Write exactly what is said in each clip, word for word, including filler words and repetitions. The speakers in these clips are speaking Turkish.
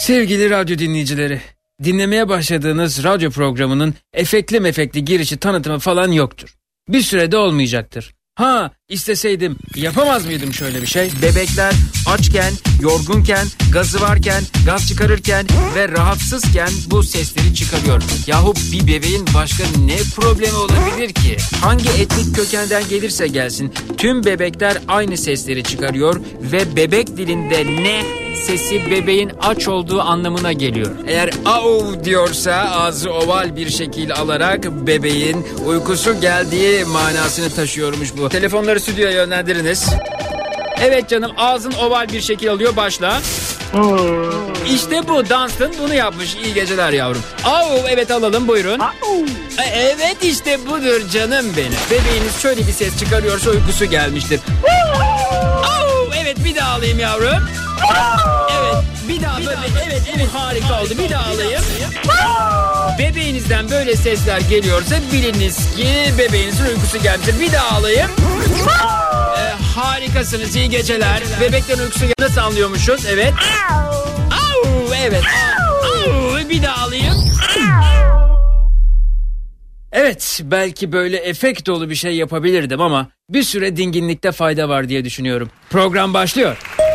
Sevgili radyo dinleyicileri, dinlemeye başladığınız radyo programının efektli mefekli girişi tanıtımı falan yoktur. Bir sürede olmayacaktır. Ha, isteseydim yapamaz mıydım şöyle bir şey? Bebekler açken, yorgunken, gazı varken, gaz çıkarırken ve rahatsızken bu sesleri çıkarıyor. Yahu bir bebeğin başka ne problemi olabilir ki? Hangi etnik kökenden gelirse gelsin tüm bebekler aynı sesleri çıkarıyor ve bebek dilinde ne sesi bebeğin aç olduğu anlamına geliyor. Eğer au diyorsa ağzı oval bir şekil alarak bebeğin uykusu geldiği manasını taşıyormuş bu. Telefonları stüdyoya yönlendiriniz. Evet canım, ağzın oval bir şekil alıyor, başla. İşte bu, Dunstan bunu yapmış. İyi geceler yavrum. Au, evet alalım, buyurun. Evet işte budur canım benim. Bebeğiniz şöyle bir ses çıkarıyorsa uykusu gelmiştir. Au, evet bir daha alayım yavrum. Evet bir daha böyle, evet evet harika oldu, bir daha alayım. Bebeğinizden böyle sesler geliyorsa biliniz ki bebeğinizin uykusu gelmiştir. Bir daha alayım. Ee, harikasınız, iyi geceler. Bebeklerin uykusu gel- nasıl anlıyormuşuz? Evet. Au, evet. Au, bir daha alayım. Evet, belki böyle efekt dolu bir şey yapabilirdim ama bir süre dinginlikte fayda var diye düşünüyorum. Program başlıyor.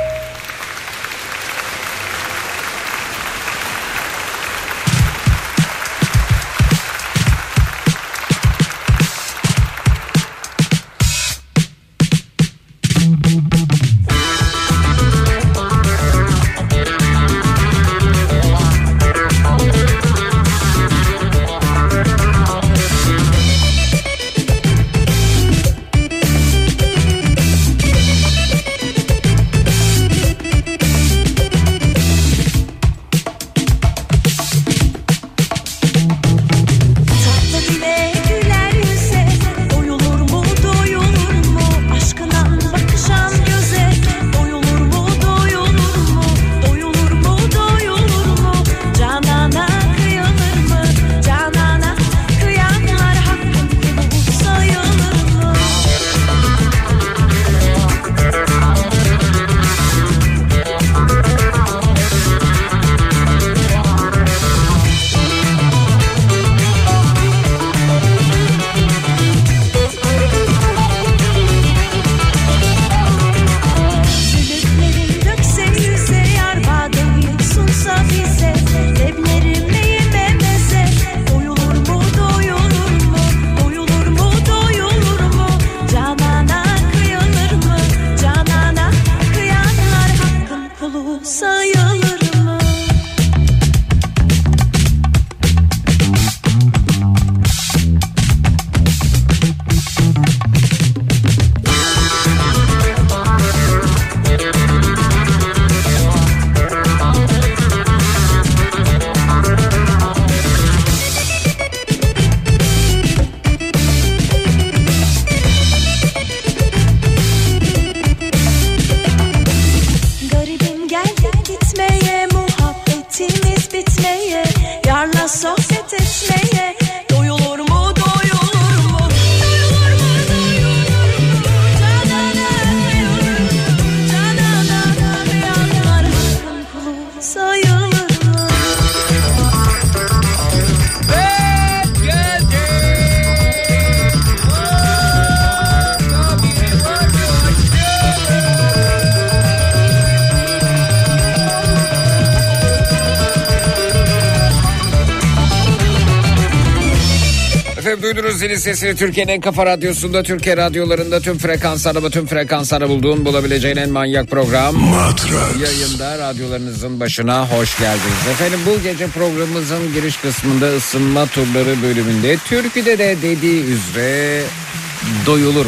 Duydunuz zilin sesini, Türkiye'nin en kafa radyosunda, Türkiye radyolarında tüm frekanslarda, tüm frekanslarda bulduğun, bulabileceğin en manyak program Matrax yayında. Radyolarınızın başına hoş geldiniz. Efendim, bu gece programımızın giriş kısmında ısınma turları bölümünde türküde de dediği üzere doyulur mu?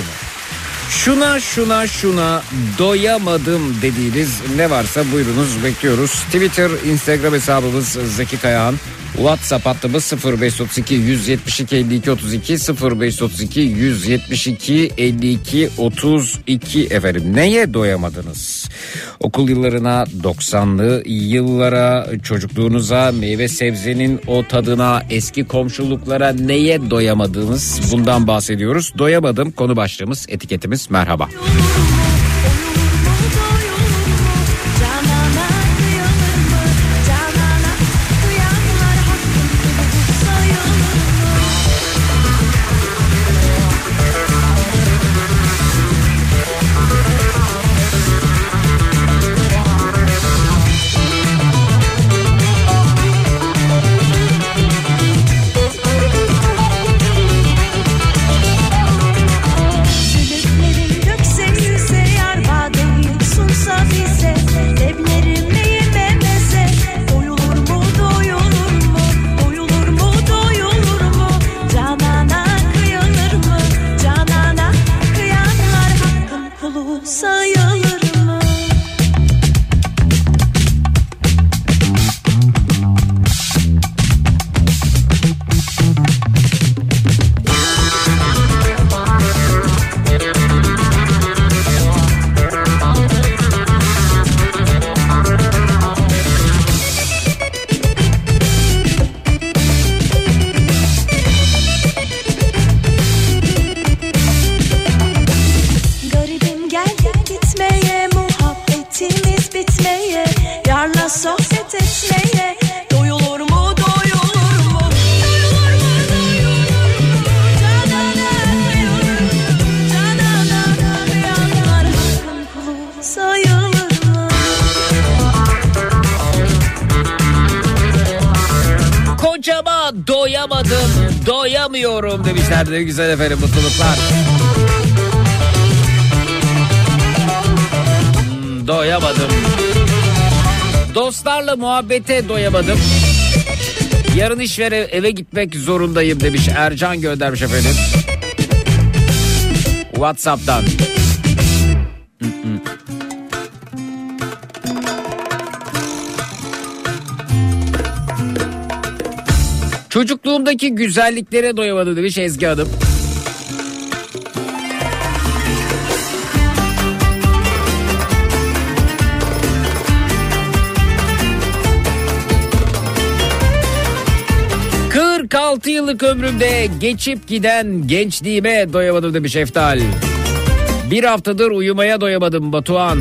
Şuna şuna şuna doyamadım dediğiniz ne varsa buyurunuz, bekliyoruz. Twitter, Instagram hesabımız Zeki Kayahan. WhatsApp hattımız sıfır beş otuz iki yüz yetmiş iki elli iki otuz iki sıfır beş otuz iki yüz yetmiş iki elli iki otuz iki. Efendim, neye doyamadınız? Okul yıllarına, doksanlı yıllara, çocukluğunuza, meyve sebzenin o tadına, eski komşuluklara neye doyamadınız? Bundan bahsediyoruz. Doyamadım konu başlığımız, etiketimiz. Merhaba. Cana Ara sohbet etmeye doyulur mu doyulur mu? Doyulur mu doyulur mu? Canana doyulur mu? Canana doyanlar hakkın kulu sayılır mı? Kocama doyamadım, doyamıyorum demişler de güzel efendim, mutluluklar. Hmm, doyamadım. Dostlarla muhabbete doyamadım. Yarın iş ve eve gitmek zorundayım demiş Ercan, göndermiş efendim. WhatsApp'tan. Çocukluğumdaki güzelliklere doyamadım demiş Ezgi Hanım. kırk altı yıllık ömrümde geçip giden gençliğime doyamadım demiş Eftal. Bir haftadır uyumaya doyamadım Batuhan.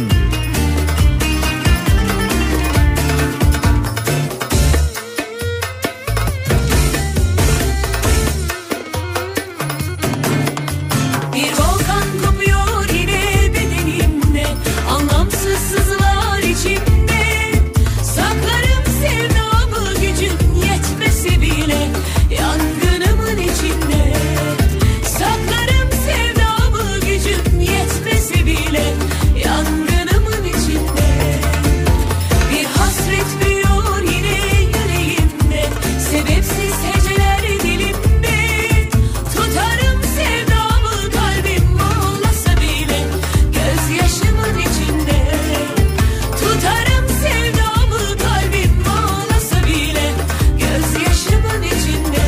Bir volkan kopuyor yine bedenimde, anlamsız sızılar içimde. Saklarım sevdamı gücüm yetmese bile, yangınımın içinde. Saklarım sevdamı gücüm yetmese bile, yangınımın içinde. Bir hasret büyüyor yine yüreğimde, sebepsiz heceler dilimde. Tutarım sevdamı kalbim ağlasa bile, gözyaşımın içinde. Tutarım sevdamı kalbim ağlasa bile, gözyaşımın içinde.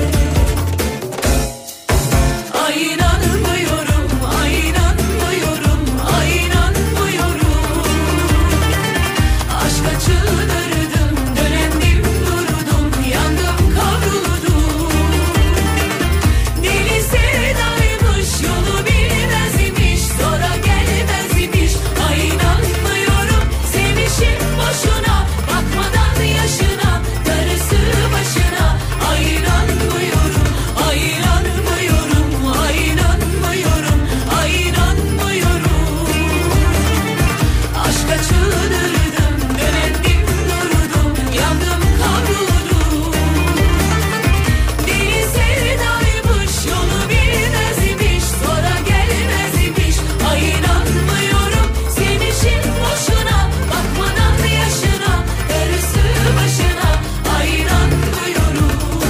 Ay inanmıyorum, ay inanmıyorum, ay inanmıyorum. Aşka çıldırdım, dönemdim durdum, yandım kavruldum. Deli sevdaymış, yolu bilmez imiş, sonra gelmez imiş. Ay inanmıyorum, sevmişim boşuna, bakmadan yaşına, darısı başına. Ay inanmıyorum, ay inanmıyorum, ay inanmıyorum, ay inanmıyorum. Aşka çıldırdım, dönemdim durdum, yandım kavruldum. Deli sevdaymış, yolu bilmez imiş, sonra gelmez imiş. Ay inanmıyorum, sevmişim boşuna, bakmadan yaşına, darısı başına. Ay inanmıyorum.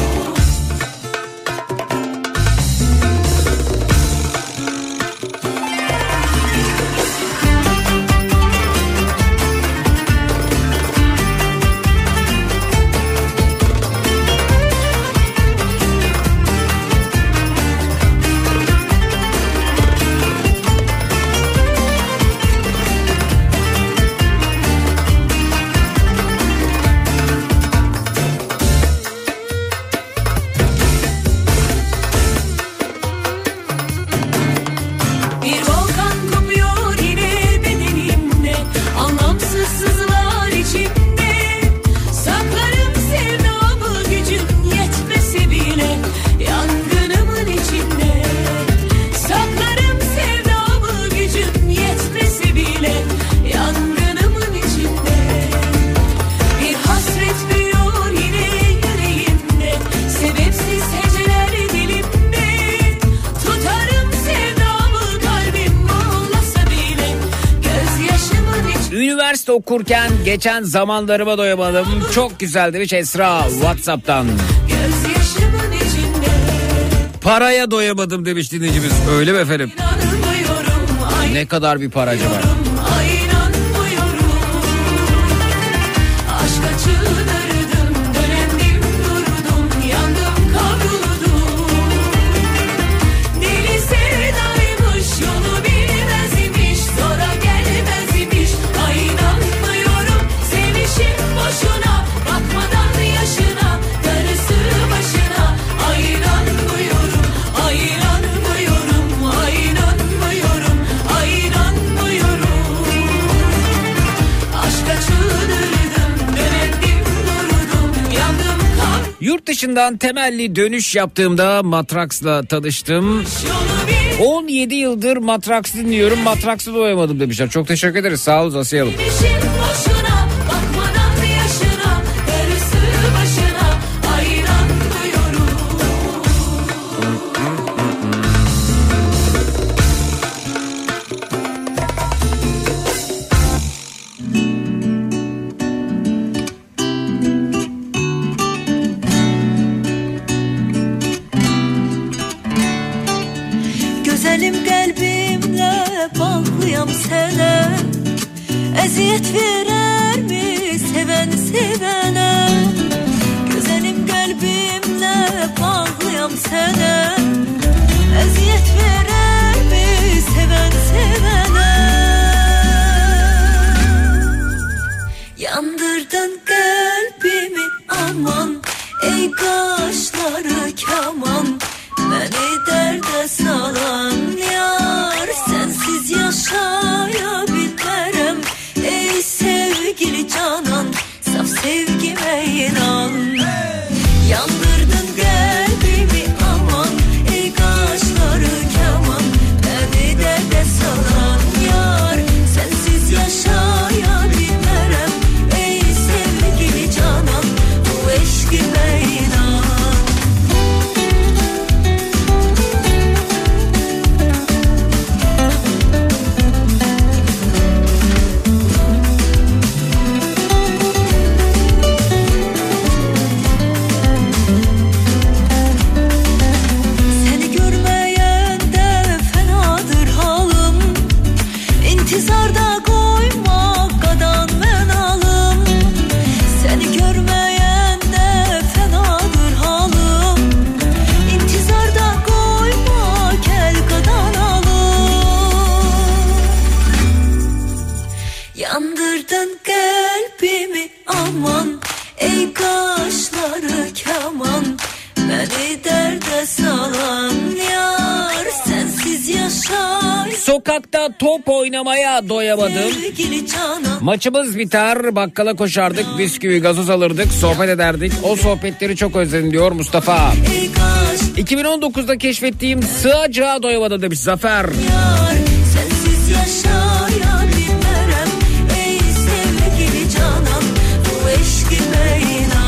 Bir volkan kopuyor yine bedenimde, anlamsız sızılar içimde. Saklarım sevdamı gücüm yetmese bile, yangınımın içinde. Saklarım sevdamı gücüm yetmese bile, yangınımın içinde. Bir hasret büyüyor yine yüreğimde, sebepsiz heceler dilimde. Tutarım sevdamı kalbim ağlasa bile, gözyaşımın içinde. Üniversite okurken geçen zamanlarıma doyamadım. Çok güzel demiş Esra WhatsApp'tan. Gözyaşımın içinde. Paraya doyamadım demiş dinleyicimiz. Öyle mi efendim? İnanmıyorum, ay Ne kadar bir para acaba? ay inanmıyorum. Aşka çıldırdım, dönemdim durdum, yandım kavruldum. Deli sevdaymış, yolu bilmez imiş, sonra gelmez imiş. Ay inanmıyorum, sevmişim boşuna, bakmadan yaşına, darısı başına. Ay inanmıyorum, ay inanmıyorum, ay inanmıyorum, ay inanmıyorum. Yurt dışından temelli dönüş yaptığımda Matraks'la tanıştım. on yedi yıldır Matraks dinliyorum. Matraks'ı doyamadım demişler. Çok teşekkür ederiz. Sağ olun Asiye Hanım. Güzelim kalbimle bağlıyam sana. Eziyet verer mi seven sevene? Güzelim kalbimle bağlıyam sana. Eziyet verer mi seven sevene? Yandırdın kalbimi aman, ey kaşları kaman. Beni derde salan yar, sensiz yaşayabilmem. Ey sevgili canan, saf sevgime inan. Yandırdın kalbimi aman, ey kaşları kaman. Beni derde salan yar, sensiz yaşayabilmem. Ey sevgili canan, bu eşkime inan. İntizarda koymak kadar ben alım. Seni görmeyen de fenadır halım. İntizarda koymak el kadar alım. Yandırdın kalbimi aman, ey kaşları kaman. Beni derde salan yar, sensiz yaşar. Sokakta top oynamaya doyamadım. Maçımız biter, bakkala koşardık, bisküvi, gazoz alırdık, sohbet ederdik. O sohbetleri çok özledim diyor Mustafa. iki bin on dokuzda keşfettiğim sığacağa doyamadım demiş Zafer. Sensiz yaşayabilmem, ey sevgili canan, bu eşkime inan.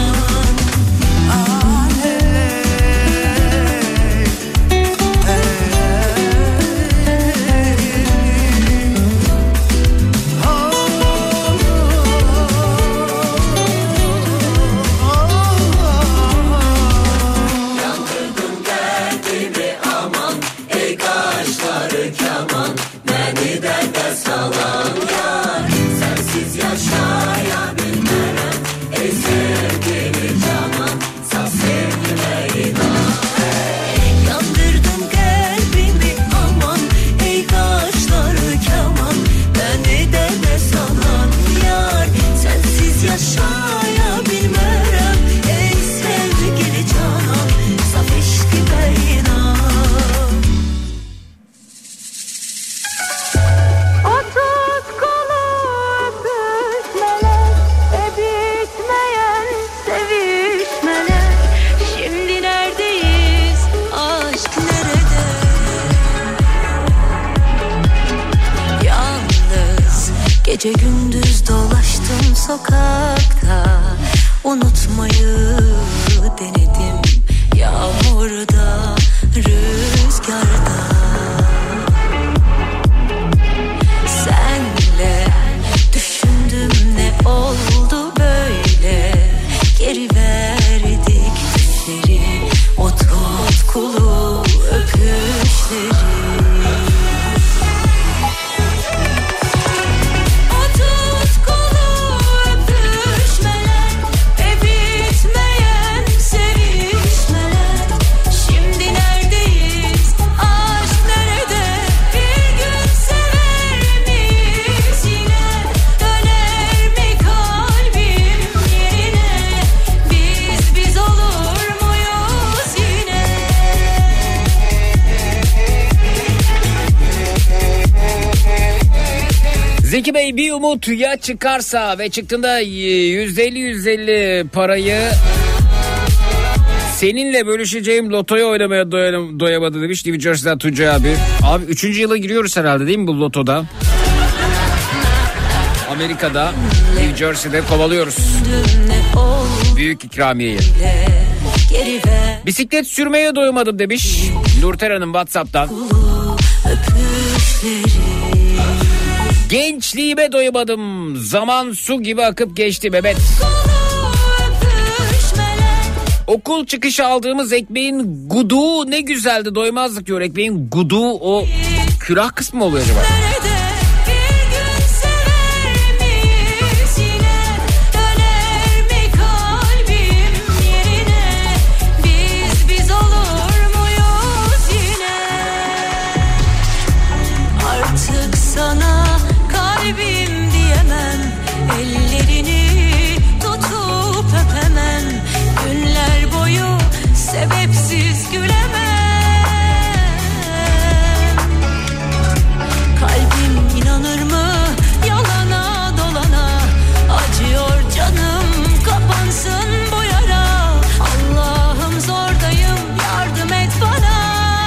Gece gündüz dolaştım sokakta, unutmayı denedim. Yağmurda, rüzgarda. Senle düşündüm, ne oldu böyle? Geri verdik düşleri, o tutkulu öpüşleri. Zeki Bey, bir umut ya çıkarsa ve çıktığında yüzde elli yüzde elli parayı Seninle bölüşeceğim lotoyu oynamaya doyam- doyamadı demiş New Jersey'den Tuncay abi. Abi üçüncü yıla giriyoruz herhalde değil mi bu lotoda? Amerika'da, New Jersey'de kovalıyoruz büyük ikramiyeyi. Bisiklet sürmeye doymadım demiş Nurten Hanım WhatsApp'tan. Gençliğime doymadım. Zaman su gibi akıp geçti Mehmet. Okul çıkışı aldığımız ekmeğin guduğu ne güzeldi, doymazdık diyor. Ekmeğin guduğu o külah kısmı oluyor acaba? Sana kalbim diyemem, ellerini tutup öpemem, günler boyu sebepsiz gülemem. Kalbim inanır mı yalana dolana, acıyor canım kapansın bu yara. Allah'ım zordayım, yardım et bana.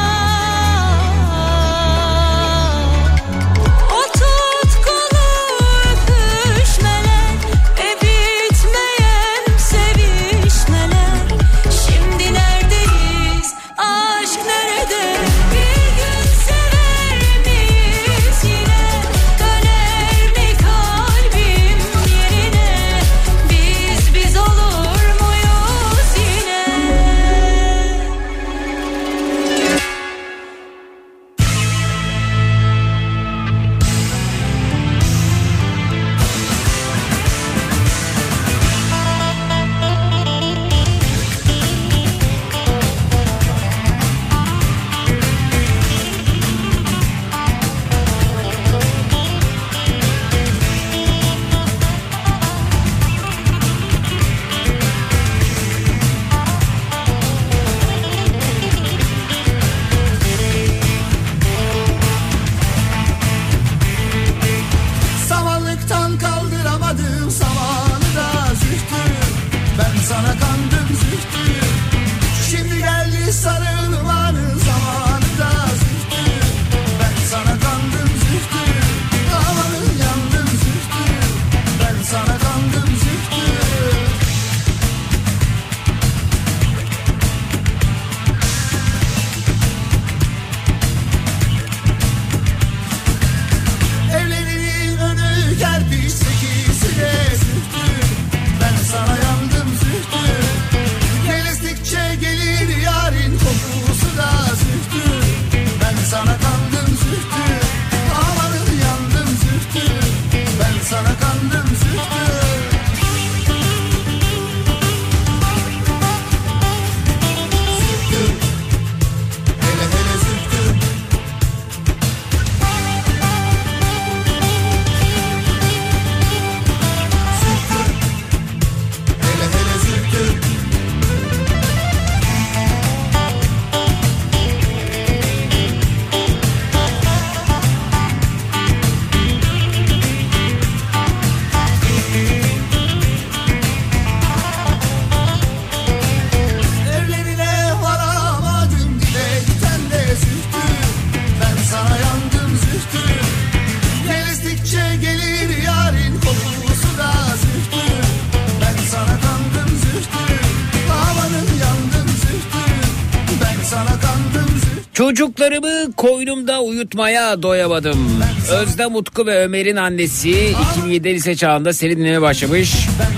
Çocuklarımı koynumda uyutmaya doyamadım. Özlem, Utku ve Ömer'in annesi iki bin yedi lise çağında seni dinlemeye başlamış.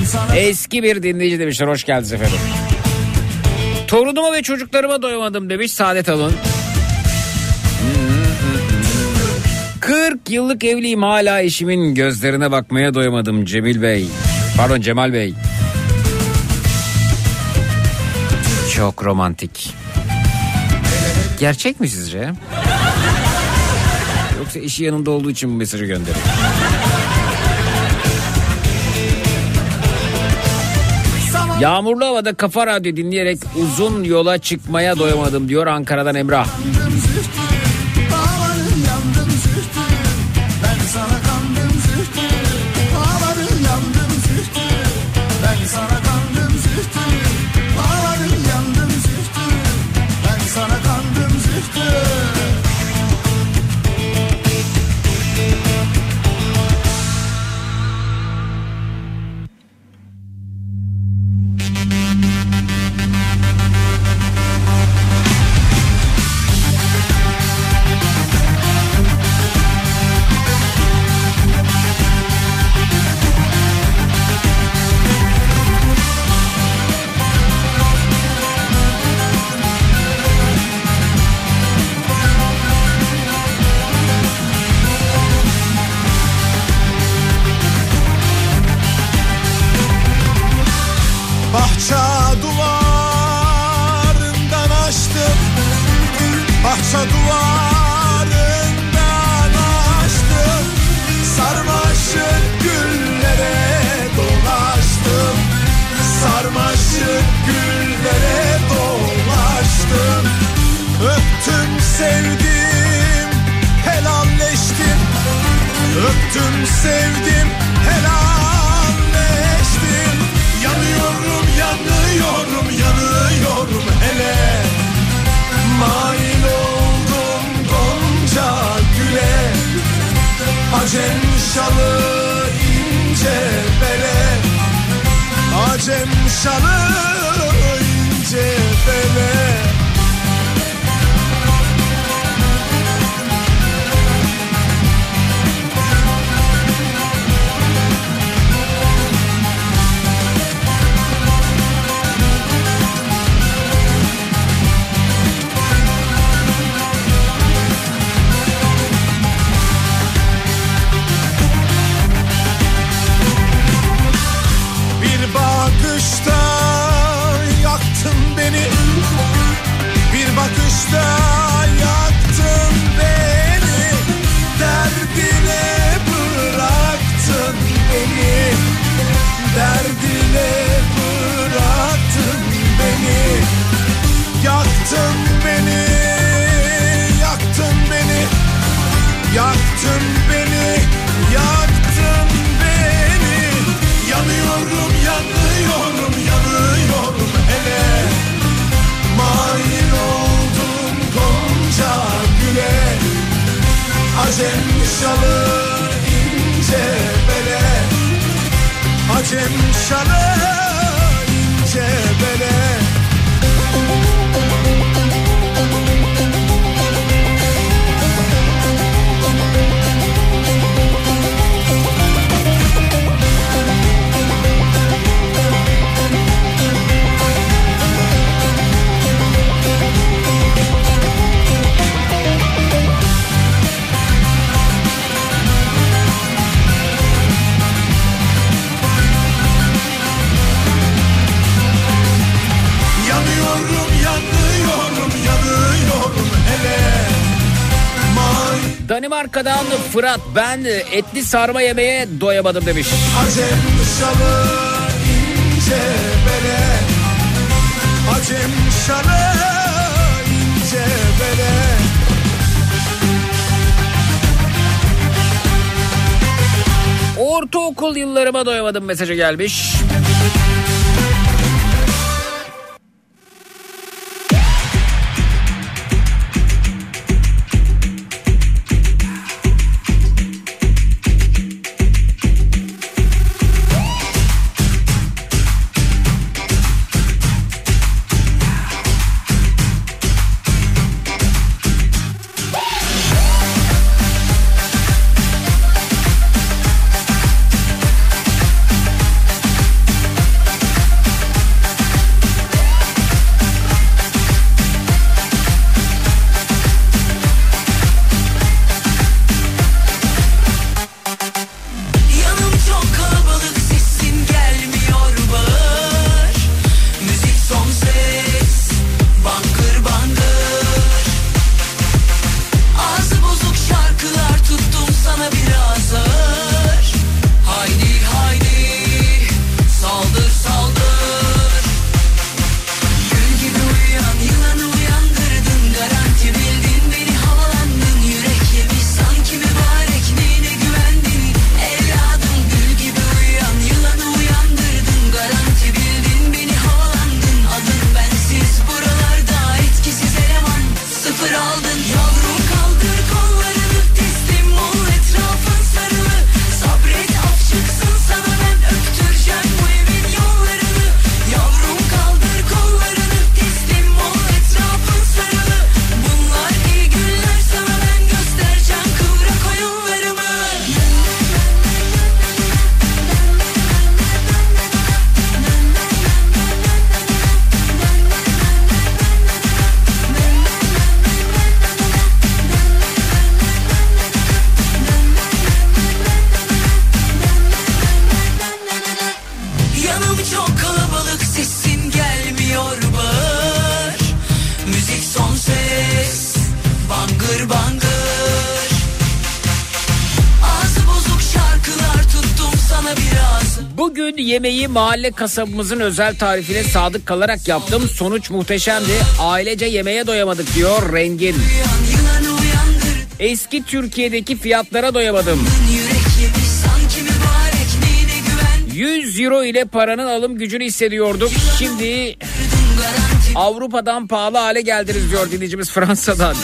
Eski bir dinleyici demişler. Hoş geldiniz efendim. Torunuma ve çocuklarıma doyamadım demiş Saadet Alın. kırk yıllık evliyim, hala eşimin gözlerine bakmaya doyamadım Cemil Bey. Pardon Cemal Bey. Çok romantik. Gerçek mi sizce? Yoksa eşi yanında olduğu için bu mesajı gönderiyor? Yağmurlu havada Kafa Radyo dinleyerek uzun yola çıkmaya doyamadım diyor Ankara'dan Emrah. Ben sana kandım zühtü, ağladım yandım zühtü. bahçe duvarından açtım, bahçe duvarından açtım, sarmaşık güllere dolaştım, sarmaşık güllere dolaştım. Öptüm sevdim helalleştim, öptüm sevdim helalleştim. Yanıyorum yanıyorum yanıyorum hele, mail oldum gonca güle, acem şalı ince bele, acem şalı ince bele. Bakışta yaktın beni, bir bakışta yaktın beni, derdine bıraktın beni, derdine bıraktın beni, yaktın beni, yaktın beni, yaktın beni, yaktın beni, yanıyorum yanıyorum yanıyorum hele, mail oldum gonca güle, acem şalı ince bele, acem şalı ince bele. Danimarka'dan Fırat, ben etli sarma yemeye doyamadım demiş. Acem şalı ince bele, acem şalı ince bele. Ortaokul yıllarıma doyamadım mesajı gelmiş. Bugün yemeği mahalle kasabımızın özel tarifine sadık kalarak yaptım. Sonuç muhteşemdi. Ailece yemeğe doyamadık diyor Rengin. Eski Türkiye'deki fiyatlara doyamadım. yüz euro ile paranın alım gücünü hissediyorduk. Şimdi Avrupa'dan pahalı hale geldiniz diyor dinleyicimiz Fransa'dan.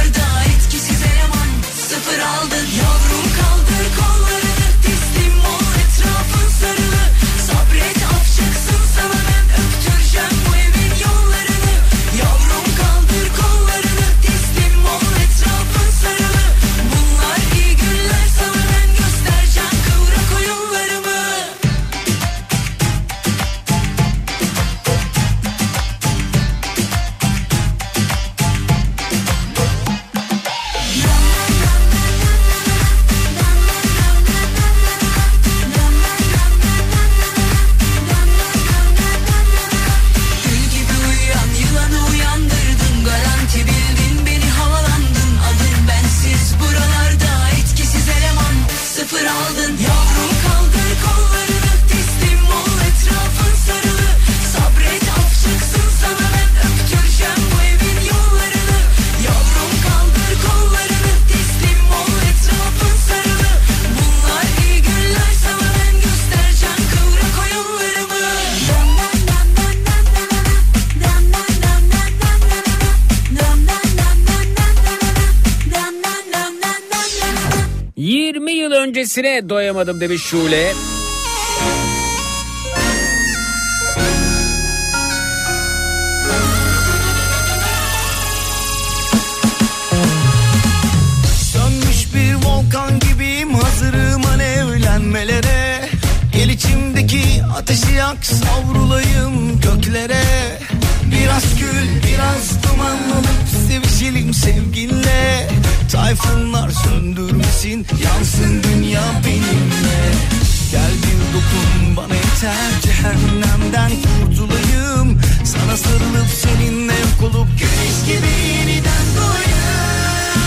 yirmi yıl öncesine doyamadım demiş Şule. Sönmüş bir volkan gibiyim, hazırım alevlenmelere. Gel içimdeki ateşi yak, savrulayım göklere. Biraz kül, biraz duman olup sevişelim sevginle. Tayfunlar söndürmesin, yansın dünya benimle. Gel bir dokun bana yeter, cehennemden kurtulayım. Sana sarılıp seninle yok olup güneş gibi yeniden doğayım.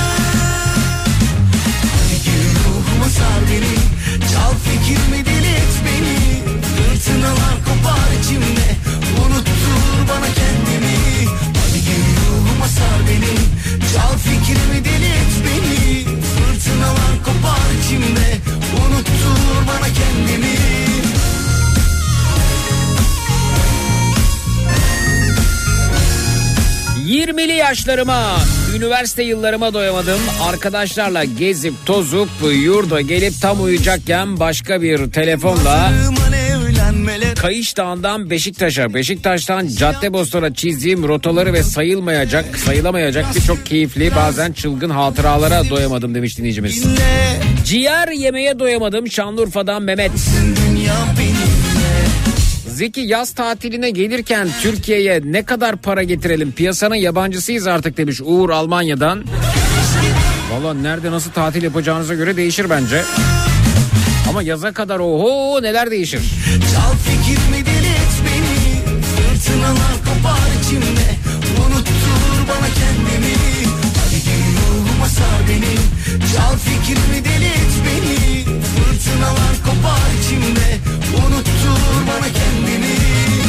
Hadi gir ruhuma sar beni, çal fikrimi deli et beni. Fırtınalar kopar içimde, unuttur bana kendimi. Hadi gir ruhuma sar beni, çal fikrimi deli et beni. Fırtınalar kopar içimde, unuttur bana kendimi. yirmili yaşlarıma, üniversite yıllarıma doyamadım. Arkadaşlarla gezip tozup yurda gelip tam uyuyacakken başka bir telefonla Kayış Dağı'ndan Beşiktaş'a, Beşiktaş'tan Caddebostan'a çizdiğim rotaları ve sayılmayacak, sayılamayacak birçok keyifli, bazen çılgın hatıralara doyamadım demiş dinleyicimiz. Ciğer yemeye doyamadım Şanlıurfa'dan Mehmet. Zeki, yaz tatiline gelirken Türkiye'ye ne kadar para getirelim? Piyasanın yabancısıyız artık demiş Uğur Almanya'dan. Valla nerede nasıl tatil yapacağınıza göre değişir bence. Ama yaza kadar oho neler değişir. Çal fikrimi deli et beni, fırtınalar kopar içimde, unuttur bana kendimi. Hadi gir ruhuma sar beni, çal fikrimi deli et beni. Fırtınalar kopar içimde, unuttur bana kendimi.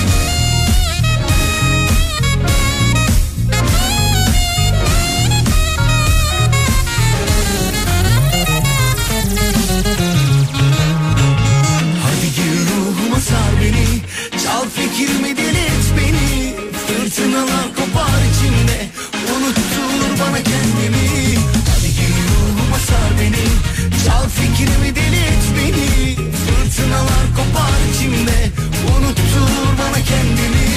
Sar beni, çal fikrimi deli et beni. Fırtınalar kopar içimde, unuttur bana kendimi. Hadi gir ruhuma sar beni, çal fikrimi deli et beni. Fırtınalar kopar içimde, unuttur bana kendimi.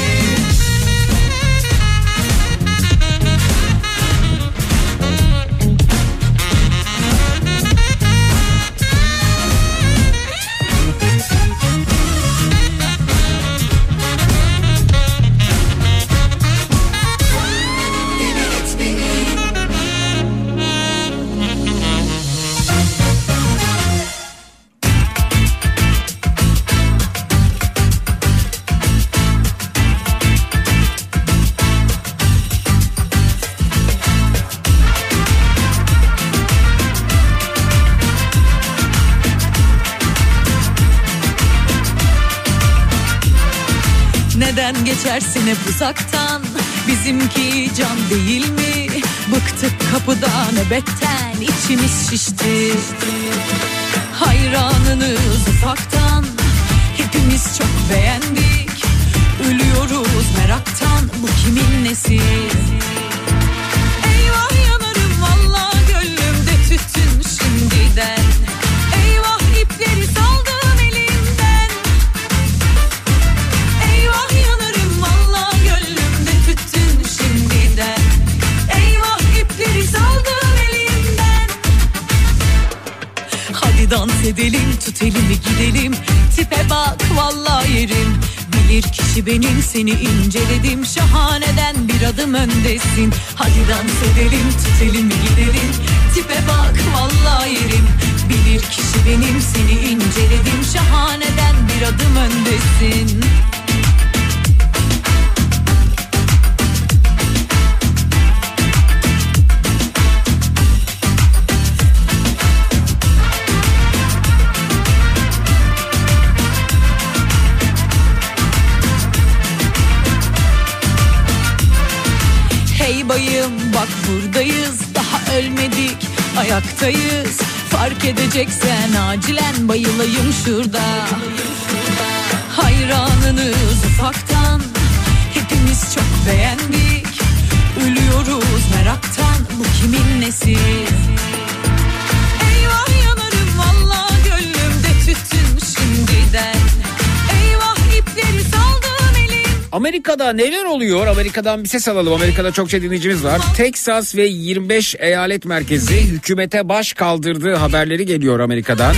Neden geçersin hep uzaktan? Bizimki can değil mi? Bıktık kapıda nöbetten, içimiz şişti. Hayranınız ufaktan, hepimiz çok beğendik. Ölüyoruz meraktan, bu kimin nesi? Eyvah yanarım valla gönlümde tütün şimdiden. Eyvah ipleri saldım elimden. Eyvah yanarım valla gönlümde tütün şimdiden. Eyvah ipleri saldım elimden. Hadi dans edelim, tut elimi gidelim. Tipe bak vallahi yerim. Bilir kişi benim, seni inceledim. Şahaneden bir adım öndesin. Hadi dans edelim, tut elimi gidelim. Tipe bak vallahi yerim. Bilir kişi benim, seni inceledim. Şahaneden bir adım öndesin. Hey bayım bak buradayız, daha ölmedik, ayaktayız. Fark edeceksen acilen bayılayım şurada. Hayranınız ufaktan, hepimiz çok beğendik. Ölüyoruz meraktan, bu kimin nesi? Eyvah yanarım valla gönlümde tütün şimdiden. Eyvah ipleri saldım elim. Amerika'da neler oluyor? Amerika'dan bir ses alalım. Amerika'da çokça dinleyicimiz var. Teksas ve yirmi beş eyalet merkezi hükümete baş kaldırdığı haberleri geliyor Amerika'dan.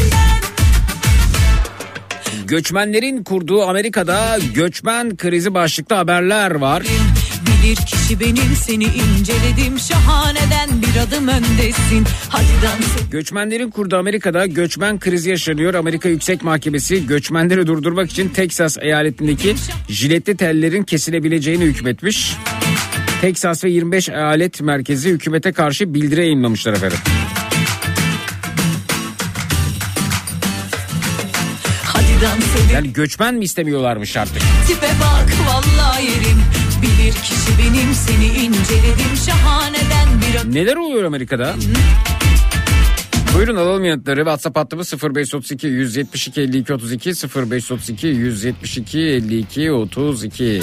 Göçmenlerin kurduğu Amerika'da göçmen krizi başlıklı haberler var. Bilir kişi benim, seni inceledim. Şahaneden bir adım öndesin. Hadi dans et. Göçmenlerin kurduğu Amerika'da göçmen krizi yaşanıyor. Amerika Yüksek Mahkemesi göçmenleri durdurmak için Teksas eyaletindeki jiletli tellerin kesilebileceğini hükmetmiş. Teksas ve yirmi beş eyalet merkezi hükümete karşı bildiri yayınlamışlar efendim. Hadi dans edelim. Yani göçmen mi istemiyorlarmış artık? Tipe bak vallahi yerim. Bilir kişi benim, seni inceledim. Şahaneden bir adım. Neler oluyor Amerika'da? Buyurun alalım yanıtları. WhatsApp hattımız sıfır beş otuz iki yüz yetmiş iki elli iki otuz iki sıfır beş otuz iki yüz yetmiş iki elli iki otuz iki.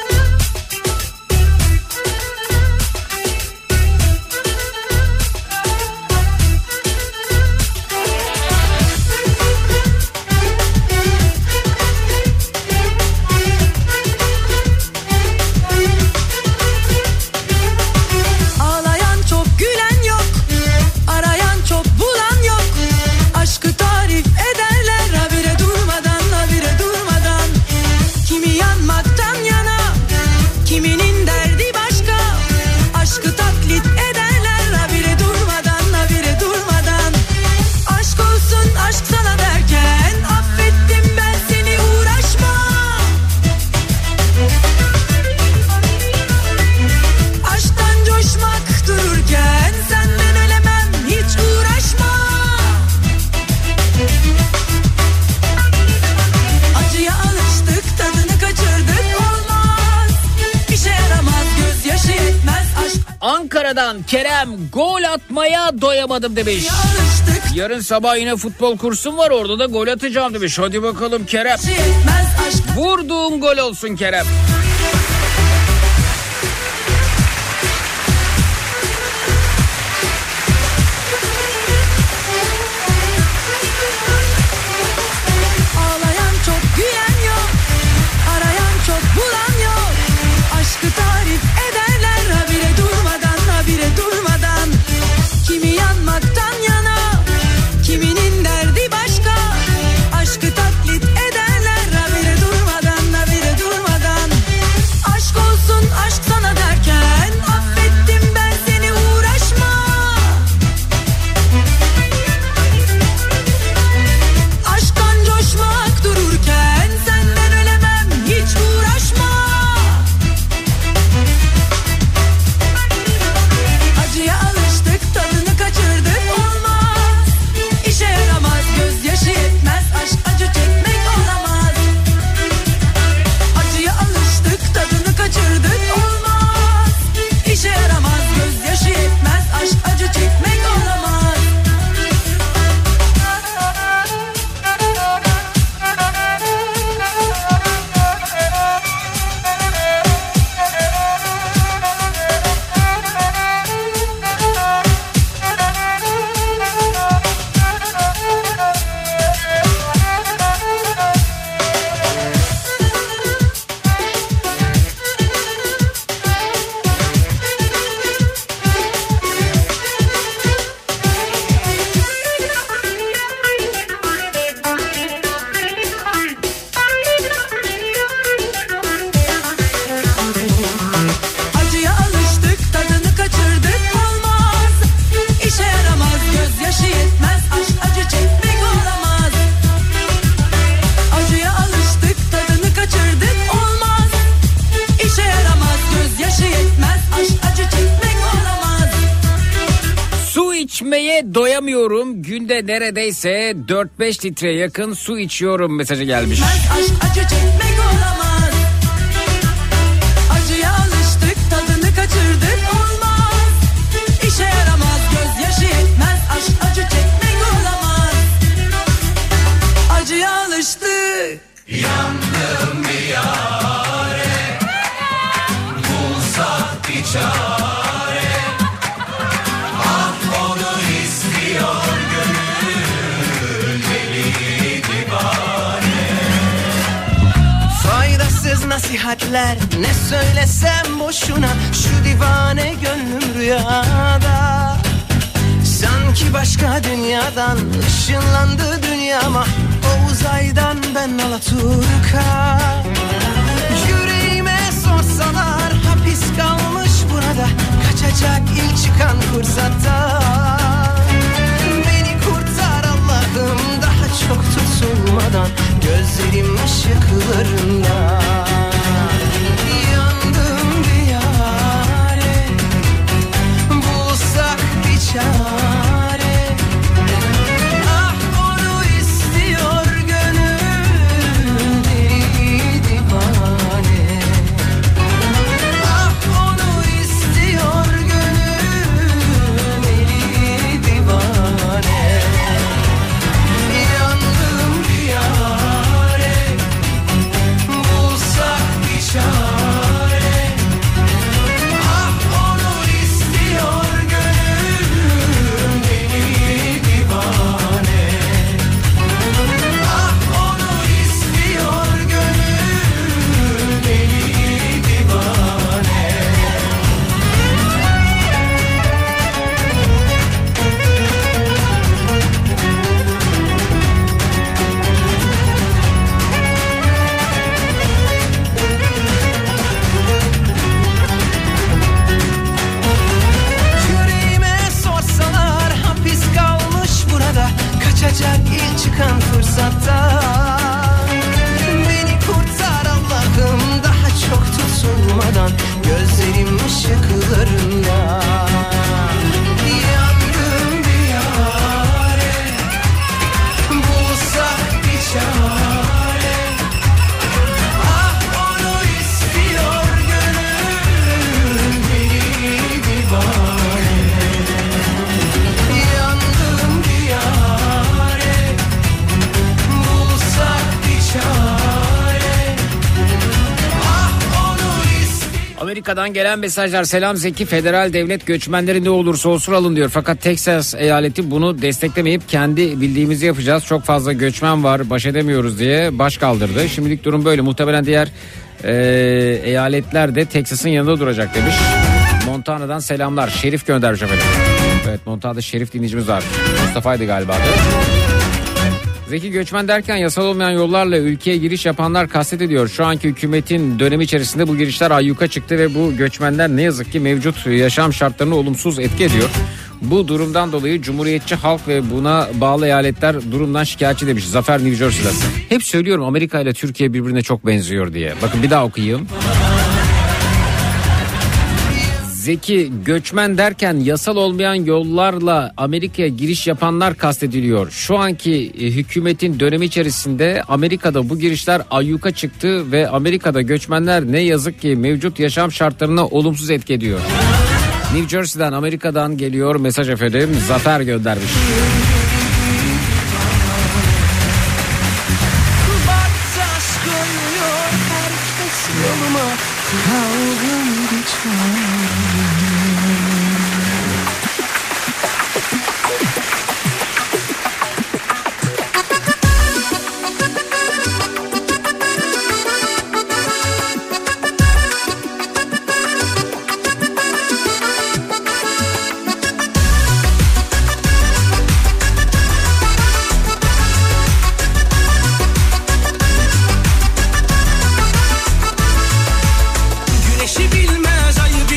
Ağlayan çok, gülen yok. Arayan çok, bulan yok. Aşkı tarif ederler habire durmadan, habire durmadan. Kimi yanmaktan yana, kiminin derdi başka. Aşkı taklit ederler habire durmadan, habire durmadan. Aşk olsun aşk sana derken, affettim ben seni, uğraşma. Aşktan coşmak dururken, senden ölemem, hiç uğraşma. Acıya alıştık, tadını kaçırdık, olmaz. İşe yaramaz, gözyaşı yetmez. Aşk Ankara'dan Kerem gol atmaya doyamadım demiş. alıştık, Yarın sabah yine futbol kursum var, orada da gol atacağım demiş. Hadi bakalım Kerem. gözyaşı yetmez. Aşk Vurduğun gol olsun Kerem. ağlayan çok, gülen yok. Arayan çok, bulan yok. Aşkı tarif ederler habire durmadan, habire durmadan. Kimi yanmaktan yana, kiminin derdi başka. Aşkı taklit ederler habire durmadan, habire durmadan. İçmeye doyamıyorum. Günde neredeyse dört beş litreye yakın su içiyorum mesajı gelmiş. Aşk acı çekmek olamaz. Acıya alıştık, tadını kaçırdık, olmaz. İşe yaramaz, gözyaşı yetmez. Aşk acı çekmek olamaz. Acıya alıştık. Yandım bir yâre, bulsak bir çare. Ah onu istiyor gönül, deli divane. Faydasız nasihatler, ne söylesem boşuna. Şu divane gönlüm rüyada. Sanki başka dünyadan ışınlandı dünyama. O uzaydan ben Alaturka. Yüreğime sorsalar hapis kalmış burada. Kaçacak ilk çıkan fırsatta. Beni kurtar Allah'ım daha çok tutulmadan. Gözlerim ışıklarında. Yandım bir yâre, bulsak bir çare. Ah onu istiyor gönül, deli divane. Ah onu istiyor gönül, deli divane. Yandım bir yâre, bulsak bir çare. Ah onu istiyor gönül, deli divane. Ah onu istiyor gönül, deli divane. Yüreğime sorsalar hapis kalmış burada. Kaçacak ilk çıkan fırsatta. Beni kurtar Allah'ım daha çok tutulmadan. Gözlerim ışıklarında. Yandım bir yâre, bulsak bir çare. Ah onu istiyor gönül, deli divane. Yandım bir yâre, bulsak bir çare. Ah onu istiyor. Amerika'dan gelen mesajlar. Selam Zeki, federal devlet göçmenleri ne olursa olsun alın diyor. Fakat Texas eyaleti bunu desteklemeyip kendi bildiğimizi yapacağız. Çok fazla göçmen var, baş edemiyoruz diye baş kaldırdı. Şimdilik durum böyle. Muhtemelen diğer e, eyaletler de Texas'ın yanında duracak demiş. Montana'dan selamlar. Şerif göndermiş efendim. Evet, Montana'da Şerif dinleyicimiz var. Mustafa'ydı galiba da. Zeki, göçmen derken yasal olmayan yollarla ülkeye giriş yapanlar kastediliyor. Şu anki hükümetin dönemi içerisinde bu girişler ayyuka çıktı ve bu göçmenler ne yazık ki mevcut yaşam şartlarını olumsuz etki ediyor. Bu durumdan dolayı Cumhuriyetçi halk ve buna bağlı eyaletler durumdan şikayetçi demiş Zafer New Jersey'den. Hep söylüyorum Amerika ile Türkiye birbirine çok benziyor diye. Bakın bir daha okuyayım. Zeki, göçmen derken yasal olmayan yollarla Amerika'ya giriş yapanlar kastediliyor. Şu anki e, hükümetin dönemi içerisinde Amerika'da bu girişler ayyuka çıktı ve Amerika'da göçmenler ne yazık ki mevcut yaşam şartlarına olumsuz etki ediyor. New Jersey'den, Amerika'dan geliyor mesaj efendim. Zafer göndermiş. Bak taş koyuyor herkes yoluma. Kaldım bir çare. Güneşi bilmez, ayı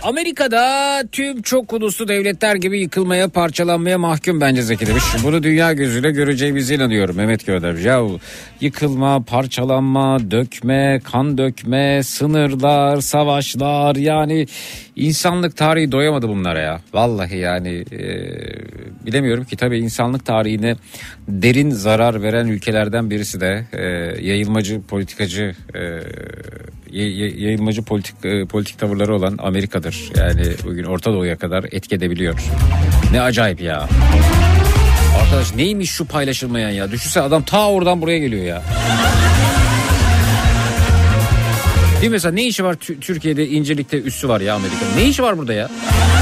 Amerika'da tüm çok uluslu devletler gibi yıkılmaya, parçalanmaya mahkum bence Zeki demiş. Bunu dünya gözüyle göreceğimize inanıyorum. Mehmet göndermiş. Ya yıkılma, parçalanma, dökme, kan dökme, sınırlar, savaşlar, yani insanlık tarihi doyamadı bunlara ya. Vallahi yani e, bilemiyorum ki, tabii insanlık tarihine derin zarar veren ülkelerden birisi de e, yayılmacı politikacı e, yayılmacı politik e, politik tavırları olan Amerika'dır. Yani bugün Orta Doğu'ya kadar etki edebiliyor. Ne acayip ya. Arkadaş neymiş şu paylaşılmayan ya? Düşünsene adam ta oradan buraya geliyor ya. Değil mi mesela, ne işi var T- Türkiye'de İncirlik'te üssü var ya Amerika'nın? Ne işi var burada ya?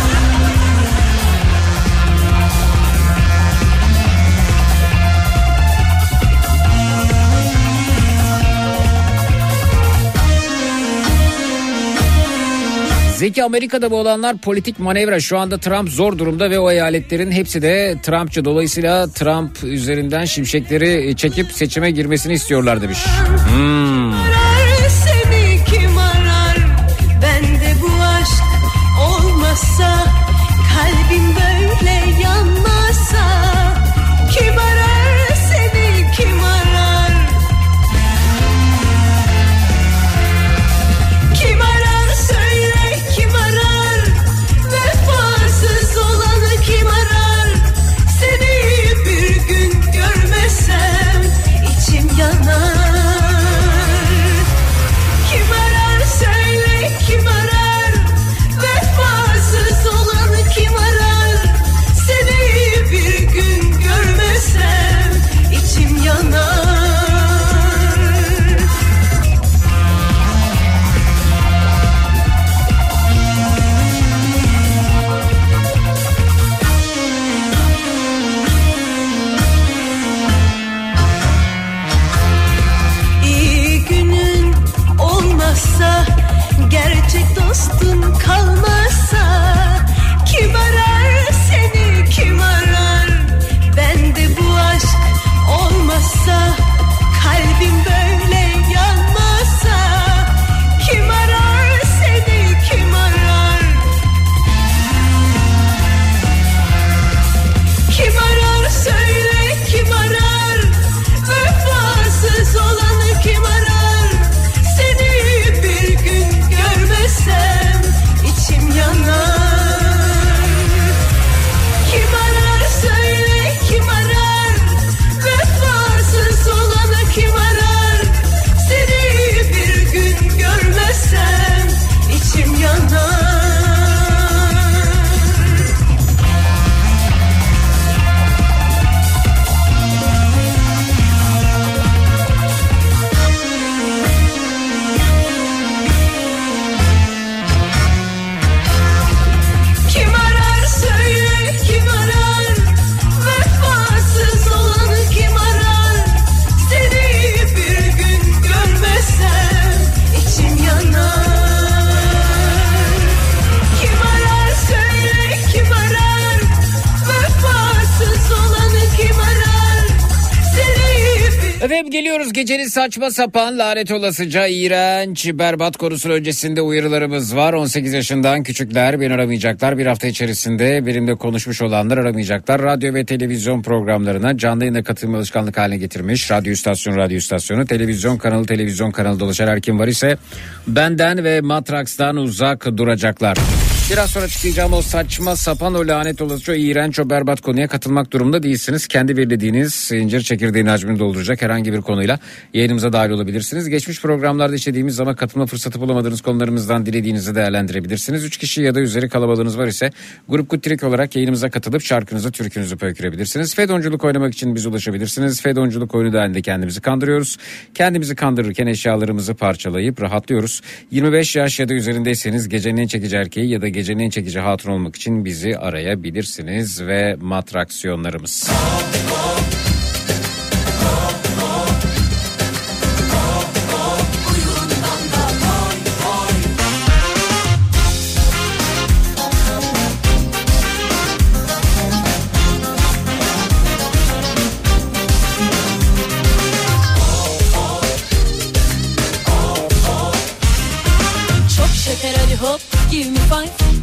Zeki, Amerika'da bu olanlar politik manevra. Şu anda Trump zor durumda ve o eyaletlerin hepsi de Trumpçı. Dolayısıyla Trump üzerinden şimşekleri çekip seçime girmesini istiyorlar demiş. Hmm. Seni kim arar? Bende bu aşk olmasa, kalbim böyle yanmasa, kim arar seni, kim arar? Kim arar söyle, kim arar? Vefasız olanı kim arar? Seni bir gün görmesem içim yanar. Kim arar söyle, kim arar? Vefasız olanı kim arar? Seni bir gün görmesem içim yanar. İyi günün olmazsa, gerçek dostun kalmazsa, kim arar seni, kim arar? Bende bu aşk olmazsa, kalbim böyle yanmazsa, kim arar seni, kim arar? Kim arar söyle, kim arar? Vefasız olanı kim arar? Seni bir gün görmesem içim yanar. Kim arar söyle, kim arar? Vefasız olanı kim arar? Seni bir gün görmesem içim yanar. Kim arar söyle, kim arar? Vefasız olanı kim arar? Seni bir gün görmesem içim yanar. Kim arar söyle, kim arar? Vefasız olanı kim arar? Seni bir... Efendim geliyoruz, gecenin saçma sapan, lanet olasıca, iğrenç, berbat konusunun öncesinde uyarılarımız var. on sekiz yaşından küçükler beni aramayacaklar. Bir hafta içerisinde benimle konuşmuş olanlar aramayacaklar. Radyo ve televizyon programlarına canlı yayına katılma alışkanlık haline getirmiş. Radyo istasyonu, radyo istasyonu, televizyon kanalı, televizyon kanalı dolaşan her kim var ise benden ve Matraks'tan uzak duracaklar. Biraz sonra açıklayacağım o saçma sapan, o lanet olası, o iğrenç, o berbat konuya katılmak durumunda değilsiniz. Kendi belirlediğiniz incir çekirdeğin hacmini dolduracak herhangi bir konuyla yayınımıza dahil olabilirsiniz. Geçmiş programlarda işlediğimiz zaman katılma fırsatı bulamadığınız konularımızdan dilediğinizi değerlendirebilirsiniz. Üç kişi ya da üzeri kalabalığınız var ise grup kutrik olarak yayınımıza katılıp şarkınızı, türkünüzü pöykürebilirsiniz. Fedonculuk oynamak için bize ulaşabilirsiniz. Fedonculuk oyunu da halinde kendimizi kandırıyoruz. Kendimizi kandırırken eşyalarımızı parçalayıp rahatlıyoruz. yirmi beş yaş ya da üzerindeyseniz gecenin en çekici erkeği ya da gecenin en çekici hatun olmak için bizi arayabilirsiniz ve matraksiyonlarımız. Çok şeker, hadi hop, give me five.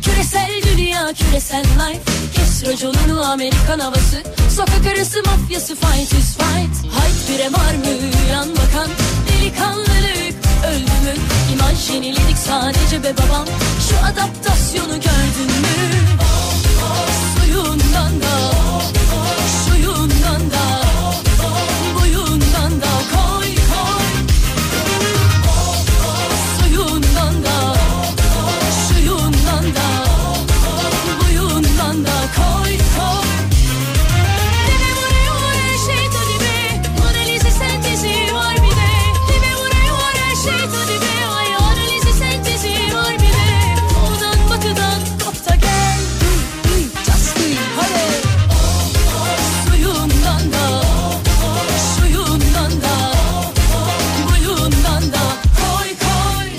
küresel life. Kes raconunu Amerikan havası. Sokak arası mafyası fight is fight. Hayt bire var mı yan bakan? Delikanlılık öldü mü? İmaj yeniledik sadece be babam. Şu adaptasyonu gördün mü? Suyundan da, şuyundan da, buyundan da koy koy. Suyundan da, şuyundan da, buyundan da koy koy. Dibe vure vure şeytan dibe, analizi sentezi var bir de. Dibe vure vure şeytan dibe, ay analizi sentezi var bir de. Oradan batıdan kop da gel, just do it, hadi. Suyundan da, şuyundan da, buyundan da koy koy.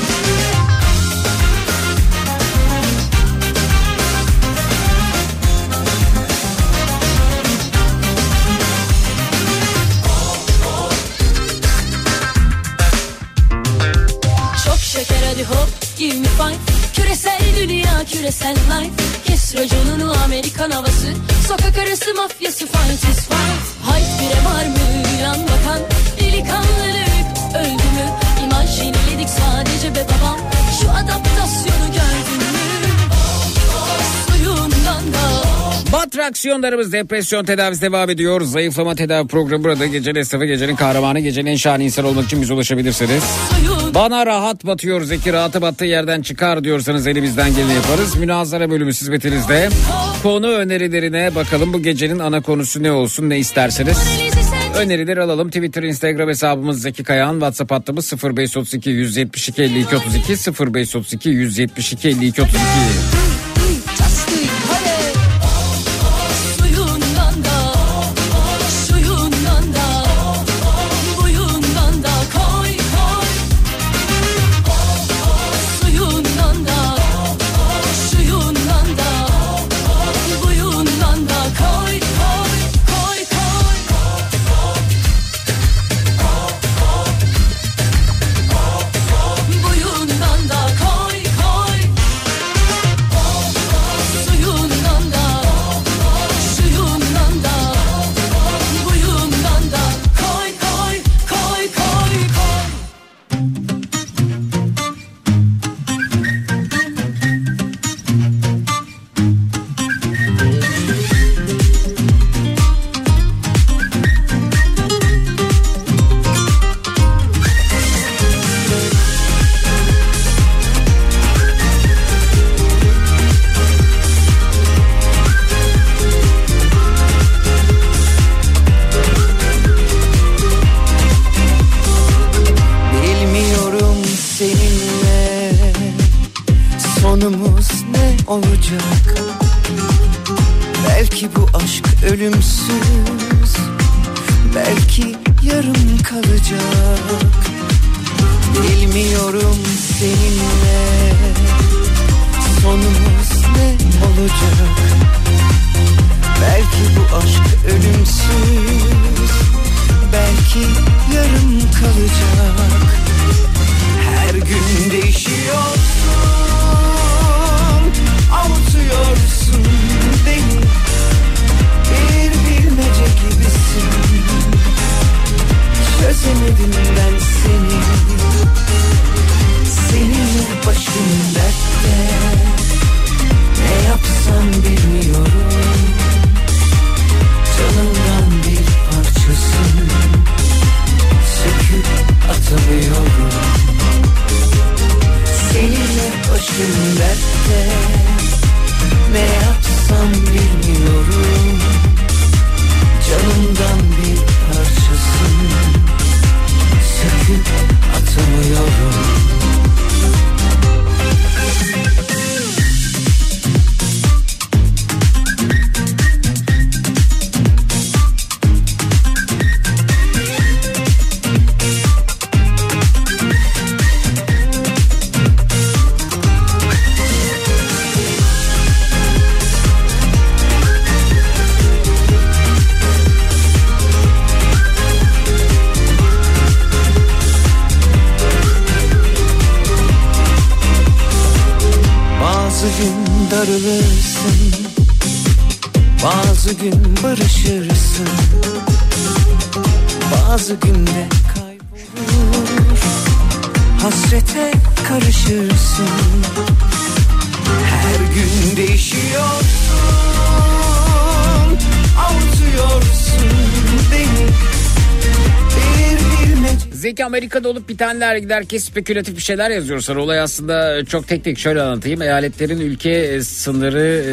Çok şeker hadi hop, give me five. Küresel dünya, küresel life. Kes raconunu Amerikan havası. Sokak arası mafyası fight is fight. Hayt bire var mı yan bakan? Delikanlılık öldü mü? İmaj yeniledik sadece be babam. Şu adaptasyonu gördün mü? Suyundan da. Batraksiyonlarımız depresyon tedavisi devam ediyor. Zayıflama tedavi programı burada. Gecenin esnafı, gecenin kahramanı, gecenin en şahane insan olmak için bize ulaşabilirsiniz. Bana rahat batıyor Zeki, rahatı battığı yerden çıkar diyorsanız elimizden geleni yaparız. Münazara bölümü hizmetinizde. Konu önerilerine bakalım. Bu gecenin ana konusu ne olsun, ne isterseniz önerileri alalım. Twitter, Instagram hesabımız Zeki Kayağan. WhatsApp hattımız sıfır beş otuz iki yüz yetmiş iki elli iki otuz iki sıfır beş otuz iki yüz yetmiş iki elli iki otuz iki. Suyundan da, şuyundan da, buyundan da koy koy. Suyundan da, şuyundan da, buyundan da koy koy koy koy. Buyundan da koy koy. Suyundan da, şuyundan da, buyundan da koy koy koy koy koy. Bilmiyorum seninle sonumuz ne olacak. Belki bu aşk ölümsüz, belki yarım kalacak. Bilmiyorum seninle sonumuz ne olacak. Belki bu aşk ölümsüz, belki yarım kalacak. Her gün değişiyorsun, avutuyorsun beni. Bir bilmece gibisin, çözemedim ben seni. Senin başın dertte, ne yapsam bilmiyorum. Canımdan bir parçasın, söküp atamıyorum. darılırsın, bazı gün barışırsın, bazı günde kaybolur, hasrete karışırsın. Her gün değişiyorsun, avutuyorsun beni. Bir bilmece. Zeki Amerika'da olup bitenler giderken spekülatif bir şeyler yazıyor. Sonra olay aslında çok teknik. Şöyle anlatayım. Eyaletlerin ülke sınırı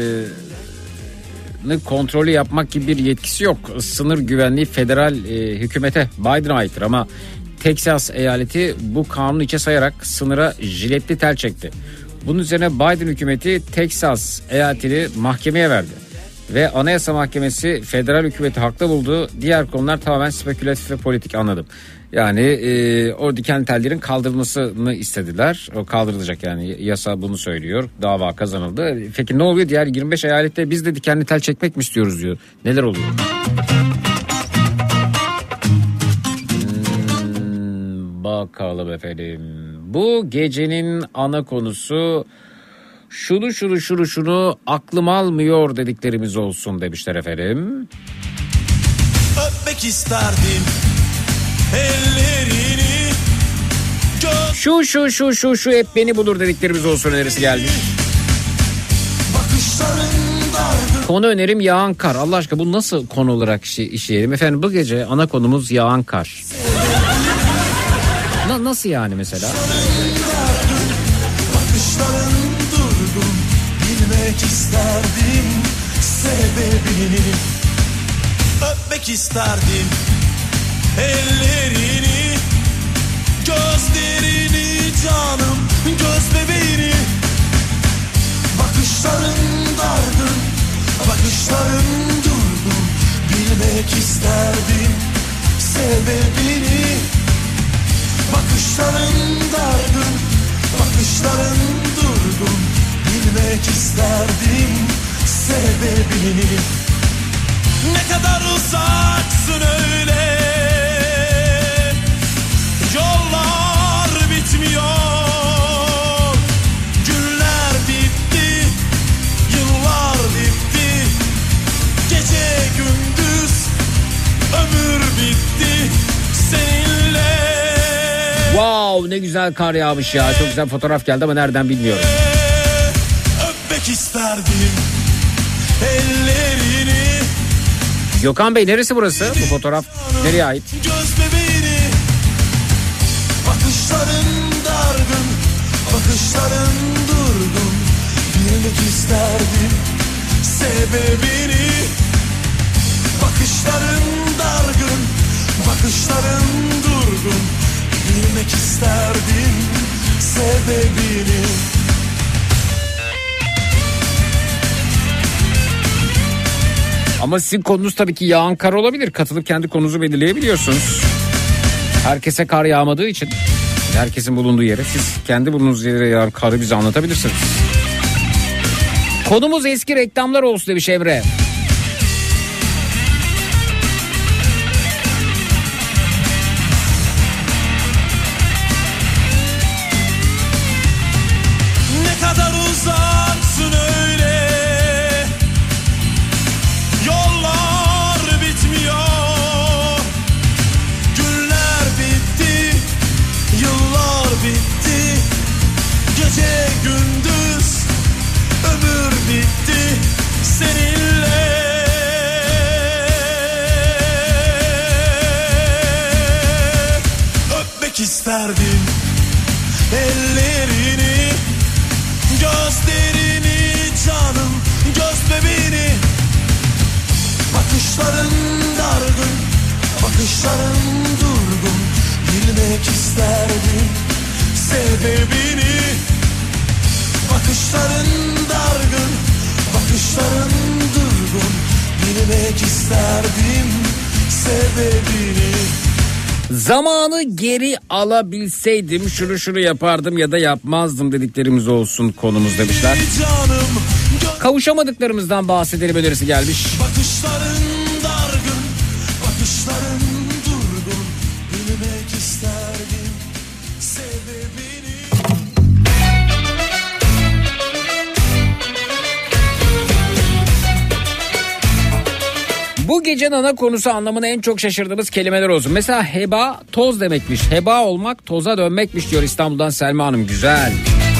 e, kontrolü yapmak gibi bir yetkisi yok. Sınır güvenliği federal e, hükümete, Biden'a aittir ama Texas eyaleti bu kanunu içe sayarak sınıra jiletli tel çekti. Bunun üzerine Biden hükümeti Texas eyaletini mahkemeye verdi. Ve Anayasa Mahkemesi federal hükümeti haklı buldu. Diğer konular tamamen spekülatif ve politik, anladım. Yani e, o diken tellerin kaldırılmasını istediler. O kaldırılacak, yani yasa bunu söylüyor. Dava kazanıldı. Peki ne oluyor? Diğer yirmi beş eyalette biz de dikenli tel çekmek mi istiyoruz diyor. Neler oluyor? Hmm, bakalım efendim. Bu gecenin ana konusu şunu şunu şunu şunu aklım almıyor dediklerimiz olsun demişler efendim. Öpmek isterdim ellerini. Gö- Şu şu şu şu şu hep beni bulur dediklerimiz olsun önerisi gelmiş. Konu önerim yağan kar. Allah aşkına bu nasıl konu olarak işi, işleyelim? Efendim bu gece ana konumuz yağan kar. Na, nasıl yani mesela? Bakışların durgun, bilmek isterdim sebebini. Öpmek isterdim ellerini, gözlerini canım, göz bebeğini. Bakışların dargın, bakışların durgun, bilmek isterdim sebebini. Bakışların dargın, bakışların durgun, bilmek isterdim sebebini. Ne kadar uzaksın öyle, yollar bitmiyor. Günler bitti, yıllar bitti, gece gündüz ömür bitti seninle. Wow, ne güzel kar yağmış ya. Çok güzel fotoğraf geldi ama nereden bilmiyorum. Öpmek isterdim ellerini. Gökhan Bey, neresi burası? Bu fotoğraf nereye ait? Göz bebeğini. Bakışların dargın, bakışların durgun, bilmek isterdim sebebini. Bakışların dargın, bakışların durgun, bilmek isterdim sebebini. Ama sizin konunuz tabii ki yağan kar olabilir. Katılıp kendi konunuzu belirleyebiliyorsunuz. Herkese kar yağmadığı için, herkesin bulunduğu yere, siz kendi bulunduğunuz yere yağan karı bize anlatabilirsiniz. Konumuz eski reklamlar olsun demiş Emre. Ne kadar uzaksın öyle, yollar bitmiyor. Günler bitti, yıllar bitti, gece gündüz ömür bitti seninle. Öpmek isterdim ellerini, gözlerini canım, göz bebeğini. Bakışların dargın, bakışların durgun, bilmek isterdim sebebini. Bakışların dargın, bakışların durgun, bilmek isterdim sebebini. Zamanı geri alabilseydim şunu şunu yapardım ya da yapmazdım dediklerimiz olsun konumuz demişler. Canım, gö- Kavuşamadıklarımızdan bahsedelim önerisi gelmiş. bakışların dargın, bakışların durgun, bilmek isterdim sebebini. Bu gecenin ana konusu anlamını en çok şaşırdığımız kelimeler olsun. Mesela heba toz demekmiş. Heba olmak toza dönmekmiş diyor İstanbul'dan Selma Hanım. Güzel.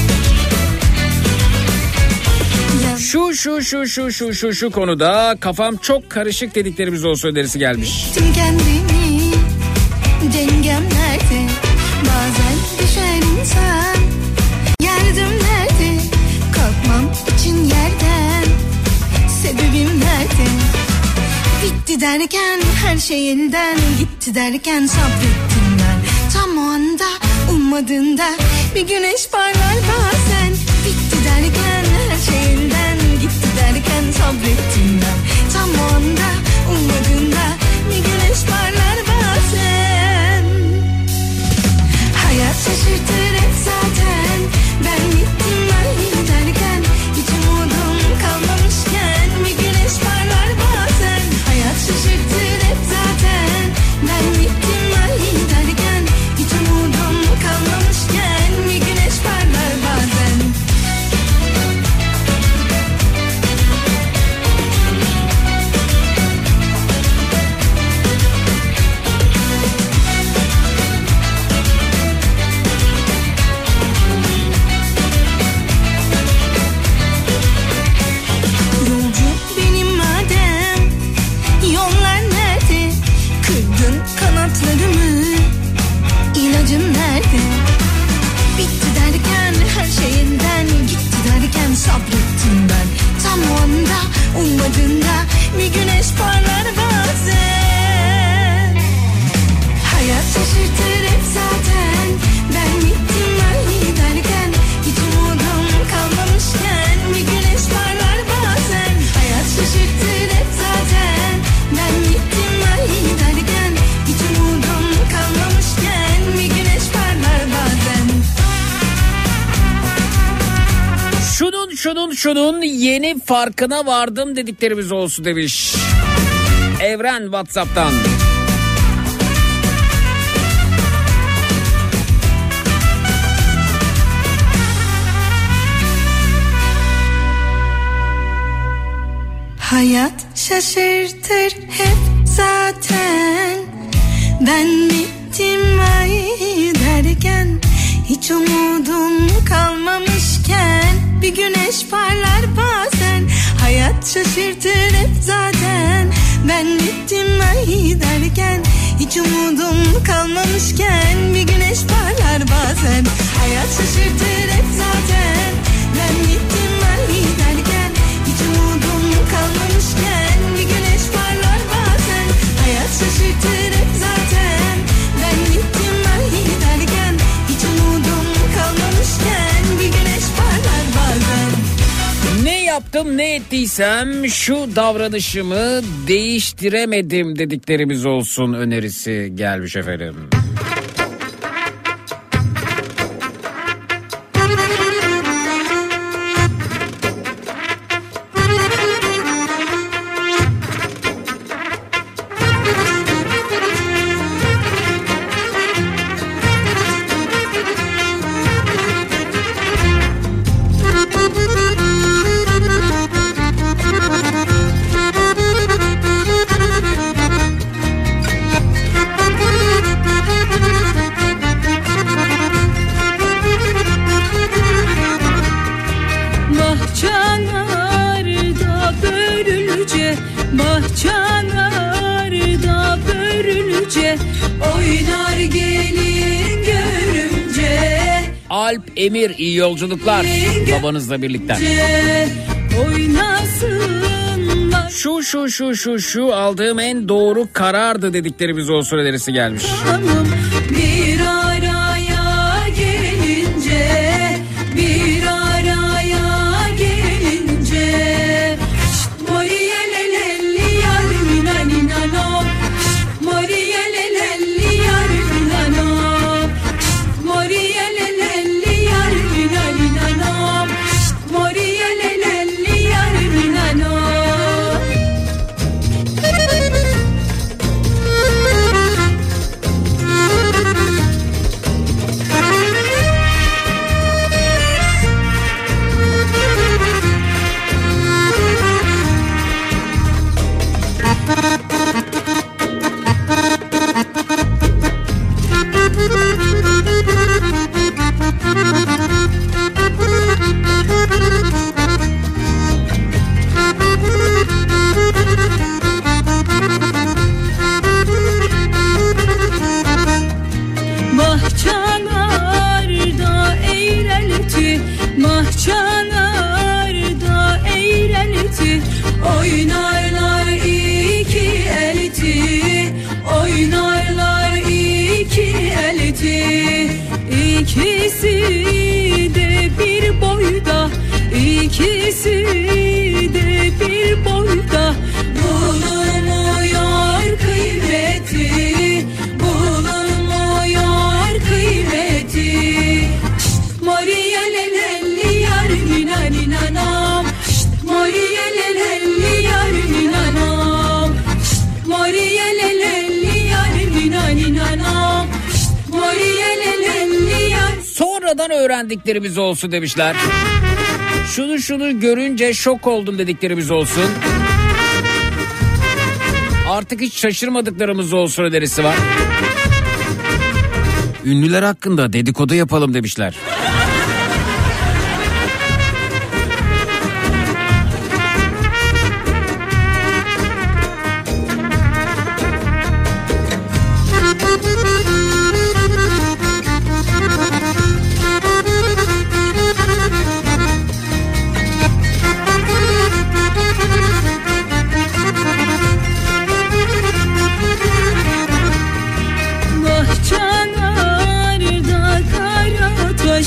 Şu şu şu şu şu şu şu konuda kafam çok karışık dediklerimiz olsun önerisi gelmiş. Tüm kendimi dengem nerede? Bazen düşer insan yardım nerede? Kalkmam için yerden sebebim nerede? Bitti derken her şey elden gitti derken sabrettim ben. Tam o anda ummadığında bir güneş parlar bazen. Bitti derken her şey elden gitti derken sabrettim ben. Tam o anda ummadığında bir güneş parlar bazen. Hayat şaşırtır hep zaten. Ben gittim ben derken hiç umudum kalmamışken bir güneş parlar bazen. Hayat şaşırtır hep zaten. Ben gittim ben derken hiç umudum kalmamışken bir güneş parlar bazen. Yolcu benim madem, yollar nerede? Kırdın kanatlarımı, ilacın nerede? Bitti derken her şeyinden gitti derken sabrettim ben. Tam o anda ummadığında bir güneş parlar bazen. Hayat şaşırtır hep zaten. Ben gittim ben derken hiç umudum kalmamışken bir güneş parlar bazen. Hayat şaşırtır hep zaten. Ben gittim ben derken hiç umudum kalmamışken bir güneş parlar bazen. Şunun şunun şunun yeni farkına vardım dediklerimiz olsun demiş. Evren WhatsApp'tan. Hayat şaşırtır hep zaten. Ben bittim ay derken hiç umudum kalmamışken bir güneş parlar bazen. Hayat şaşırtır hep zaten. Ben bittim ay derken hiç umudum kalmamışken bir güneş parlar bazen. Hayat şaşırtır hep zaten. Ben bittim ay derken hiç umudum kalmamışken bir güneş parlar bazen. Hayat şaşırtır hep zaten. Ben bittim ay derken hiç umudum kalmamışken bir güneş parlar bazen. Ne yaptım ne ettiysem şu davranışımı değiştiremedim dediklerimiz olsun önerisi gelmiş efendim. Bahçalarda börülce, bahçalarda börülce, oynar gelin görümce. Alp Emir iyi yolculuklar babanızla birlikte. Oynasınlar. Şu şu şu şu şu aldığım en doğru karardı dediklerimiz olsun önerisi gelmiş. Hanım bir araya gelince, bir araya gelince. Şşt, Moriye lelelli yarim naninano. Şşt, Moriye lelelli yarim nano. Şşt, Moriye lelelli yarim naninano. Şşt, Moriye lelelli yarim nano. Oynarlar iki elti, oynarlar iki elti. İkisi de bir boyda, ikisi de bir boyda. Bulunmuyor kıymeti, bulunmuyor kıymeti. Şşt, Maria lelelli yar nina ninanam. Şşt, Maria lelelli yar ninanam. Şşt, Maria lelelli yar nina ninanam. Şşt, Maria lelelli yar. Sonradan öğrendiklerimiz olsun demişler. Şunu şunu görünce şok oldum dediklerimiz olsun. Artık hiç şaşırmadıklarımız olsun önerisi var. Ünlüler hakkında dedikodu yapalım demişler. Bahçelerde karataş,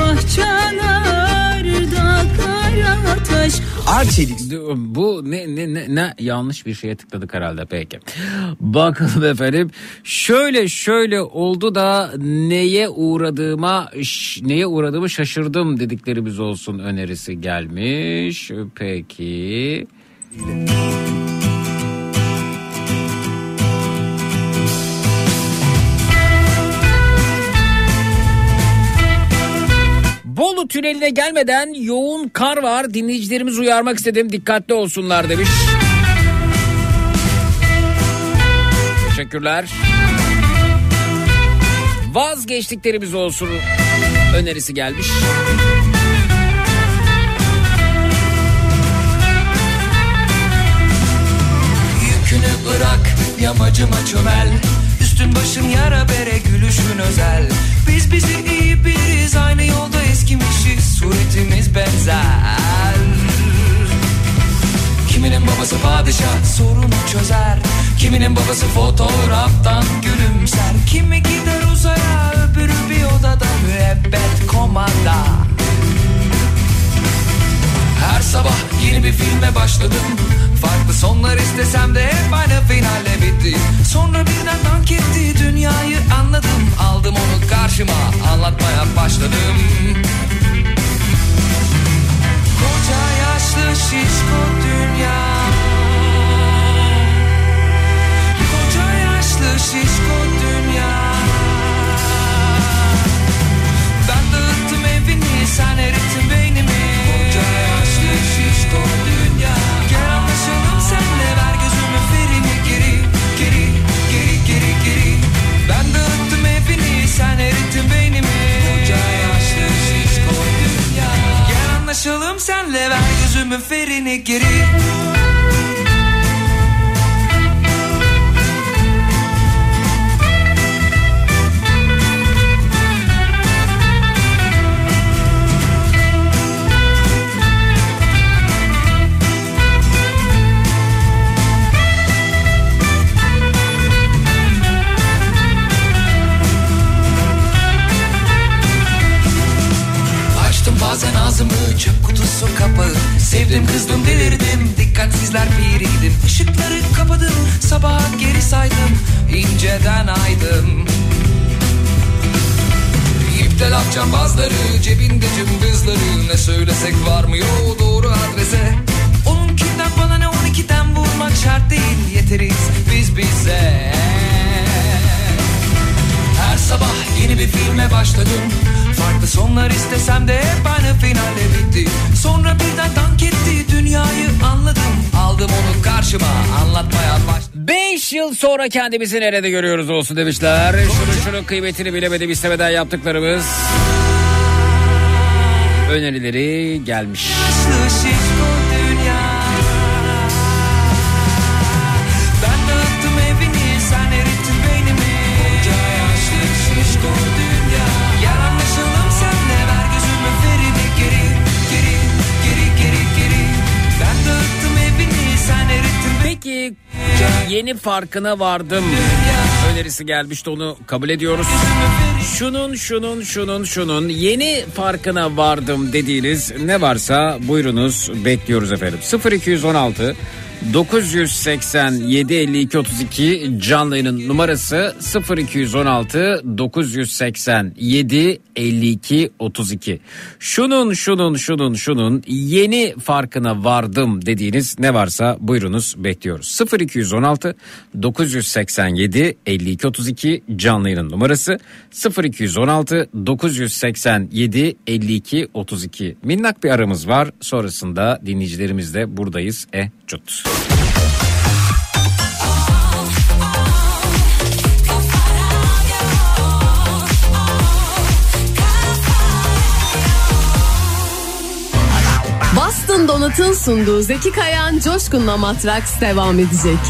bahçelerde karataş. Arçelik. Bu ne, ne ne ne yanlış bir şeye tıkladık herhalde, peki. Bakalım efendim. Şöyle şöyle oldu da neye uğradığıma ş- neye uğradığımı şaşırdım dediklerimiz olsun önerisi gelmiş. Peki. Bolu tüneline gelmeden yoğun kar var. Dinleyicilerimizi uyarmak istedim. Dikkatli olsunlar demiş. Teşekkürler. Vazgeçtiklerimiz olsun önerisi gelmiş. Yükünü bırak yamacıma çömel. Üstün başın yara bere gülüşün özel. Biz bizi iyi biliriz, aynı yolda eskimişiz, suretimiz benzer. Kiminin babası padişah sorunu çözer, kiminin babası fotoğraftan gülümser. Kimi gider uzaya, öbürü bir odada müebbet komanda. Her sabah yeni bir filme başladım, farklı sonlar istesem de hep aynı finalle bitti. Sonra birden dank etti, dünyayı anladım, aldım onu karşıma, anlatmaya başladım. Koca yaşlı şişko dünya, koca yaşlı şişko dünya. Ben dağıttım evini, sen erittin beynimi. Koca yaşlı şişko dünya. Gel anlaşalım senle, ver gözümün ferini geri, geri, geri, geri, geri. Ben dağıttım evini, sen erittin beynimi. Koca yaşlı şişko dünya. Gel anlaşalım senle, ver gözümün ferini geri. Bazen ağzımı, çöp kutusu kapağı. Sevdim kızdım delirdim, dikkatsizler biriydim. Işıkları kapadım, sabaha geri saydım, inceden aydım. İpte laf cambazları, cebinde cımbızları. Ne söylesek varmıyor doğru adrese. Onunkinden bana ne, on ikiden vurmak şart değil, yeteriz biz bize. Her sabah yeni bir filme başladım, farklı sonlar istesem de hep aynı finalle bitti. Sonra birden dank etti, dünyayı anladım, aldım onu karşıma, anlatmaya başladım. Beş yıl sonra kendimizi nerede görüyoruz olsun demişler. Şunun şunun kıymetini bilemedim istemeden yaptıklarımız önerileri gelmiş. Yaşlı şişko dünya. Ben dağıttım evini, sen erittin beynimi. Koca yaşlı şişko dünya. Gel anlaşalım senle, ver gözümün ferini geri, geri, geri, geri, geri. Ben dağıttım evini, yeni farkına vardım önerisi gelmişti, onu kabul ediyoruz. Şunun şunun şunun şunun yeni farkına vardım dediğiniz ne varsa buyurunuz, bekliyoruz efendim. sıfır iki on altı dokuz seksen yedi elli iki otuz iki canlı yayının numarası, sıfır iki on altı dokuz seksen yedi elli iki otuz iki. Şunun şunun şunun şunun yeni farkına vardım dediğiniz ne varsa buyurunuz, bekliyoruz. sıfır iki on altı dokuz seksen yedi elli iki otuz iki canlı yayının numarası, sıfır iki on altı dokuz seksen yedi elli iki otuz iki. Minnak bir aramız var, sonrasında dinleyicilerimizle buradayız. E cut. Boston Donut'un sunduğu Zeki Kayan Coşkun'la Matraks devam edecek.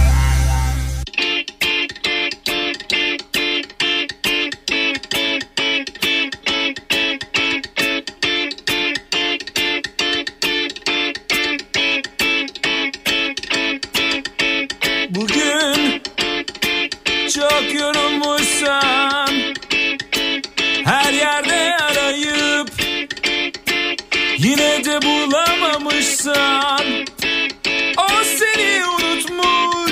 Bugün çok yorulmuşsan, her yerde arayıp yine de bulamamışsan, o seni unutmuş.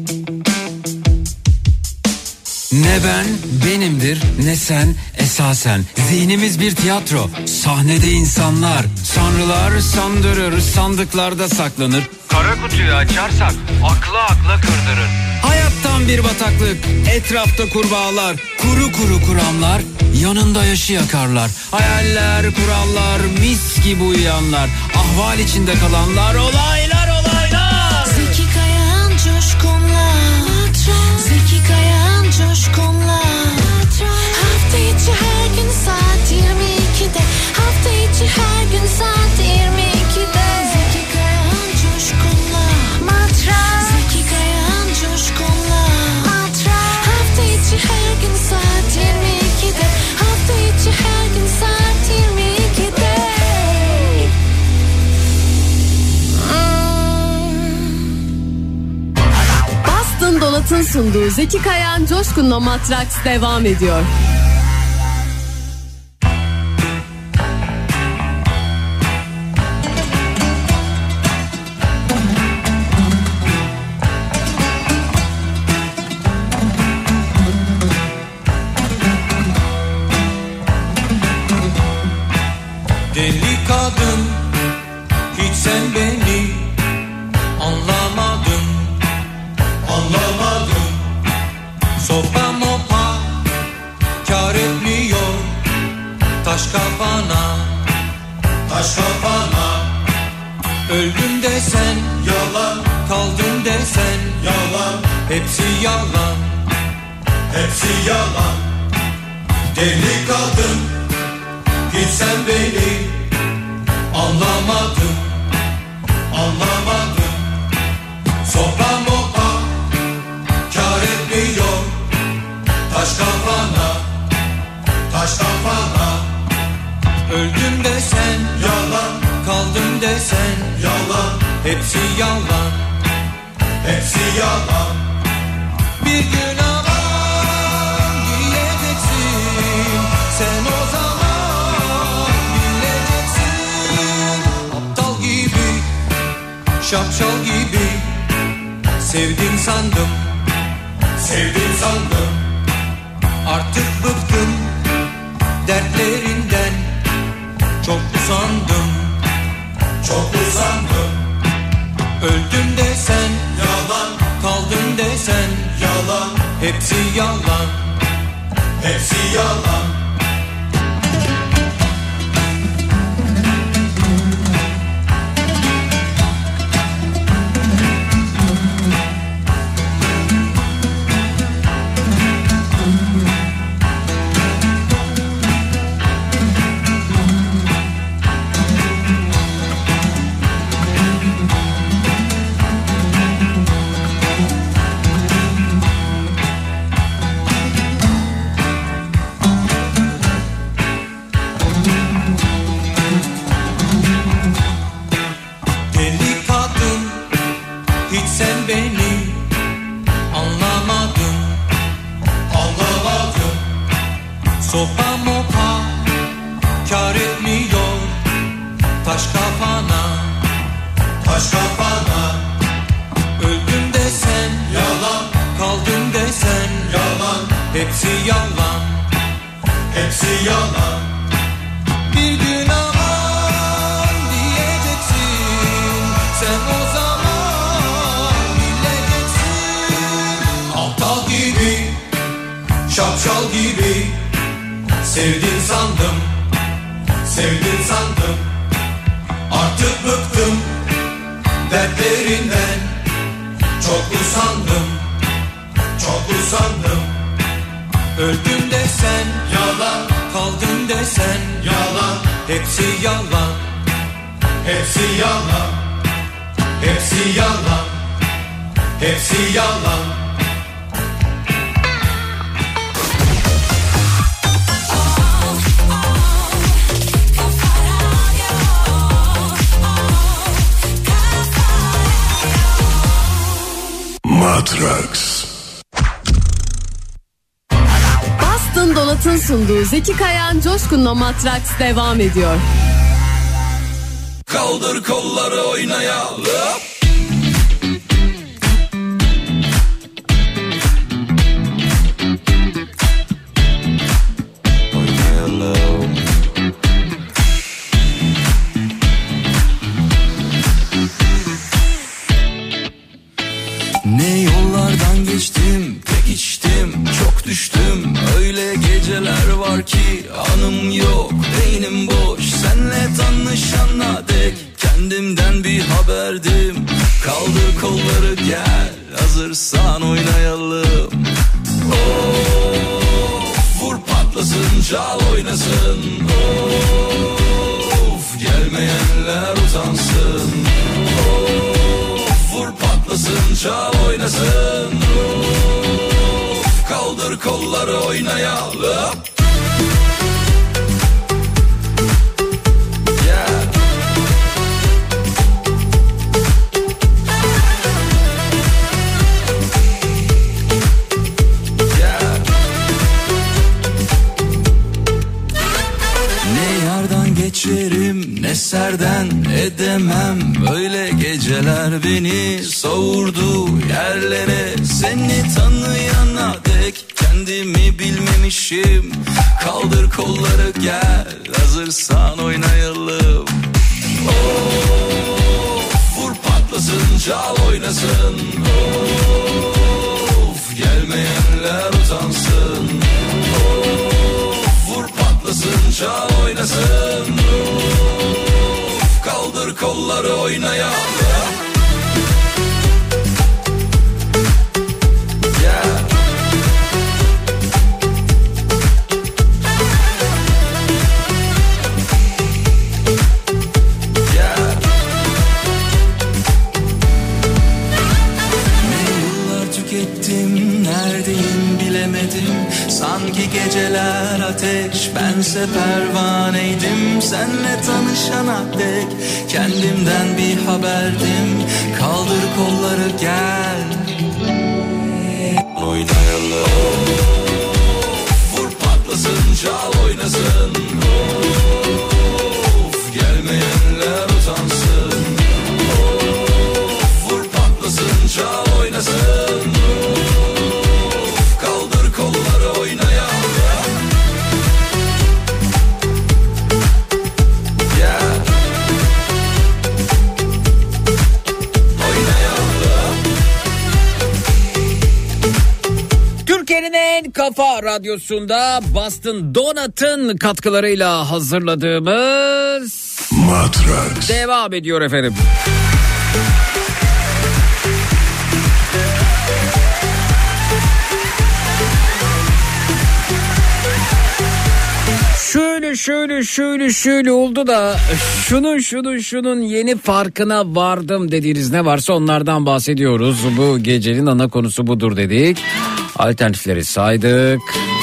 Ne ben benimdir ne sen esasen. Zihnimiz bir tiyatro, sahnede insanlar. Sanrılar sandırır, sandıklarda saklanır. Kara kutuyu açarsak akla akla kırdırır. Hayattan bir bataklık, etrafta kurbağalar. Kuru kuru kuramlar, yanında yaşı yakarlar. Hayaller, kurallar, mis gibi uyuyanlar. Ahval içinde kalanlar, olaylar olaylar. Zeki Kayan Coşkun'la Zeki Kayan Coşkun'la hafta içi her gün saat yirmi ikide hafta içi her gün saat yirmi ikide Zeki Kayan Coşkun'la Matras Zeki Kayan Coşkun'la Matras hafta içi her gün saat yirmi ikide hafta içi her gün saat yirmi ikide Bastın Dolat'ın sunduğu Zeki Kayan Coşkun'la Matraks devam ediyor. Deli kadın, hiç sen beni anlamadın, anlamadın. Sopa mopa kar etmiyor, taş kafana, taş kafana. Öldüm desen yalan, kaldım desen yalan. Hepsi yalan, hepsi yalan. Deli kadın, hiç sen beni anlamadın, anlamadın. Sopa mopa kar etmiyor, taş kafana, taş kafana. Öldüm desen yalan, kaldım desen yalan. Hepsi yalan, hepsi yalan. Bir gün aman diyeceksin, sen o zaman bileceksin. Aptal gibi, şapşal gibi sevdim sandım, sevdim sandım. Artık bıktım dertlerinden, çok usandım, çok usandım. Öldüm desen yalan, kaldım desen yalan. Hepsi yalan, hepsi yalan. Sopa mopa kar etmiyor, taş kafana, taş kafana. Öldüm desen yalan, kaldım desen yalan. Hepsi yalan, hepsi yalan. Bir gün aman diyeceksin, sen o zaman bileceksin. Aptal gibi, şapşal gibi sevdim sandım, sevdim sandım. Artık bıktım dertlerinden, çok usandım, çok usandım. Öldüm desen yalan, kaldım desen yalan. Hepsi yalan, hepsi yalan, hepsi yalan, hepsi yalan. Matraks. Bastın Dolat'ın sunduğu Zeki Kayan Coşkun'la Matraks devam ediyor. Kaldır kolları oynayalım. hazırsan oynayalım. Of, vur patlasın, çal oynasın. Of, gelmeyenler utansın. Of, vur patlasın, çal oynasın. Of, kaldır kolları oynayalım. Geçerim ne serden edemem, böyle geceler beni savurdu yerlere. Seni tanıyana dek kendimi bilmemişim. Kaldır kolları gel, hazırsan oynayalım. Of, vur patlasın, çal oynasın. Of, gelmeyenler utansın. Of, vur patlasın, çal oynasın. Of, kaldır kolları oynayalım. Yeah. Yeah. Ne yıllar tükettim, neredeyim bilemedim. Sanki geceler ateş, bense pervaneydim. Senle tanışana dek kendimden bir haberdim. Kaldır kolları gel, oynayalım. Vur patlasın, çal oynasın. Of, gelmeyenler utansın. Of, vur patlasın, çal oynasın. Of, kaldır kolları oynayalım. Türkiye'nin en kafa radyosunda Boston Donut'ın katkılarıyla hazırladığımız Matrax devam ediyor efendim. Şöyle şöyle şöyle şöyle oldu da şunun şunun şunun yeni farkına vardım dediğiniz ne varsa onlardan bahsediyoruz. Bu gecenin ana konusu budur dedik. Alternatifleri saydık.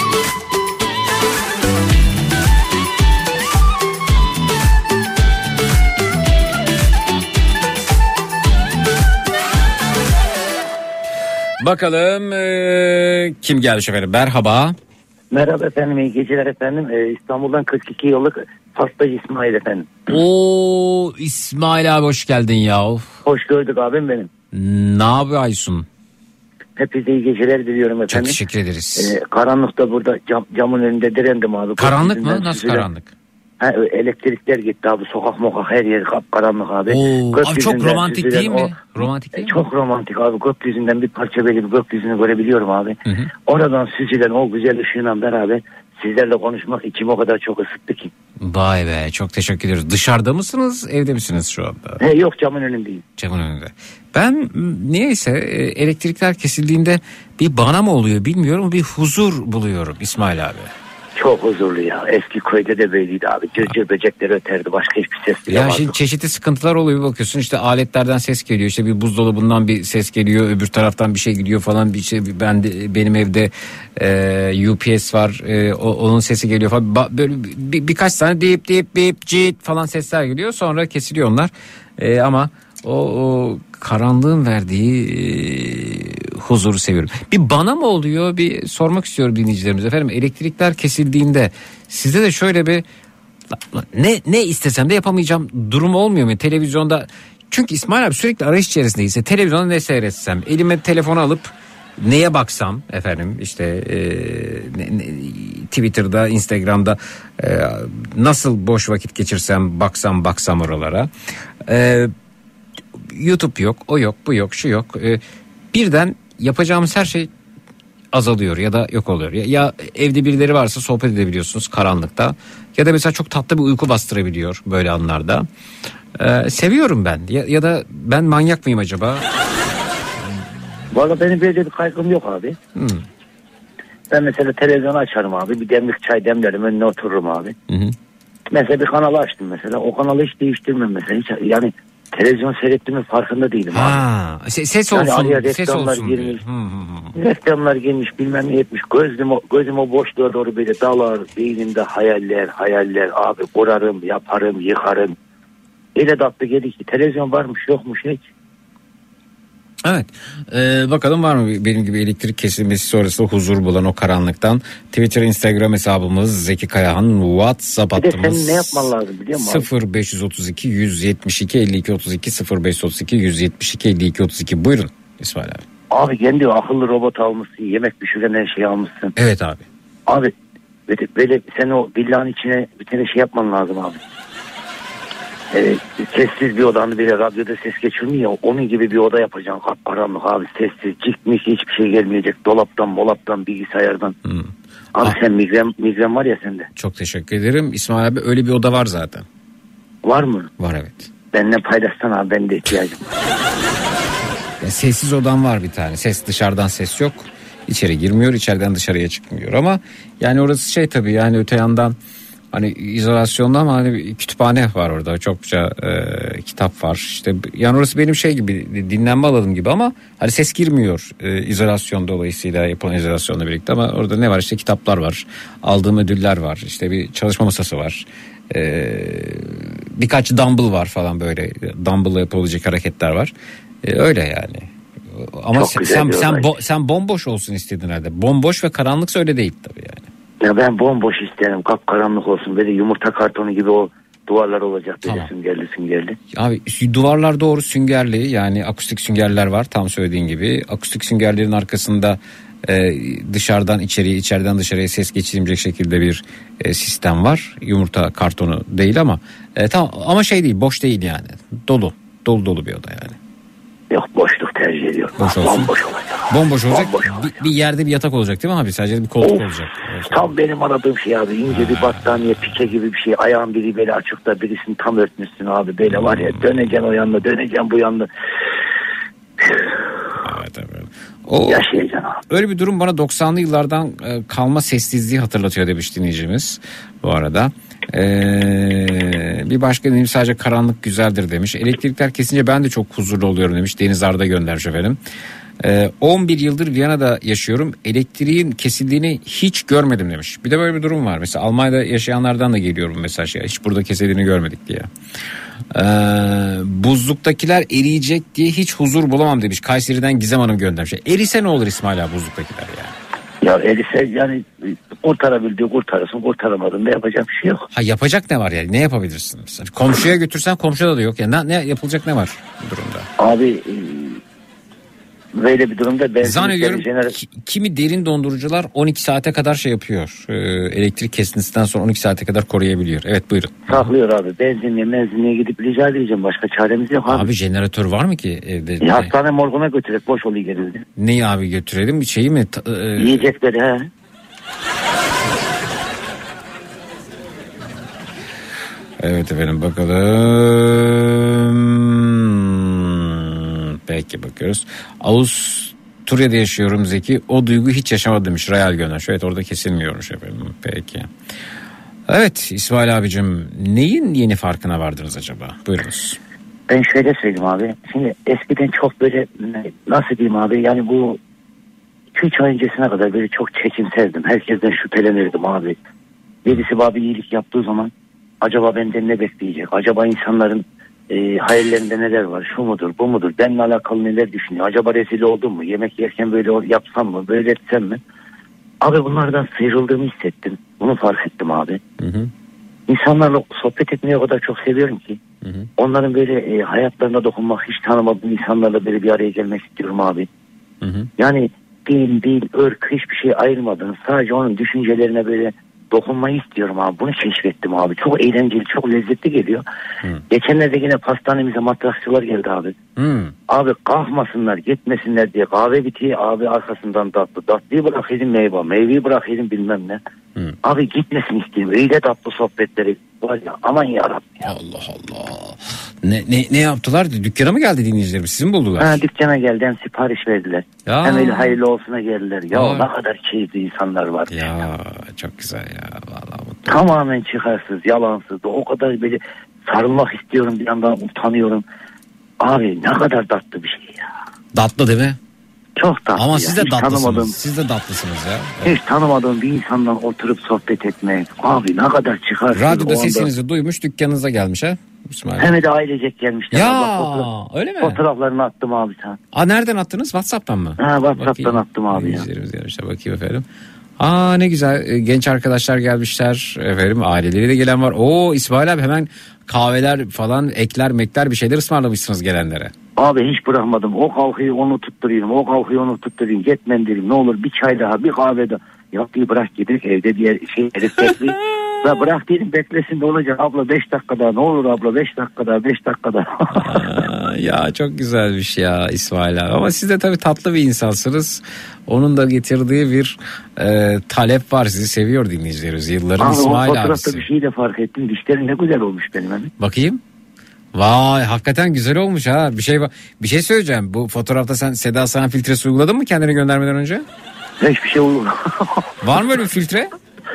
Bakalım ee, kim gelmiş efendim? Merhaba. Merhaba efendim, iyi geceler efendim. Ee, İstanbul'dan kırk iki yıllık pastacı İsmail efendim. Oo İsmail abi hoş geldin ya. Hoş gördük abim benim. Ne yapıyorsun? Hepinize iyi geceler diliyorum efendim. Çok teşekkür ederiz. Ee, karanlıkta burada cam, camın önünde direndim abi. Karanlık mı? Nasıl süzülen, karanlık? Ha, elektrikler gitti abi, sokak mokak her yer karanlık abi. Oo, abi çok romantik değil mi? O, romantik değil e, çok mi? romantik abi, gökyüzünden bir parça belli bir gökyüzünü görebiliyorum abi. Hı hı. Oradan süzülen o güzel ışığıyla beraber sizlerle konuşmak içimi o kadar çok ısıttı ki. Vay be, çok teşekkür ediyoruz. Dışarıda mısınız, evde misiniz şu anda? He, yok, camın önündeyim. Camın önünde. Ben niyeyse elektrikler kesildiğinde bir bana mı oluyor bilmiyorum, bir huzur buluyorum İsmail abi. Çok huzurlu ya. Eski köyde de böyleydi abi. Cırcır böcekleri öterdi. Başka hiçbir ses bile Ya vardı. şimdi çeşitli sıkıntılar oluyor, bir bakıyorsun işte aletlerden ses geliyor, işte bir buzdolabından bir ses geliyor, öbür taraftan bir şey gidiyor falan, bir şey, ben de, benim evde e, U P S var, e, o, onun sesi geliyor falan, ba, böyle bir, birkaç tane deyip deyip bip cit falan sesler geliyor, sonra kesiliyor onlar. E, ama o, o karanlığın verdiği e, huzuru seviyorum. Bir bana mı oluyor, bir sormak istiyorum dinleyicilerimize efendim. Elektrikler kesildiğinde sizde de şöyle bir ne ne istesem de yapamayacağım durum olmuyor mu televizyonda? Çünkü İsmail abi sürekli arayış içerisindeyse televizyonda ne seyretsem, elime telefonu alıp neye baksam efendim, işte e, ne, ne, Twitter'da, Instagram'da e, nasıl boş vakit geçirsem baksam baksam oralara. E, YouTube yok, o yok, bu yok, şu yok. E, birden yapacağımız her şey azalıyor ya da yok oluyor. Ya, ya evde birileri varsa sohbet edebiliyorsunuz karanlıkta, ya da mesela çok tatlı bir uyku bastırabiliyor böyle anlarda. Ee, seviyorum ben. Ya, ya da ben manyak mıyım acaba? Valla benim böyle bir kaygım yok abi. Hmm. Ben mesela televizyonu açarım abi. Bir demlik çay demlerim, önüne otururum abi. Hı hı. Mesela bir kanalı açtım mesela. O kanalı hiç değiştirmem mesela. Hiç, yani televizyon seyrettiğimin farkında değilim ha, abi. Ses yani olsun. araya Ses reklamlar olsun. girmiş. Hı hı hı. Reklamlar girmiş, bilmem ne etmiş. Gözüm, o- gözüm o boşluğa doğru böyle dalar. Beynimde hayaller, hayaller. Abi kurarım, yaparım, yıkarım. Öyle tatlı geldi ki televizyon varmış yokmuş hiç. Evet. Ee, bakalım var mı benim gibi elektrik kesilmesi sonrasında huzur bulan o karanlıktan. Twitter, Instagram hesabımız Zeki Kayahan, WhatsApp Bir de hattımız senin ne yapman lazım biliyor musun abi? sıfır beş otuz iki yüz yetmiş iki elli iki otuz iki sıfır beş otuz iki yüz yetmiş iki elli iki otuz iki. Buyurun İsmail abi. Abi kendi akıllı robot almışsın, yemek pişiren her şeyi almışsın. Evet abi. Abi böyle, böyle sen o villanın içine bir tane şey yapman lazım abi. Ee, sessiz bir odanı bile radyoda ses geçirmiyor ya, onun gibi bir oda yapacaksın. Kapkaranlık abi, sessiz, cikmiş, hiçbir şey gelmeyecek. Dolaptan, molaptan, bilgisayardan. Hmm. Abi Ah. sen migren, migren var ya sende. Çok teşekkür ederim. İsmail abi öyle bir oda var zaten. Var mı? Var evet. Benimle paylaşsana abi, ben de ihtiyacım. Ya sessiz odam var bir tane. Ses dışarıdan ses yok. İçeri girmiyor, içeriden dışarıya çıkmıyor ama yani orası şey tabii yani öte yandan hani izolasyonda ama hani bir kütüphane var orada. Çokça e, kitap var. İşte yani orası benim şey gibi dinlenme alanım gibi ama hani ses girmiyor e, izolasyon dolayısıyla yapılan izolasyonla birlikte ama orada ne var işte kitaplar var. Aldığım ödüller var. İşte bir çalışma masası var. E, birkaç dumbbell var falan böyle. Dumbbell'la yapılabilecek hareketler var. E, öyle yani. Ama Çok sen güzel sen bir sen, olay. bo- sen bomboş olsun istediğin halde. Bomboş ve karanlıksa öyle değil tabii yani. Ya ben bomboş isterim, kapkaranlık olsun. Böyle yumurta kartonu gibi o duvarlar olacak. Böyle Tamam. süngerli süngerli. Abi duvarlar doğru süngerli yani akustik süngerler var tam söylediğin gibi. Akustik süngerlerin arkasında e, dışarıdan içeriye içeriden dışarıya ses geçirebilecek şekilde bir e, sistem var. Yumurta kartonu değil ama e, tamam ama şey değil boş değil yani dolu dolu dolu bir oda yani. Yok, boşluk tercih ediyorum. Boş olsun. Bomboş olacak. Bomboş olacak Bomboş bir, olacak. bir yerde bir yatak olacak değil mi abi sadece bir koltuk Of, olacak. tam benim aradığım şey abi, ince bir battaniye, pike gibi bir şey, ayağın biri böyle açıkta, birisini tam örtmüşsün abi, böyle var ya, döneceksin o yanına, döneceksin bu yanına, Evet, evet. O, yaşayacaksın abi. öyle bir durum bana doksanlı yıllardan e, kalma sessizliği hatırlatıyor demiş dinleyicimiz bu arada. Ee, bir başka dinleyicimiz sadece karanlık güzeldir demiş. Elektrikler kesince ben de çok huzurlu oluyorum demiş. Deniz Arda göndermiş efendim. Ee, on bir yıldır Viyana'da yaşıyorum. Elektriğin kesildiğini hiç görmedim demiş. Bir de böyle bir durum var. Mesela Almanya'da yaşayanlardan da geliyorum mesaj. Ya. Hiç burada kesildiğini görmedik diye. Ee, buzluktakiler eriyecek diye hiç huzur bulamam demiş. Kayseri'den Gizem Hanım göndermiş. Erise ne olur İsmail abi buzluktakiler yani? Ya Elise yani kurtarabildiği kurtarırsın, kurtaramadın da yapacak bir şey yok. Ha yapacak ne var yani? Ne yapabilirsin? Mesela komşuya götürsen komşuda da yok. Yani ne, ne yapılacak ne var bu durumda? Abi e, böyle bir durumda ben Zannediyorum jener- ki- kimi derin dondurucular on iki saate kadar şey yapıyor. Ee, elektrik kesintisinden sonra on iki saate kadar koruyabiliyor. Evet buyurun. saklıyor abi. Benzinliğe benzinliğe gidip rica edeceğim. Başka çaremiz yok abi. Abi jeneratör var mı ki evde? Ya hastane morguna götürerek boş oluyor gerildi. Neyi abi götürelim? Şeyi mi? Ta- e, Yiyecekleri he. Evet efendim bakalım. Peki bakıyoruz. Avusturya'da yaşıyorum Zeki. O duygu hiç yaşamadım demiş. Real göndermiş. Evet orada kesilmiyormuş efendim. Peki. Evet İsmail abicim neyin yeni farkına vardınız acaba? Buyurunuz. Ben şöyle söyleyeyim abi. Şimdi eskiden çok böyle nasıl diyeyim abi, yani bu iki üç ay öncesine kadar böyle çok çekimserdim. Herkesten şüphelenirdim abi. Birisi bana bir iyilik yaptığı zaman acaba benden ne bekleyecek? Acaba insanların e, hayallerinde neler var? Şu mudur, bu mudur? Benimle alakalı neler düşünüyor? Acaba rezil oldum mu? Yemek yerken böyle yapsam mı? Böyle etsem mi? Abi bunlardan sıyrıldığımı hissettim. Bunu fark ettim abi. Hı hı. İnsanlarla sohbet etmeyi o kadar çok seviyorum ki. Hı hı. Onların böyle e, hayatlarına dokunmak, hiç tanımadığım insanlarla böyle bir araya gelmek istiyorum abi. Hı hı. Yani din, dil, ırk hiçbir şey ayırmadan sadece onun düşüncelerine böyle dokunmayı istiyorum abi. Bunu keşfettim abi. Çok eğlenceli, çok lezzetli geliyor. Hı. Geçenlerde yine pastanemize matrakçılar geldi abi. Hı. Abi kalkmasınlar, gitmesinler diye kahve bitiyor abi, arkasından tatlı. Tatlıyı bırakayım meyve, meyveyi bırakayım bilmem ne. Hı. Abi gitmesin istiyorum. Öyle tatlı sohbetleri var ya, aman yarabbim ya. Allah Allah. Ne, ne, ne yaptılar? Dükkana mı geldi dinleyicilerimiz? Sizi mi buldular? Ha, dükkana geldi, hem sipariş verdiler. Ya. Hem öyle hayırlı olsuna geldiler. Ya Aa. ne kadar keyifli insanlar var. Ya çok güzel ya. Vallahi mutlu. Tamamen çıkarsız, yalansız. O kadar böyle sarılmak istiyorum, bir yandan utanıyorum. Abi ne kadar tatlı bir şey ya. Tatlı değil mi? Çok tatlı. Ama ya. siz de Hiç tatlısınız. tanımadığım, Siz de tatlısınız ya. hiç tanımadığım bir insanla oturup sohbet etmek. Abi ne kadar çıkarsız. Radyoda o anda. sesinizi duymuş, dükkanınıza gelmiş ha. İsmail. Hem de ailecek gelmişler. Ya Bak, fotoğraf- öyle mi? Fotoğraflarını attım abi sen. Aa, nereden attınız? WhatsApp'tan mı? Ha, WhatsApp'tan Bakayım. attım abi ya. Dinleyicilerimiz gelmişler, bakayım efendim. Aa ne güzel, e, genç arkadaşlar gelmişler efendim, aileleri de gelen var. Oo İsmail abi hemen kahveler falan, ekler mekler bir şeyler ısmarlamışsınız gelenlere. Abi hiç bırakmadım. O kalkıyor onu tutturayım. O kalkıyor onu tutturayım. Gitmem dedim. Ne olur bir çay daha, bir kahve daha. Ya bir bırak gidelim, evde diğer şey herif bekliyor. Ya bırak dedim, beklesin de olacak. Abla beş dakika daha, ne olur abla beş dakika daha, beş dakika daha. Aa, ya çok güzelmiş ya İsmail abi. Ama siz de tabii tatlı bir insansınız. Onun da getirdiği bir e, talep var. Sizi seviyor dinleyicilerimiz. Yılların Abi İsmail o fotoğrafta abisi. bir şey de fark ettim. Dişlerim ne güzel olmuş benim. Hani. Bakayım. Vay hakikaten güzel olmuş ha. Bir şey bir şey söyleyeceğim. Bu fotoğrafta sen Seda Sayan filtresi uyguladın mı kendini göndermeden önce? Hiçbir şey olmadı. Var mı öyle bir filtre?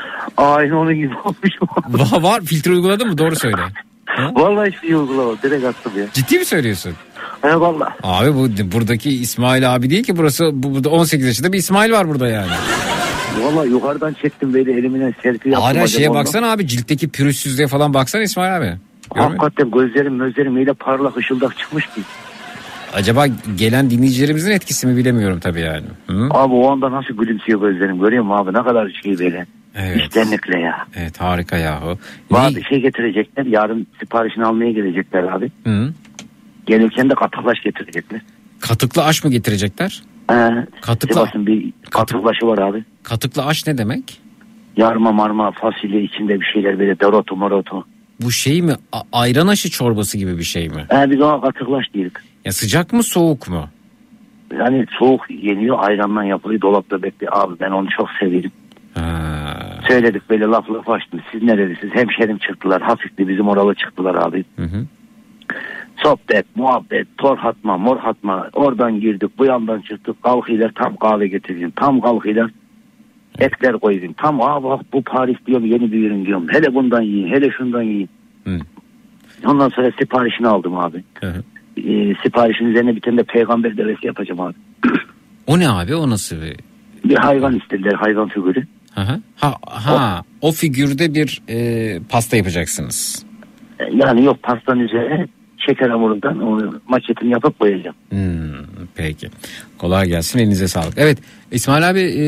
Aynı onun gibi olmuş. var, var. Filtre uyguladın mı? Doğru söyle. Ha? Vallahi hiçbir şey uygulamadım. Direkt attım ya. Ciddi mi söylüyorsun? He vallahi. Abi bu buradaki İsmail abi değil ki burası. Bu, burada on sekiz yaşında bir İsmail var burada yani. Vallahi yukarıdan çektim böyle elimine selfie yaptım. Hala şeye ondan. baksana abi, ciltteki pürüzsüzlüğe falan baksana İsmail abi. Görmüyor musun? Hakikaten gözlerim gözlerim öyle parlak ışıldak çıkmış ki. Acaba gelen dinleyicilerimizin etkisi mi bilemiyorum tabii yani. Hı? Abi o anda nasıl gülümsüyor gözlerim, görüyor musun abi, ne kadar şey böyle. Evet. İştenlikle ya. Evet harika yahu. Bazı Ne- bir şey getirecekler, yarın siparişini almaya gelecekler abi. Hı? Gelirken de katıklaş getirecekler. Katıklı aş mı getirecekler? Ee, Katıklı- Sivas'ın bir katıklaşı var abi. Katıklı aş ne demek? Yarma marma fasulye içinde bir şeyler böyle derotu morotu. Bu şey mi? A- ayran aşı çorbası gibi bir şey mi? Ee, biz ona katıklaş diyoruz. Ya sıcak mı soğuk mu? Yani soğuk yeniyor, ayrandan yapılıyor, dolapta bekliyor. Abi ben onu çok severim. Ha. Söyledik böyle laf laf açtım. Siz nerelisiniz? Hemşerim çıktılar. Hafifli bizim oralı çıktılar abi. Hı hı. Sohbet, muhabbet, tor hatma, mor hatma. Oradan girdik, bu yandan çıktık. Kalkıyla tam kahve getirdim. Tam kalkıyla etler koydum. Tam aa bak bu Paris diyorum, yeni bir ürün diyorum. Hele bundan yiyin, hele şundan yiyin. Hı. Ondan sonra siparişini aldım abi. Hı hı. Ee, siparişin üzerine bir tane de peygamber devesi yapacağım abi. O ne abi, o nasıl bir? Bir hayvan istediler, hayvan figürü. Hı hı. Ha, ha o, o figürde bir e, pasta yapacaksınız. Ee, Yani yok, pastanın üzerine şeker hamurundan o maçetini yapıp koyacağım. Hmm, peki. Kolay gelsin, elinize sağlık. Evet İsmail abi e,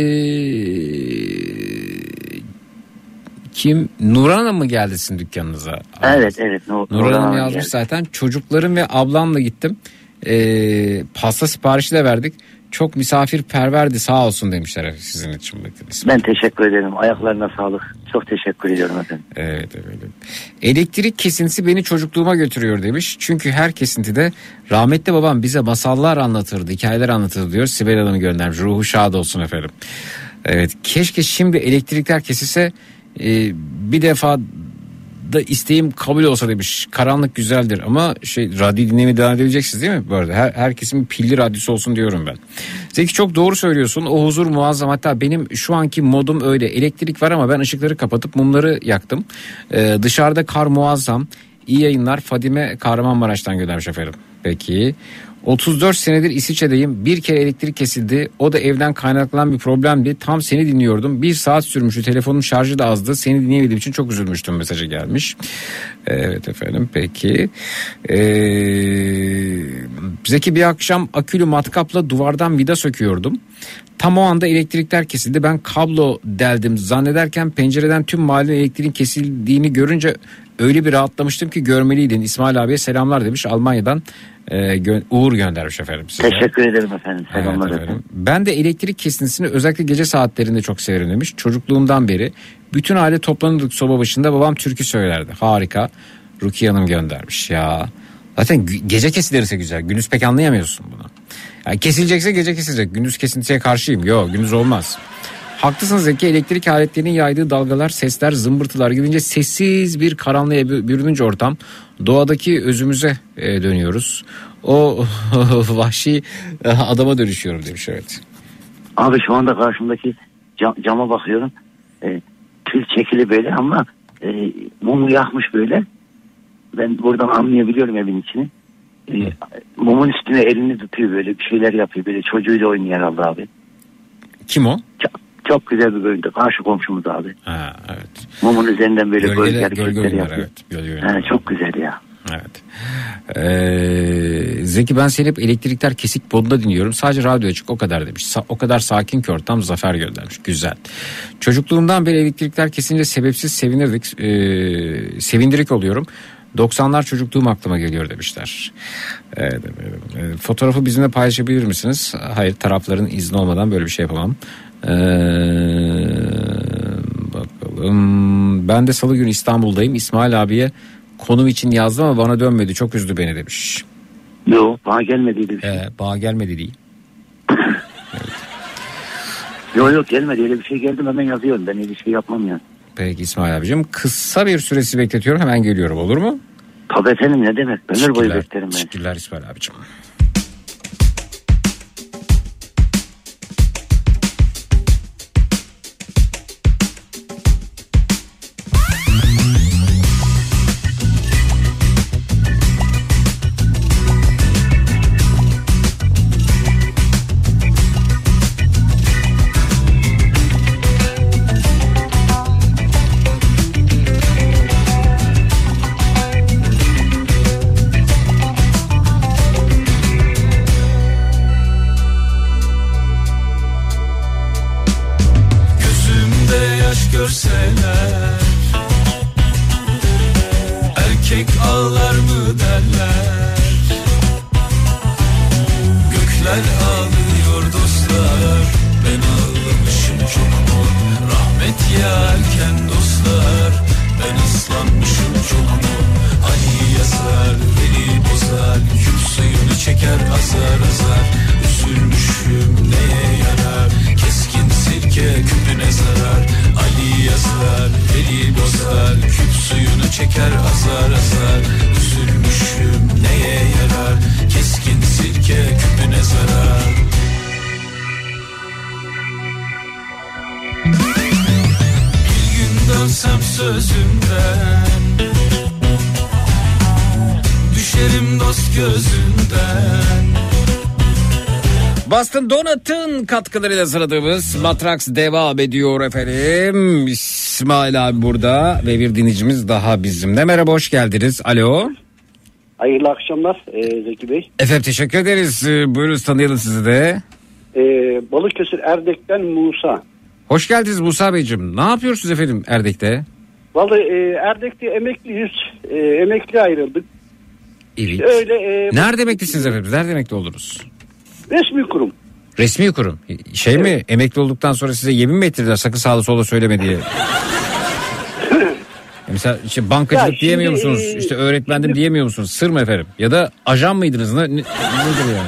kim? Nurhan Hanım mı geldi sizin dükkanınıza? Evet evet. Nur, Nurhan Hanım Hanım yazmış geldi. zaten. Çocuklarım ve ablamla gittim. E, pasta siparişi de verdik. Çok misafirperverdi, sağ olsun demişler sizin için. Ben teşekkür ederim. Ayaklarına sağlık. Çok teşekkür ediyorum efendim. Evet evet. Elektrik kesintisi beni çocukluğuma götürüyor demiş. Çünkü her kesintide rahmetli babam bize masallar anlatırdı, hikayeler anlatırdı diyor. Sibel Hanım göndermiş. Ruhu şad olsun efendim. Evet, keşke şimdi elektrikler kesilse e, bir defa da isteğim kabul olsa demiş. Karanlık güzeldir ama şey, radyo dinlemeye devam edebileceksiniz değil mi bu arada? Her, herkesin bir pilli radyosu olsun diyorum ben. Zeki çok doğru söylüyorsun. O huzur muazzam. Hatta benim şu anki modum öyle. Elektrik var ama ben ışıkları kapatıp mumları yaktım. Ee, dışarıda kar muazzam. İyi yayınlar. Fadime Kahramanmaraş'tan göndermiş efendim. Peki. otuz dört senedir İsviçre'deyim. Bir kere elektrik kesildi. O da evden kaynaklanan bir problemdi. Tam seni dinliyordum. Bir saat sürmüştü. Telefonun şarjı da azdı. Seni dinleyemediğim için çok üzülmüştüm mesajı gelmiş. Evet efendim peki. Ee, Zeki bir akşam akülü matkapla duvardan vida söküyordum. Tam o anda elektrikler kesildi. Ben kablo deldim zannederken pencereden tüm mahallenin elektriğin kesildiğini görünce öyle bir rahatlamıştım ki görmeliydin. İsmail abiye selamlar demiş. Almanya'dan e, gö- Uğur göndermiş efendim size. Teşekkür ederim efendim. Selamlar Evet efendim. Ben de elektrik kesintisini özellikle gece saatlerinde çok severim demiş. Çocukluğumdan beri bütün aile toplanırdık soba başında, babam türkü söylerdi. Harika. Rukiye Hanım göndermiş ya. Zaten gü- gece kesilirse güzel. Gündüz pek anlayamıyorsun bunu. Yani kesilecekse gece kesilecek. Gündüz kesintisiye karşıyım. Yok, gündüz olmaz. Haklısınız Zeki, elektrik aletlerinin yaydığı dalgalar, sesler, zımbırtılar gidince sessiz bir karanlığa bürününce ortam, doğadaki özümüze e, dönüyoruz. O vahşi adama dönüşüyorum demiş, evet. Abi şu anda karşımdaki cam, cama bakıyorum. E, tül çekili böyle ama e, mumu yakmış böyle. Ben buradan anlayabiliyorum evin içini. E, mumun üstüne elini tutuyor böyle, bir şeyler yapıyor böyle, çocuğuyla oynuyor herhalde abi. Kim o? Çok, çok güzel bir görüntü. Karşı komşumuz abi. Ha, evet. Mumun üzerinden böyle gölge gölge hareketleri gölge yapıyor. Evet, gölge Ha, çok güzel ya. Evet. Ee, Zeki, ben seni hep elektrikler kesik modunda dinliyorum. Sadece radyo açık, o kadar demiş. Sa- o kadar sakin ki ortam, Zafer göndermiş. Güzel. Çocukluğumdan beri elektrikler kesince sebepsiz sevinirdik. Ee, sevindirik oluyorum. doksanlar çocukluğum aklıma geliyor demişler. Evet, evet, evet. Fotoğrafı bizimle paylaşabilir misiniz? Hayır, tarafların izni olmadan böyle bir şey yapamam. Ee, bakalım. Ben de salı günü İstanbul'dayım. İsmail abiye konum için yazdım ama bana dönmedi. Çok üzdü beni demiş. Yok, bana gelmediydi bir şey. Ee, bana gelmedi değil. Evet. Yok yok gelmedi, öyle bir şey geldim hemen yazıyorum. Ben öyle bir şey yapmam ya. Peki İsmail abicim, kısa bir süresi bekletiyorum, hemen geliyorum, olur mu? Tabii efendim, ne demek, ömür boyu beklerim ben. Teşekkürler İsmail abicim. görseler erkek ağlar mı derler. Gökler ağlıyor dostlar, ben ağlamışım çok mu? Rahmet yağarken dostlar, ben ıslanmışım çok mu? Ali yazar, beni bozar, küp suyunu çeker azar azar. Üzülmüşüm neye yarar, keskin sirke küpüne zarar. Ali yazar, beni bozar, küp suyunu çeker azar azar. Üzülmüşüm neye yarar, keskin sirke küpüne zarar. Bir gün dönsem sözümden, düşerim dost gözünden. Boston Donut'ın katkılarıyla sıradığımız Matrax devam ediyor efendim. İsmail abi burada ve bir dinleyicimiz daha bizimle. Merhaba, hoş geldiniz. Alo. Hayırlı akşamlar e, Zeki Bey. Efendim teşekkür ederiz. Buyurun, tanıyalım sizi de. E, Balıkesir Erdek'ten Musa. Hoş geldiniz Musa Beyciğim. Ne yapıyorsunuz efendim Erdek'te? Vallahi e, Erdek'te emekliyiz. E, emekli ayrıldık. Evet. İşte öyle. E, Nerede emeklisiniz efendim? Nerede emekli oldunuz? Resmi kurum. Resmi kurum. Şey evet. mi, emekli olduktan sonra size yemin mi ettirdiler sakın sağda solda söyleme diye? Mesela işte bankacılık şimdi, diyemiyor musunuz? E, işte öğretmendim şimdi, diyemiyor musunuz? Sır mı efendim? Ya da ajan mıydınız? Ne, ne, nedir yani?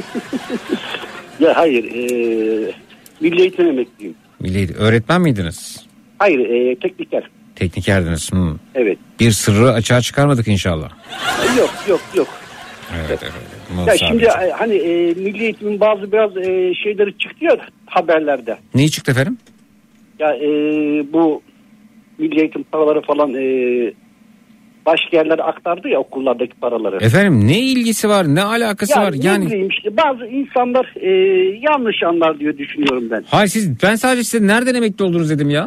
Ya hayır. E, Milli Eğitim emekliyim. Milli Eğitim. Öğretmen miydiniz? Hayır. E, tekniker. Teknikerdiniz. Hmm. Evet. Bir sırrı açığa çıkarmadık inşallah. Yok yok yok. Evet evet. Ya şimdi e, hani e, Milli Eğitim'in bazı biraz e, şeyleri çıktı ya haberlerde. Neyi çıktı efendim? Ya e, bu Milli Eğitim paraları falan e, başka yerlere aktardı ya, okullardaki paraları. Efendim ne ilgisi var, ne alakası ya, var? Yani bileyim işte bazı insanlar e, yanlış anlar diye düşünüyorum ben. Hayır siz, ben sadece size nereden emekli oldunuz dedim ya.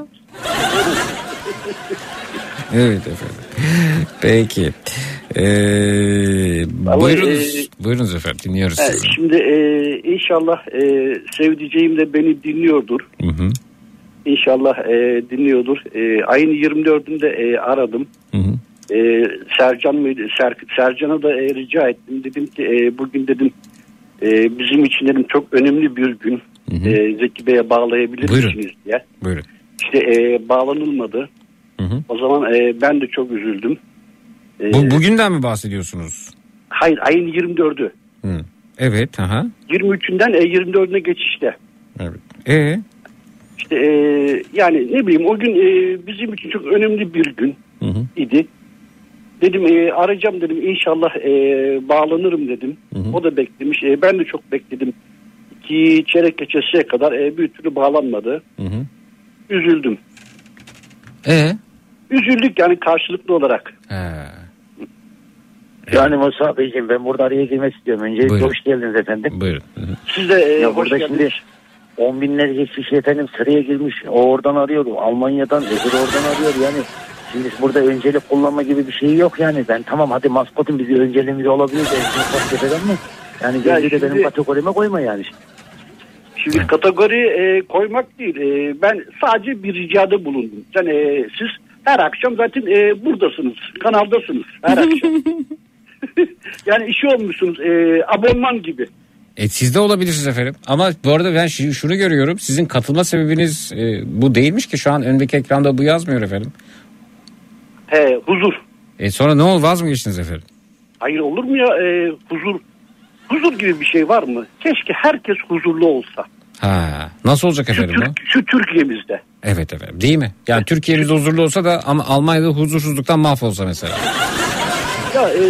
Evet efendim. Peki. Ee, buyurunuz, e, buyurunuz efendim, dinliyoruz evet, sizi. Şimdi e, inşallah e, sevdiceğim de beni dinliyordur. Hı hı. İnşallah e, dinliyordur. E, ayın yirmi dördünde e, aradım. Hı hı. E, Sercan mıydı? Ser, Sercan'a da e, rica ettim. Dedim ki e, bugün dedim e, bizim için dedim çok önemli bir gün. Hı hı. E, Zeki Bey'e bağlayabilir Buyurun. misiniz diye. Buyurun. İşte e, bağlanılmadı. Hı hı. O zaman e, ben de çok üzüldüm. E, Bu, bugünden mi bahsediyorsunuz? Hayır, ayın yirmi dördü. Hı. Evet. Aha. yirmi üçünden e, yirmi dördüne geçişte. Evet. Ee? İşte e, yani ne bileyim o gün e, bizim için çok önemli bir gün Hı hı. idi. Dedim e, arayacağım dedim inşallah e, bağlanırım dedim. Hı hı. O da beklemiş. E, ben de çok bekledim. İki çeyrek geçesiye kadar e, bir türlü bağlanmadı. Hı hı. Üzüldüm. Ee? Üzüldük yani karşılıklı olarak. He. Yani Musa Beyciğim ben burada araya girmek istiyorum. Öncelikle Buyurun. hoş geldiniz efendim. Buyurun. Hı hı. Siz de e, Ya hoş burada geldiniz. şimdi on binlerce kişi efendim sıraya girmiş. O oradan arıyor. Almanya'dan öbürü oradan arıyor. Yani şimdi burada öncelik kullanma gibi bir şey yok yani. Ben tamam hadi maskotun bizi önceliğimiz olabilir. Ben mi? Yani Ya gözü de şimdi- benim kategorime koyma yani. Şimdi kategori e, koymak değil. E, ben sadece bir ricada bulundum. Yani e, siz her akşam zaten e, buradasınız. Kanaldasınız her akşam. Yani işi olmuşsunuz. E, abonman gibi. E, siz de olabilirsiniz efendim. Ama bu arada ben şi- şunu görüyorum. Sizin katılma sebebiniz e, bu değilmiş ki şu an öndeki ekranda bu yazmıyor efendim. He, huzur. E sonra ne oldu, vaz mı geçtiniz efendim? Hayır olur mu ya e, huzur? Huzur gibi bir şey var mı? Keşke herkes huzurlu olsa. Ha, nasıl olacak Şu, efendim o? Türk, şu Türkiye'mizde. Evet efendim, değil mi? Yani Türkiye'miz huzurlu olsa da ama Almanya'da huzursuzluktan mahvolsa mesela. Ya e,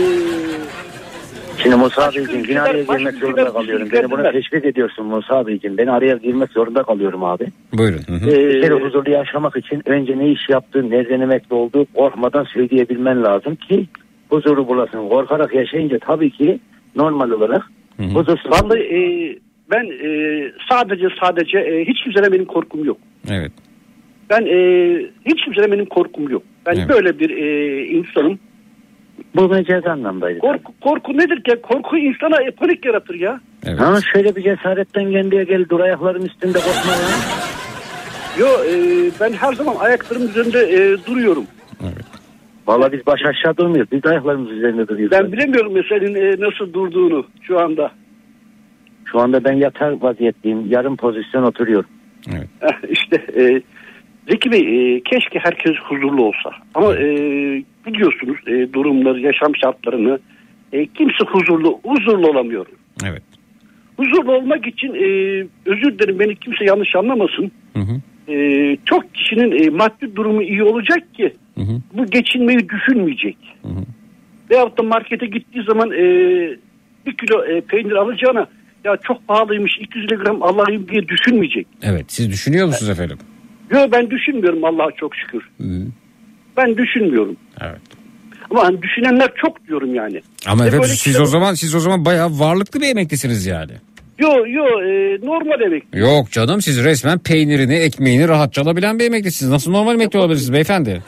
Şimdi Musa Başka Beyciğim yine ülkeler- araya başka girmek ülkeler zorunda bizi kalıyorum. Beni buna ilgilendirmez. teşvik ediyorsun Musa Beyciğim. Beni araya girmek zorunda kalıyorum abi. Buyurun. Hı hı. Bir kere e, huzurlu yaşamak için önce ne iş yaptığın, nereden emekli olduğu korkmadan söyleyebilmen lazım ki huzuru bulasın. Korkarak yaşayınca tabii ki normal olarak Hı hı. huzursuz. vallahi e, ben e, sadece sadece e, hiç kimseden benim korkum yok. Evet. Ben e, hiç kimseden benim korkum yok. Ben Evet. böyle bir e, insanım. Bu mecaz anlamdaydı. Korku, korku nedir ki? Korku insana e, panik yaratır ya. Evet. Ha şöyle bir cesaretten kendine gel, dur ayakların üstünde korkma ya. Yo e, ben her zaman ayaklarım üzerinde e, duruyorum. Evet. Valla biz baş aşağı durmuyoruz. Biz de ayaklarımız üzerinde duruyoruz. Ben bilemiyorum mesela e, nasıl durduğunu şu anda. Şu anda ben yatar vaziyetteyim. Yarım pozisyon oturuyorum. Evet. Eh, İşte e, Zeki Bey e, keşke herkes huzurlu olsa. Ama e, biliyorsunuz e, durumları, yaşam şartlarını e, kimse huzurlu huzurlu olamıyor. Evet. Huzurlu olmak için e, özür dilerim beni kimse yanlış anlamasın. Hı hı. E, çok kişinin e, maddi durumu iyi olacak ki Hı hı. bu geçinmeyi düşünmeyecek. Hı hı. Veyahut da markete gittiği zaman e, bir kilo e, peynir alacağına ya çok pahalıymış iki yüz gram alayım diye düşünmeyecek. Evet. Siz düşünüyor musunuz efendim? Yok ben düşünmüyorum Allah'a çok şükür. Hı hı. Ben düşünmüyorum. Evet. Ama hani düşünenler çok diyorum yani. Ama Ve efendim böyle siz kişiler- o zaman siz o zaman bayağı varlıklı bir emeklisiniz yani. Yo yo e, normal emekli. Yok canım, siz resmen peynirini, ekmeğini rahatça alabilen bir emeklisiniz. Nasıl normal emekli olabilirsiniz beyefendi?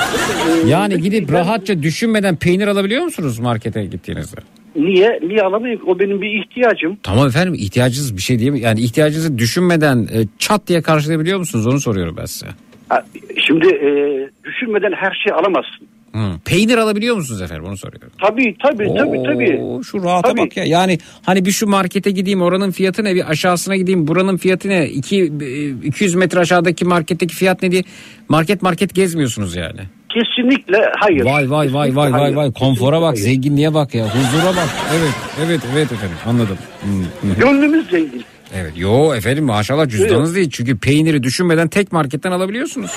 Yani gidip rahatça düşünmeden peynir alabiliyor musunuz markete gittiğinizde? Niye? Niye alamayayım? O benim bir ihtiyacım. Tamam efendim, ihtiyacınız bir şey değil mi? Yani ihtiyacınızı düşünmeden e, çat diye karşılayabiliyor musunuz? Onu soruyorum ben size. Ha, şimdi e, düşünmeden her şeyi alamazsın. Hı. Peynir alabiliyor musunuz efendim? Onu soruyorum. Tabii tabii tabii tabii. Oo, şu rahata Tabii. bak ya. Yani hani bir şu markete gideyim, oranın fiyatı ne? Bir aşağısına gideyim, buranın fiyatı ne? İki, iki yüz metre aşağıdaki marketteki fiyat ne diye market market gezmiyorsunuz yani. Kesinlikle hayır. Vay vay vay Kesinlikle vay vay hayır. vay. Konfora bak, Kesinlikle hayır. zenginliğe bak ya, huzura bak. Evet evet evet efendim, anladım. Hı, hı. Gönlümüz zengin. Evet, yo efendim maşallah cüzdanınız değil. Çünkü peyniri düşünmeden tek marketten alabiliyorsunuz.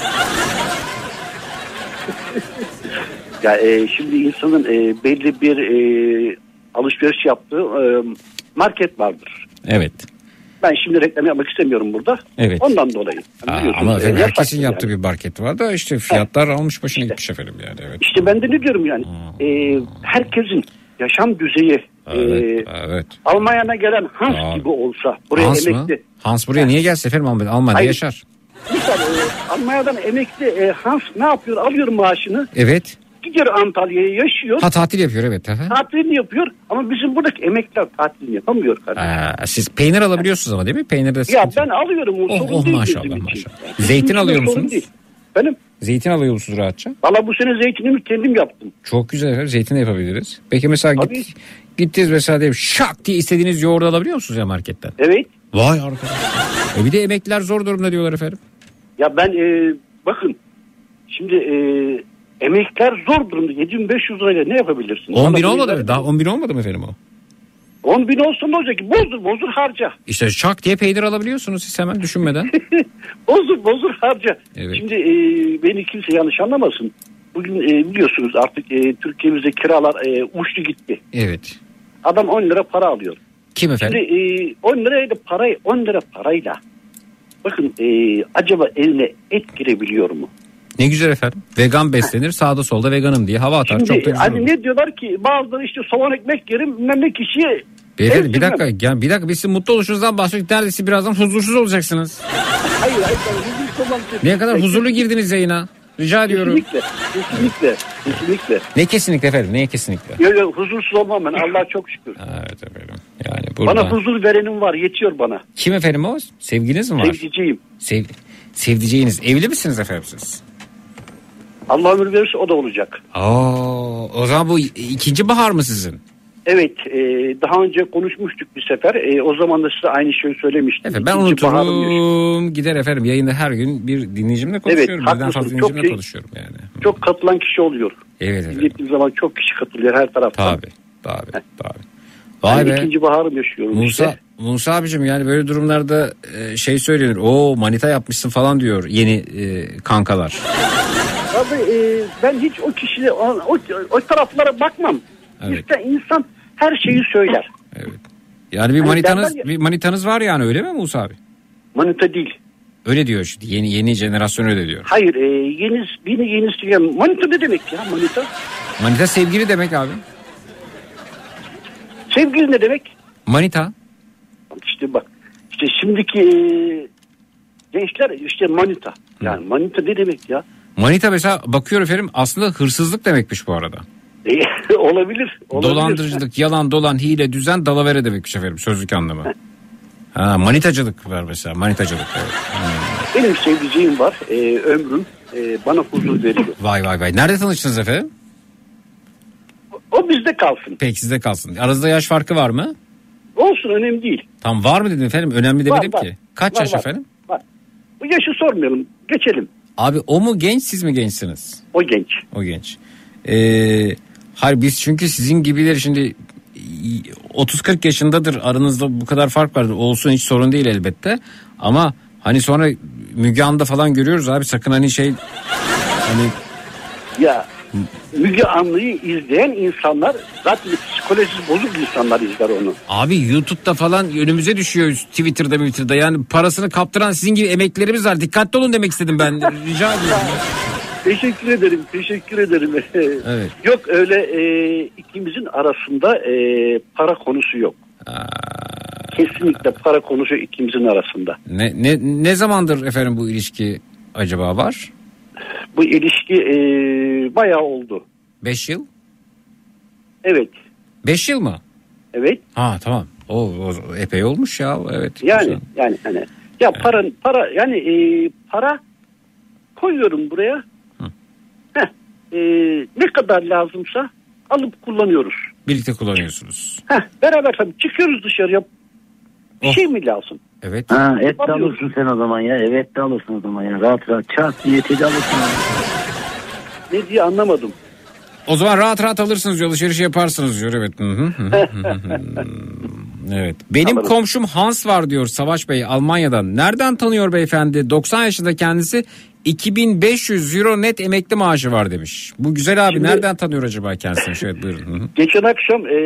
Ya e, şimdi insanın e, belli bir e, alışveriş yaptığı e, market vardır. Evet. Ben şimdi reklam yapmak istemiyorum burada. Evet. Ondan dolayı. Aa, Biliyorsunuz, ama e, efendim yasak herkesin yani. yaptığı bir market var da işte fiyatlar almış başına gitmiş efendim yani. Evet. İşte ben de ne diyorum yani. E, herkesin yaşam düzeyi Evet, e, evet. Almanya'na gelen Hans Aa. gibi olsa buraya Hans mı? emekli. Hans buraya niye gelsin efendim? Almanya'da Almanya'da Hayır. yaşar. Misal e, Almanya'dan emekli e, Hans ne yapıyor? Alıyor maaşını. Evet. Gidiyor Antalya'ya yaşıyor. Ha, tatil yapıyor evet. Aha. Tatilini yapıyor ama bizim buradaki emekliler tatilini yapamıyor kardeşim. Aa, siz peynir alabiliyorsunuz ama değil mi? Peynirde Ya sıkıntı ben yok. alıyorum o Oh, sorun oh, değil maşallah, bizim için. maşallah. Bizim Zeytin için alıyor sorun musunuz? değil. Benim Zeytin alıyor musunuz rahatça? valla bu sene zeytinimi kendim yaptım. Çok güzel efendim, zeytin de yapabiliriz. Peki mesela Tabii. git, gittiniz mesela diyelim şak diye istediğiniz yoğurdu alabiliyor musunuz ya marketten? Evet. Vay arkadaş. E bir de emekliler zor durumda diyorlar efendim. Ya ben e, bakın şimdi e, emekliler zor durumda. yedi bin beş yüz lirayla ne yapabilirsin? on bin Bana olmadı bunu mı? Daha on bin olmadı mı efendim o? on bin olsun ne olacak ki? Bozdur bozdur harca. İşte şak diye peynir alabiliyorsunuz siz hemen düşünmeden. Bozdur bozdur harca. Evet. Şimdi e, beni kimse yanlış anlamasın. Bugün e, biliyorsunuz artık e, Türkiye'mizde kiralar e, uçtu gitti. Evet. Adam on lira para alıyor. Kim efendim? Şimdi e, on lirayla parayı on lira parayla bakın e, acaba eline et girebiliyor mu? Ne güzel efendim. Vegan beslenir sağda solda veganım diye hava atar. Şimdi Çok da güzel hani olur. ne diyorlar ki bazıları işte soğan ekmek yerim bilmem ne kişiye. Beyefendi bir dakika yani bir dakika biz sizin mutlu oluşunuzdan bahsediyoruz. Neredeyse birazdan huzursuz olacaksınız. Hayır hayır. Huzurlu olan Ne kadar huzurlu girdiniz yayına. Rica ediyorum. Kesinlikle. Kesinlikle. Kesinlikle. Ne kesinlikle efendim? Neye kesinlikle? Yok yok huzursuz olmam ben. Allah'a çok şükür. Evet efendim. Yani burada... Bana huzur verenim var. Yetiyor bana. Kim efendim o? Sevginiz mi var? Sevdiciyim. Sev... Sevdiceğiniz. Evli misiniz efendim siz? Allah ömür verirse o da olacak. Oo, o zaman bu ikinci bahar mı sizin? Evet. E, daha önce konuşmuştuk bir sefer. E, o zaman da size aynı şeyi söylemiştim. Efendim ben İkinci baharım unuturum. Gider efendim. Yayında her gün bir dinleyicimle konuşuyorum. Evet, Birden haklısın. fazla Çok dinleyicimle iyi. konuşuyorum yani. Çok katılan kişi oluyor. Evet efendim. Gittiğim zaman çok kişi katılıyor her taraftan. Tabii. Tabii. Tabii. Vay Ben be. ikinci baharım yaşıyorum Musa, işte. Musa abicim yani böyle durumlarda e, şey söylenir. O manita yapmışsın falan diyor yeni e, kankalar. Abi e, ben hiç o kişiyle o, o, o taraflara bakmam. Evet. İşte insan her şeyi söyler. Evet. Yani bir Hani manitanız derler ya- bir manitanız var yani öyle mi Musa abi? Manita değil. Öyle diyor işte yeni yeni jenerasyon öyle diyor. Hayır e, yeni yeni yenisi ya manita ne demek ya manita? Manita sevgili demek abi. Sevgili ne demek? Manita. İşte bak işte şimdiki e, gençler işte manita. Yani manita ne demek ya? Manita mesela bakıyor efendim aslında hırsızlık demekmiş bu arada. E, olabilir, olabilir. Dolandırıcılık, yalan, dolan, hile, düzen, dalavere demekmiş efendim sözlük anlamı. Ha, manitacılık var mesela manitacılık. Evet. Hmm. Benim sevdiceğim var e, ömrüm e, bana huzur veriyor. Vay vay vay. Nerede tanıştınız efendim? O bizde kalsın. Peki sizde kalsın. Aranızda yaş farkı var mı? Olsun önemli değil. Tam var mı dedim efendim? Önemli demedim Var, ki. var. Kaç Var, yaş var. efendim? Var. Bu yaşı sormayalım. Geçelim. Abi o mu genç siz mi gençsiniz? O genç. O genç. Ee, hayır biz çünkü sizin gibileri şimdi otuz kırk yaşındadır aranızda bu kadar fark vardır. Olsun hiç sorun değil elbette. Ama hani sonra Müge Anlı'da falan görüyoruz abi sakın hani şey hani Ya Müge Anlı'yı izleyen insanlar zaten psikolojisi bozuk insanlar izler onu. abi YouTube'da falan önümüze düşüyor Twitter'da Twitter'da yani parasını kaptıran sizin gibi emeklilerimiz var. Dikkatli olun demek istedim ben. Rica ediyorum. Teşekkür ederim, teşekkür ederim. Evet. Yok öyle e, ikimizin arasında e, para konusu yok. Aa, Kesinlikle para konusu ikimizin arasında. ne, ne, ne zamandır efendim bu ilişki acaba var? Bu ilişki e, bayağı oldu. beş yıl? Evet, beş yıl mı? evet. Ha tamam. O, o epey olmuş ya. Evet. Yani güzel. yani hani ya para para yani e, para koyuyorum buraya. Heh, e, ne kadar lazımsa alıp kullanıyoruz. Birlikte kullanıyorsunuz. Heh, beraber tabii çıkıyoruz dışarıya. Bir Oh. şey mi lazım? Evet. Ha, et de alırsın sen o zaman ya. Evet de alırsın o zaman ya. Rahat rahat çat diye eti de alırsın. Ne diye anlamadım. O zaman rahat rahat alırsınız diyor. Alışveriş yaparsınız diyor. Evet. Hı hı, hı hı, hı hı. Evet. Benim Alırım. komşum Hans var diyor Savaş Bey Almanya'dan. Nereden tanıyor beyefendi? doksan yaşında kendisi iki bin beş yüz euro net emekli maaşı var demiş. Bu güzel abi Şimdi- nereden tanıyor acaba kendisini? Evet buyurun. Hı hı. Geçen akşam e,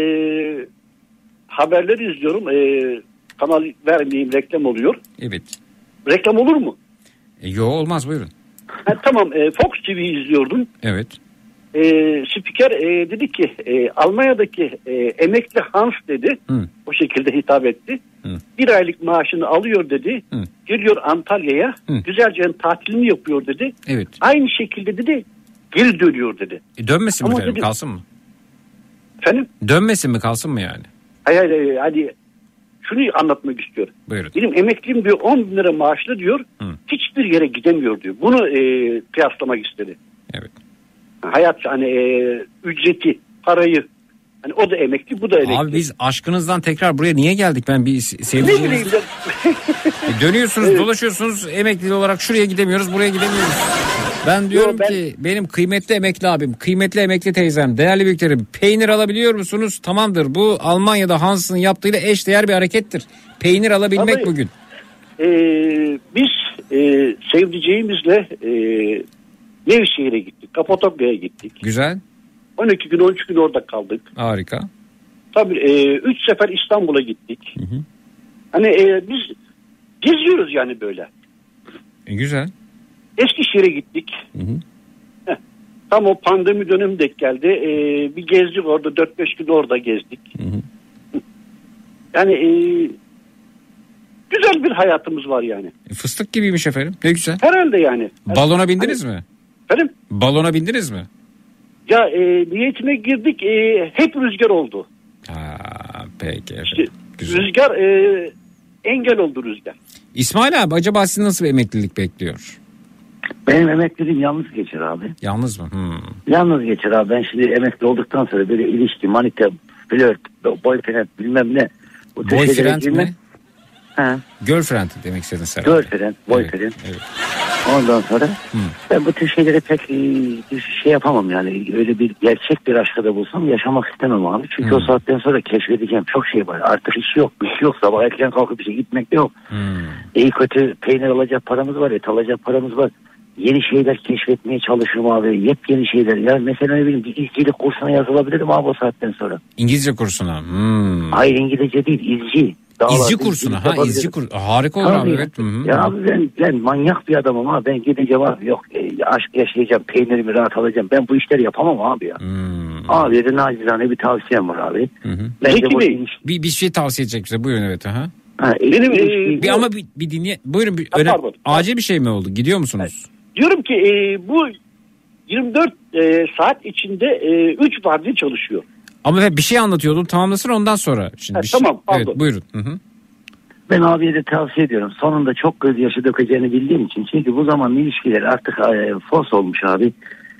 haberleri izliyorum. E, kanal vermeyeyim reklam oluyor. Evet. Reklam olur mu? E, yo olmaz buyurun. Ha, tamam e, Fox T V izliyordum. Evet. E, spiker e, dedi ki e, Almanya'daki e, emekli Hans dedi. Hı. O şekilde hitap etti. Hı. Bir aylık maaşını alıyor dedi. Hı. Geliyor Antalya'ya. Hı. Güzelce tatilini yapıyor dedi. Evet. Aynı şekilde dedi geri dönüyor dedi. E, dönmesin mi Ama efendim dedi- kalsın mı? Efendim? Dönmesin mi kalsın mı yani? Hayır hayır, hayır hadi şunu anlatmak istiyorum. Buyurun. Benim emekliliğim diyor on bin lira maaşlı diyor. Hı. Hiçbir yere gidemiyor diyor. Bunu e, kıyaslamak istedi. Evet. Hayat hani e, ücreti, parayı. Hani o da emekli, bu da emekli. Abi biz aşkınızdan tekrar buraya niye geldik? Ben bir ne sevdiceğiniz... bileyim ben. E, dönüyorsunuz Evet. dolaşıyorsunuz emekli olarak şuraya gidemiyoruz buraya gidemiyoruz. Ben diyorum Yo, ben- ki benim kıymetli emekli abim, kıymetli emekli teyzem, değerli büyüklerim, peynir alabiliyor musunuz? Tamamdır. Bu Almanya'da Hans'ın yaptığıyla eşdeğer bir harekettir. Peynir alabilmek Tabii. bugün. Ee, biz e, sevdiceğimizle e, Nevşehir'e gittik. Kapadokya'ya gittik. Güzel. on iki gün on üç gün orada kaldık. Harika. Tabii üç e, sefer İstanbul'a gittik. Hı hı. Hani e, biz geziyoruz yani böyle. E, güzel. Eskişehir'e gittik. Hı hı. Heh, tam o pandemi dönemi denk geldi. E, bir gezdik orada, dört beş gün orada gezdik. Hı hı. Yani e, güzel bir hayatımız var yani. E, fıstık gibiymiş efendim. Ne güzel. Herhalde yani. Balona bindiniz mi? Efendim? Balona bindiniz mi? Ya e, niyetine girdik, e, hep rüzgar oldu. Ha, peki efendim. İşte Güzel. rüzgar e, engel oldu rüzgar. İsmail abi, acaba sizi nasıl bir emeklilik bekliyor? Benim emekliliğim yalnız geçer abi. Yalnız mı? Hmm. Yalnız geçer abi. Ben şimdi emekli olduktan sonra böyle ilişki, manita, flört, boyfriend bilmem ne. Bu tür şeylere Boyfriend girmem. mi? Ha. Girlfriend demek istedin sen. Girlfriend, boyfriend. Evet, evet. Ondan sonra Hmm. ben bu tür şeylere pek e, bir şey yapamam yani. Öyle bir gerçek bir aşkı da bulsam yaşamak istemem abi. Çünkü Hmm. o saatten sonra keşfedeceğim çok şey var. Artık iş yok, bir şey yok. Sabah erken kalkıp bir şey gitmek de yok. Hmm. İyi kötü peynir alacak paramız var, et alacak paramız var. Yeni şeyler keşfetmeye çalışırım abi. Yepyeni şeyler. Ya mesela ne bileyim bir izcilik kursuna yazılabilirim abi o saatten sonra. İngilizce kursuna. Hmm. Hayır İngilizce değil, izci. Dağlarda İzci izcilik kursuna. Ha, yapabilirim. izci kur. Harika olur Tabii abi. ya. Evet. Hı-hı. Ya abi ben, ben manyak bir adamım ha. Ben gideceğim abi yok e, aşk yaşayacağım, peynirimi rahat alacağım. Ben bu işleri yapamam abi ya. Hmm. Abi de nacizane bir tavsiyem var abi. Hı-hı. Bence Peki bu Bey. iş- Bir, bir şey tavsiye edecek bize. Buyurun evet. Aha. ha, Benim, iş- e, iş- Bir ama bir, bir dinle. Buyurun bir Ha, öne, pardon. acil bir şey mi oldu? Gidiyor musunuz? Diyorum ki e, bu yirmi dört e, saat içinde üç vardiya çalışıyor. Ama ben bir şey anlatıyordum. Tamamlasın ondan sonra. Şimdi Ha, bir şey- tamam, pardon. Evet buyurun. Hı-hı. Ben abiye de tavsiye ediyorum. Sonunda çok gözyaşı dökeceğini bildiğim için. Çünkü bu zaman ilişkiler artık e, fos olmuş abi.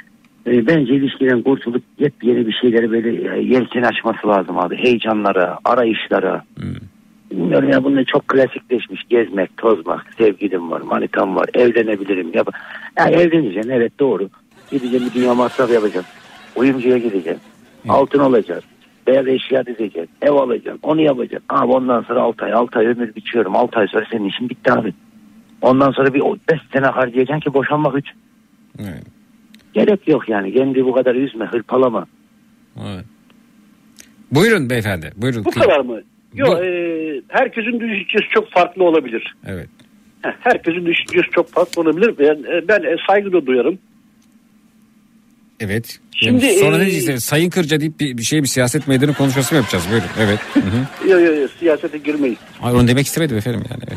E, bence ilişkiden kurtulup yepyeni bir şeyleri böyle e, yelken açması lazım abi. Heyecanlara, arayışlara. Hmm. Bilmiyorum ya bunlar çok klasikleşmiş. Gezmek, tozmak, sevgilim var, manitam var, evlenebilirim. Ya, ya evleneceksin evet doğru. Gideceğim bir dünya masraf yapacağım. Uyumcuya gideceğim. Altın olacak. Beyaz eşya dizeceksin. Ev alacaksın. Onu yapacaksın. Abi ondan sonra altı ay. altı ay ömür biçiyorum. altı ay sonra senin işin bitti abi. Ondan sonra bir beş sene harcayacaksın ki boşanmak için. Evet. Gerek yok yani. Kendini bu kadar üzme, hırpalama. Evet. Buyurun beyefendi. Buyurun. Bu kadar mı? Yok Bu- e, herkesin düşüncesi çok farklı olabilir. Evet. Heh, herkesin düşüncesi çok farklı olabilir. Ben, e, ben e, saygı da duyarım. Evet. Şimdi, Yani sonra e, ne diyeceksiniz? Sayın Kırca deyip bir, bir şey bir siyaset meydanı konuşması mı yapacağız? Buyurun. Evet. Hı-hı. Yok yok yo, siyasete girmeyin. Ay, onu demek istemedim efendim yani. Evet.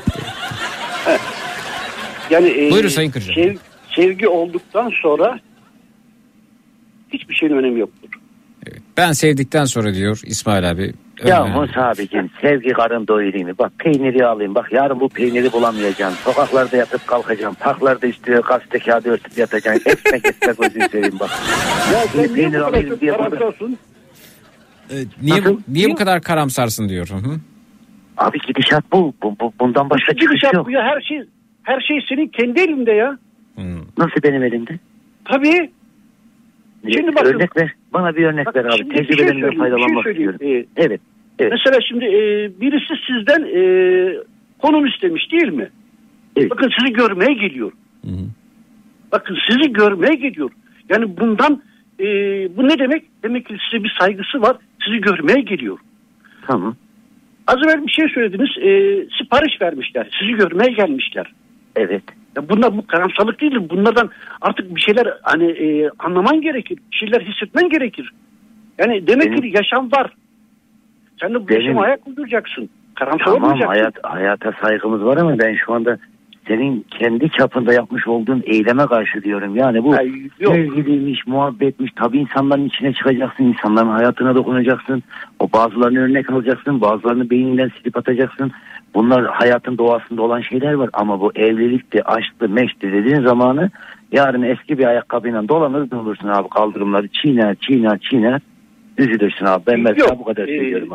Yani e, Buyurun Sayın Kırca. sev- sevgi olduktan sonra hiçbir şeyin önemi yoktur. Evet. Ben sevdikten sonra diyor İsmail abi. Ya öyle- Musa abicim sevgi karın doyurayım. Bak peyniri alayım. Bak yarın bu peyniri bulamayacağım. Sokaklarda yatıp kalkacağım. Parklarda üstüne gazete kağıdı örtüp yatacağım. Ekmek ekmek gözünü seveyim bak. Ya Bir sen niye peynir bu kadar alayım çok diye burada. karamsarsın? Evet, niye, Nasıl? niye bu kadar karamsarsın diyor. Hı-hı. Abi gidişat bu. bu, bu bundan başka çıkış Gidişat yok. bu ya, her şey her şey senin kendi elinde ya. Hı. Nasıl benim elimde? Tabii. Şimdi bakın- örnek ver. Bana bir örnek Bak, ver abi. şimdi bir şey Tecrübelerimden söyleyeyim, faydalanmak bir şey söyleyeyim. istiyorum. Ee, Evet. Evet. Mesela şimdi e, birisi sizden e, konum istemiş değil mi? Evet. Bakın sizi görmeye geliyor. Hı hı. Bakın sizi görmeye geliyor. Yani bundan e, bu ne demek? Demek ki size bir saygısı var. Sizi görmeye geliyor. Tamam. Az evvel bir şey söylediniz. E, sipariş vermişler. Sizi görmeye gelmişler. Evet. Ya bunlar bu karamsarlık değil. Bunlardan artık bir şeyler hani e, anlaman gerekir. Bir şeyler hissetmen gerekir. Yani demek Benim- ki yaşam var. Sen de bu Benim- yaşama ayak uyduracaksın. Karamsar Tamam olmayacaksın. hayat, hayata saygımız var ama ben şu anda senin kendi çapında yapmış olduğun eyleme karşı diyorum. Yani bu Ay, yok. sevgiliymiş, muhabbetmiş. Tabii insanların içine çıkacaksın. İnsanların hayatına dokunacaksın. O bazılarını örnek alacaksın. Bazılarını beyninden silip atacaksın. Bunlar hayatın doğasında olan şeyler var. Ama bu evlilikti, aşktı, meşkti dediğin zamanı yarın eski bir ayakkabıyla dolanır durursun abi kaldırımları. Çiğner, çiğner, çiğner. Üzülürsün abi. Ben mesela Yok, bu kadar e, söylüyorum abi.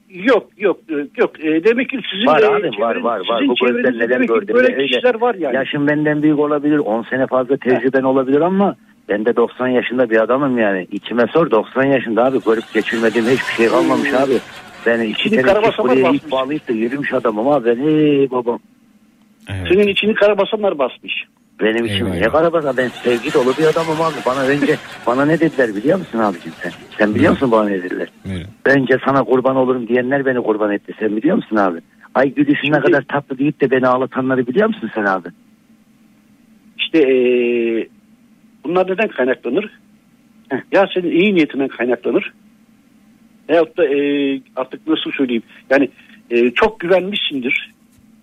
Yok yok yok. E, demek ki sizin var de, abi çevren, var var var. sizin Bu gözler çevrenizde neler demek ki gördüm. böyle Öyle. kişiler var yani. Yaşım benden büyük olabilir. on sene fazla tecrüben olabilir ama ben de doksan yaşında bir adamım yani. İçime sor, doksan yaşında abi, görüp geçirmediğim hiçbir şey kalmamış abi. Ben iki Şimdi tane çift karabasanlar buraya ip basmış. bağlayıp da yürümüş adamım ama ben hey babam. Evet. Senin içini karabasanlar basmış. Benim için Eyvah, ne eyvah. karabasa, ben sevgi dolu bir adamım abi. Bana önce bana ne dediler biliyor musun abicim sen? Sen biliyor musun bana ne dediler? Evet. Önce sana kurban olurum diyenler beni kurban etti. Sen biliyor musun abi? Ay gülüşün ne Şimdi- kadar tatlı deyip de beni ağlatanları biliyor musun sen abi? İşte e, bunlar neden kaynaklanır? Heh, ya senin iyi niyetinden kaynaklanır. Veyahut da e, artık nasıl söyleyeyim? Yani e, çok güvenmişsindir.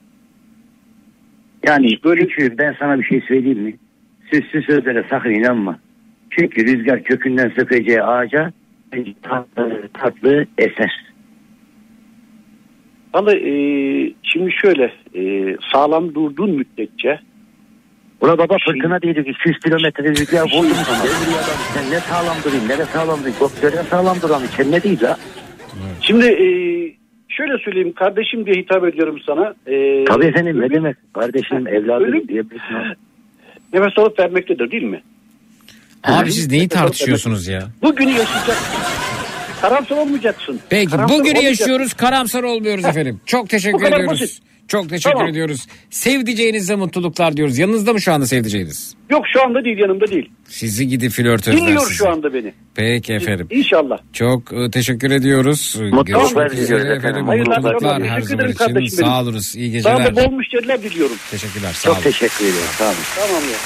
Yani Böyle- böyle küçüğüm, ben sana bir şey söyleyeyim mi? Süslü sözlere sakın inanma. Çünkü rüzgar kökünden sökeceği ağaca tatlı, tatlı eser. Vallahi e, şimdi şöyle e, sağlam durduğun müddetçe Ula baba Şey- fırtına değildik. iki yüz kilometre rüzgar vurdu mu? Devriye adam. Sen ne sağlam durayım, ne de sağlam durayım. Gökdelen sağlam duramıyor. Sen ne değil la? şimdi e, şöyle söyleyeyim, kardeşim diye hitap ediyorum sana. E, Tabii efendim, ne ölüm- demek? Kardeşim, evladım Ölüm- diyebilirsin abi. nefes alıp vermektedir değil mi? Abi siz neyi tartışıyorsunuz ya? Bugünü yaşayacaksın. Karamsar olmayacaksın. Peki Karamsar bugünü olmayacaksın. yaşıyoruz, karamsar olmuyoruz efendim. Çok Bu teşekkür kadar ediyoruz. basit. Çok teşekkür Tamam. ediyoruz. Sevdiceğinizde mutluluklar diyoruz. Yanınızda mı şu anda sevdiceğiniz? Yok şu anda değil, yanımda değil. Sizi gidi flörtözler Dinliyor sizi. şu anda beni. Peki efendim. İnşallah. Çok e, teşekkür ediyoruz. Mutluluklar Görüşmek üzere diliyoruz efendim. efendim. Hayırlı Mutluluklar akşamlar. her Teşekkür zaman ederim için. kardeşim benim. Sağ oluruz. İyi Sana geceler. da bol müşteriler diliyorum. Teşekkürler. Sağ Çok olun. teşekkür ederim. Sağ olun. Tamam ya.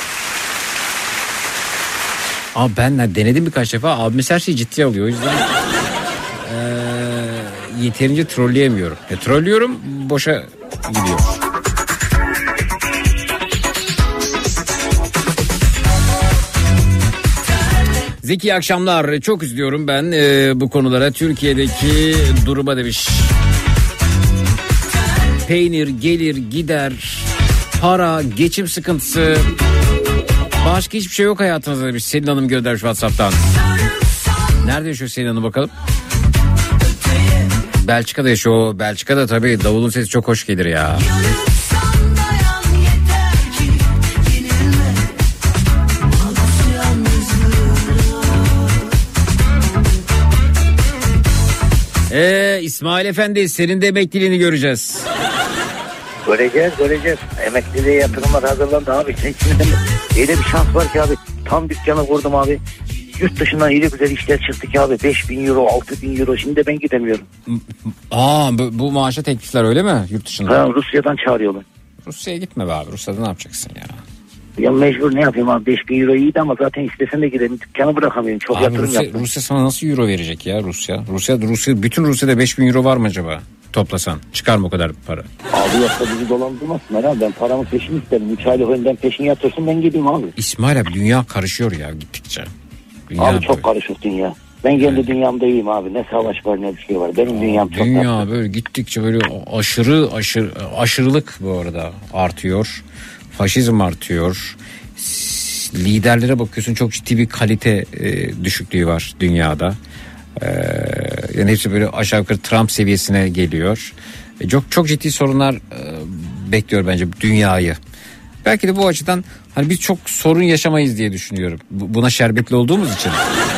Abi ben de denedim birkaç defa. Abimiz her şeyi ciddiye alıyor. O yüzden eee, yeterince trolleyemiyorum. E, trollüyorum, boşa gidiyor. Zeki iyi akşamlar. Çok üzülüyorum ben e, bu konulara. Türkiye'deki duruma demiş. Peynir gelir gider. Para, geçim sıkıntısı. Başka hiçbir şey yok hayatınızda demiş. Selin Hanım göndermiş WhatsApp'tan. Nerede yaşıyor Selin Hanım bakalım? Belçika'da yaşıyor. Belçika'da tabii davulun sesi çok hoş gelir ya. Ee, İsmail Efendi senin de emekliliğini göreceğiz. Göreceğiz, göreceğiz. Emekliliğe yatırımlar hazırlandı abi. Sen şimdi öyle bir şans var ki abi. Tam dükkanı kurdum abi. Yurt dışından iyi güzel işler çıktı ki abi. beş bin euro, altı bin euro. Şimdi de ben gidemiyorum. Aa bu, bu maaşa teklifler öyle mi yurt dışında? Ha, Rusya'dan çağırıyorlar. Rusya'ya gitme be abi. Rusya'da ne yapacaksın ya? Ya mecbur ne yapayım abi, beş bin euro iyiydi ama zaten istesem de gidelim. Dükkanı bırakamıyorum. Çok Abi yatırım Rusya, yaptım. Rusya sana nasıl euro verecek ya Rusya? Rusya, Rusya bütün Rusya'da beş bin euro var mı acaba? Toplasan. Çıkar mı o kadar para? Abi yoksa bizi dolandırmasınlar ha. Ben paramı peşin isterim. üç aylık önden peşin yatırsın, ben gideyim abi. İsmail abi dünya karışıyor ya gittikçe. Dünya Abi çok böyle. karışık dünya. Ben kendi dünyamda iyiyim abi. Ne savaş var ne bir şey var. Benim dünyam çok Dünya tatlı. böyle gittikçe böyle aşırı aşırı aşırılık bu arada artıyor. Faşizm artıyor. S- Liderlere bakıyorsun çok ciddi bir kalite e, düşüklüğü var dünyada. E, yani hepsi böyle aşağı yukarı Trump seviyesine geliyor. E, çok çok ciddi sorunlar e, bekliyor bence dünyayı. Belki de bu açıdan hani biz çok sorun yaşamayız diye düşünüyorum. Bu- Buna şerbetli olduğumuz için.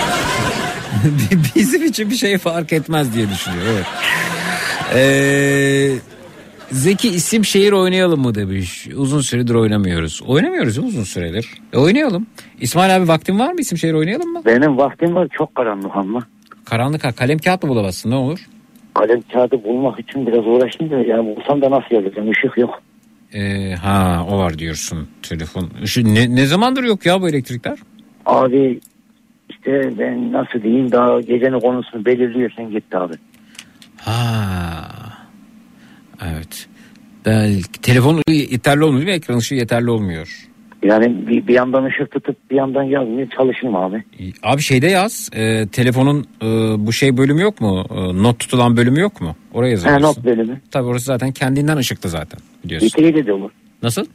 Bizim için bir şey fark etmez diye düşünüyorum. Evet. Ee, Zeki isim şehir oynayalım mı demiş. Uzun süredir oynamıyoruz. Oynamıyoruz ya uzun süredir. E, oynayalım. İsmail abi vaktin var mı isim şehir oynayalım mı? Benim vaktim var, çok karanlık ama. Karanlık ha, kalem kağıt mı bulamazsın ne olur? Kalem kağıdı bulmak için biraz uğraştım da ya bulsam da nasıl yazacağım, ışık yok. Ee, ha o var diyorsun telefon. Şu, ne, ne zamandır yok ya bu elektrikler? Abi işte ben nasıl diyeyim, daha gecenin konusunu belirliyorsan gitti abi. Ha. Evet. Belki telefon yeterli olmuyor değil mi? Ekran ışığı yeterli olmuyor. Yani bir, bir yandan ışık tutup bir yandan yazmıyor, çalışayım abi. Abi şeyde yaz. E, telefonun e, bu şey bölümü yok mu? E, not tutulan bölümü yok mu? Oraya Ha, yazabilirsin. not bölümü. Tabii orası zaten kendinden ışıklı zaten biliyorsun. Vitreyle de olur. Nasıl?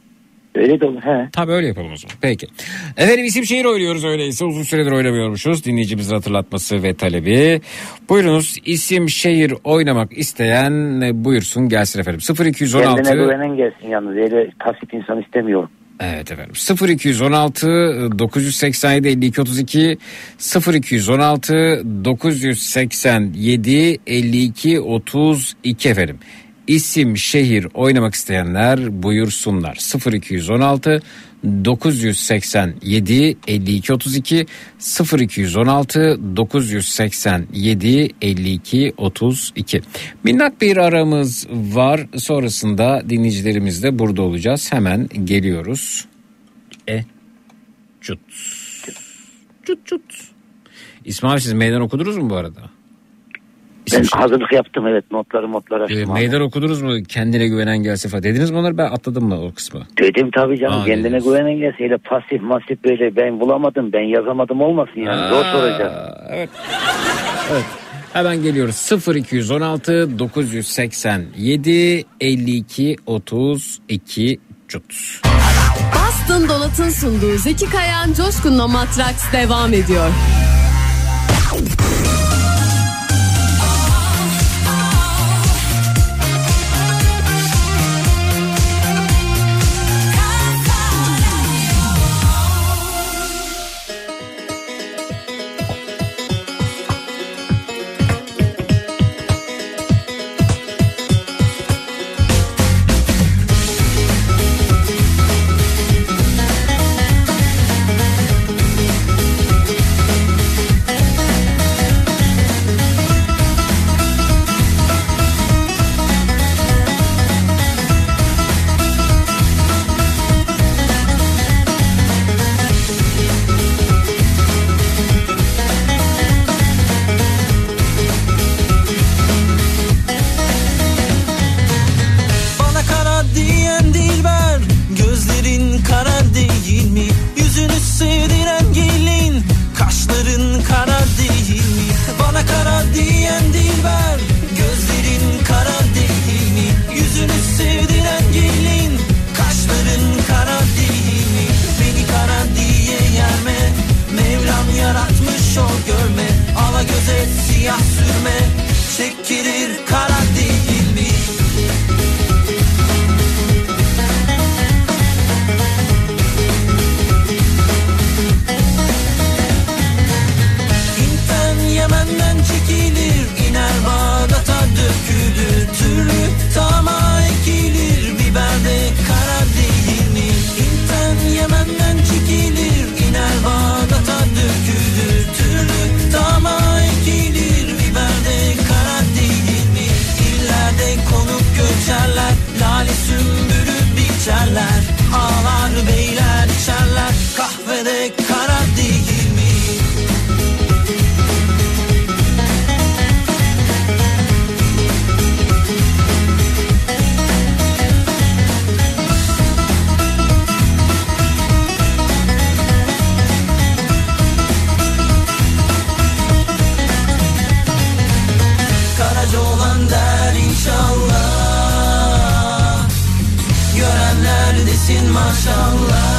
Öyle de olur he. Tabii öyle yapalım o zaman. Peki. Efendim isim şehir oynuyoruz öyleyse. Uzun süredir oynamıyormuşuz. Dinleyicimizin hatırlatması ve talebi. Buyurunuz isim şehir oynamak isteyen e, buyursun gelsin efendim. sıfır iki yüz on altı Kendine güvenen gelsin yalnız. Öyle pasif insan istemiyorum. Evet efendim. sıfır iki yüz on altı dokuz yüz seksen yedi elli iki otuz iki sıfır iki yüz on altı dokuz yüz seksen yedi elli iki otuz iki efendim. İsim şehir oynamak isteyenler buyursunlar. sıfır iki yüz on altı dokuz yüz seksen yedi elli iki otuz iki sıfır iki yüz on altı dokuz yüz seksen yedi elli iki otuz iki. Minnak bir aramız var. Sonrasında dinleyicilerimiz de burada olacağız. Hemen geliyoruz. E cut. Cut cut. İsmail siz meydan okudunuz mu bu arada? Ben hazırlık yaptım evet notları notları açtım. E, meydan okudunuz mu? Kendine güvenen gelse falan. Dediniz mi onları? Ben atladım mı o kısmı? Dedim tabii canım. Aa, kendine dediniz. güvenen gelse. Hele pasif masif böyle ben bulamadım ben yazamadım olmasın yani. Aa, Zor soracağım. Evet. Evet. Hemen geliyoruz. sıfır iki yüz on altı dokuz yüz seksen yedi elli iki otuz iki cut. Boston Donat'ın sunduğu Zeki Kayan Coşkun'la Matraks devam ediyor. Bana kara diyen dilber, gözlerin kara değil mi? Yüzünü sevdiren gelin, kaşların kara değil mi? Bana kara diyen dilber, gözlerin kara değil mi? Yüzünü sevdiren gelin, kaşların kara değil mi? Beni kara diye yerme, Mevlam yaratmış o görme. Ala göze siyah sürme, çekilir kara değil mi? İnten Yemen'den çekilir, iner Bağdat'a dökülür. Türlü tama ekilir, biberde kara değil mi? İnten Yemen'den çekilir, iner Bağdat'a dökülür. Türlü tama ekilir, biberde kara değil mi? İllerde konup göçerler, lale sümbülü biçerler. Ağlar beyler içerler, kahvede kara değil mi? Karaca olan der inşallah, görenler desin maşallah.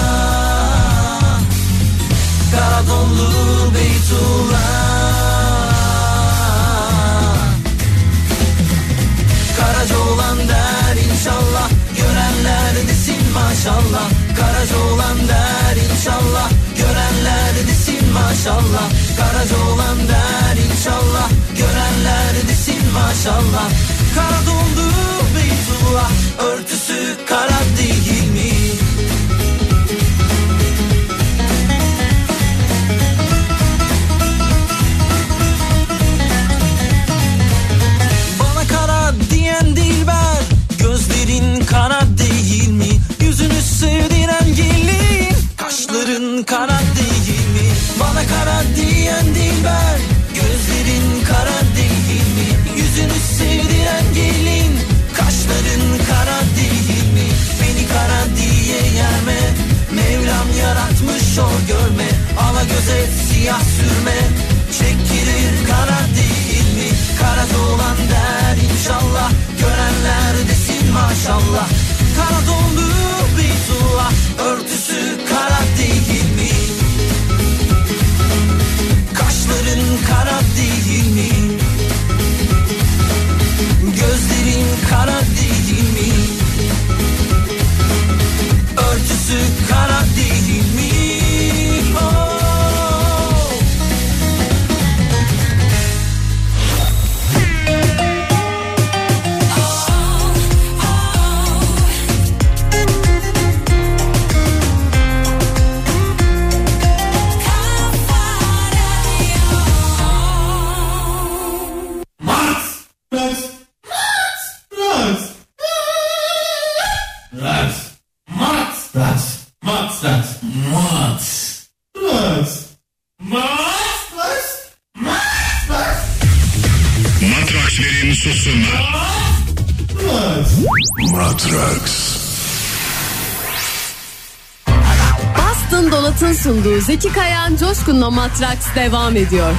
Karadonlu Beytullah, Karaca olan der inşallah, görenler desin maşallah. Karaca olan der inşallah, görenler desin maşallah. Karaca olan der inşallah, görenler desin maşallah. Karadonlu Beytullah, örtüsü kara değil mi? Bana kara diyen dilber, gözlerin kara değil mi? Yüzünü sevdiren gelin, kaşların kara değil mi? Bana kara diyen dilber, gözlerin kara değil mi? Yüzünü sevdiren gelin, kaşların kara değil mi? Beni kara diye yerme, Mevlam yaratmış o görme. Ala göze siyah sürme, çekilir kara değil mi? Kara dolan der inşallah, görenler desin maşallah. Kara donlu Beytullah, Matrax. Mat. Matrax. Matrax. Matrax. Matraxlerin susunma. Matrax. Boston Donat'ın sunduğu Zeki Kayan Coşkun'la Matrax devam ediyor.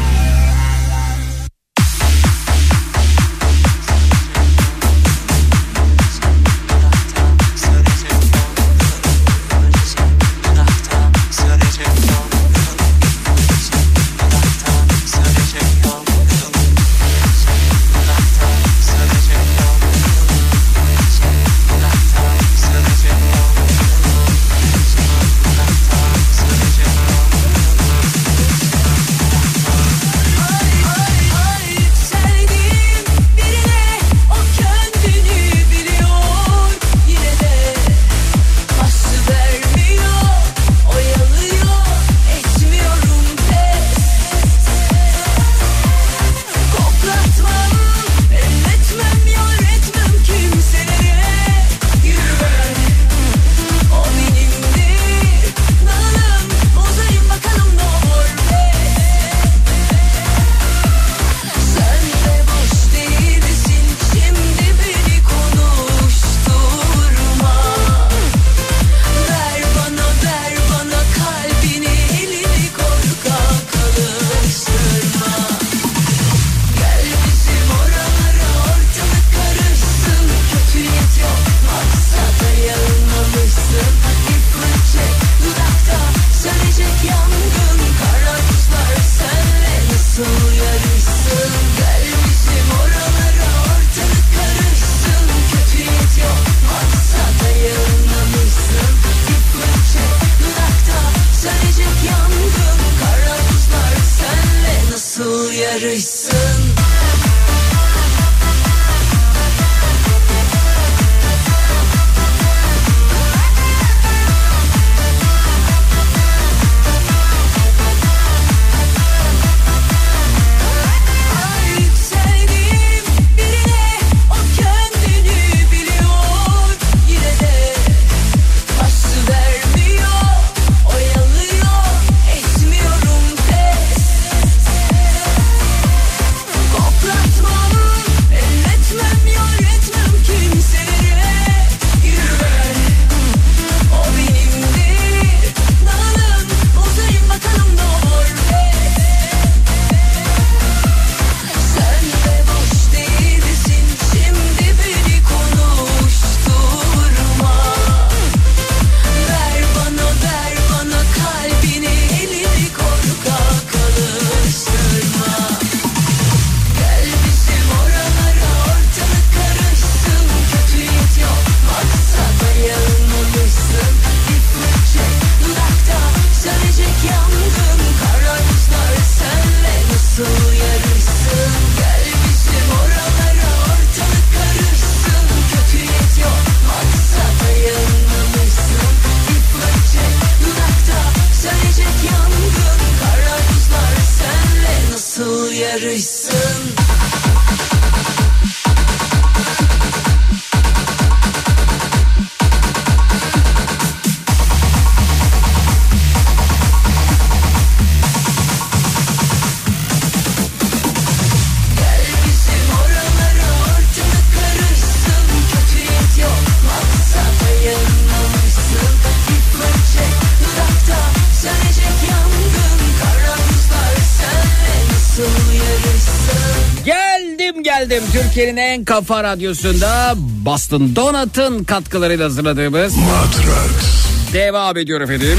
Türkiye'nin en kafa radyosunda Boston Donat'ın katkılarıyla hazırladığımız Matrax devam ediyor efendim.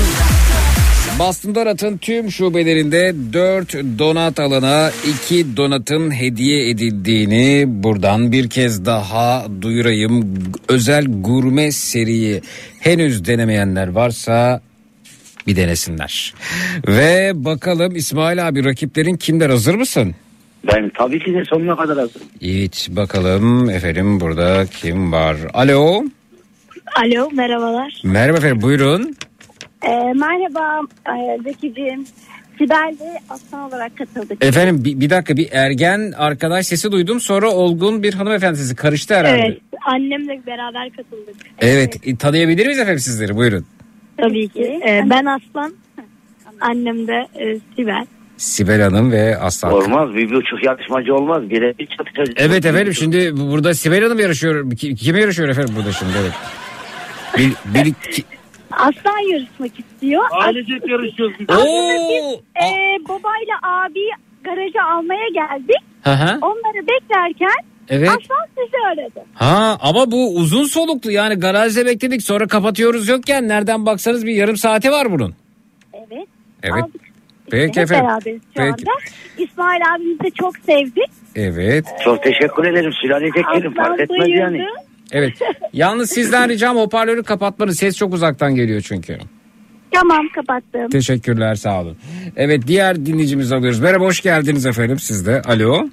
Boston Donat'ın tüm şubelerinde dört donat alana iki donatın hediye edildiğini buradan bir kez daha duyurayım. Özel gurme seriyi henüz denemeyenler varsa bir denesinler. Ve bakalım İsmail abi, rakiplerin kimler, hazır mısın? Ben tabii ki de sonuna kadar hazırım. Evet, bakalım efendim burada kim var? Alo. Alo, merhabalar. Merhaba efendim, buyurun. Ee, merhaba ee, Zekiciğim. Sibel'de aslan olarak katıldık. Efendim bir, bir dakika, bir ergen arkadaş sesi duydum, sonra olgun bir hanımefendi sesi karıştı herhalde. Evet, annemle beraber katıldık. Evet, evet. Tanıyabilir miyiz efendim sizleri, buyurun. Tabii ki. Ee, ben Aslan. Annem de e, Sibel. Sibel Hanım ve Aslan. Olmaz. Bir buçuk yarışmacı olmaz. Birebir çatışacağız. Evet efendim, şimdi burada Sibel Hanım yarışıyor. Ki- Kim yarışıyor efendim burada şimdi? Evet. Bir, bir, ki- Aslan yarışmak istiyor. Ailecek yarışıyoruz biz. Aslında biz e, babayla abi garaja almaya geldik. Hı hı. Onları beklerken Evet. Aslan sizi aradı. Ha ama bu uzun soluklu, yani garajda bekledik sonra kapatıyoruz yokken nereden baksanız bir yarım saati var bunun. Evet. Evet. Aldık. Peki Hep efendim. beraberiz şu Peki. anda. İsmail abimizi de çok sevdik. Evet. Çok teşekkür ederim. Sülalecek yerim. Fark etmez bayıldı. yani. Evet. Yalnız sizden ricam hoparlörü kapatmanız. Ses çok uzaktan geliyor çünkü. Tamam, kapattım. Teşekkürler, sağ olun. Evet, diğer dinleyicimizi alıyoruz. Merhaba, hoş geldiniz efendim siz de. Alo.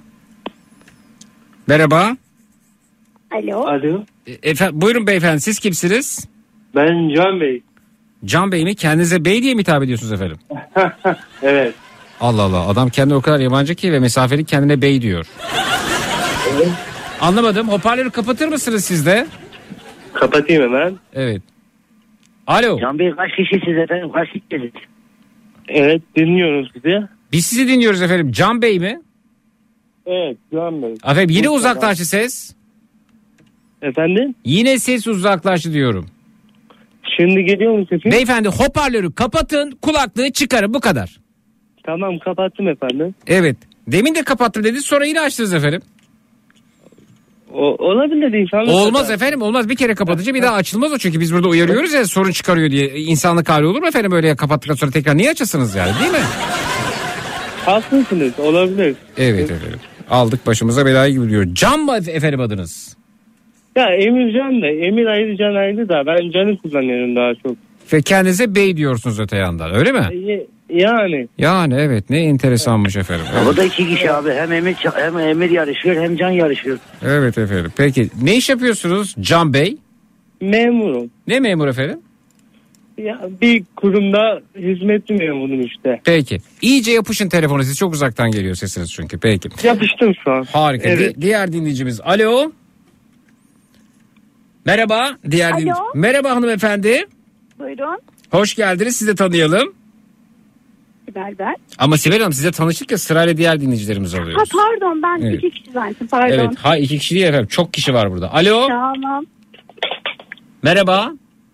Merhaba. Alo. Alo. Efendim, buyurun beyefendi, siz kimsiniz? Ben Can Bey. Can Bey mi? Kendinize bey diye mi hitap ediyorsunuz efendim? Evet. Allah Allah, adam kendi o kadar yabancı ki ve mesafeli kendine bey diyor. Evet. Anlamadım. Hoparlörü kapatır mısınız siz de? Kapatayım hemen. Evet. Alo. Can Bey kaç kişisiniz efendim? Kaç kişisiniz? Evet, dinliyoruz sizi. Biz sizi dinliyoruz efendim. Can Bey mi? Evet, Can Bey. Efendim yine uzaklaştı ses. Efendim? Yine ses uzaklaştı diyorum. Şimdi geliyor mu sesim? Beyefendi hoparlörü kapatın, kulaklığı çıkarın, bu kadar. Tamam, kapattım efendim. Evet. Demin de kapattım dediniz, sonra yine açtınız efendim. O, olabilir inşallah. Olmaz efendim, olmaz. Bir kere kapatınca bir daha açılmaz o, çünkü biz burada uyarıyoruz ya sorun çıkarıyor diye. İnsanlık hali olur mu efendim böyle, kapattıktan sonra tekrar niye açasınız yani, değil mi? Haklısınız, olabilir. Evet efendim. Aldık başımıza belayı gibi diyor. Can mı efendim adınız? Ya Emir Can da. Emir ayrı, Can ayrı da. Ben Can'ı kullanıyorum daha çok. Ve kendinize bey diyorsunuz öte yandan, öyle mi? E, Yani. Yani evet, ne enteresanmış efendim. Evet. O da iki kişi abi. Hem Emir, hem Emir yarışıyor hem Can yarışıyor. Evet efendim. Peki ne iş yapıyorsunuz Can Bey? Memurum. Ne memur efendim? Ya bir kurumda hizmetli memurum işte. Peki. İyice yapışın telefonu, siz çok uzaktan geliyor sesiniz çünkü. Peki. Yapıştım şu an. Harika. Evet. Di- diğer dinleyicimiz. Alo. Merhaba. Diğer Alo. dinleyici. Merhaba hanımefendi. Buyurun. Hoş geldiniz. Sizi de tanıyalım. Sibel ben. Ama Sibel Hanım, size tanıştık ya, sırayla diğer dinleyicilerimizi Ha, alıyoruz. pardon, ben Evet. iki kişi zannettim. Pardon. Evet. Ha, iki kişi değil efendim. Çok kişi var burada. Alo. Tamam. Merhaba.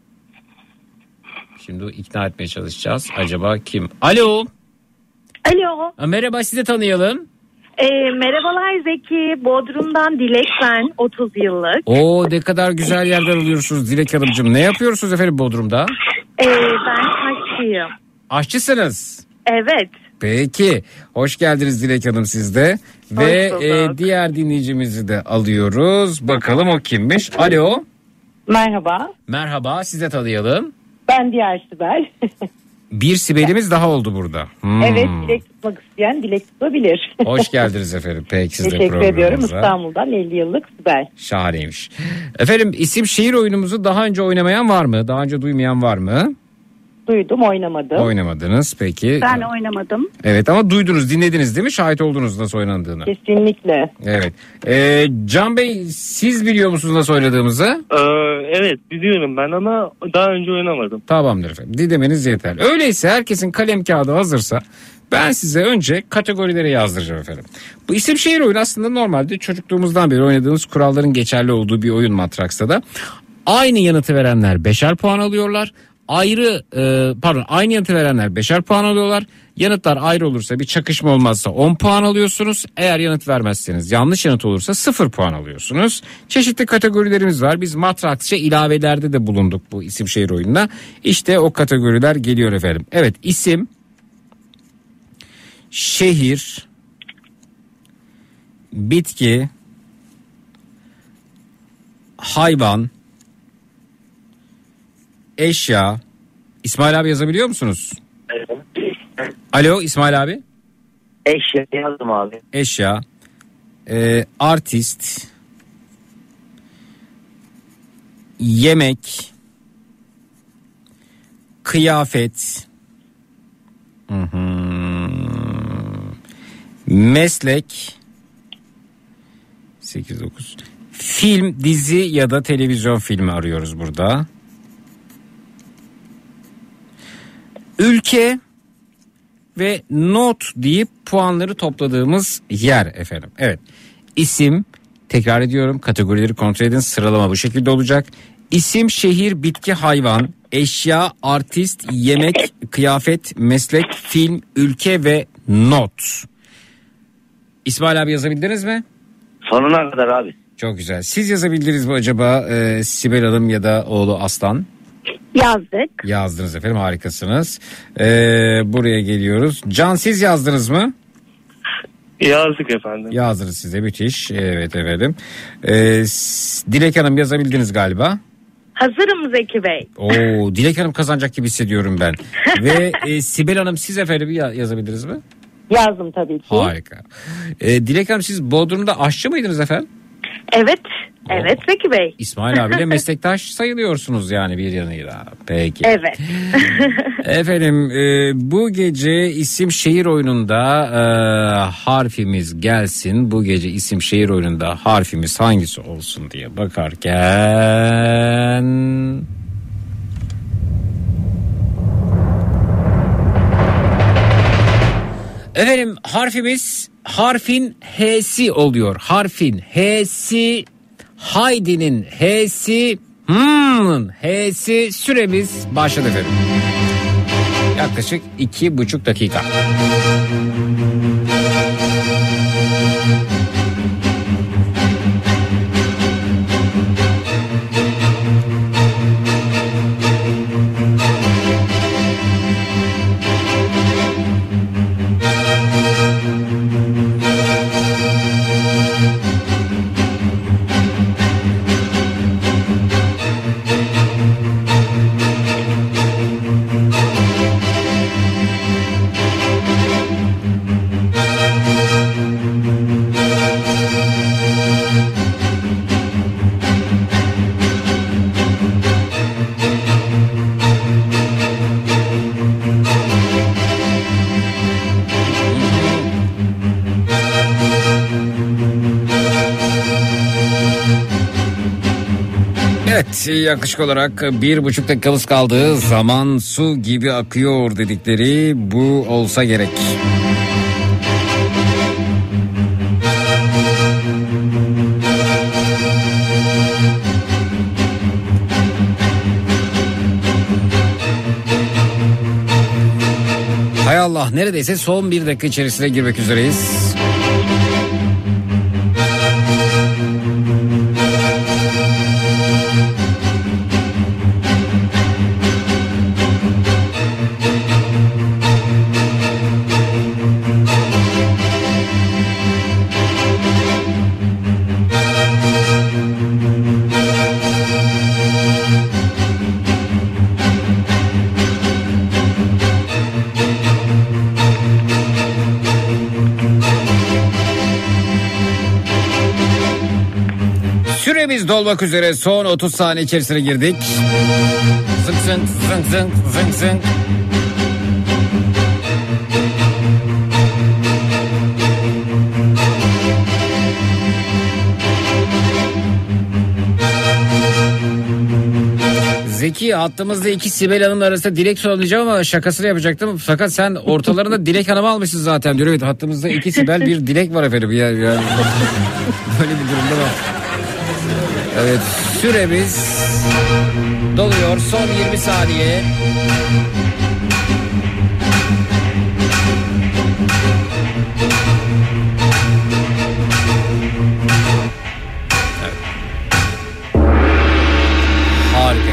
Şimdi ikna etmeye çalışacağız. Acaba kim? Alo. Alo. Ha, merhaba, sizi de tanıyalım. E, merhabalar Zeki. Bodrum'dan Dilek ben. otuz yıllık. Oo, ne kadar güzel yerden alıyorsunuz Dilek Hanımcığım. Ne yapıyorsunuz efendim Bodrum'da? E, ben aşçıyım. Aşçısınız. Evet. Peki. Hoş geldiniz Dilek Hanım siz de. Ve bulduk. e, diğer dinleyicimizi de alıyoruz. Bakalım o kimmiş? Alo. Merhaba. Merhaba, sizi de tanıyalım. Ben diğer Sibel. Bir Sibel'imiz daha oldu burada. Hmm. Evet, dilek tutmak isteyen dilek tutabilir. Hoş geldiniz efendim. Peki, siz de Teşekkür ediyorum. programımıza. İstanbul'dan elli yıllık Sibel. Şahaneymiş. Efendim, isim şehir oyunumuzu daha önce oynamayan var mı? Daha önce duymayan var mı? Duydum, oynamadım. Oynamadınız peki. Ben oynamadım. Evet, ama duydunuz, dinlediniz değil mi? Şahit oldunuz nasıl oynandığını. Kesinlikle. Evet. Ee, Can Bey, siz biliyor musunuz nasıl oynadığımızı? Ee, evet biliyorum ben ama daha önce oynamadım. Tamamdır efendim. Dinlemeniz yeterli. Öyleyse herkesin kalem kağıdı hazırsa ben size önce kategorileri yazdıracağım efendim. Bu isim şehir oyunu aslında normalde çocukluğumuzdan beri oynadığımız kuralların geçerli olduğu bir oyun Matraks'ta da. Aynı yanıtı verenler beşer puan alıyorlar. Ayrı e, pardon aynı yanıtı verenler beşer puan alıyorlar. Yanıtlar ayrı olursa, bir çakışma olmazsa on puan alıyorsunuz. Eğer yanıt vermezseniz, yanlış yanıt olursa sıfır puan alıyorsunuz. Çeşitli kategorilerimiz var. Biz Matraksça ilavelerde de bulunduk bu isim şehir oyununa. İşte o kategoriler geliyor efendim. Evet, isim, şehir, bitki, hayvan, eşya. İsmail abi yazabiliyor musunuz? Alo İsmail abi. Eşya yazdım abi. Eşya. Ee, artist. Yemek. Kıyafet. Hı hı. Meslek. sekiz dokuz. Film, dizi ya da televizyon filmi arıyoruz burada. ülke ve not deyip puanları topladığımız yer efendim. Evet. İsim, tekrar ediyorum, kategorileri kontrol edin, sıralama bu şekilde olacak. İsim, şehir, bitki, hayvan, eşya, artist, yemek, kıyafet, meslek, film, ülke ve not. İsmail abi yazabildiniz mi? Sonuna kadar abi. Çok güzel. Siz yazabildiniz mi acaba e, Sibel Hanım ya da oğlu Aslan? Yazdık. Yazdınız efendim, harikasınız. E, buraya geliyoruz. Can, siz yazdınız mı? Yazdık efendim. Yazdınız size, müthiş. Evet efendim. E, Dilek Hanım yazabildiniz galiba. Hazırım Zeki Bey. Oo, Dilek Hanım kazanacak gibi hissediyorum ben. Ve e, Sibel Hanım, siz efendim yazabildiniz mi? Yazdım tabii ki. Harika. E, Dilek Hanım, siz Bodrum'da aşçı mıydınız efendim? Evet. Evet Zeki Bey. İsmail abiyle meslektaş sayılıyorsunuz yani bir yanıyla. Peki. Evet. Efendim e, bu gece isim şehir oyununda e, harfimiz gelsin. Bu gece isim şehir oyununda harfimiz hangisi olsun diye bakarken... Efendim harfimiz harfin H'si oluyor. Harfin H'si, Haydi'nin H'si, hımm H'si. Süremiz başladı efendim. Yaklaşık iki buçuk dakika. Evet, yaklaşık olarak bir buçuk dakikamız kaldı. Zaman su gibi akıyor dedikleri bu olsa gerek. Hay Allah, neredeyse son bir dakika içerisine girmek üzereyiz. Süremiz dolmak üzere, son otuz saniye içerisine girdik. Zınk zınk zınk zınk zınk zınk. Zeki, hattımızda iki Sibel Hanım'la arasında Dilek sorulacağım ama şakasını yapacaktım. Fakat sen ortalarında Dilek Hanım'ı almışsın zaten diyor. Evet, hattımızda iki Sibel, bir Dilek var efendim. Ya, ya. Böyle bir durumda var. Evet, süremiz doluyor, son yirmi saniye. Evet. Harika.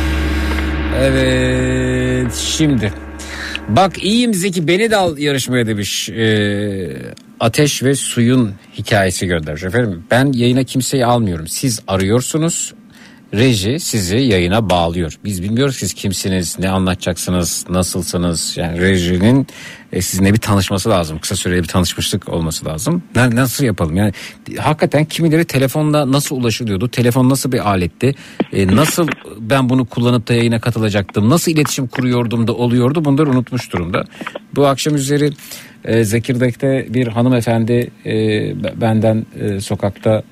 Evet, şimdi bak iyiyim Zeki, beni de al yarışmaya demiş. Ee, Ateş ve Suyun hikayesi göndermiş efendim. Ben yayına kimseyi almıyorum. Siz arıyorsunuz. Reji sizi yayına bağlıyor. Biz bilmiyoruz siz kimsiniz, ne anlatacaksınız, nasılsınız. Yani rejinin e, sizinle bir tanışması lazım. Kısa süreli bir tanışmışlık olması lazım. Ne, nasıl yapalım? Yani hakikaten kimileri telefonda nasıl ulaşılıyordu? Telefon nasıl bir aletti? E, nasıl ben bunu kullanıp da yayına katılacaktım? Nasıl iletişim kuruyordum da oluyordu? Bunları unutmuş durumda. Bu akşam üzeri e, Zekirdek'te bir hanımefendi e, benden e, sokakta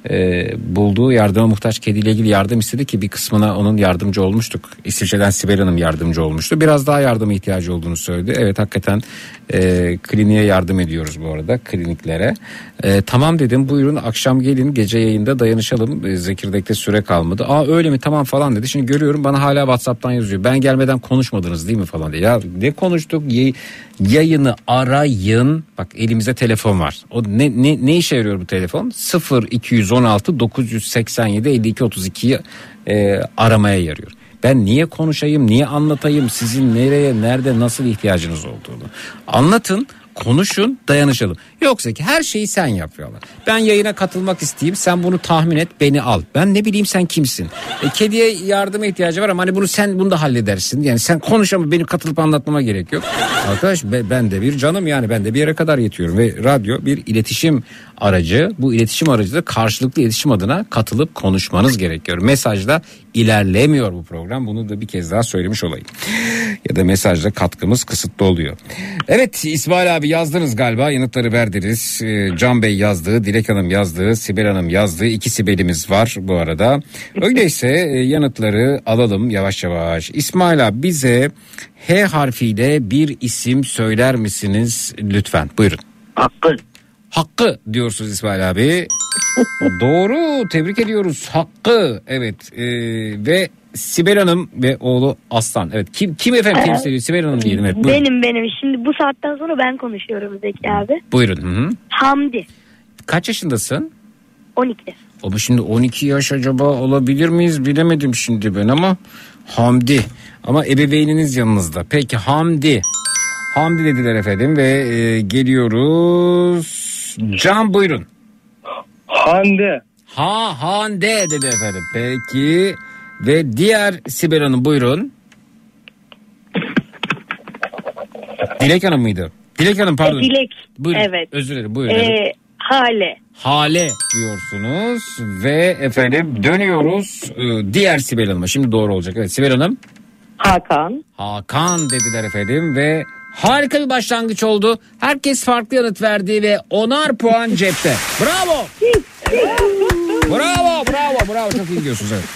e, bulduğu yardıma muhtaç kediyle ilgili yardım istedi ki bir kısmına onun yardımcı olmuştuk. İsviçre'den Sibel Hanım yardımcı olmuştu. Biraz daha yardıma ihtiyacı olduğunu söyledi. Evet hakikaten e, kliniğe yardım ediyoruz bu arada, kliniklere. E, tamam dedim, buyurun akşam gelin, gece yayında dayanışalım. E, Zekirdek'te süre kalmadı. Aa öyle mi, tamam falan dedi. Şimdi görüyorum bana hala WhatsApp'tan yazıyor. Ben gelmeden konuşmadınız değil mi falan diye. Ya ne konuştuk? Y- yayını arayın. Bak elimize telefon var. O ne ne ne işe yarıyor bu telefon? sıfır iki on altı dokuz seksen yedi elli iki otuz ikiyi e, aramaya yarıyor. Ben niye konuşayım, niye anlatayım sizin nereye, nerede, nasıl ihtiyacınız olduğunu. Anlatın, konuşun, dayanışalım. Yoksa ki her şeyi sen yapıyorlar. Ben yayına katılmak isteyeyim, sen bunu tahmin et, beni al. Ben ne bileyim sen kimsin? E, kediye yardıma ihtiyacı var ama hani bunu sen bunu da halledersin. Yani sen konuş ama benim katılıp anlatmama gerek yok. Arkadaş ben de bir canım, yani ben de bir yere kadar yetiyorum. Ve radyo bir iletişim aracı. Bu iletişim aracı da karşılıklı iletişim adına katılıp konuşmanız gerekiyor. Mesajla ilerlemiyor bu program. Bunu da bir kez daha söylemiş olayım. Ya da mesajla katkımız kısıtlı oluyor. Evet İsmail abi yazdınız galiba, yanıtları verdiniz. Ee, Can Bey yazdı, Dilek Hanım yazdı, Sibel Hanım yazdı. İki Sibel'imiz var bu arada. Öyleyse e, yanıtları alalım yavaş yavaş. İsmail abi bize H harfiyle bir isim söyler misiniz lütfen? Buyurun. Hakkı. Hakkı diyorsunuz İsmail abi. Doğru, tebrik ediyoruz. Hakkı. Evet e, ve Sibel Hanım ve oğlu Aslan. Evet kim kim efendim temsil ediyor? Sibel Hanım diyelim. Evet, buyurun. Benim benim. Şimdi bu saatten sonra ben konuşuyorum Zeki abi. Buyurun. Hı hı. Hamdi. Kaç yaşındasın? on iki. Ama şimdi on iki yaş acaba olabilir miyiz bilemedim şimdi ben ama Hamdi. Ama ebeveyniniz yanınızda. Peki Hamdi. Hamdi dediler efendim ve e, geliyoruz. Can buyurun. Hande. Ha Hande dedi efendim. Peki ve diğer Sibel Hanım buyurun. Dilek Hanım mıydı? Dilek Hanım pardon. E, Dilek. Buyurun. Evet. Özür dilerim buyurun. Ee, Evet. Hale. Hale diyorsunuz ve efendim dönüyoruz ee, diğer Sibel Hanım'a. Şimdi doğru olacak. Evet Sibel Hanım. Hakan. Hakan dediler efendim ve harika bir başlangıç oldu. Herkes farklı yanıt verdi ve onar puan cepte. Bravo. Bravo bravo bravo çok iyi gidiyorsunuz evet.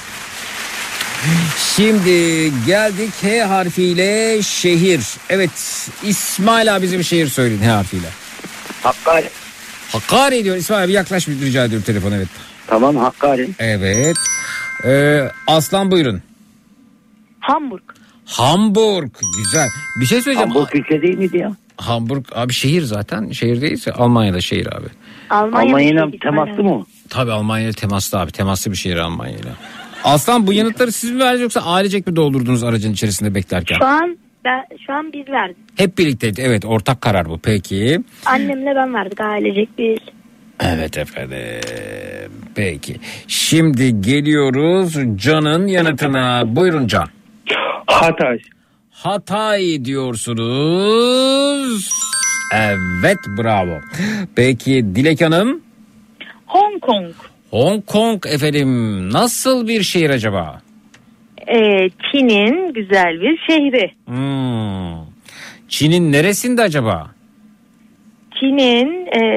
Şimdi geldik H harfiyle şehir. Evet İsmail abi bize bir şehir söyleyin H harfiyle. Hakkari. Hakkari diyor İsmail abi, yaklaş bir rica ediyorum telefona evet. Tamam Hakkari. Evet. Ee, Aslan buyurun. Hamburg. Hamburg güzel. Bir şey söyleyeceğim. Hamburg ülke değil miydi ya? Hamburg abi şehir zaten. Şehir değilse Almanya'da şehir abi. Almanya Almanya'yla temaslı mı? Tabii Almanya'yla temaslı abi. Temaslı bir şehir Almanya'yla. Aslan bu yanıtları siz mi verdiniz yoksa ailecek mi doldurdunuz aracın içerisinde beklerken? Şu an ben şu an biz verdik. Hep birlikteydi. Evet ortak karar bu. Peki. Annemle ben verdik ailecek bir. Evet efendim. Peki. Şimdi geliyoruz Can'ın yanıtına. Buyurun Can. Hatay. Hatay diyorsunuz. Evet bravo. Peki Dilek Hanım. Hong Kong. Hong Kong efendim. Nasıl bir şehir acaba? Ee, Çin'in güzel bir şehri. Hmm. Çin'in neresinde acaba? Çin'in e,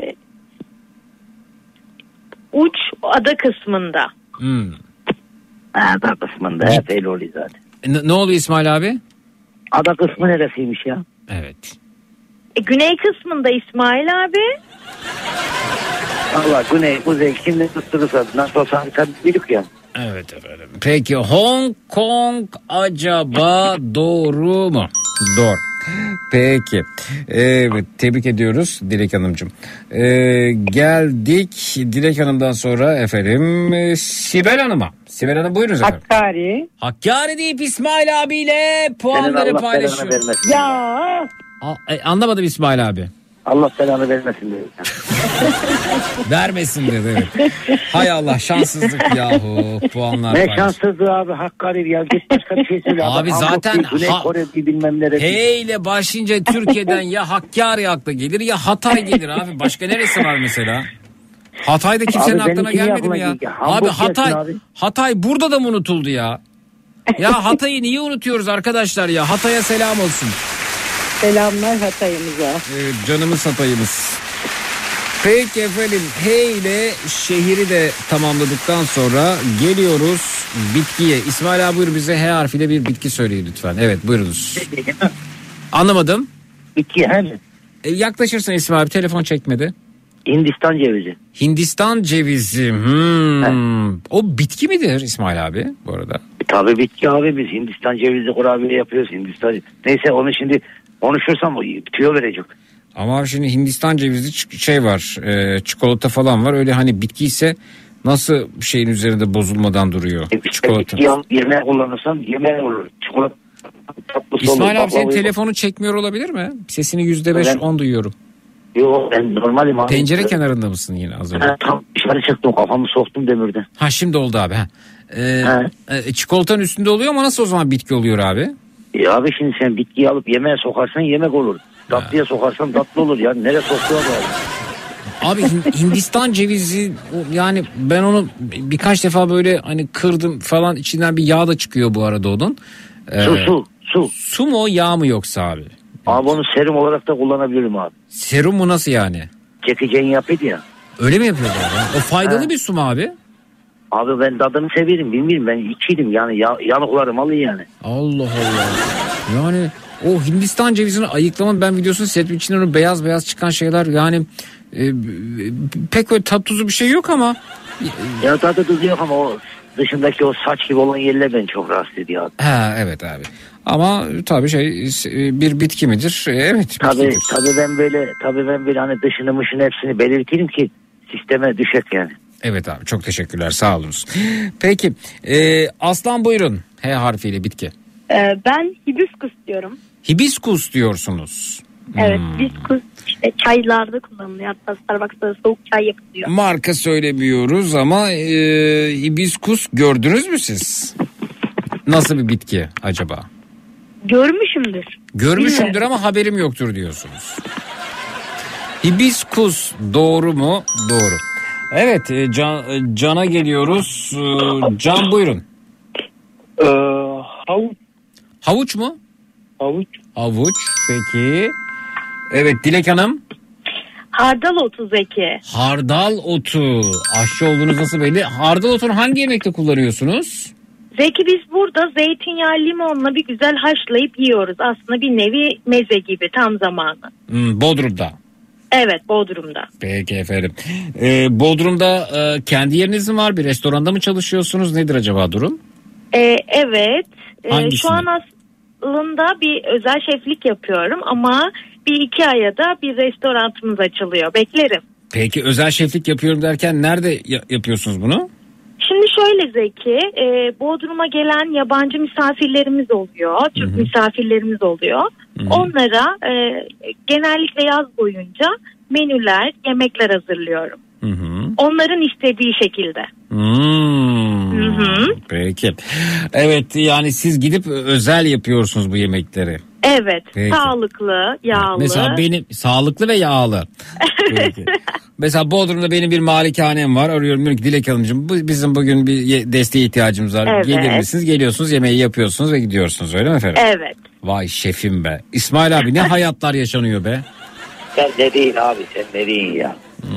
uç ada kısmında. Hmm. Ada kısmında hep öyle oluyor zaten. Ne, ne oluyor İsmail abi? Ada kısmı neresiymiş ya? Evet. E, güney kısmında İsmail abi. Allah güney kuzey kimle tutturursa nasıl olsa harita büyük ya. Evet efendim. Peki Hong Kong acaba doğru mu? Doğru. Peki. Evet tebrik ediyoruz Dilek Hanımcığım. Ee, geldik Dilek Hanım'dan sonra efendim Sibel Hanım'a. Sibel Hanım buyurunuz efendim. Hakkari. Hakkari deyip İsmail abiyle puanları paylaşıyor. Ya. A, e, anlamadım İsmail abi. Allah belanı vermesin dedi. Vermesin dedi evet. Hay Allah şanssızlık yahu puanlar. Ne paylaş. şanssızlığı abi Hakkari ya git başka bir şey söyle. Abi Hamburg zaten değil, Güney ha- Kore değil, bilmem neresi. H ile başlayınca Türkiye'den ya Hakkari akla gelir ya Hatay gelir abi. Başka neresi var mesela? Hatay'da kimsenin Abi aklına benimki gelmedi mi ya? aklına geldi. Abi Hamburg Hatay gelsin abi. Hatay burada da mı unutuldu ya? Ya Hatay'ı niye unutuyoruz arkadaşlar ya? Hatay'a selam olsun. Selamlar Hatay'ımıza. Ee, canımız Hatay'ımız. Peki efendim, H ile şehri de tamamladıktan sonra geliyoruz bitkiye. İsmail abi buyur, bize H harfiyle bir bitki söyleyin lütfen. Evet buyurunuz. Anlamadım. Bitki he mi? E, yaklaşırsın İsmail abi, telefon çekmedi. Hindistan cevizi. Hindistan cevizi. Hmm. O bitki midir İsmail abi bu arada? E, tabii bitki abi, biz Hindistan cevizi kurabiye yapıyoruz. Hindistan. Neyse onu şimdi konuşursam tüyo verecek. Ama şimdi Hindistan cevizi şey var, e, çikolata falan var. Öyle hani bitki ise nasıl şeyin üzerinde bozulmadan duruyor? E, çikolata. Bitki yemeğe kullanırsan yemeğe olur. Çikolata. İsmail abi senin telefonu çekmiyor olabilir mi? Sesini yüzde beş on duyuyorum. Yok ben normalim abi. Pencere kenarında mısın yine az önce? Ha, tam dışarı çıktım, kafamı soktum demirden. Ha şimdi oldu abi. Ha. Ee, e, çikolatanın üstünde oluyor ama nasıl o zaman bitki oluyor abi? E abi şimdi sen bitkiyi alıp yemeğe sokarsan yemek olur. Tatlıya sokarsan tatlı olur ya. Nereye soktuğuna bağlı. Abi Hindistan cevizi yani ben onu birkaç defa böyle hani kırdım falan, içinden bir yağ da çıkıyor bu arada onun. Ee, su su su. Su mu o, yağ mı yoksa abi? Abi onu serum olarak da kullanabilirim abi. Serum mu, nasıl yani? Çekeceğin yapıydı ya. Öyle mi yapıyorlar ya? O faydalı He. bir su mu abi? Abi ben tadını severim, bilmiyorum, ben içiydim yani ya, yanıklarım alıyor yani. Allah Allah. Yani o Hindistan cevizini ayıklama, ben videosunu seyrettim, içinden o beyaz beyaz çıkan şeyler yani e, pek öyle tat tuzu bir şey yok ama. Ya tadı tuzu yok ama o dışındaki o saç gibi olan yerler beni çok rahatsız ediyor abi. Ha evet abi. Ama tabii şey bir bitki midir? Evet. Tabii tabii ben böyle tabii ben böyle hani dışını mışını hepsini belirtirim ki sisteme düşek yani. Evet abi, çok teşekkürler, sağ olunuz. Peki e, Aslan buyurun, H harfiyle bitki. Ee, ben hibiskus diyorum. Hibiskus diyorsunuz. Evet, hmm. hibiskus işte çaylarda kullanılıyor. Hatta Starbucks'ta soğuk çay yapılıyor. Marka söylemiyoruz ama e, hibiskus gördünüz mü siz? Nasıl bir bitki acaba? Görmüşümdür. Görmüşümdür Bilmiyorum. ama haberim yoktur diyorsunuz. Hibiskus doğru mu? Doğru. Evet, Can, Can'a geliyoruz. Can buyurun. Ee, havuç. Havuç mu? Havuç. Havuç peki. Evet Dilek Hanım. Hardal otu Zeki. Hardal otu. Aşçı olduğunuz nasıl belli? Hardal otunu hangi yemekte kullanıyorsunuz? Zeki biz burada zeytinyağı limonla bir güzel haşlayıp yiyoruz. Aslında bir nevi meze gibi, tam zamanı. Hmm, Bodrum'da. Evet, Bodrum'da. Peki efendim. Ee, Bodrum'da e, kendi yeriniz mi var? Bir restoranda mı çalışıyorsunuz? Nedir acaba durum? Ee, evet. Ee, şu an Hangisini? aslında bir özel şeflik yapıyorum ama bir iki aya da bir restoranımız açılıyor. Beklerim. Peki özel şeflik yapıyorum derken nerede ya- yapıyorsunuz bunu? Şimdi şöyle Zeki, e, Bodrum'a gelen yabancı misafirlerimiz oluyor, Türk Hı hı. misafirlerimiz oluyor. Hı hı. Onlara e, genellikle yaz boyunca menüler, yemekler hazırlıyorum. Hı hı. Onların istediği şekilde. Hmm. Hı hı. Peki. Evet, yani siz gidip özel yapıyorsunuz bu yemekleri. Evet, Peki. sağlıklı, yağlı. Mesela benim sağlıklı ve yağlı. Peki. Mesela Bodrum'da benim bir malikanem var. Arıyorum, diyorum ki Dilek Hanımcığım, bu, bizim bugün bir ye- desteğe ihtiyacımız var. Evet. Gelir misiniz? Geliyorsunuz, yemeği yapıyorsunuz ve gidiyorsunuz, öyle mi efendim? Evet. Vay şefim be. İsmail abi ne hayatlar yaşanıyor be. Sen ne değil abi, sen ne değil ya. Hmm.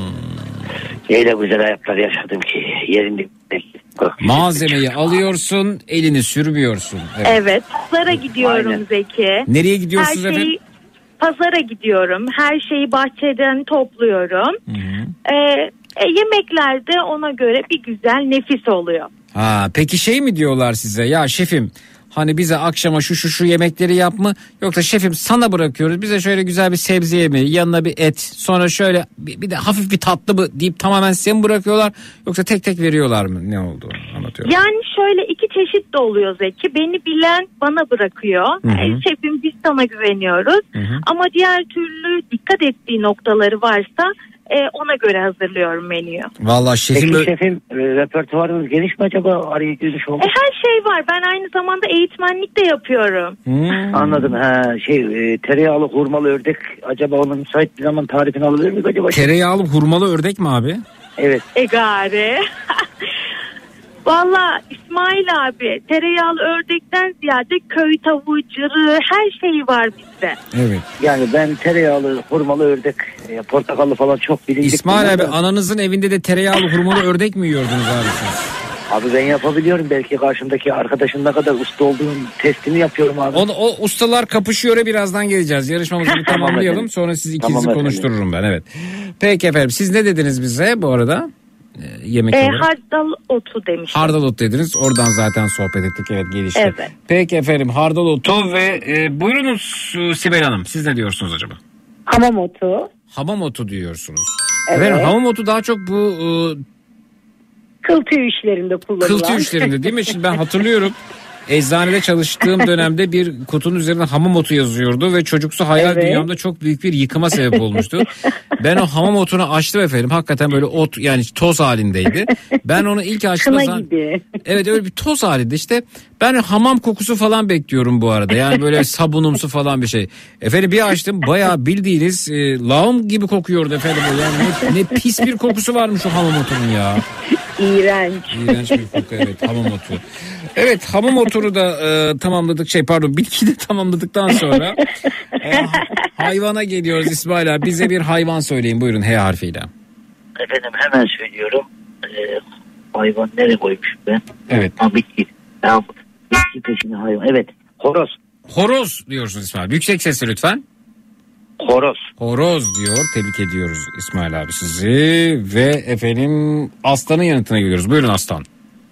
Neyle güzel hayatlar yaşadım ki yerinde. Malzemeyi alıyorsun, elini sürmüyorsun. Evet. Evet, pazara gidiyorum Aynen. Zeki. Nereye gidiyorsunuz Her şeyi, efendim? Pazara gidiyorum. Her şeyi bahçeden topluyorum. Hı hı. Ee, e, yemekler de ona göre bir güzel nefis oluyor. Ha, peki şey mi diyorlar size, ya şefim hani bize akşama şu şu şu yemekleri yap mı, yoksa şefim sana bırakıyoruz, bize şöyle güzel bir sebze yemeği, yanına bir et, sonra şöyle bir, bir de hafif bir tatlı mı deyip tamamen size mi bırakıyorlar, yoksa tek tek veriyorlar mı, ne oldu anlatıyorum. Yani şöyle iki çeşit de oluyor Zeki. Beni bilen bana bırakıyor. Hı hı. E, şefim biz sana güveniyoruz. Hı hı. Ama diğer türlü dikkat ettiği noktaları varsa e, ona göre hazırlıyorum menüyü. Vallahi şefim Peki böyle- şefim e, repertuarınız geniş mi acaba? Araya girmiş E, olduk. her şey var. Ben aynı zamanda eğitmenlik de yapıyorum. Hmm. Anladım. Ha, şey e, tereyağlı hurmalı ördek, acaba onun müsait bir zaman tarifini alabilir miyiz acaba? Tereyağlı hurmalı ördek mi abi? Evet. E gari. Valla İsmail abi tereyağlı ördekten ziyade köy tavuğu, cırı her şey var bizde. Evet. Yani ben tereyağlı, hurmalı ördek, e, portakallı falan çok bilindik. İsmail abi bunlar da- ananızın evinde de tereyağlı hurmalı ördek mi yiyordunuz abi siz? Abi ben yapabiliyorum. Belki karşımdaki arkadaşın ne kadar usta olduğunun testini yapıyorum abi. O, o ustalar kapışıyor, birazdan geleceğiz. Yarışmamızı bir Tamam tamamlayalım. efendim. Sonra siz ikinizi Tamam efendim. konuştururum ben. Evet. Peki efendim, siz ne dediniz bize bu arada? Ee, yemek E, olarak. hardal otu demiş. Hardal otu dediniz. Oradan zaten sohbet ettik. Evet, gelişti. Evet. Peki efendim, hardal otu ve e, buyurunuz e, Sibel Hanım. Siz ne diyorsunuz acaba? Hamam otu. Hamam otu diyorsunuz. Evet. Efendim, hamam otu daha çok bu e, Kıl tüyü işlerinde kullanılan. kıl tüy işlerinde değil mi? Şimdi ben hatırlıyorum. Eczanede çalıştığım dönemde bir kutunun üzerine hamam otu yazıyordu ve çocuksu hayal Evet. dünyamda çok büyük bir yıkıma sebep olmuştu. Ben o hamam otunu açtım efendim. Hakikaten böyle ot, yani toz halindeydi. Ben onu ilk açtığım Kına zaman... gibi. Evet, öyle bir toz halinde işte. Ben hamam kokusu falan bekliyorum bu arada. Yani böyle sabunumsu falan bir şey. Efendim bir açtım, bayağı bildiğiniz e, lağım gibi kokuyordu efendim. Yani ne, ne pis bir kokusu varmış o hamam otunun ya. İğrenç. İğrenç bir koku, evet, hamam otu. Evet, hamam otunu da e, tamamladık, şey pardon bitkiyi de tamamladıktan sonra e, ha- hayvana geliyoruz İsmail abi. Bize bir hayvan söyleyin buyurun, H harfiyle. Efendim hemen söylüyorum. Ee, hayvan nereye koymuşum ben? Evet. Ha, bitki. Ya, bitki peşine hayvan. Evet. Horoz. Horoz diyorsunuz İsmail abi. Yüksek sesle lütfen. Horoz. Horoz diyor. Tebrik ediyoruz İsmail abi sizi. Ve efendim aslanın yanıtına geliyoruz. Buyurun aslan.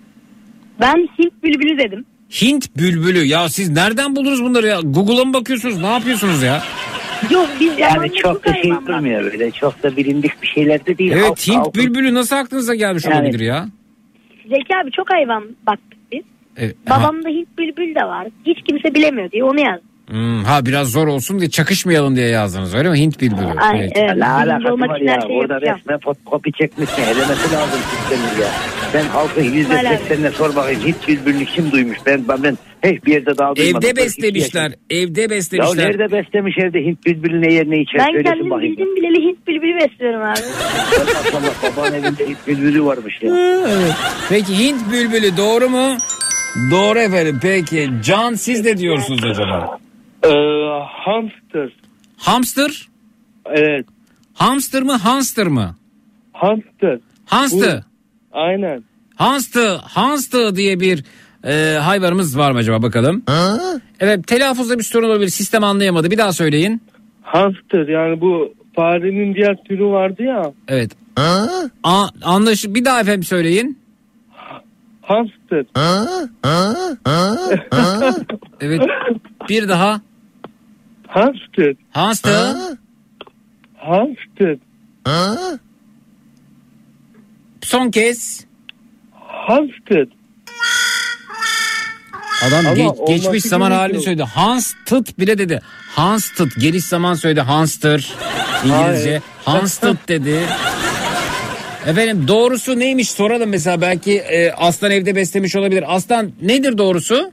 Ben Hint bülbülü dedim. Hint bülbülü. Ya siz nereden buldunuz bunları ya? Google'a mı bakıyorsunuz? Ne yapıyorsunuz ya? Yok biz Yani çok da şey durmuyor böyle. Çok da bilindik bir şeyler de değil. Evet, Alt- Hint alt- bülbülü nasıl aklınıza gelmiş Yani- olabilir ya? Zeki abi çok hayvan baktık biz. Evet, ha, Babamda Hint bülbül de var. Hiç kimse bilemiyor diye onu yazdım. hmm, ha biraz zor olsun diye, çakışmayalım diye yazdınız öyle mi? Hint bülbülü. Ay, Evet. evet. Ne Birinci alakası olmak var için ya? her şeyi Orada yapacağım. resmen fotokopi çekmişsin. Elemesi lazım sistemin ya. Sen halkın yüzde Hala. seksenine sor bakayım. Hint bülbülünü kim duymuş? Ben ben, ben hiçbir yerde daha duymadım. Evde Ben beslemişler. Evde Ya beslemişler. nerede beslemiş evde Hint bülbülü ne yer ne içer? Ben Söylesin kendim bakayım. bildim bileli Hint bülbülü besliyorum abi. Maşallah babanın evinde Hint bülbülü varmış ya. Evet. Peki Hint bülbülü doğru mu? Doğru efendim. Peki Can, siz ne diyorsunuz acaba? Ee, hamster. Hamster? Evet. Hamster mı, hamster mı? Hamster. Hamster. Aynen. Hamster, hamster diye bir e, hayvanımız var mı acaba, bakalım. Evet, telaffuzda bir sorun olabilir. Sistem anlayamadı. Bir daha söyleyin. Hamster, yani bu farenin diğer türü vardı ya. Evet. A, anlaş bir daha efendim söyleyin. Hamster. Evet. Bir daha. Hamster. Hamster. Hamster. Son kez. Hamster. Adam Ama geç- olması geçmiş zaman gerekiyor. halini söyledi. Hanstıt bile dedi. Hanstıt. Geliş zaman söyledi. Hamster. İngilizce. Hayır. Hanstıt dedi. Efendim doğrusu neymiş soralım mesela, belki e, aslan evde beslemiş olabilir. Aslan nedir doğrusu?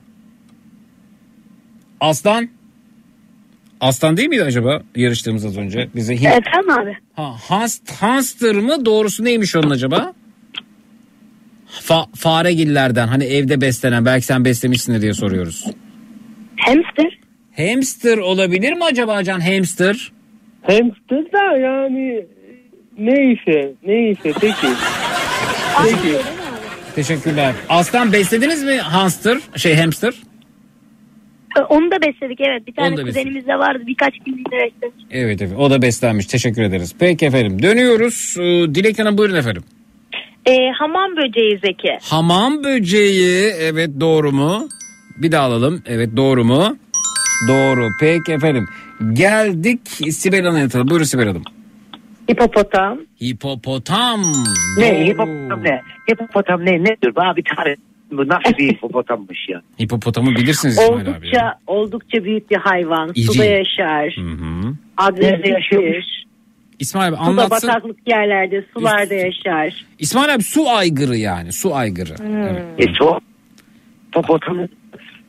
Aslan? Aslan değil miydi acaba yarıştığımız az önce? Bize Hint... Efendim abi. Ha, hast, hamster mı? Doğrusu neymiş onun acaba? Fa, faregillerden, hani evde beslenen, belki sen beslemişsindir diye soruyoruz. Hamster. Hamster olabilir mi acaba Can? Hamster. Hamster da yani neyse neyse peki. Peki. Teşekkürler. Aslan beslediniz mi hamster? Şey hamster? Onu da besledik evet. Bir Onu tane da kuzenimiz de vardı. Birkaç günlüğüne besledik. Evet evet, o da beslenmiş. Teşekkür ederiz. Peki efendim, dönüyoruz. Ee, Dilek Hanım buyurun efendim. E, hamam böceği Zeki. Hamam böceği, evet doğru mu? Bir daha alalım. Evet doğru mu? Doğru. Peki efendim. Geldik Sibel Hanım'a. Buyurun Sibel Hanım. Hipopotam. Hipopotam. Ne Doğru. hipopotam ne? Hipopotam ne? Nedir? Bana bir tarif. Bu nasıl bir hipopotammış ya? Hipopotamı bilirsiniz İsmail abi. Oldukça Ya. oldukça büyük bir hayvan. İri. Suda yaşar. Hı hı. Nerede yaşıyormuş? Agresiftir. İsmail abi Suda anlatsın. bataklık yerlerde, sularda yaşar. İsmail abi su aygırı yani. Su aygırı. Hmm. Evet. E çok hipopotam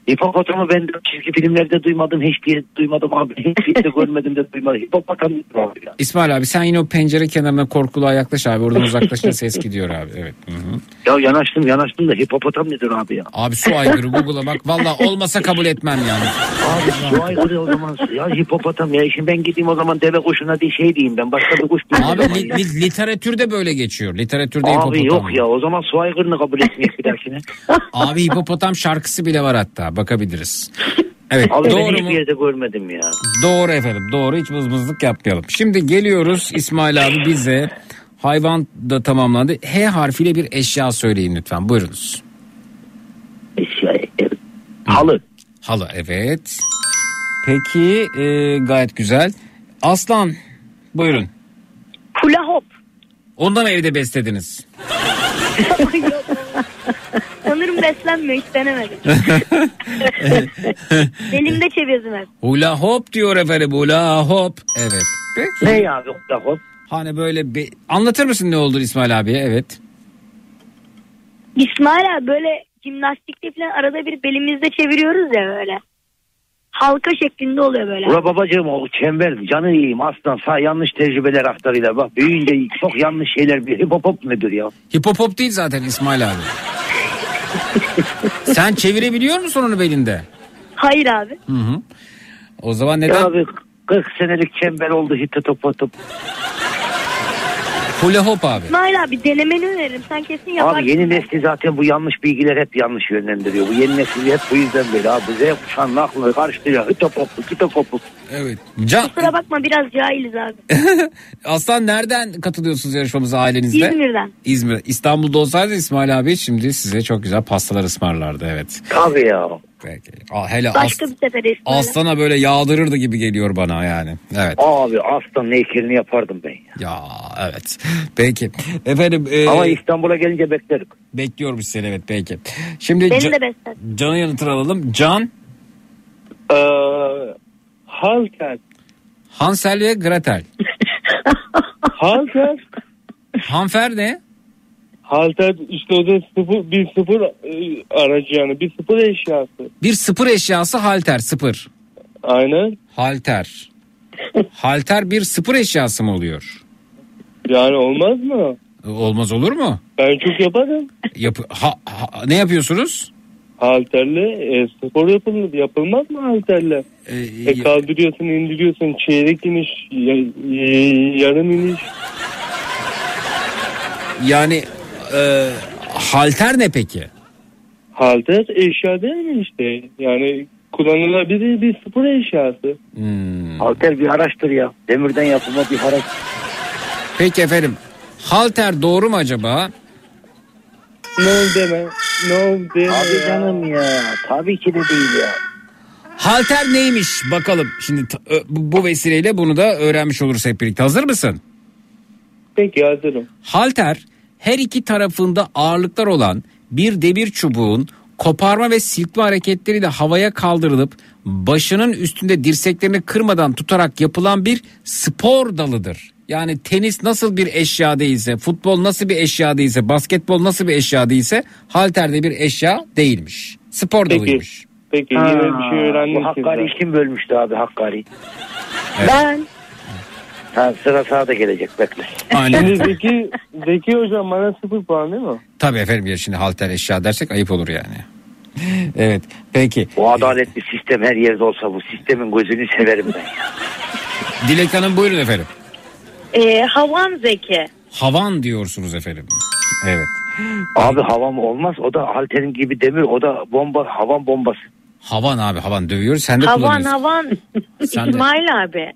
Hipopotamı ben de çizgi filmlerde duymadım, hiçbir yerde duymadım abi. Hiçbir yerde görmedim de duymadım. Hipopotam nedir abi ya? İsmail abi sen yine o pencere kenarına korkuluğa yaklaş abi. Oradan uzaklaşınca ses gidiyor abi. Evet. Hı-hı. Ya yanaştım yanaştım da hipopotam nedir abi ya? Abi su aygırı Google'a bak. Valla olmasa kabul etmem yani. Abi su aygırı o zaman. Ya hipopotam ya. Şimdi ben gideyim o zaman deve kuşuna diye şey diyeyim ben. Başka bir kuş Abi diyeyim. li, li, literatürde böyle geçiyor. Literatürde Abi hipopotam. yok ya o zaman su aygırını kabul etmeyek bir dahakine. Abi hipopotam şarkısı bile var hatta. Bakabiliriz. Evet Abi doğru ben mu? hiçbir yerde görmedim ya. Doğru efendim doğru, hiç mızmızlık yapmayalım. Şimdi geliyoruz İsmail abi bize hayvan da tamamlandı. H harfiyle bir eşya söyleyin lütfen, buyurunuz. Eşya evet. Halı. Halı evet. Peki e, gayet güzel. Aslan buyurun. Hula hop. Ondan mı evde beslediniz? Yok. Sanırım beslenmiyor, hiç denemedim. Elimde çeviriyorum hep. Hula hop diyor efendim, hula hop. Evet. Peki. Ne abi hula hop? Hani böyle be... anlatır mısın ne olur İsmail abiye? Evet. İsmail abi böyle jimnastikte falan arada bir belimizde çeviriyoruz ya böyle. Halka şeklinde oluyor böyle. Ula babacığım o çember canı yiyeyim aslan sağ yanlış tecrübeler aktarıyla bak büyüyünce çok yanlış şeyler bir hipopop nedir ya? Hipopop değil zaten İsmail abi. Sen çevirebiliyor musun onu belinde? Hayır abi. Hı hı. O zaman neden? Ya abi kırk senelik çember oldu hitotopotop. Hula hop abi. İsmail abi denemeni öneririm, sen kesin yaparsın. Abi yeni nesli zaten bu yanlış bilgiler hep yanlış yönlendiriyor. Bu yeni nesil hep bu yüzden böyle abi. Z kuşağının aklını karıştırıyor. Hitopopuk hitopopuk. Evet. Can... Kusura bakma biraz cahiliz abi. Aslan nereden katılıyorsunuz yarışmamıza ailenizle? İzmir'den. İzmir. İstanbul'da olsaydı İsmail abi şimdi size çok güzel pastalar ısmarlardı evet. Tabii ya. Peki. Aa, hele Başka as- bir sefere İsmail. Aslana böyle yağdırırdı gibi geliyor bana yani. Evet. Abi aslan heykelini yapardım ben ya. Ya evet. Peki. Efendim. E, Ama İstanbul'a gelince beklerim. Bekliyorum seni evet peki. Şimdi Beni Can, de besler. Can'ın yanıtını alalım. Can. Ee, Halter. Hansel ve Gretel. Halter. Hanfer ne? Halter işte o da sıfır, bir sıfır e, aracı yani bir sıfır eşyası. Bir sıfır eşyası halter sıfır. Aynen. Halter. Halter bir sıfır eşyası mı oluyor? Yani olmaz mı? Olmaz olur mu? Ben çok yaparım. Yap ha, ha, ne yapıyorsunuz? Halterle e, spor yapılır. Yapılmaz mı halterle? Ee, E, kaldırıyorsun, indiriyorsun. Çeyrek iniş, ya, y- yarım iniş. Yani e, halter ne peki? Halter eşya değil mi işte? Yani kullanılabilir bir spor eşyası. Hmm. Halter bir araçtır ya. Demirden yapılma bir araç. Peki efendim. Halter doğru mu acaba? Ne oldu deme. Ne oldu deme Abi ya. canım ya. Tabii ki de değil ya. Halter neymiş bakalım. Şimdi ta- ö- bu bu vesileyle bunu da öğrenmiş oluruz hep birlikte. Hazır mısın? Peki hazırım. Halter her iki tarafında ağırlıklar olan bir demir çubuğun koparma ve silkme hareketleriyle havaya kaldırılıp başının üstünde dirseklerini kırmadan tutarak yapılan bir spor dalıdır. Yani tenis nasıl bir eşya değilse, futbol nasıl bir eşya değilse, basketbol nasıl bir eşya değilse halter de bir eşya değilmiş. Spor Peki. dalıymış. Peki Ha, yine bir şey öğrendim. Bu Hakkari kim bölmüştü abi Hakkari? Evet. Ben. Ha, sıra sağda gelecek bekle. Aynen. Şimdi Zeki, Zeki hocam bana sıfır puan değil mi? Tabii efendim ya şimdi halter eşya dersek ayıp olur yani. Evet peki. Bu adaletli sistem her yerde olsa bu sistemin gözünü severim ben ya. Dilek Hanım buyurun efendim. Ee, Havan Zeki. Havan diyorsunuz efendim. Evet. Abi havam olmaz o da halterin gibi demir o da bomba havan bombası. Havan abi havan dövüyoruz sen de Havan kullanıyorsun. Havan. Sen de. İsmail abi.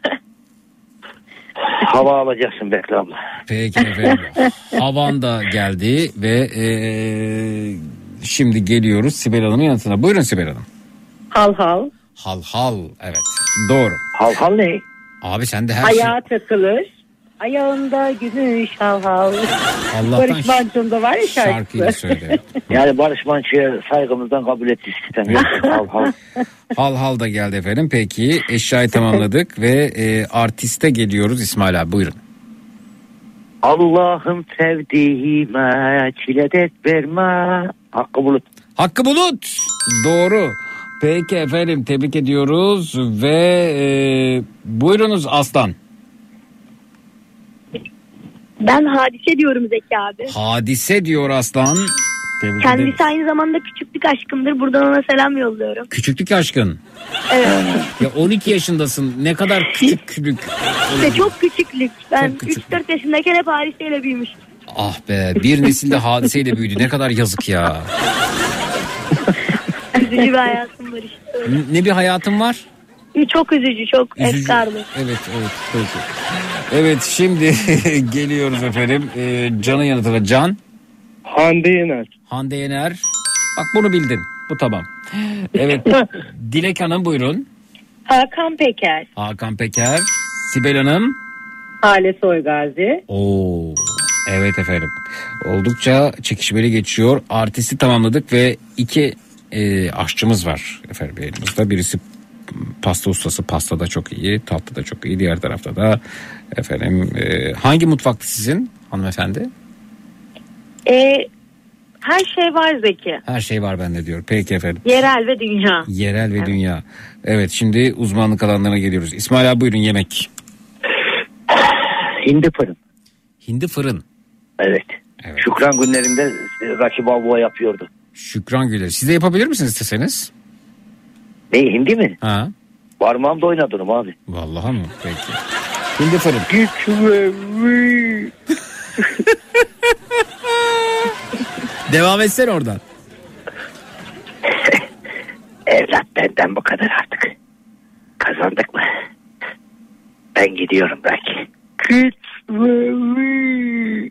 Hava alacaksın bekle abla. Peki efendim. Havan da geldi ve ee, şimdi geliyoruz Sibel Hanım'ın yanıtına. Buyurun Sibel Hanım. Hal hal. Hal hal evet doğru. Hal hal ne? Abi sen de her şey Ayağa takılır. Ayağında gümüş hal hal. Allah'tan Barış Manço'nda var ya şarkıyla şarkısı. söyle. Yani Barış Manço'ya saygımızdan kabul ettiği sistem. Yok, hal hal. Hal hal da geldi efendim. Peki eşyayı tamamladık ve e, artiste geliyoruz İsmail abi buyurun. Allah'ım sevdiğime çile dert verme. Hakkı Bulut. Hakkı Bulut. Doğru. Peki efendim, tebrik ediyoruz ve e, buyurunuz Aslan. Ben Hadise diyorum Zeki abi. Hadise diyor Aslan. Tebrik Kendisi ederiz. aynı zamanda küçüklük aşkımdır. Buradan ona selam yolluyorum. Küçüklük aşkın. Evet. Ya on iki yaşındasın. Ne kadar küçüklük. İşte çok küçüklük. Ben Çok küçük. üç dört yaşındayken hep Hadise'yle büyümüştüm. Ah be, bir nesilde Hadiseyle büyüdü. Ne kadar yazık ya. Üzücü bir hayatım var işte. N- Ne bir hayatın var? Çok üzücü, çok Üzücü. efkarlı. Evet, evet. Peki. Evet, şimdi geliyoruz efendim. Ee, Can'ın yanıtına. Can. Hande Yener. Hande Yener. Bak bunu bildin. Bu tamam. Evet. Dilek Hanım buyurun. Hakan Peker. Hakan Peker. Sibel Hanım. Hale Soygazi. Oo. Evet efendim. Oldukça çekişmeli geçiyor. Artisti tamamladık ve iki e, aşçımız var efendim elimizde. Birisi pasta ustası, pastada çok iyi, tatlıda çok iyi. Diğer tarafta da efendim e, hangi mutfaktı sizin hanımefendi? Ee, her şey var Zeki. Her şey var bende diyor. Peki efendim. Yerel ve dünya. Yerel ve dünya. Evet, şimdi uzmanlık alanlarına geliyoruz. İsmail abi buyurun, yemek. Hindi fırın. Hindi fırın. Evet. Evet. Şükran günlerinde Rocky Balboa yapıyordu. Şükran Güler. Siz de yapabilir misiniz isteseniz? Ne, hindi mi? Ha. Parmağımda oynadım abi. Vallahi mı? Peki. Hindi fırın. Gitme. Devam etsene oradan. Evlat, benden bu kadar artık. Kazandık mı? Ben gidiyorum belki. Gitme.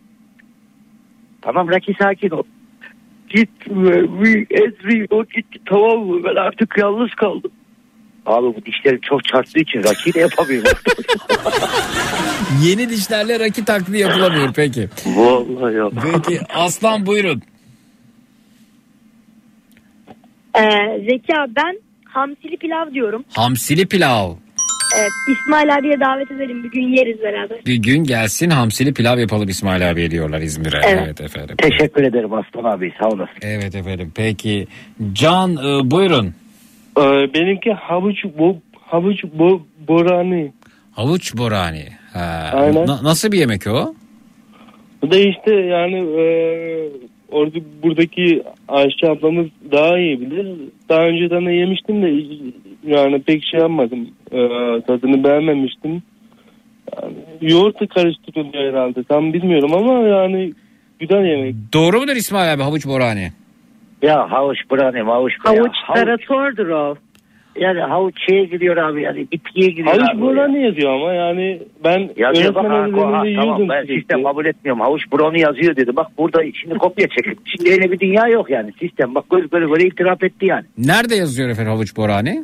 Tamam Rocky, sakin ol. Gitme. Ezri o gitti, tamam mı? Ben artık yalnız kaldım. Abi bu dişlerim çok çarptığı için Rocky de yapamıyorum. Yeni dişlerle Rocky taklidi yapılamıyor peki. Vallahi yok. Peki Aslan buyurun. Ee, Zeki abi, ben hamsili pilav diyorum. Hamsili pilav. Evet, İsmail abiye davet edelim, bir gün yeriz beraber. Bir gün gelsin hamsili pilav yapalım İsmail abiye diyorlar İzmir'e. Evet. Evet efendim. Teşekkür ederim Aslan abi, sağ olasın. Evet efendim. Peki Can e, buyurun. Ee, benimki havuç bu havuç bu borani. Havuç borani. Ha. Aynen. Na- nasıl bir yemek o? Bu da işte yani e, orada buradaki aşçı ablamız daha iyi bilir. Daha önceden de yemiştim de yani pek şey yapmadım. E, tadını beğenmemiştim. Yani, yoğurtla karıştırılıyor herhalde. Tam bilmiyorum ama yani güzel yemek. Doğru mudur İsmail abi, havuç borani? Ya havuç brane, havuç. Havuç ya, taratordur o. Yani havuç şeye gidiyor abi, yani bitkiye gidiyor Havuç abi. borani yazıyor ama yani ben Yazıyor bak, ha, öğretmen ha, evlerinde tamam, yiyordum. ben sürekli. sistem kabul etmiyorum. Havuç brownie yazıyor dedi. Bak burada şimdi kopya çekip. Şimdi öyle bir dünya yok yani, sistem. Bak göz göre göre itiraf etti yani. Nerede yazıyor efendim havuç borani?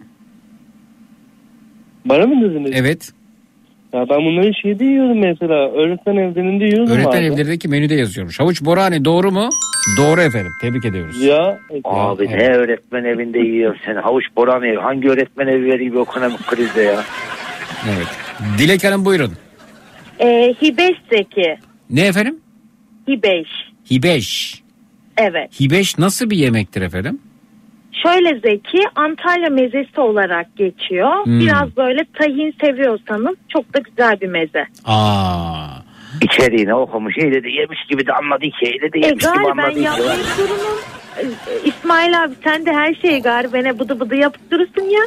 Bana mı dediniz? Evet. Ya ben bunları şeyde yiyordum mesela. Öğretmen evlerinde yiyordum Öğretmen abi. evlerindeki menüde yazıyormuş. Havuç borani doğru mu? Doğru efendim. Tebrik ediyoruz. Ya. Abi Ya, ne öğretmen evinde yiyor sen? Havuç brownie hangi öğretmen evi veriyor bu ekonomik krizde ya? Evet. Dilek Hanım buyurun. Ee, Hibeş Zeki. Ne efendim? Hibeş. Hibeş. Evet. Hibeş nasıl bir yemektir efendim? Şöyle Zeki, Antalya mezesi olarak geçiyor. Hmm. Biraz böyle tahin seviyorsanız çok da güzel bir meze. Aa. İçeriğini okumuş, öyle de yemiş gibi de anladı ki, öyle de E yemiş gibi gari ben anladı ki. yapmayı sorunum. Ee, İsmail abi sen de her şeyi gari bana bıdı bıdı yapıp durursun ya.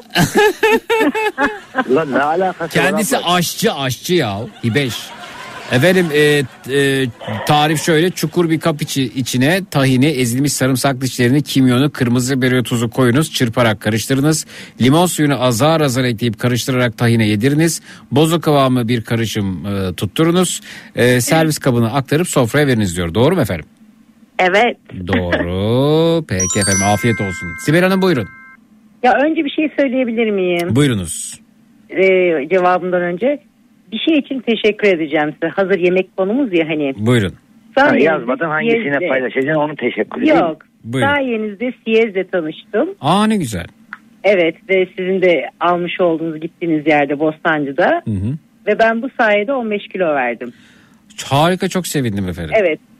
Lan ne alakası var? Kendisi abla? aşçı aşçı ya. Hibeş. Efendim e, e, tarif şöyle: çukur bir kap içi, içine tahini, ezilmiş sarımsak dişlerini, kimyonu, kırmızı biber tuzu koyunuz, çırparak karıştırınız. Limon suyunu azar azar ekleyip karıştırarak tahine yediriniz. Bozu kıvamı bir karışım e, tutturunuz. E, servis kabına aktarıp sofraya veriniz diyor. Doğru mu efendim? Evet. Doğru. Peki efendim, afiyet olsun. Sibel Hanım buyurun. Ya önce bir şey söyleyebilir miyim? Buyurunuz. Ee, cevabımdan önce. Bir şey için teşekkür edeceğim size. Hazır yemek konumuz ya hani. Buyurun. Ha, yazmadan hangisine Siyez'le- paylaşacaksın onu teşekkür ederim. Yok. Buyurun. Sayenizde Siyez'le tanıştım. Aa ne güzel. Evet ve sizin de almış olduğunuz gittiğiniz yerde Bostancı'da. Hı hı. Ve ben bu sayede on beş kilo verdim. Harika, çok sevindim efendim. Evet.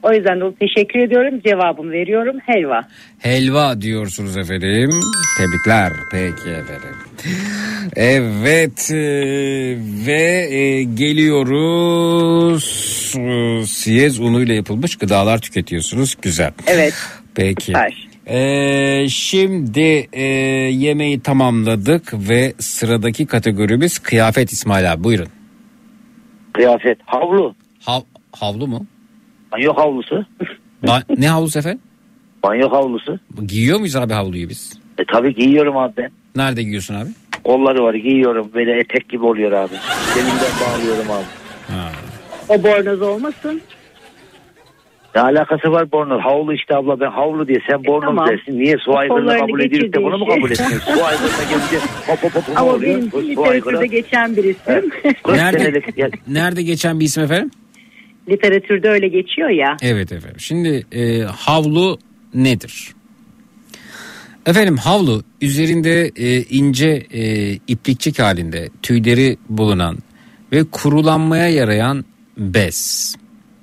O yüzden de teşekkür ediyorum. Cevabımı veriyorum. Helva. Helva diyorsunuz efendim. Tebrikler. Peki efendim. Evet e, ve e, geliyoruz. E, siyez unuyla yapılmış gıdalar tüketiyorsunuz. Güzel. Evet. Peki. Süper. E, şimdi e, yemeği tamamladık ve sıradaki kategorimiz kıyafet İsmail abi. Buyurun. Kıyafet. Havlu. Hav, havlu mu? Banyo havlusu. Ba- ne havlusu efendim? Banyo havlusu. Giyiyor muyuz abi havluyu biz? E tabii giyiyorum abi ben. Nerede giyiyorsun abi? Kolları var giyiyorum. Böyle etek gibi oluyor abi. Elimden bağlıyorum abi. Ha. O bornoz olmasın. Ne alakası var bornoz? Havlu işte abla, ben havlu diye sen bornoz tamam. dersin. Niye su aygırını Kollarını kabul ediyoruz da bunu mu geçirdiği kabul şey. etmiyoruz? Su aygırına gelince hop hop hop hop Ama oluyor. benim Bu su literatürde aygırı. geçen bir isim. Nerede, nerede geçen bir isim efendim? Literatürde öyle geçiyor ya. Evet efendim. Şimdi e, havlu nedir? Efendim havlu üzerinde e, ince e, iplikçik halinde tüyleri bulunan ve kurulanmaya yarayan bez.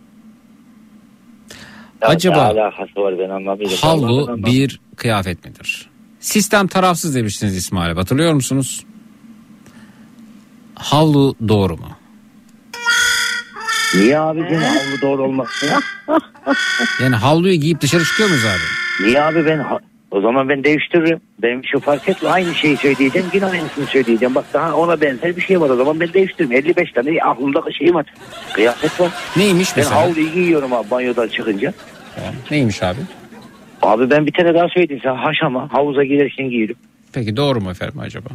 Ya Acaba ne alakası var ben anlamıyorum. havlu bir kıyafet midir? Sistem tarafsız demiştiniz İsmail abi, hatırlıyor musunuz? Havlu doğru mu? Niye abicim havlu doğru olmaz ya? Yani havluyu giyip dışarı çıkıyor muyuz abi? Niye abi ben ha- o zaman ben değiştiririm. Benim şu fark etme, aynı şeyi söyleyeceğim yine aynısını söyleyeceğim. Bak daha ona benzer bir şey var, o zaman ben değiştiririm. elli beş tane aklımda şeyim var. Kıyafet var. Neymiş ben mesela? Ben havluyu giyiyorum abi banyodan çıkınca. Neymiş abi? Abi ben bir tane daha söyleyeyim sana, haşama havuza girerken giyiyorum. Peki doğru mu efendim acaba?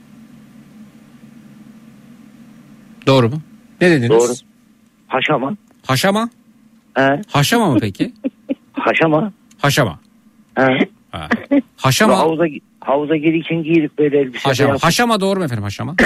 Doğru mu? Ne dediniz? Doğru. Haşama. Haşama? He. Haşama mı peki? Haşama. Haşama. He. Ha. Haşama. Havuza, havuza girerken giyirip böyle elbise. Haşama. Yapıp. Haşama doğru mu efendim haşama?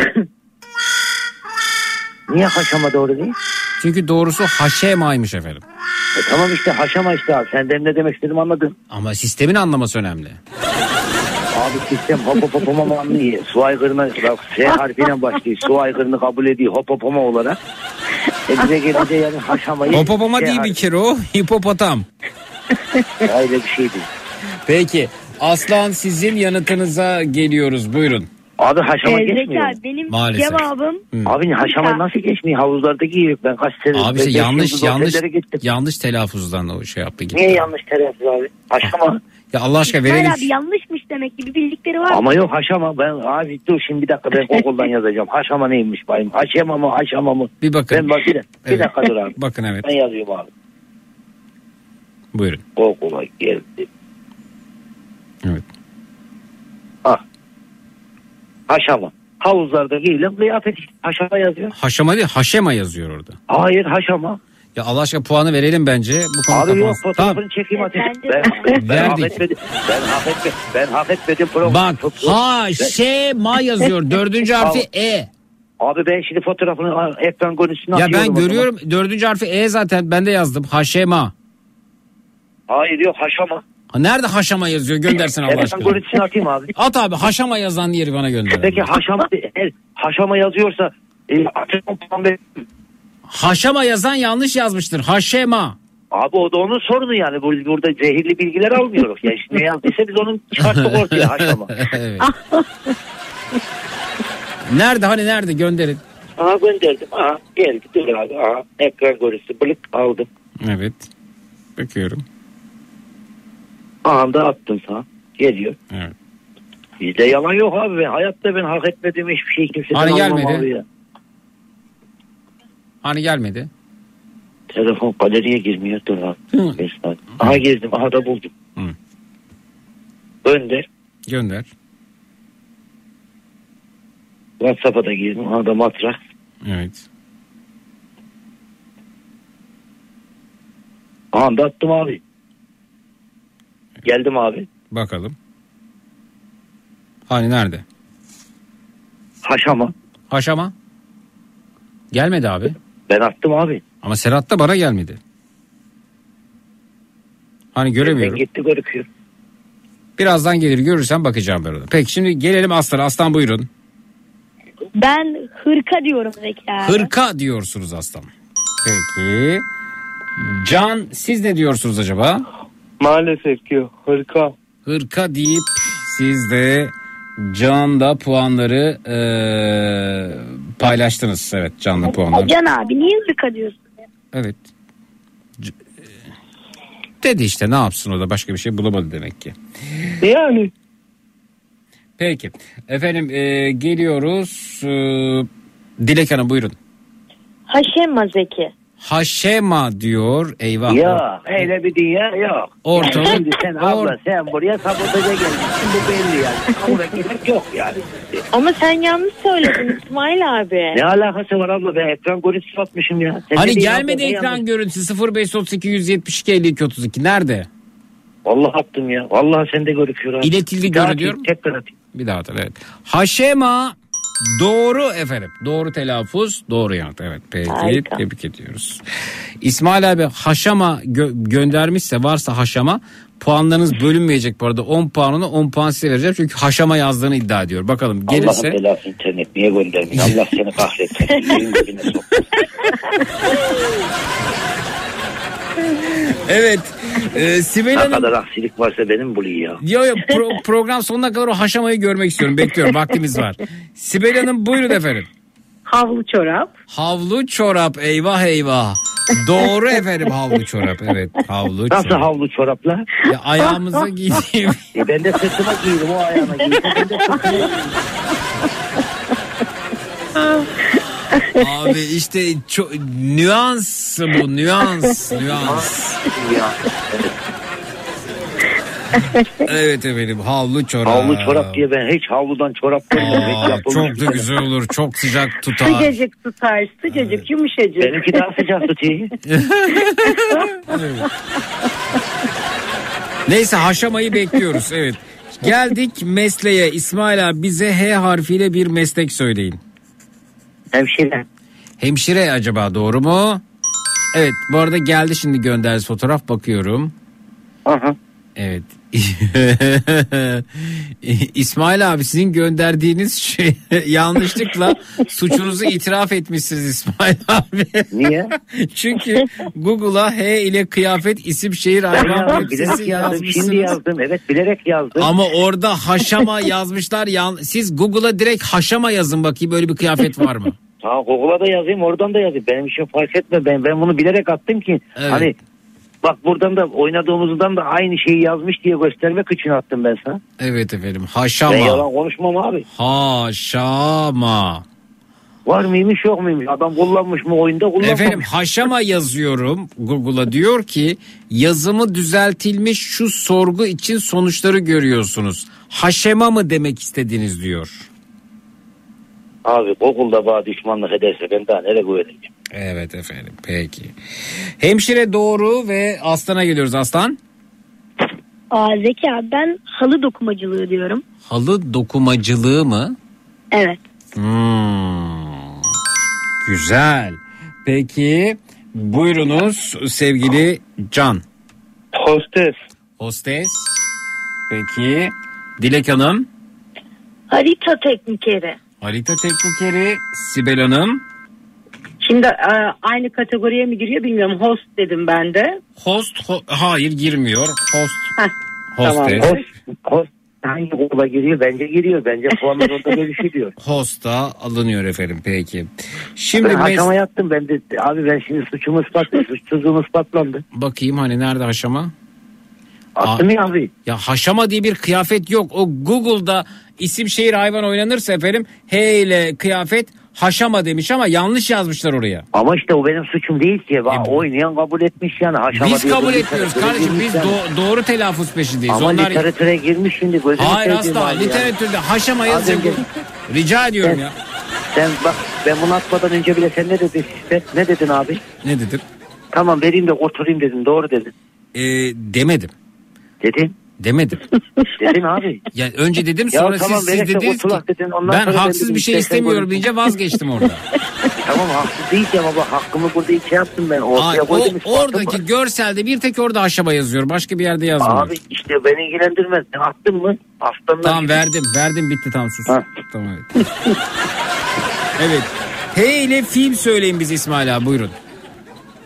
Niye haşama doğru değil? Çünkü doğrusu haşemaymış efendim. E tamam işte haşama işte abi. Sen benim ne demek istedim anladın. Ama sistemin anlaması önemli. Abi sistem hopopopoma anlıyor. Su aygırına bak S harfiyle başlıyor. Su aygırını kabul ediyor hopopoma olarak. E bize gelince yani haşamayı. Hopopoma S değil harfi- bir kere o. Hipopotam. Öyle bir şeydi. Peki Aslan sizin yanıtınıza geliyoruz. Buyurun. Abi haşama Ee, geçmiyor. Zeki, benim Maalesef. cevabım Abi haşama nasıl geçmiyor? Havuzlarda giyiyor. Ben kaç sene. Abi işte beş yanlış yıldız yanlış otellere gittim. yanlış telaffuzdan o şey yaptı gitti. Niye yanlış telaffuz abi? Haşama. Ya Allah aşkına İsmail verelim. abi yanlışmış demek ki bir bildikleri var. Ama yok haşama. Ben abi dur şimdi bir dakika ben Google'dan yazacağım. Haşama neymiş bayım? Haşama mı haşama mı? Bir bakın. Ben bak bir, bir Evet. dakika dur abi. Bakın evet. Ben yazıyorum abi. Buyurun. Google'a geldi. Evet. Ah. Haşama. Havuzlarda giyilen kıyafet işte. Haşama yazıyor. Haşama değil haşema yazıyor orada. Hayır haşama. Ya Allah aşkına puanı verelim bence. Bu konu Abi yok kapansın. fotoğrafını Tamam. çekeyim ateş. Bence Ben, ben hak Verdik. etmedim. Ben hak etmedim. Ben hak etmedim. Program. Bak haşema yazıyor. Dördüncü harfi E. Abi ben şimdi fotoğrafını a, ekran görüntüsünü Ya atıyorum ben o zaman. görüyorum dördüncü harfi E zaten. Ben de yazdım. Haşema. Hayır yok haşama. Ha, nerede haşama yazıyor? Göndersin Allah Ekran aşkına. görüntüsünü atayım abi. At abi haşama yazan yeri bana gönder. Peki haşama, eğer haşama yazıyorsa e, atıyorum puan ver- Haşama yazan yanlış yazmıştır. Haşema. Abi o da onun sorunu yani. Bur- Burada zehirli bilgiler almıyoruz. Ya işte ne yazdıysa biz onun çıkarttık ortaya haşama. Evet. Nerede hani nerede gönderin. Aha gönderdim. Aha geldi. Dur abi. Aha ekran görüntüsü. Blık aldım. Evet. Bakıyorum. Aha da attım sana. Geliyor. Evet. Bizde yalan yok abi. Ben, hayatta ben hak etmediğim hiçbir şey kimseden Hani almam gelmedi? abi ya. Hani gelmedi. Telefon galeriye girmiyor. Dur abi. Hı. Beş saat. Aha gezdim. Aha da buldum. Hı. Gönder. Gönder. WhatsApp'a da girdim. Aha da matrak. Evet. Aha da attım abi. Geldim abi. Bakalım. Hani nerede? Haşama. Haşama. Gelmedi abi. Ben attım abi. Ama Serhat da bana gelmedi. Hani göremiyorum. Ben gitti görüküyor. Birazdan gelir görürsem bakacağım ben ona. Peki şimdi gelelim Aslan. Aslan buyurun. Ben hırka diyorum Zeki abi. Hırka diyorsunuz Aslan. Peki. Can siz ne diyorsunuz acaba? Maalesef ki hırka. Hırka deyip siz de Can'da puanları ee, paylaştınız. Evet, Can'la puanları. Can abi niye hırka diyorsun? Evet. C- Dedi işte, ne yapsın, o da başka bir şey bulamadı demek ki. Yani. Peki. Efendim e, geliyoruz. E, Dilek Hanım buyurun. Haşema Zeki. Haşema diyor. Eyvah. Ya öyle bir dünya yok. Ortalık- Yani şimdi sen abla or- sen buraya sabotaja gelmişsin, bu belli yani. Kabul etmek yok yani. Ama sen yanlış söyledin İsmail abi. Ne alakası var abla, ben ekran görüntüsü atmışım ya. Sen Hani de bir gelmedi abla, ne ekran yanlış- görüntüsü sıfır beş otuz iki yüz yetmiş iki elli iki otuz iki nerede? Vallahi attım ya. Vallahi sende görüküyor abi. İletildi Bir daha görünüyor. atayım, tekrar atayım. Bir daha hatırla, evet. Haşema doğru efendim. Doğru telaffuz, doğru yanıt. Evet peki, Harika. tebrik ediyoruz. İsmail abi haşama gö- göndermişse, varsa haşama, puanlarınız bölünmeyecek bu arada. on puanını on puan size vereceğim. Çünkü haşama yazdığını iddia ediyor. Bakalım gelirse. Allah'ın belası internet niye göndermiyor? Allah seni kahretsin. Yerin dibine sok. Evet. E, Sibel Ne Hanım. kadar aksilik varsa benim buluyor ya. Yo yo pro- program sonuna kadar o haşamayı görmek istiyorum. Bekliyorum, vaktimiz var. Sibel Hanım buyurun efendim. Havlu çorap. Havlu çorap, eyvah eyvah. Doğru efendim, havlu çorap. Evet, havlu Nasıl çorap. havlu çorapla? Ya, ayağımıza giydiğim. E ben de sırtıma giydim, o ayağıma giydim. Ben de sırtıma giydim. Abi işte çok nüans bu, nüans, nüans. Ya. Evet efendim, havlu çorap. Havlu çorap diye ben hiç havludan çorap görmedim. Hiç Aa, yapılmış çok bir da şey. güzel olur, çok sıcak tutar. Sıcacık tutar. Sıcacık yumuşacık. Benimki daha sıcak tutuyor. Neyse, haşamayı bekliyoruz. Evet. Geldik mesleğe. İsmail abi bize H harfiyle bir meslek söyleyin. Hemşire. Hemşire acaba doğru mu? Evet, bu arada geldi şimdi, gönderdi fotoğraf, bakıyorum. Aha. Evet. İsmail abi sizin gönderdiğiniz şey yanlışlıkla suçunuzu itiraf etmişsiniz İsmail abi. Niye? Çünkü Google'a H ile kıyafet, isim, şehir, hayvan Ben web bilerek sitesi yazdım. yazmışsınız. Şimdi yazdım. Evet, bilerek yazdım. Ama orada haşama yazmışlar. Yan... Siz Google'a direkt haşama yazın bakayım, böyle bir kıyafet var mı? Ha, Google'a da yazayım, oradan da yazayım. Benim için fark etme. Ben ben bunu bilerek attım ki Evet. hani bak, buradan da oynadığımızdan da aynı şeyi yazmış diye göstermek için attım ben sana. Evet efendim, Ben haşama. yalan konuşmam abi. Haşama. Var mıymış yok muymuş? Adam kullanmış mı oyunda, kullanmamış. Efendim haşama yazıyorum Google'a, diyor ki yazımı düzeltilmiş şu sorgu için sonuçları görüyorsunuz. Haşema mı demek istediniz diyor. Abi Google'da bana düşmanlık ederse ben daha nereye güveneceğim? Evet efendim, peki. Hemşire doğru ve Aslan'a geliyoruz. Aslan. Aa, Zeki abi ben halı dokumacılığı diyorum. Halı dokumacılığı mı? Evet. Hmm, güzel. Peki buyurunuz sevgili Can. Hostes. Hostes. Peki Dilek Hanım. Harita teknikeri. Harita teknikeri. Sibel Hanım. Şimdi e, aynı kategoriye mi giriyor bilmiyorum. Host dedim ben de. Host. Ho- hayır girmiyor. Host. Heh, Hostes. tamam. Host, host hangi Google'a giriyor? Bence giriyor. Bence puanlar orada görüşülüyor. Hosta alınıyor efendim, peki. Şimdi Ben mes- haşama yaptım. Ben de abi ben şimdi suçumu ispatladım. Suçsuzluğum ispatlandı. bakayım hani nerede haşama? Attım ya abi. Ya haşama diye bir kıyafet yok. O Google'da isim, şehir, hayvan oynanırsa efendim H ile kıyafet haşama demiş ama yanlış yazmışlar oraya. Ama işte o benim suçum değil ki. Bak, E, oynayan kabul etmiş yani. Haşama Biz diye kabul böyle etmiyoruz literatüre kardeşim. girmiş Biz yani. do- doğru telaffuz peşindeyiz. Ama Onlar... literatüre girmiş şimdi. Gözünü Hayır seveyim asla. abi ya. Literatürde haşama Abi yazıyor. önce- Rica ediyorum Ben- ya. Sen bak, ben bunu atmadan önce bile sen ne dedin işte? Ne dedin abi? Ne dedim? Tamam, vereyim de oturayım dedin. Doğru dedin. Ee, demedim. Dedin. Demedim. Dedin abi. Yani önce dedim, Ya sonra tamam, siz, siz verek de dediniz ki oturak dedin, ondan ben sonra ben haksız dedim, bir şey istersen istemiyorum konuş. deyince vazgeçtim orada. Tamam, haksız değil ki ama bak, hakkımı burada iki yaptım ben. Ortaya Hayır, o, koydum, ispatım oradaki var. görselde bir tek orada haşama yazıyor. Başka bir yerde yazmıyor. Abi işte beni ilgilendirmez. Sen attın mı? Aslanlar. Tamam verdim. Verdim bitti, tamam sus. Ha. Tamam evet. Evet. H ile film söyleyin bize İsmail abi, buyurun.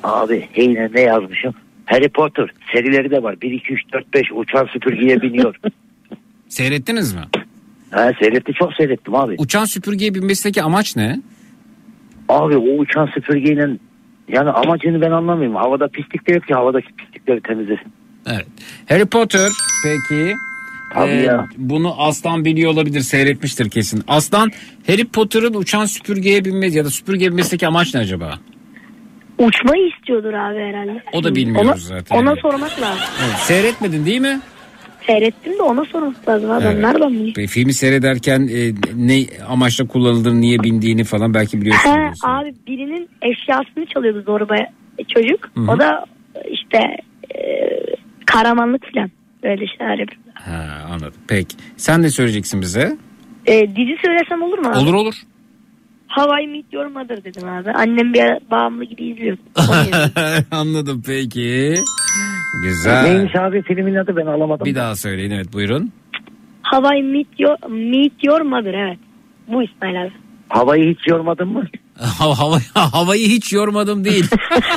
Abi heyne ne yazmışım? Harry Potter serileri de var. bir iki üç dört beş uçan süpürgeye biniyor. Seyrettiniz mi? Ha, seyretti, çok seyrettim abi. Uçan süpürgeye binmesindeki amaç ne? Abi o uçan süpürgeyle yani amacını ben anlamıyorum. Havada pislik de yok ki, havadaki pislikleri temizlesin. Evet. Harry Potter peki. Tabii Ee, ya. bunu Aslan biliyor olabilir, seyretmiştir kesin. Aslan, Harry Potter'ın uçan süpürgeye binmesi ya da süpürgeye binmesindeki amaç ne acaba? Uçmayı istiyordur abi herhalde. O da bilmiyoruz ona, zaten. Ona sormak lazım. Evet, seyretmedin değil mi? Seyrettim de ona sormak lazım abi. Evet. Nereden bileyim? Peki, filmi seyrederken e, ne amaçla kullanıldığını, niye bindiğini falan belki biliyorsun. He, abi birinin eşyasını çalıyordu zorba çocuk. Hı hı. O da işte e, kahramanlık falan böyle şeyler yapıyor. Ha, anladım. Peki. Sen ne söyleyeceksin bize? E, dizi söylesem olur mu abi? Olur olur. How I Met Your Mother dedim abi. Annem bir bağımlı gibi izliyor. Anladım peki. Güzel. Neymiş abi filmin adı, ben alamadım. Bir daha söyleyin, evet buyurun. How I Met Your, Meet Your Mother, evet. Bu İsmail abi. Havayı hiç yormadın mı? Hava, havayı hiç yormadım değil.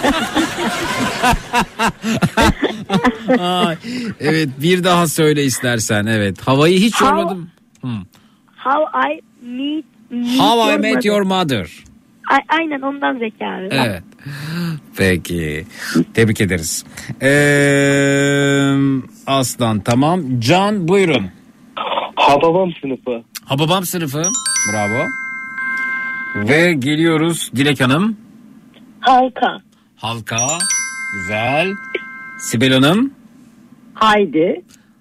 Ay, evet bir daha söyle istersen, evet. Havayı hiç How- yormadım. Hmm. How I Meet, meet How I Your Met Mother. Your Mother. A- aynen ondan Zeki abi. Evet. Peki. Tebrik ederiz. Ee, Aslan tamam. Can buyurun. Hababam sınıfı. Hababam sınıfı. Bravo. Ve geliyoruz Dilek Hanım. Halka. Halka. Güzel. Sibel Hanım. Haydi.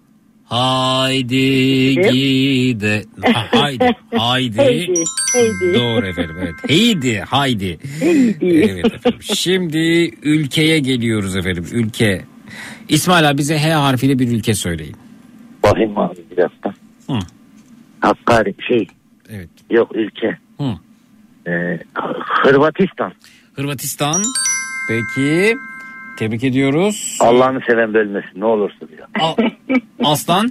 Haydi gide. Ha, haydi. Haydi. Heydi. Heydi. Doğru efendim. Evet. Heydi. Haydi. Heydi. Evet efendim. Şimdi ülkeye geliyoruz efendim. Ülke. İsmail abi bize H harfiyle bir ülke söyleyin. Bakayım abi bir dakika. Hı. Hakkari şey. Evet. Yok ülke. Hı. Ee, Hırvatistan. Hırvatistan. Peki. Tebrik ediyoruz. Allah'ını seven bölmesin ne olursun ya. A- Aslan.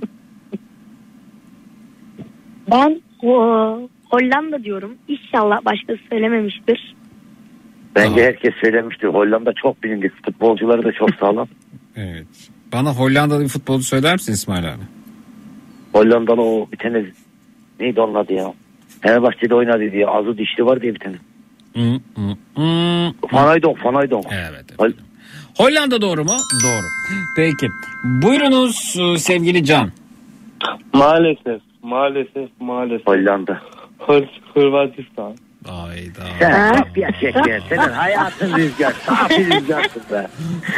Ben o, Hollanda diyorum. İnşallah başkası söylememiştir. Bence herkes söylemiştir. Hollanda çok bilindik. Futbolcuları da çok sağlam. Evet. Bana Hollandalı bir futbolcu söyler misin İsmail abi? Hollandalı o bir tane neydi onun adı ya? Fenerbahçe'de oynadı diye. Azı dişli var diye bir tane. Hı, hı, hı. Fanaydon, Fanaydon. Evet. evet. Hollanda doğru mu? Doğru. Peki. Buyurunuz sevgili Can. Maalesef. Maalesef. Maalesef. Hollanda. Hır, Hırvatistan. Hayda. Sen saf ya şeker. Senin hayatın rüzgar. Saf bir rüzgarsın be.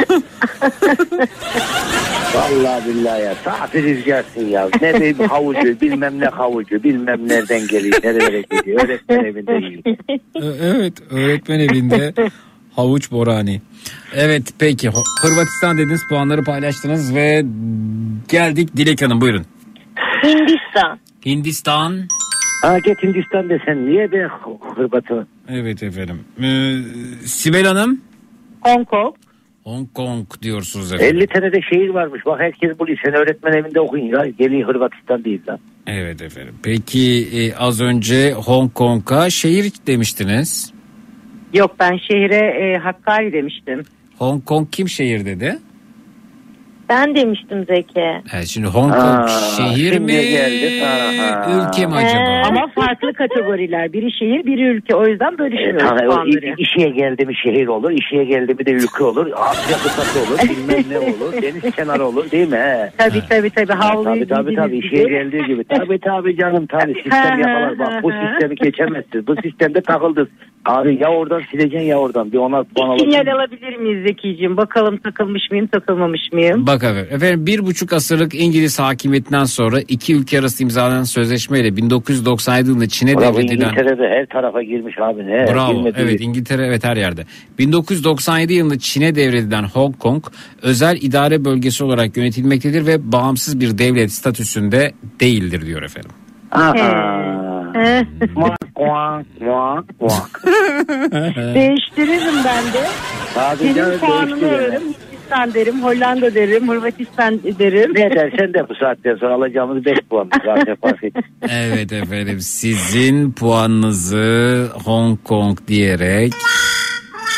Vallahi billahi ya. Saf bir rüzgarsın ya. Ne bir havucu, bilmem ne havucu, bilmem nereden geliyor, nerelere gidiyor. Öğretmen evinde yiyor. Evet. Öğretmen evinde havuç borani. Evet peki. Hırvatistan dediniz, puanları paylaştınız ve geldik Dilek Hanım buyurun. Hindistan. Hindistan. Ha git Hindistan desen niye be Hırvatı? Evet efendim. Ee, Sibel Hanım. Hong Kong. Hong Kong diyorsunuz efendim. elli tane de şehir varmış. Bak herkes buluyor. Sen öğretmen evinde okuyun ya. Geliyor Hırvatistan değil lan. Evet efendim. Peki e, az önce Hong Kong'a şehir demiştiniz. Yok ben şehre e, Hakkari demiştim. Hong Kong kim şehir dedi? Ben demiştim Zeki. Evet, şimdi Hong Kong Aa, şehir şimdi mi? geldik. Aha. Ülke mi acaba? Ee, ama farklı kategoriler. Biri şehir, biri ülke. O yüzden E, bölüşüyoruz tamam, o puanları. i- işe geldi mi şehir olur, işe geldi mi de ülke olur, Asya kıtası olur, bilmem ne olur, deniz kenarı olur değil mi? He? Tabii tabii tabii. Havluyu Tabii tabii tabii giydiğiniz işe gibi. geldiği gibi. Tabii tabii canım tabii sistem yakalar. Bak bu sistemi geçemezsin. Bu sistemde takıldın. Abi ya oradan sileceksin ya oradan. Bir ona puan Sinyal alalım. alabilir miyiz Zekiciğim? Bakalım takılmış mıyım, takılmamış mıyım? Bak efendim, efendim bir buçuk asırlık İngiliz hakimiyetinden sonra iki ülke arası imzalanan sözleşmeyle bin dokuz yüz doksan yedi yılında Çin'e Bravo, devredilen... İngiltere'de her tarafa girmiş abi. Ne? Bravo. Girmediği- Evet İngiltere evet her yerde. bin dokuz yüz doksan yedi yılında Çin'e devredilen Hong Kong özel idare bölgesi olarak yönetilmektedir ve bağımsız bir devlet statüsünde değildir diyor efendim. Aa. He. Muak muak muak muak. Değiştiririm ben de. Abi Senin canım puanını değiştir alırım. Hindistan derim, Hollanda derim, Hırvatistan derim. Ne dersen de bu saatten sonra alacağımız beş puan zaten fark et. Evet efendim sizin puanınızı Hong Kong diyerek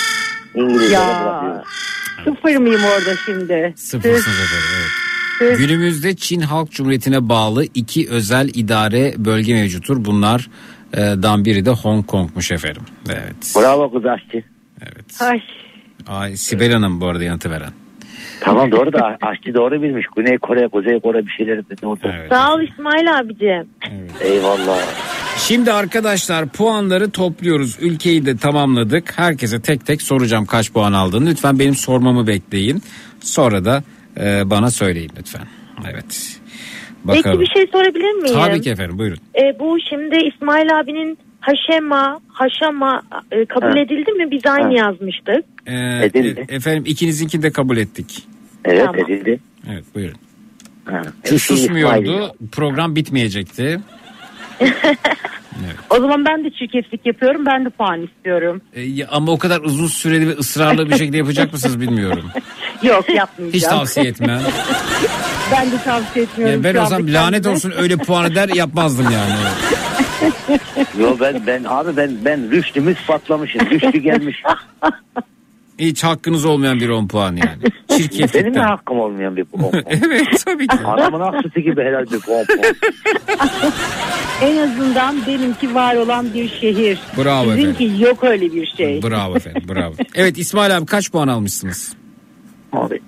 İngilizlere Ya bırakıyoruz. sıfır mıyım orada şimdi? Sıfırsınız efendim, evet. Günümüzde Çin Halk Cumhuriyeti'ne bağlı iki özel idare bölge mevcuttur. Bunlardan biri de Hong Kong'muş efendim. Evet. Bravo kız aşçı. Evet. Ay. Ay, Sibel Hanım bu arada yanıtı veren. Tamam doğru da aşçı doğru bilmiş. Güney Kore, Kuzey Kore bir şeyler dedi orada. Evet. Sağ ol İsmail abicim. Eyvallah. Şimdi arkadaşlar puanları topluyoruz. Ülkeyi de tamamladık. Herkese tek tek soracağım kaç puan aldığını. Lütfen benim sormamı bekleyin. Sonra da e, bana söyleyin lütfen. Evet. Bakalım. Peki bir şey sorabilir miyim? Tabii ki efendim, buyurun. E, bu şimdi İsmail abinin haşema, haşama e, kabul Ha. edildi mi? Biz aynı Ha. yazmıştık. Ee, Edildi. e- efendim ikinizinkini de kabul ettik. Evet Tamam. edildi. Evet, buyurun. Ha. Şu Eski susmuyordu. İsmail. Program bitmeyecekti. O zaman ben de çirkeflik yapıyorum. Ben de puan istiyorum. E, ya- ama o kadar uzun süreli ve ısrarlı bir şekilde yapacak mısınız bilmiyorum. Yok yapmayacağım. Hiç tavsiye etmem. Ben de tavsiye etmiyorum. Yani ben şu olsam anda lanet kendime. olsun öyle puan eder yapmazdım yani. Yo ben ben abi ben ben rüştümü ispatlamışım. Rüştü gelmiş. Hiç hakkınız olmayan bir on puan yani. Benim de Çirkeflikten. hakkım olmayan bir puan. Evet tabii ki. Adamın aksisi gibi helal bir puan. En azından benimki var olan bir şehir. Bravo Sizinki efendim. yok öyle bir şey. Bravo efendim, bravo. Evet İsmail abi kaç puan almışsınız? Abi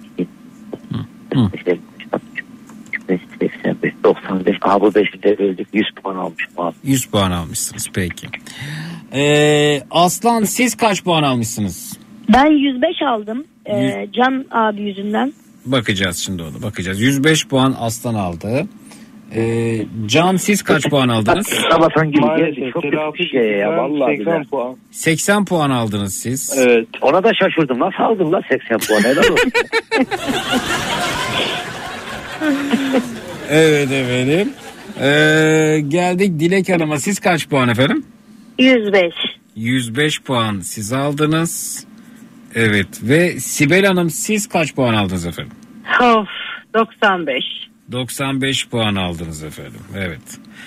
seksen beş doksan beş abi beşi de öldük yüz puan almışım abi. yüz puan almışsınız peki. Ee, Aslan siz kaç puan almışsınız? Ben yüz beş aldım. Ee, Can abi yüzünden. Bakacağız şimdi onu, bakacağız. yüz beş puan Aslan aldı. Ee, Can siz kaç puan aldınız? Sabasan gibi geldi. Maalesef Çok kötü telafi bir şey ya vallahi. seksen billahi. puan. seksen puan aldınız siz. Evet. Ona da şaşırdım. Nasıl aldın lan seksen puan? Helal olsun. Evet efendim. Ee, geldik Dilek Hanım'a. Siz kaç puan efendim? yüz beş. yüz beş puan siz aldınız. Evet ve Sibel Hanım siz kaç puan aldınız efendim? Of doksan beş. doksan beş puan aldınız efendim. Evet.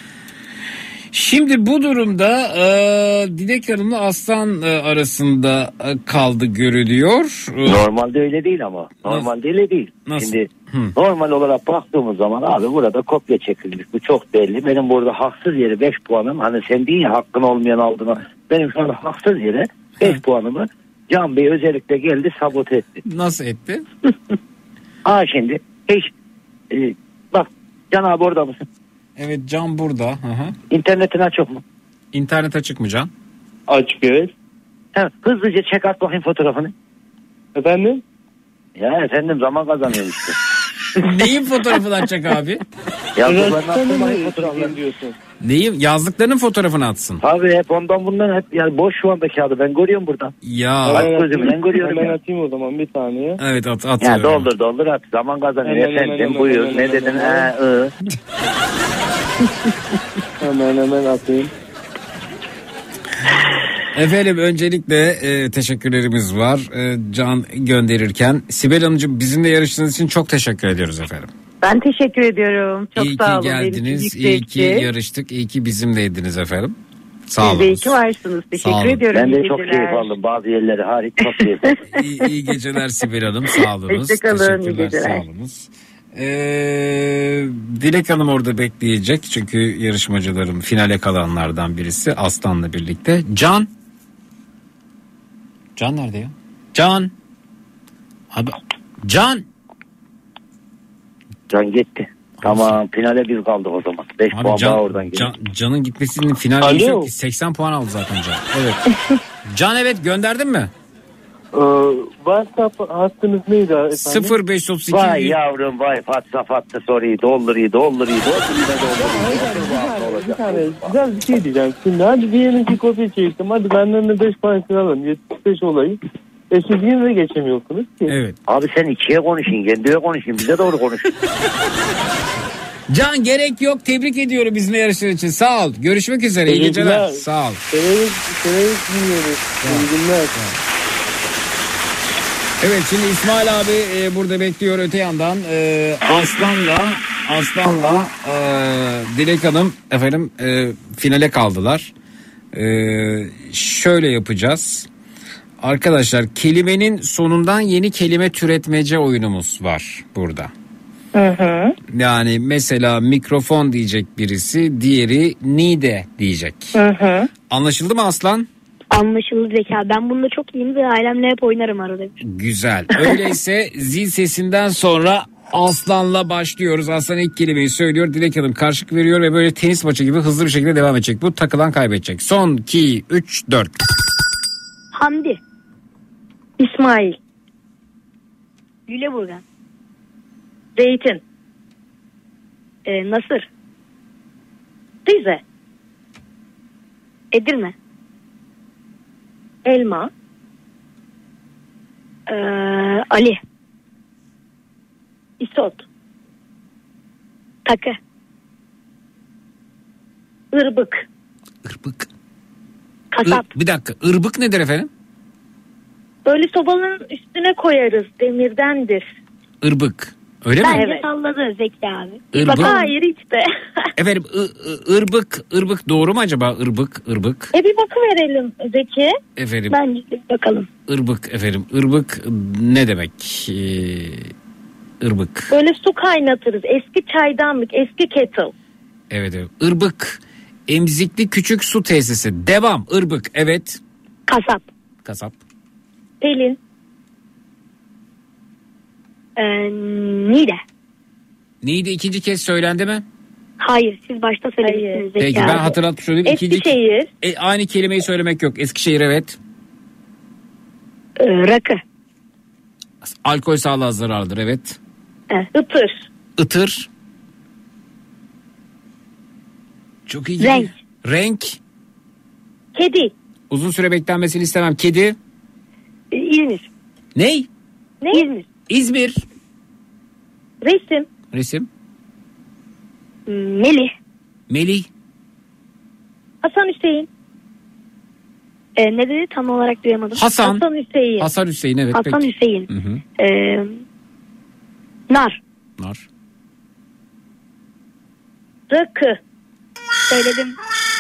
Şimdi bu durumda e, Dilek Hanım'la Aslan e, arasında e, kaldı görülüyor. E, Normalde öyle değil ama. Normalde öyle değil. Nasıl? Şimdi Hı. normal olarak baktığımız zaman abi burada kopya çekilmiş. Bu çok belli. Benim burada haksız yere beş puanım. Hani sen değil ya hakkın olmayan aldığına. Benim şu anda haksız yere beş puanımı Can Bey özellikle geldi sabote etti. Nasıl etti? Aa şimdi hiç e, bak Can abi orada mısın? Evet Can burada. Hı hı. İnternetin açık mı? İnternet açık mı Can? Açık evet. Ha, hızlıca çek at bakayım fotoğrafını. Efendim? Ya efendim zaman kazanıyor işte. Neyin fotoğrafını atacak abi? Yazdıklarını attırmayın fotoğraflarını. diyorsun. Neyin? Yazdıklarının fotoğrafını atsın. Abi hep ondan bundan hep yani boş şu anda kağıdı ben görüyorum buradan. Ya. Bak Hemen gözümden atayım. görüyorum Hemen ya. atayım o zaman bir saniye. Evet at, Ya atıyorum. doldur doldur at zaman kazanıyor Hemen, efendim hemen, buyur hemen, ne hemen, dedin hemen. ha ı. Hemen hemen atayım. Efendim öncelikle e, teşekkürlerimiz var. E, Can gönderirken. Sibel Hanımcığım bizimle yarıştığınız için çok teşekkür ediyoruz efendim. Ben teşekkür ediyorum. Çok iyi sağ ki olun. Benim için geldiniz. büyük İyi ki zevkti. yarıştık. İyi ki bizimleydiniz efendim. Sağ Siz olun. de iyi ki varsınız. Sağ Teşekkür olun. ediyorum. Ben de İyi çok geceler. keyif aldım bazı yerleri hariç çok keyif aldım. İyi, iyi geceler Sibel Hanım. Sağ olunuz. Hoşçakalın, iyi Teşekkürler. geceler. Sağ olunuz. Ee, Dilek Hanım orada bekleyecek. Çünkü yarışmacılarım finale kalanlardan birisi Aslan'la birlikte. Can. Can nerede ya? Can. Abi. Can. Can gitti. Tamam finale bir kaldı o zaman. beş Abi puan Can, daha oradan geliyor. Can, Can'ın gitmesinin final Alo. ilgisi yok ki. seksen puan aldı zaten Can. Evet. Can evet gönderdin mi? Ee, WhatsApp hattınız neydi efendim? sıfır beş otuz iki Vay yavrum vay fatsa fatsa soruyu dolduruyu dolduruyu dolduruyu da dolduruyu. Bir tane güzel bir şey diyeceğim. Şimdi hadi diyelim ki kopya çektim. Hadi benden de beş puan alalım. yetmiş beş olayı. E siz yine de geçemiyorsunuz ki. Evet. Abi sen ikiye konuşun kendiye konuşun bize doğru konuş. Can gerek yok. Tebrik ediyorum bizimle yarıştığın için. Sağ ol. Görüşmek üzere. İyi Teşekkürler. geceler. Sağ ol. Severek, severek dinliyoruz. İyi günler. Evet şimdi İsmail abi e, burada bekliyor öte yandan. E, Aslan'la Aslan'la e, Dilek Hanım efendim e, finale kaldılar. E, şöyle yapacağız. Arkadaşlar kelimenin sonundan yeni kelime türetmece oyunumuz var burada. Hı hı. Yani mesela mikrofon diyecek birisi, diğeri nide diyecek. Hı hı. Anlaşıldı mı Aslan? Anlaşıldı Zeki abi. Ben bunda çok iyiyim ve ailemle hep oynarım arada bir. Güzel. Öyleyse zil sesinden sonra Aslan'la başlıyoruz. Aslan ilk kelimeyi söylüyor. Dilek Hanım karşılık veriyor ve böyle tenis maçı gibi hızlı bir şekilde devam edecek. Bu takılan kaybedecek. Son iki, üç, dört. Hamdi. İsmail. Güleburgaz. Zeytin. Ee, Nasır. Rize. Edirne. Elma. Ee, Ali. İsot. Takı. Irbık. Irbık. Kasap. Ir, bir dakika. Irbık nedir efendim? Böyle sobanın üstüne koyarız. Demirdendir. Irbık. Öyle Bence mi? Evet. salladı Zeki abi. Irbık. Hayır hiç de. Efendim ı, ı, ırbık. Irbık doğru mu acaba? Irbık. Irbık. E bir bakıverelim Zeki. Efendim. Bence bir bakalım. Irbık efendim. Irbık ne demek? Ee, ırbık. Böyle su kaynatırız. Eski çaydanlık, eski kettle. Evet evet. Irbık. Emzikli küçük su tesisi. Devam. Irbık. Evet. Kasap. Kasap. Pelin. Ee, Nide. Neydi ikinci kez söylendi mi? Hayır siz başta söylemiştiniz Zeki Peki abi. ben hatırlatmış olayım. İkinci, Eskişehir. e, aynı kelimeyi söylemek yok. Eskişehir evet. Ee, rakı. Alkol sağlığa zararlıdır evet. Evet. Itır. Itır. Çok iyi. Renk. Renk. Kedi. Uzun süre beklenmesini istemem. Kedi. Ee, İzmir. Ney? Ne? İzmir. İzmir. Resim. Resim. Melih. Melih. Hasan Hüseyin. Ee, ne dedi tam olarak duyamadım. Hasan. Hasan Hüseyin. Hasan Hüseyin evet. Hasan peki. Hüseyin. Hı hı. Ee, nar. Nar. Rakı. Söyledim.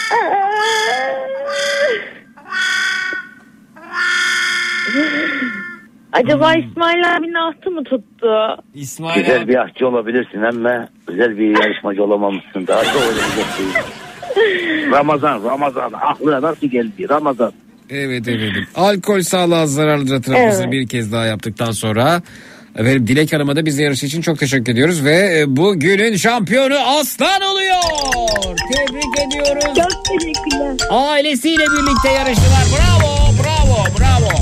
Acaba İsmail abinin ahtı mı tuttu? İsmail Güzel abi. bir aşçı olabilirsin ama güzel bir yarışmacı olamamışsın. Daha çok öyle bir şey. Ramazan, Ramazan. Aklına nasıl geldi? Ramazan. Evet evet. Alkol sağlığa zararlıdır hatırlatmasını Evet. bir kez daha yaptıktan sonra. Efendim Dilek Hanım'a da bize yarışı için çok teşekkür ediyoruz ve bu günün şampiyonu Aslan oluyor. Tebrik ediyoruz. Çok teşekkürler. Ailesiyle birlikte yarıştılar. Bravo, bravo, bravo.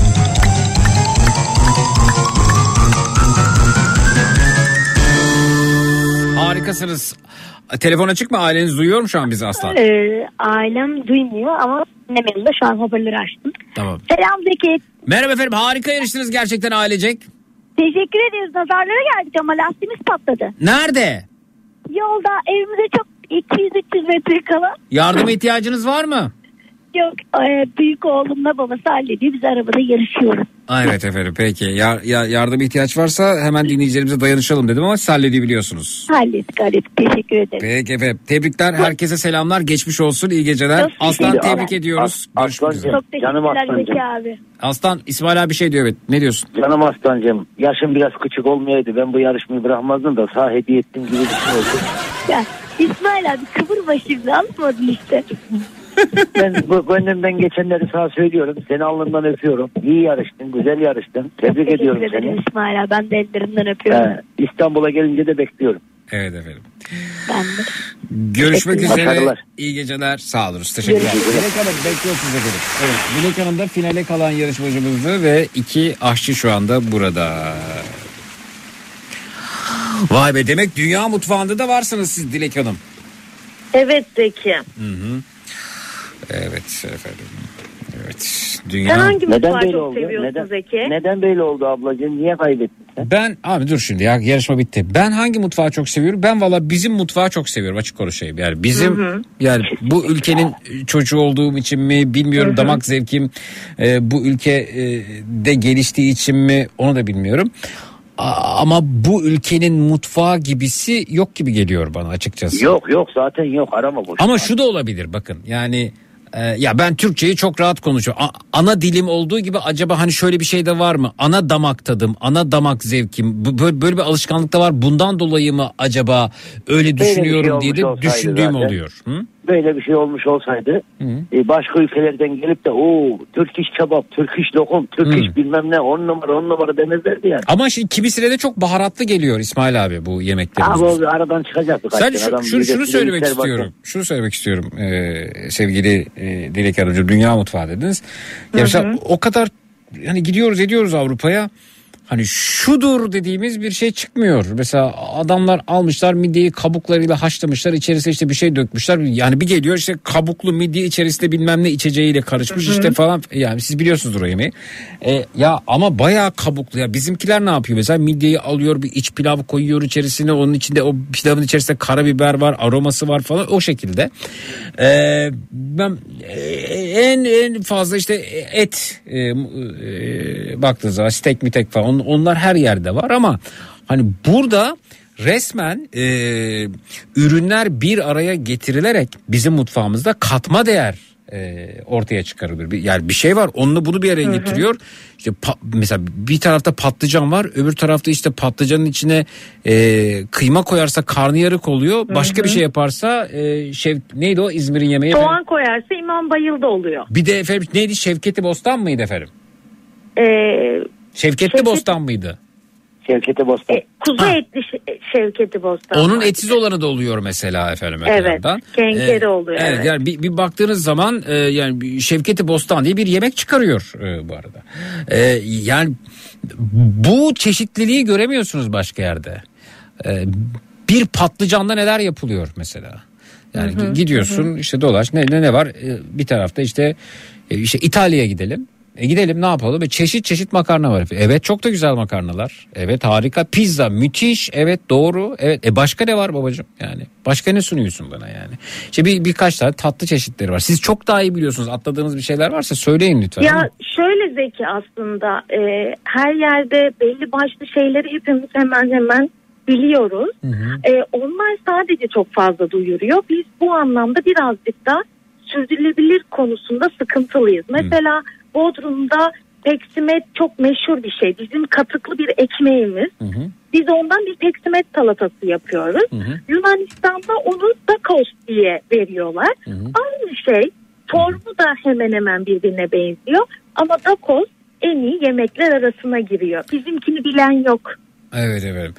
Harikasınız. Telefon açık mı? Aileniz duyuyor mu şu an bizi Aslan? Ee, ailem duymuyor ama annem yanında şu an hoparlörü açtım. Tamam. Selam Zeki. Merhaba efendim, harika yarıştınız gerçekten ailecek. Teşekkür ederiz. Nazarlara geldik ama lastiğimiz patladı. Nerede? Yolda evimize çok iki yüz üç yüz metre kala. Yardıma ihtiyacınız var mı? Yok e, büyük oğlumla babası hallediyor. Biz arabada yarışıyoruz. Aa, evet efendim peki. Ya, ya, yardım ihtiyaç varsa hemen dinleyicilerimize dayanışalım dedim ama siz halledebiliyorsunuz. Hallettik hallettik. Teşekkür ederim. Peki efendim. Tebrikler. Herkese selamlar. Geçmiş olsun. İyi geceler. Çok Aslan teşekkür tebrik ederim. ediyoruz. As- Görüşmek üzere. Aslancığım, Çok canım teşekkürler Aslancığım. Zeki abi. Aslan İsmail abi bir şey diyor evet. Ne diyorsun? Canım Aslancığım. Yaşım biraz küçük olmayaydı. Ben bu yarışmayı bırakmazdım da sağ hediye ettiğim gibi bir şey oldu. Ya İsmail abi kıvır başımda almadın işte. Ben bu gönlümden geçenleri sana söylüyorum. Seni alnından öpüyorum. İyi yarıştın, güzel yarıştın. Tebrik ediyorum Teşekkür ederim seni. İsmail abi. Ben de ellerinden öpüyorum. Ee, İstanbul'a gelince de bekliyorum. Evet efendim. Ben de. Görüşmek üzere. Başarılar. İyi geceler. Sağ olun. Teşekkürler. Dilek Hanım bekliyorsunuz efendim. Evet. Dilek Hanım da finale kalan yarışmacımızdı ve iki aşçı şu anda burada. Vay be, demek dünya mutfağında da varsınız siz Dilek Hanım. Evet Zeki. Hı hı. Evet efendim. Evet. Sen Dünya... hangi Neden mutfağı böyle çok oldu? seviyorsun Neden, Zeki? neden böyle oldu ablacığım? Niye kaybettin sen? Ben abi dur şimdi ya, yarışma bitti. Ben hangi mutfağı çok seviyorum? Ben valla bizim mutfağı çok seviyorum, açık konuşayım. Yani bizim Hı hı. yani bu ülkenin çocuğu olduğum için mi bilmiyorum, Hı hı. damak zevkim e, bu ülkede geliştiği için mi onu da bilmiyorum. A- ama bu ülkenin mutfağı gibisi yok gibi geliyor bana açıkçası. Yok yok zaten yok, arama boş. Ama şu da olabilir bakın yani Ee, ya ben Türkçeyi çok rahat konuşuyorum. A- ana dilim olduğu gibi acaba hani şöyle bir şey de var mı? Ana damak tadım, ana damak zevkim. Bu, böyle, böyle bir alışkanlık da var. Bundan dolayı mı acaba öyle düşünüyorum diye de düşündüğüm zaten. oluyor. Hı? Böyle bir şey olmuş olsaydı e, başka ülkelerden gelip de o Türk iş kebap, Türk iş lokum, Türk iş bilmem ne on numara on numara demezlerdi yani. Ama şimdi kimisine de çok baharatlı geliyor İsmail abi bu yemeklerimiz. Abi o aradan çıkacak. Sen şu, şunu, şunu söylemek istiyorum. Bakın. Şunu söylemek istiyorum e, sevgili e, Dilek Hanımcığım, dünya mutfağı dediniz. Ya mesela o kadar yani gidiyoruz ediyoruz Avrupa'ya. Hani şudur dediğimiz bir şey çıkmıyor. Mesela adamlar almışlar midyeyi kabuklarıyla haşlamışlar. İçerisine işte bir şey dökmüşler. Yani bir geliyor işte kabuklu midye içerisinde bilmem ne içeceğiyle karışmış hı hı. işte falan. Yani siz biliyorsunuzdur o yemeği. E, ya ama bayağı kabuklu ya. Bizimkiler ne yapıyor? Mesela midyeyi alıyor, bir iç pilav koyuyor içerisine. Onun içinde o pilavın içerisinde karabiber var, aroması var falan o şekilde. E, ben e, en en fazla işte et e, e, baktığınız zaman steak mi tek falan onlar her yerde var ama hani burada resmen e, ürünler bir araya getirilerek bizim mutfağımızda katma değer e, ortaya çıkarılır. Yani bir şey var, onunla bunu bir araya hı hı. getiriyor. İşte pa- mesela bir tarafta patlıcan var, öbür tarafta işte patlıcanın içine e, kıyma koyarsa karnıyarık oluyor. Başka hı hı. bir şey yaparsa e, şev neydi o İzmir'in yemeği? Soğan efendim? Koyarsa İmam Bayıldı oluyor. Bir de efendim neydi, Şevketi Bostan mıydı efendim? Eee Şevketli Şevket... Bostan mıydı? Şevketi Bostan. E, kuzu ha. etli Şevketi Bostan. Onun etsiz olanı da oluyor mesela efendim. Evet. Kenkeri ee, oluyor. Evet. evet. Yani bir, bir baktığınız zaman e, yani Şevketi Bostan diye bir yemek çıkarıyor e, bu arada. E, yani bu çeşitliliği göremiyorsunuz başka yerde. E, bir patlıcanda neler yapılıyor mesela? Yani hı hı, gidiyorsun hı. işte dolaş ne ne ne var? E, bir tarafta işte e, işte İtalya'ya gidelim. E gidelim ne yapalım? E çeşit çeşit makarna var. Evet çok da güzel makarnalar. Evet harika. Pizza müthiş. Evet doğru. Evet. E başka ne var babacığım? Yani başka ne sunuyorsun bana yani? İşte bir birkaç tane tatlı çeşitleri var. Siz çok daha iyi biliyorsunuz. Atladığınız bir şeyler varsa söyleyin lütfen. Ya şöyle Zeki aslında e, her yerde belli başlı şeyleri hepimiz hemen hemen biliyoruz. Hı hı. E, onlar sadece çok fazla duyuruyor. Biz bu anlamda birazcık da sürdürülebilir konusunda sıkıntılıyız. Mesela hı. Bodrum'da peksimet çok meşhur bir şey. Bizim katıklı bir ekmeğimiz. Hı hı. Biz ondan bir peksimet salatası yapıyoruz. Hı hı. Yunanistan'da onu dakos diye veriyorlar. Hı hı. Aynı şey. Formu da hemen hemen birbirine benziyor. Ama dakos en iyi yemekler arasına giriyor. Bizimkini bilen yok. Evet evet.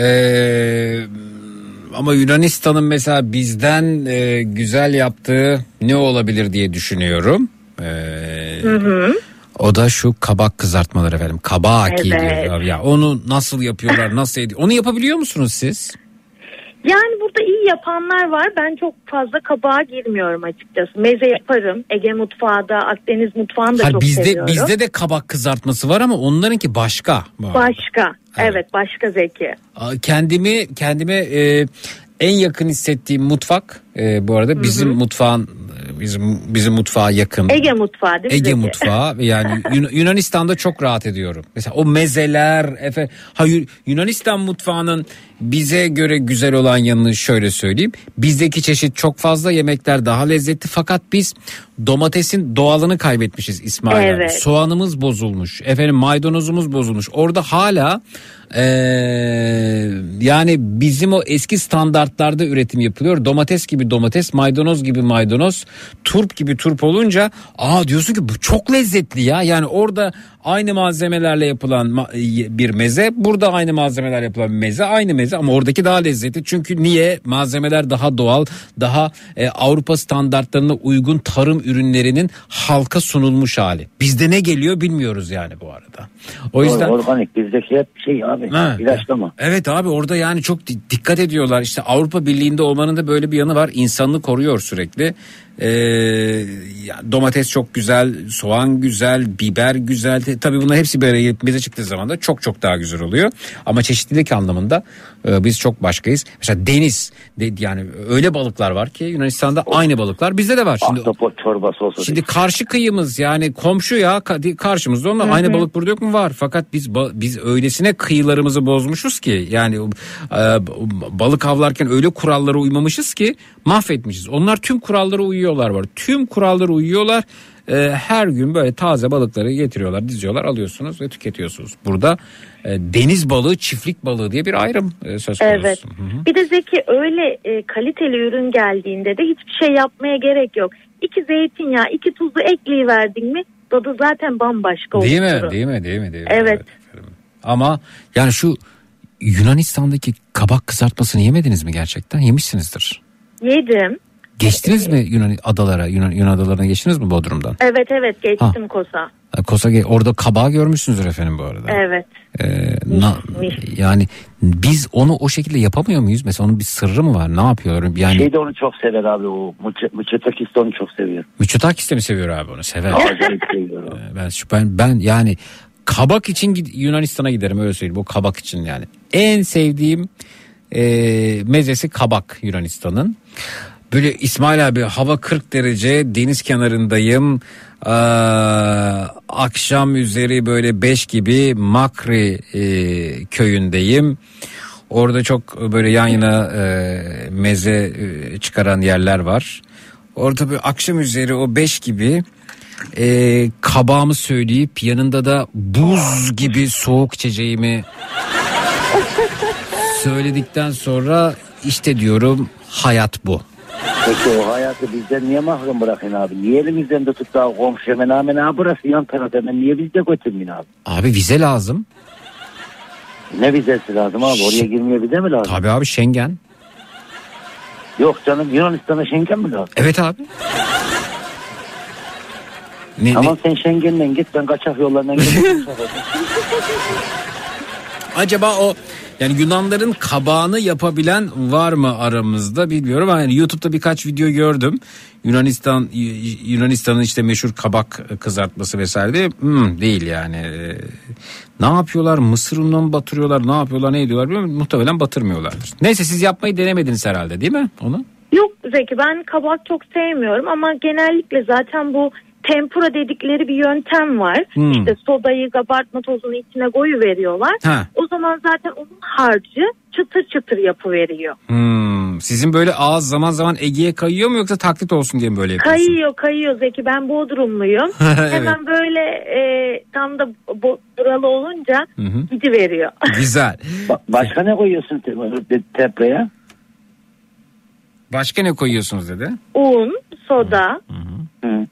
Ee, ama Yunanistan'ın mesela bizden e, güzel yaptığı ne olabilir diye düşünüyorum. Ee, hı hı. O da şu kabak kızartmaları efendim. Kabaki evet. diyorlar. Ya onu nasıl yapıyorlar, nasıl ediyor? Onu yapabiliyor musunuz siz? Yani burada iyi yapanlar var. Ben çok fazla kabağa girmiyorum açıkçası. Meze yaparım. Ege mutfağı da, Akdeniz mutfağını da ha, çok bizde, seviyorum. Bizde de kabak kızartması var ama onlarınki başka. Başka. Evet. evet, başka Zeki. Kendimi kendime e, en yakın hissettiğim mutfak e, bu arada bizim hı hı. mutfağın bizim bizim mutfağa yakın. Ege mutfağı değil mi? Ege mutfağı yani Yunanistan'da çok rahat ediyorum. Mesela o mezeler efe ha Yunanistan mutfağının bize göre güzel olan yanını şöyle söyleyeyim. Bizdeki çeşit çok fazla, yemekler daha lezzetli fakat biz domatesin doğalını kaybetmişiz İsmail evet. abi. Soğanımız bozulmuş. Efendim maydanozumuz bozulmuş. Orada hala Ee, yani bizim o eski standartlarda üretim yapılıyor. Domates gibi domates, maydanoz gibi maydanoz, turp gibi turp olunca aa diyorsun ki bu çok lezzetli ya. Yani orada aynı malzemelerle yapılan bir meze, burada aynı malzemeler yapılan bir meze, aynı meze ama oradaki daha lezzetli. Çünkü niye? Malzemeler daha doğal, daha e, Avrupa standartlarına uygun tarım ürünlerinin halka sunulmuş hali. Bizde ne geliyor bilmiyoruz yani bu arada. O yüzden organik, bizdeki hep şey abi, ha, ilaçlama. Evet abi, orada yani çok dikkat ediyorlar. İşte Avrupa Birliği'nde olmanın da böyle bir yanı var. İnsanlığı koruyor sürekli. Ee, domates çok güzel, soğan güzel, biber güzel. Tabii bunlar hepsi bir araya gelip bize çıktığı zaman da çok çok daha güzel oluyor. Ama çeşitlilik anlamında e, biz çok başkayız. Mesela deniz, de, yani öyle balıklar var ki Yunanistan'da o, aynı balıklar bizde de var. Şimdi ahtapot çorbası olsun. Şimdi karşı kıyımız yani komşu ya karşımızda, onunla Hı-hı. aynı balık burada yok mu? Var. Fakat biz biz öylesine kıyılarımızı bozmuşuz ki yani e, balık avlarken öyle kurallara uymamışız ki mahvetmişiz. Onlar tüm kurallara uyuyor. uyuyorlar var. Tüm kurallara uyuyorlar. Ee, her gün böyle taze balıkları getiriyorlar, diziyorlar, alıyorsunuz ve tüketiyorsunuz. Burada e, deniz balığı, çiftlik balığı diye bir ayrım e, söz konusu. Evet. Hı-hı. Bir de Zeki öyle e, kaliteli ürün geldiğinde de hiçbir şey yapmaya gerek yok. İki zeytinyağı, iki tuzu ekleyiverdin mi tadı zaten bambaşka olur. Değil mi? Değil mi? Değil mi? Değil mi? Evet. Evet. Ama yani şu Yunanistan'daki kabak kızartmasını yemediniz mi gerçekten? Yemişsinizdir. Yedim. Geçtiniz mi Yunan adalara? Yunan, Yunan adalarına geçtiniz mi Bodrum'dan? Evet evet geçtim Ha. Kosa. Kosa orada kabağı görmüşsünüzdür efendim bu arada. Evet. Ee, na, yani biz onu o şekilde yapamıyor muyuz? Mesela onun bir sırrı mı var? Ne yapıyor? Yani Şey de onu çok sever abi o. Mıçetakis de onu çok seviyor. Mitsotakis de mi seviyor abi onu? Sever. Acayip seviyor. Ee, ben, ben, ben yani kabak için gid- Yunanistan'a giderim öyle söyleyeyim. O kabak için yani. En sevdiğim e, mezesi kabak Yunanistan'ın. Böyle İsmail abi hava kırk derece, deniz kenarındayım. Ee, akşam üzeri böyle beş gibi Makri e, köyündeyim. Orada çok böyle yan yana e, meze e, çıkaran yerler var. Orada böyle akşam üzeri o beş gibi e, kabağımı söyleyip yanında da buz gibi soğuk içeceğimi söyledikten sonra işte diyorum hayat bu. Peki o hayatı bizden niye mahrum bırakın abi? Niye elimizden de tut daha komşu hemen hemen ha burası yan taraf hemen niye bizde götürmeyin abi? Abi vize lazım. Ne vizesi lazım abi? Oraya girmeye vize mi lazım? Tabii abi Schengen. Yok canım Yunanistan'a Schengen mi lazım? Evet abi. Ne, Tamam ne? sen Schengen'den git ben kaçak yollarından gideyim. Acaba o yani Yunanların kabağını yapabilen var mı aramızda bilmiyorum. Yani YouTube'da birkaç video gördüm. Yunanistan Yunanistan'ın işte meşhur kabak kızartması vesaire de hmm, değil yani. Ee, ne yapıyorlar? Mısır ununa mı batırıyorlar? Ne yapıyorlar? Ne ediyorlar bilmiyorum. Muhtemelen batırmıyorlardır. Neyse siz yapmayı denemediniz herhalde değil mi onu? Yok Zeki ben kabak çok sevmiyorum ama genellikle zaten bu tempura dedikleri bir yöntem var. Hmm. İşte sodayı, kabartma tozunu içine koyuveriyorlar. Ha. O zaman zaten onun harcı çıtır çıtır yapıveriyor. Hmm. Sizin böyle ağız zaman zaman Ege'ye kayıyor mu yoksa taklit olsun diye mi böyle yapıyorsun? Kayıyor kayıyor Zeki ben Bodrumluyum. Evet. Hemen böyle e, tam da bo- buralı olunca Hı hı. gidiveriyor. Güzel. Ba- başka ne koyuyorsun te- tepreye? Başka ne koyuyorsunuz dedi? Un, soda, Hı.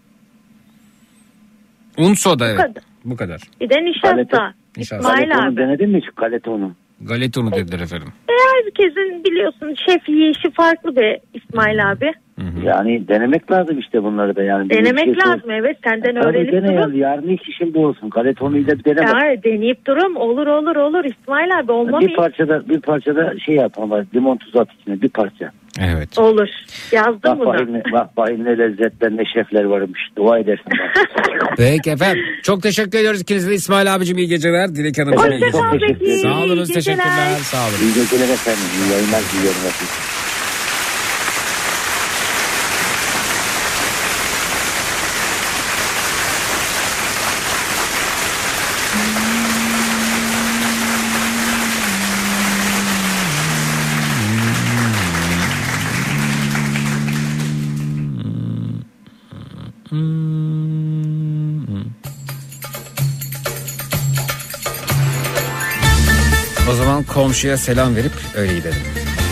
Un soda evet. kadar. Bu kadar. bir de nişasta. Nişasta. İsmail Galeta abi. denedin mi hiç galeta unu? Galeta unu dediler efendim. Herkesin biliyorsun şef yiyişi farklı be İsmail abi. Yani denemek lazım işte bunları da yani. Denemek Bir şey lazım sor- evet senden Tabii öğrenip dene durun. yani yarın ilk işin bu olsun. Galeta unuyla bir dene bak. Ya, deneyip durum olur olur olur İsmail abi olmaz Bir parçada bir parçada şey yap ama limon tuzu at içine bir parça. Evet. Olur. Yazdım Bak bunu. bakayım, ne- bak bakayım ne lezzetler ne şefler varmış. Dua edersin. Peki efendim. Çok teşekkür ediyoruz ikinize de. İsmail abicim iyi geceler. Dilek Hanım. Hoşça iyi kal geceler. Zeki. Sağ olun. İyi geceler. Teşekkürler. Sağ olun. İyi geceler efendim. İyi yayınlar diliyorum. O zaman komşuya selam verip öyle gidelim.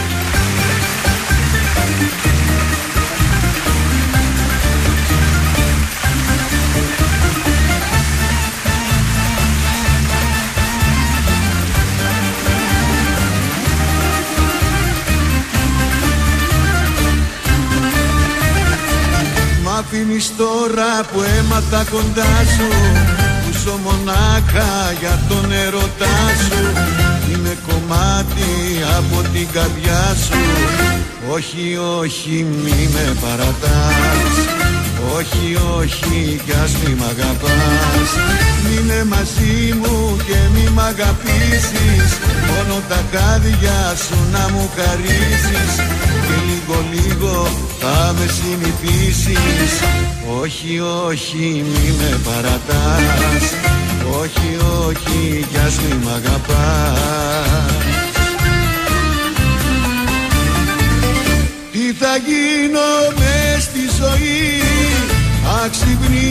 Μ' αφήνεις τώρα που έμαθα κοντά σου, που ζω μονάχα για τον ερωτά σου. Είμαι κομμάτι από την καρδιά σου. Όχι, όχι, μη με παρατάς. Όχι, όχι, κι ας μη μ' αγαπάς. Μείνε μαζί μου και μη μ' αγαπήσεις. Μόνο τα χάδια σου να μου χαρίσεις. Και λίγο λίγο θα με συνηθίσεις. Όχι, όχι, μη με παρατάς. Όχι, όχι, κι ας μη μ' αγαπάς. Τι θα γίνω μες στη ζωή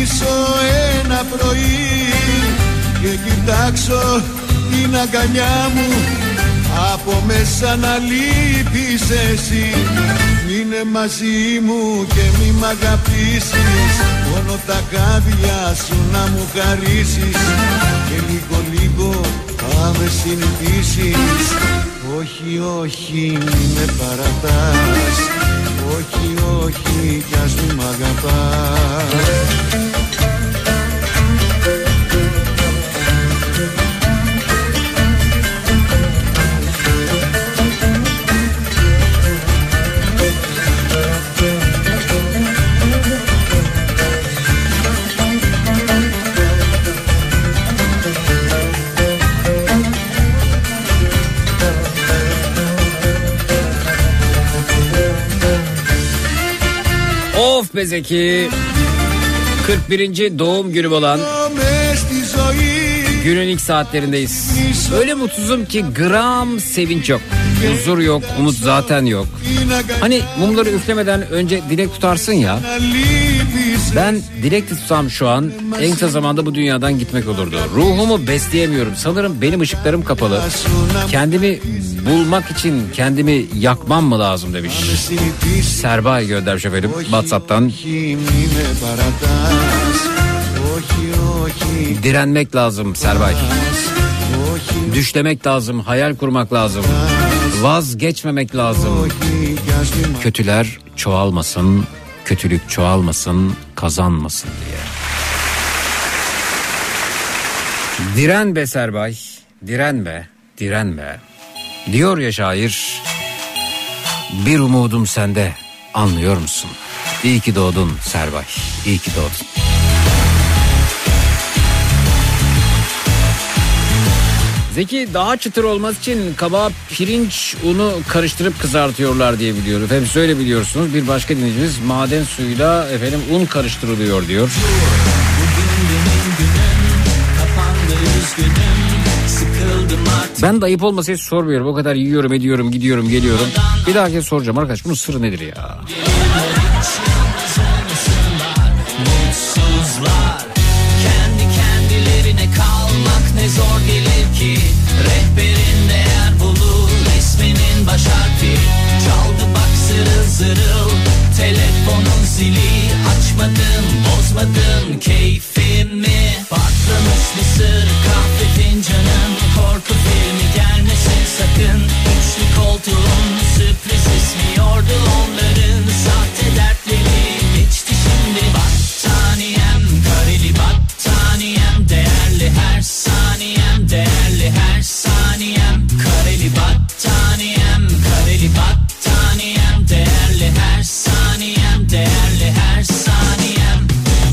ξυπνήσω ένα πρωί και κοιτάξω την αγκαλιά μου, από μέσα να λείπεις εσύ. Μείνε μαζί μου και μη μ' αγαπήσεις, μόνο τα κάδια σου να μου χαρίσεις και λίγο λίγο θα με συνηθίσεις. Όχι, όχι, μη με παρατάς, όχι, όχι, κι ας μη μ' αγαπάς. Of be Zeki, kırk birinci doğum günüm olan günün ilk saatlerindeyiz. Öyle mutsuzum ki gram sevinç yok, huzur yok, umut zaten yok. Hani mumları üflemeden önce dilek tutarsın ya, ben dilek tutsam şu an en kısa zamanda bu dünyadan gitmek olurdu. Ruhumu besleyemiyorum, sanırım benim ışıklarım kapalı. Kendimi bulmak için kendimi yakmam mı lazım demiş. Serbay göndermiş efendim WhatsApp'tan. Direnmek lazım Serbay. Düşlemek lazım, hayal kurmak lazım. Vazgeçmemek lazım. Kötüler çoğalmasın, kötülük çoğalmasın, kazanmasın diye. Diren be Serbay, direnme, direnme. Diyor ya şair, bir umudum sende, anlıyor musun? İyi ki doğdun Serbay, iyi ki doğdun. Zeki, daha çıtır olması için kabağa pirinç unu karıştırıp kızartıyorlar diye biliyorum. Hep öyle biliyorsunuz. Bir başka dinleyicimiz maden suyuyla efendim un karıştırılıyor diyor. Ben de ayıp olmasa hiç sormuyorum. O kadar yiyorum, ediyorum, gidiyorum, geliyorum. Bir daha kez soracağım arkadaş, bunun sırrı nedir ya? Mutsuzlar kendi kendilerine kalmak ne zor gelir ki. Rehberin değer bulur, resminin baş harfi. Çaldı bak zırıl zırıl, telefonun zili. Açmadım, bozmadım keyfimi. Patlamış mısır kahve fincanın, korku filmi gelmesin sakın. Üçlü koltuğun sürpriz ismiyordu onların. Sahte dertleri geçti şimdi. Battaniyem, kareli battaniyem, değerli her saniyem, değerli her saniyem. Kareli battaniyem, kareli battaniyem, değerli her saniyem, değerli her saniyem.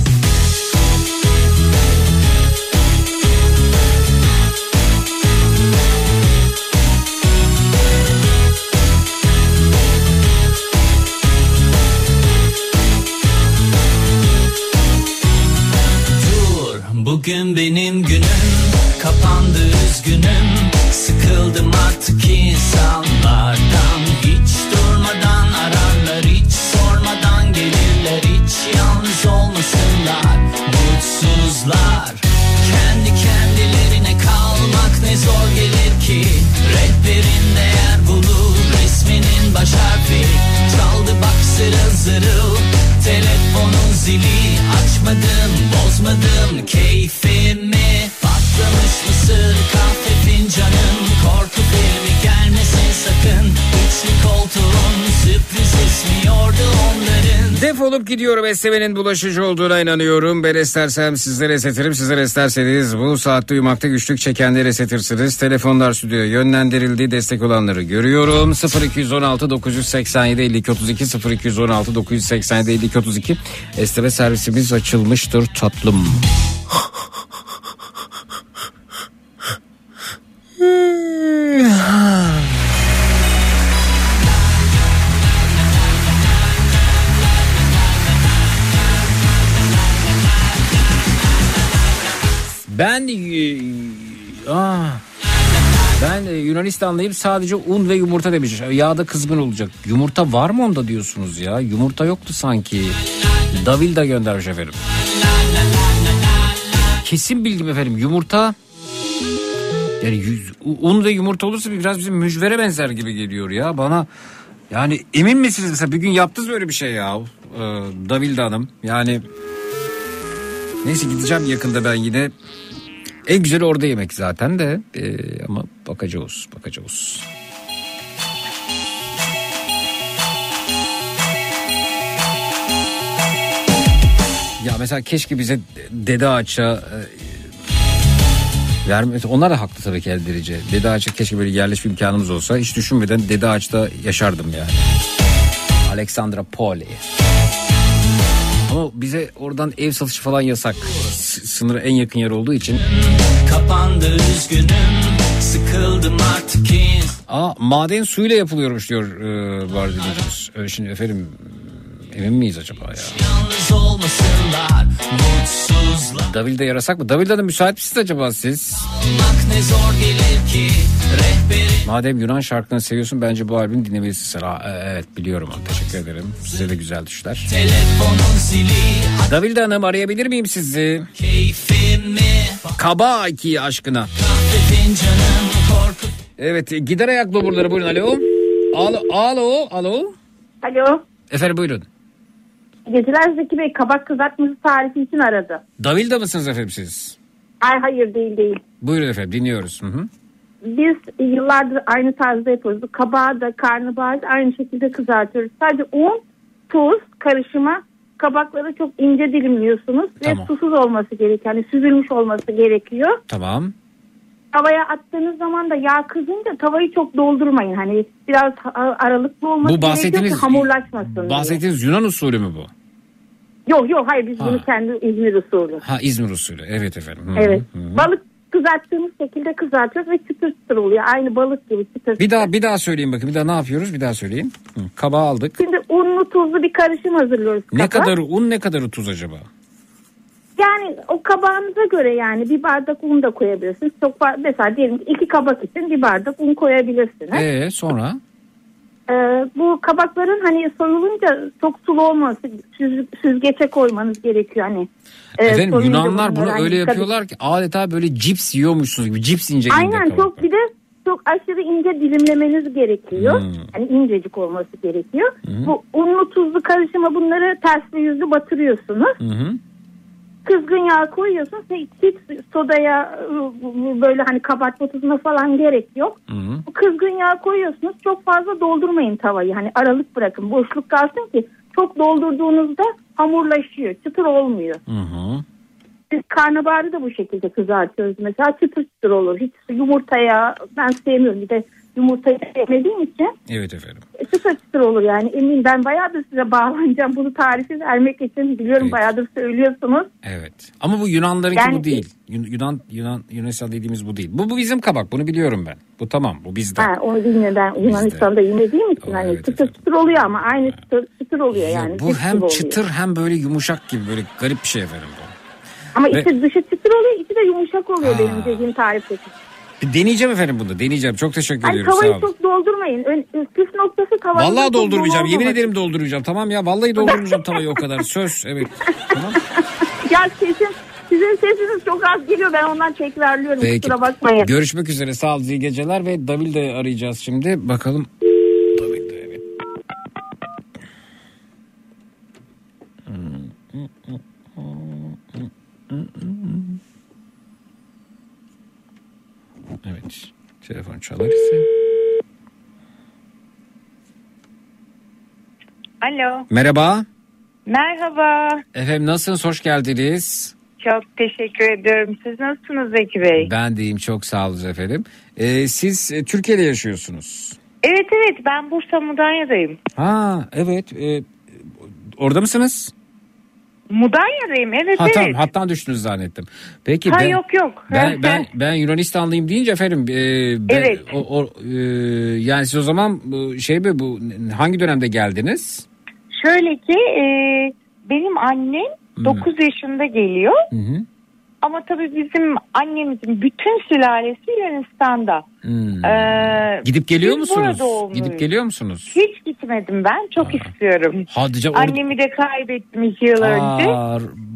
Bugün benim günüm, kapandı üzgünüm. Sıkıldım artık insanlardan. Hiç durmadan ararlar, hiç sormadan gelirler. Hiç yalnız olmasınlar, mutsuzlar. Kendi kendilerine kalmak ne zor gelir ki. Rehberin değer bulur, resminin baş harfi. Çaldı bak zırıl zırıl, telefonun zili. Açmadım, bozmadım keyfimi. Patlamış mısır kahve fincanın, korku filmi gelmesin sakın. Üçlü koltuğun sürpriz ismiyordu onların. Defolup gidiyorum, esnemenin bulaşıcı olduğuna inanıyorum. Ben estersem sizlere esnetirim, sizler isterseniz bu saatte uyumakta güçlük çekenleri esnetirsiniz. Telefonlar stüdyoya yönlendirildi, destek olanları görüyorum. sıfır iki on altı dokuz yüz seksen yedi elli iki otuz iki sıfır iki on altı dokuz yüz seksen yedi elli iki otuz iki esneme servisimiz açılmıştır tatlım. Ben aa, ben Yunanistanlıyım, sadece un ve yumurta demiş. Yağda kızgın olacak. Yumurta var mı onda diyorsunuz ya? Yumurta yoktu sanki. Davil da göndermiş efendim. kesin bilgim efendim yumurta. Yani yüz, un ve yumurta olursa biraz bizim mücvere benzer gibi geliyor ya bana. Yani emin misiniz mesela bir gün yaptınız böyle bir şey ya ee, Davilde Hanım. Yani neyse gideceğim yakında ben yine. En güzeli orada yemek zaten de ee, ama bakacağız bakacağız. Ya mesela keşke bize Dede Ağaç'a e, vermesi. Onlar da haklı tabii ki Eldirici. Dede Ağaç'a keşke böyle yerleşme imkanımız olsa. Hiç düşünmeden Dede Ağaç'ta yaşardım yani. Alexandra Poli. Ama bize oradan ev satışı falan yasak. S- sınıra en yakın yer olduğu için. Kapandı üzgünüm, sıkıldım artık. Aa, maden suyuyla yapılıyormuş diyor e, var dinleyicimiz. E, şimdi efendim emin miyiz acaba ya? Yalnız olmasınlar, mutsuzlar. Davilde yarasak mı? Davilde de müsait misiniz acaba siz? Olmak ne zor gelir ki rehberi. Madem Yunan şarkılarını seviyorsun bence bu albüm dinlemelisin. Aa, evet biliyorum abi, teşekkür ederim. Size de güzel düşler. Telefonun zili. Davilde Hanım arayabilir miyim sizi? Keyfimi. Kaba iki aşkına. Kahve fincanım korku. Evet gider ayak doburları buyurun alo. Alo alo alo. Alo. Efendim buyurun. Geceler Zeki Bey kabak kızartması tarifi için aradı. Davilde mısınız efendim siz? Ay hayır değil değil. Buyurun efendim dinliyoruz. Hı hı. Biz yıllardır aynı tarzda yapıyoruz. Bu kabağı da karnabaharı da aynı şekilde kızartıyoruz. Sadece un, tuz karışıma kabakları çok ince dilimliyorsunuz. Tamam. Ve susuz olması gerekiyor. Yani süzülmüş olması gerekiyor. Tamam. Tavaya attığınız zaman da yağ kızınca tavayı çok doldurmayın. Hani biraz aralıklı olması Bu gerekiyor bahsettiğiniz, ki hamurlaşmasın. bahsettiğiniz diye. Yunan usulü mü bu? Yok yok hayır biz Ha. bunu kendi İzmir usulü. Ha İzmir usulü evet efendim. Hı-hı. Evet. Hı-hı. Balık kızarttığımız şekilde kızartıyoruz ve çıtır çıtır oluyor. Aynı balık gibi çıtır çıtır. Bir daha bir daha söyleyin bakın. Bir daha ne yapıyoruz? Bir daha söyleyin. Hı, kabağı aldık. Şimdi unlu tuzlu bir karışım hazırlıyoruz. Ne kaba. kadar un ne kadar tuz acaba? Yani o kabağınıza göre yani bir bardak un da koyabilirsiniz. Çok var, mesela diyelim ki iki kabak için bir bardak un koyabilirsiniz. Ee sonra? Ee, bu kabakların hani soyulunca çok sulu olması, süz, süzgece koymanız gerekiyor hani. Ee, Efendim soyunca Yunanlar bunu bunları öyle hani yapıyorlar ki adeta böyle cips yiyormuşsunuz gibi. Cips ince ince Aynen kabaklar. çok bir de çok aşırı ince dilimlemeniz gerekiyor. Hmm. Yani incecik olması gerekiyor. Hmm. Bu unlu tuzlu karışıma bunları tersli yüzlü batırıyorsunuz. Hı hı. Kızgın yağ koyuyorsunuz. Hiç, hiç sodaya böyle hani kabartma tuzuna falan gerek yok. Hı hı. Bu kızgın yağ koyuyorsunuz. Çok fazla doldurmayın tavayı. Hani aralık bırakın. Boşluk kalsın ki çok doldurduğunuzda hamurlaşıyor. Çıtır olmuyor. Hı hı. Biz karnabaharı da bu şekilde kızartıyoruz. Mesela çıtır çıtır olur. Hiç yumurtaya ben sevmiyorum. Bir de yumurtayı sevmediğim için Evet efendim. çıtır çıtır olur yani. Eminim ben bayağıdır size bağlanacağım. Bunu tarifi vermek için biliyorum Evet. bayağıdır söylüyorsunuz. Evet. Ama bu Yunanlarınki Yani- bu değil. Yun- Yunan Yunan Yunanistan dediğimiz bu değil. Bu bu bizim kabak. Bunu biliyorum ben. Bu tamam. Bu bizde. Ha, onu bilmiyorum ben Yunanistan'da yemediğim için hani evet, çıtır çıtır oluyor ama aynı çıtır, çıtır oluyor Ya yani. bu Cips hem gibi oluyor. çıtır hem böyle yumuşak gibi böyle garip bir şey efendim bu. Ama Ve- içi dışı çıtır oluyor, içi de yumuşak oluyor Aa. benim dediğim tarifteki. Bir deneyeceğim efendim bunu. Deneyeceğim. Çok teşekkür Hani ediyorum. Sağ tavayı olun. çok doldurmayın. Ön, püf noktası tavanın Vallahi çok doldurmayacağım. dolu Yemin olmaması. ederim dolduracağım. Tamam ya. Vallahi doldurmayacağım tavayı o kadar. Söz. Evet. Tamam. Ya sesim, sizin sesiniz çok az geliyor. Ben ondan tekrarlıyorum. Peki. Kusura bakmayın. Görüşmek üzere. Sağ olun. İyi geceler ve Davilde arayacağız şimdi. Bakalım. Davilde evet. Evet. Telefon çalar ise. Alo. Merhaba. Merhaba. Efendim nasılsınız? Hoş geldiniz. Çok teşekkür ediyorum. Siz nasılsınız Zeki Bey? Ben deyim. Çok sağ olun efendim. Ee, siz e, Türkiye'de yaşıyorsunuz. Evet evet ben Bursa Mudanya'dayım. Ha evet. E, orada mısınız? Mudanya'dayım evet Ha evet. tamam. Hattan düştünüz zannettim. Peki Ha ben, yok yok. Ben ben ben Yunanistanlıyım deyince efendim. E, ben, Evet. O, o, e, yani siz o zaman bu şey mi bu hangi dönemde geldiniz? Şöyle ki e, benim annem Hmm. dokuz yaşında geliyor. Hı hı. Ama tabii bizim annemizin bütün sülalesi Yunanistan'da. Hmm. Ee, Gidip geliyor biz musunuz? burada olmuyoruz. Gidip geliyor musunuz? Hiç gitmedim ben. Çok istiyorum. Hadi canım. or- Annemi de kaybettim iki yıl önce. Aa,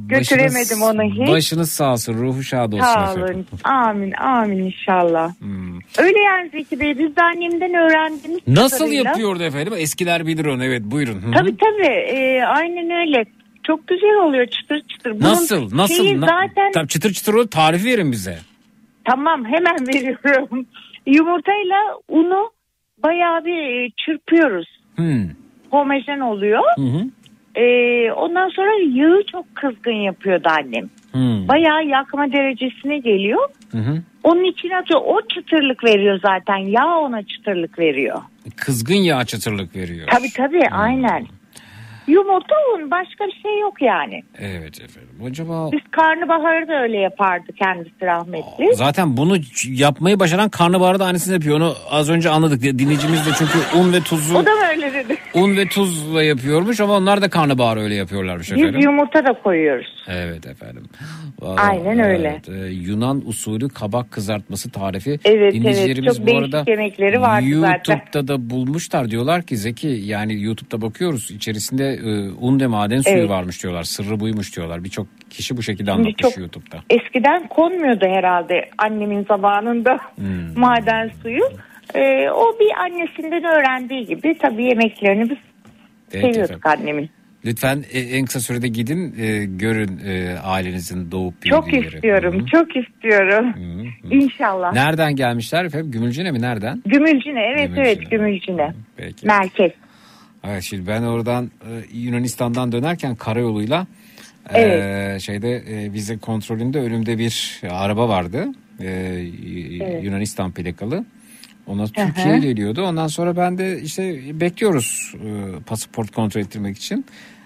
Götüremedim onu hiç. Başınız sağ olsun, ruhu şad olsun Sağ efendim. olun. Amin amin inşallah. Hmm. Öyle yani Zeki Bey, biz de annemden öğrendiğimiz Nasıl kadarıyla- yapıyordu efendim? Eskiler bilir onu, evet buyurun. Hı hı. Tabii tabii e, aynen öyle. Çok güzel oluyor, çıtır çıtır. Bunun Nasıl? Nasıl? şeyi Na- zaten Tabii çıtır çıtır olur, tarifi verin bize. tamam, hemen veriyorum. Yumurtayla unu bayağı bir e, çırpıyoruz. Hmm. Homojen oluyor. Hı hı. E, ondan sonra yağı çok kızgın yapıyordu annem. Hmm. Bayağı yakma derecesine geliyor. Hı hı. Onun içine atıyor. O çıtırlık veriyor zaten. Yağ ona çıtırlık veriyor. Kızgın yağ çıtırlık veriyor. Tabii tabii Hmm. aynen. Yumurta, un, başka bir şey yok yani. Evet efendim. Acaba Biz karnabaharı da öyle yapardı kendisi rahmetli. zaten bunu yapmayı başaran karnabaharı da aynısını yapıyor. Onu az önce anladık. Dinleyicimiz de çünkü un ve tuzu O da mı öyle dedi? un ve tuzla yapıyormuş ama onlar da karnabaharı öyle yapıyorlarmış efendim. Biz yumurta da koyuyoruz. Evet efendim. Vallahi, Aynen öyle. evet, e, Yunan usulü kabak kızartması tarifi. Evet evet, Dinleyicilerimiz çok bu değişik arada yemekleri vardı zaten. YouTube'da da bulmuşlar, diyorlar ki Zeki, yani YouTube'da bakıyoruz içerisinde e, un ve maden suyu Evet. varmış diyorlar. Sırrı buymuş diyorlar. Birçok kişi bu şekilde Şimdi anlatmış çok- YouTube'da. Eskiden konmuyordu herhalde annemin zamanında Hmm. maden suyu. Ee, o bir annesinden öğrendiği gibi tabii yemeklerini biz Evet seviyorduk efendim. annemin. Lütfen e, en kısa sürede gidin e, görün e, ailenizin doğup büyüdüğü Çok yeri. istiyorum, çok istiyorum. İnşallah. Nereden gelmişler efendim? Gümülcine mi? Nereden? Gümülcine, evet Gümülcine. evet Gümülcine. Peki. Merkez. Evet, şimdi ben oradan e, Yunanistan'dan dönerken karayoluyla e, Evet. şeyde e, vize kontrolünde önümde bir araba vardı. E, Evet. Yunanistan plakalı. Ona hı. Türkiye'ye geliyordu. Ondan sonra ben de işte bekliyoruz e, pasaport kontrol ettirmek için.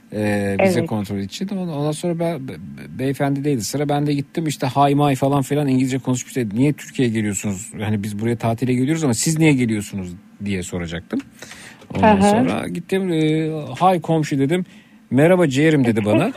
E, vize Evet. kontrolü için. Ondan ondan sonra ben, be, beyefendideydi sıra. Ben de gittim işte hay may falan filan İngilizce konuşmuş. Dedi, niye Türkiye'ye geliyorsunuz? Hani biz buraya tatile geliyoruz ama siz niye geliyorsunuz diye soracaktım. Ondan Hı hı. sonra gittim e, hay komşu dedim. Merhaba ciğerim dedi bana.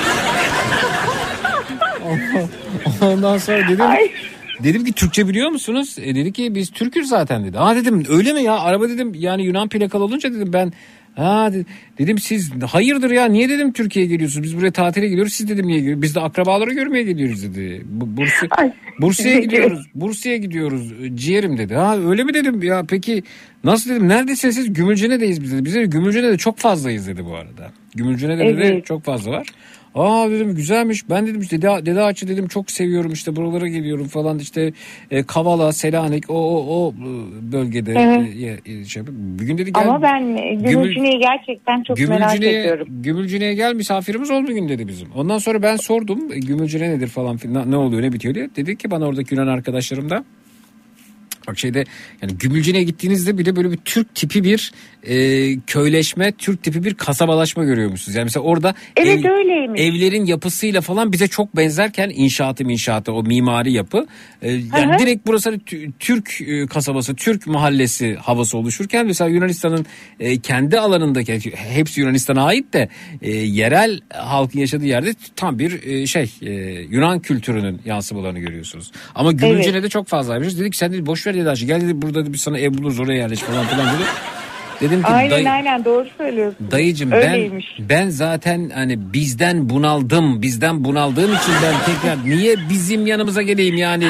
Ondan sonra dedim dedim ki Türkçe biliyor musunuz? E, dedi ki biz Türk'üz zaten dedi. Aa dedim öyle mi ya? Araba dedim yani Yunan plakalı olunca dedim ben ha de- dedim siz hayırdır ya niye dedim Türkiye'ye geliyorsunuz? Biz buraya tatile geliyoruz. Siz dedim niye geliyorsunuz? Biz de akrabaları görmeye geliyoruz dedi. Bu- Bursa, Bursa'ya gidiyoruz. Bursa'ya gidiyoruz. Ciğerim dedi. Ha öyle mi dedim ya peki nasıl dedim neredesiniz siz? Gümülcine'deyiz biz dedi. Biz de Gümülcine'de çok fazlayız dedi bu arada. Gümülcine'de dedi Evet. çok fazla var. Aa dedim güzelmiş. Ben dedim işte Dede, Dede Ağaç'ı dedim çok seviyorum işte buralara geliyorum falan işte e, Kavala, Selanik o o o bölgede Evet. e, e, şey, bir gün dedi gel. Ama ben Gümülcine'yi gerçekten çok merak Gümülcine'ye, ediyorum. Gümülcine'ye gel misafirimiz ol bir gün dedi bizim. Ondan sonra ben sordum e, Gümülcine nedir falan filan ne oluyor ne bitiyor diye. Dedi ki bana oradaki Yunan arkadaşlarım da bak şeyde yani Gümülcine'ye gittiğinizde bile böyle bir Türk tipi bir e, köyleşme, Türk tipi bir kasabalaşma görüyormuşsunuz. Yani mesela orada Evet, öyleymiş. evlerin yapısıyla falan bize çok benzerken inşaatı inşaatı o mimari yapı e, yani Hı hı. direkt burası hani tü- Türk e, kasabası, Türk mahallesi havası oluşurken mesela Yunanistan'ın e, kendi alanındaki hepsi Yunanistan'a ait de e, yerel halkın yaşadığı yerde tam bir e, şey e, Yunan kültürünün yansımalarını görüyorsunuz. Ama Gümülcine'de Evet. çok fazlaymış. Dedik sen dedi boş ver dedi Ayşe. Gel dedi burada dedi, biz sana ev buluruz oraya yerleş falan filan dedi. Dedim ki Aynen dayı, aynen doğru söylüyorsun. dayıcım ben Öyleymiş. ben zaten hani bizden bunaldım. Bizden bunaldığım için ben tekrar niye bizim yanımıza geleyim yani.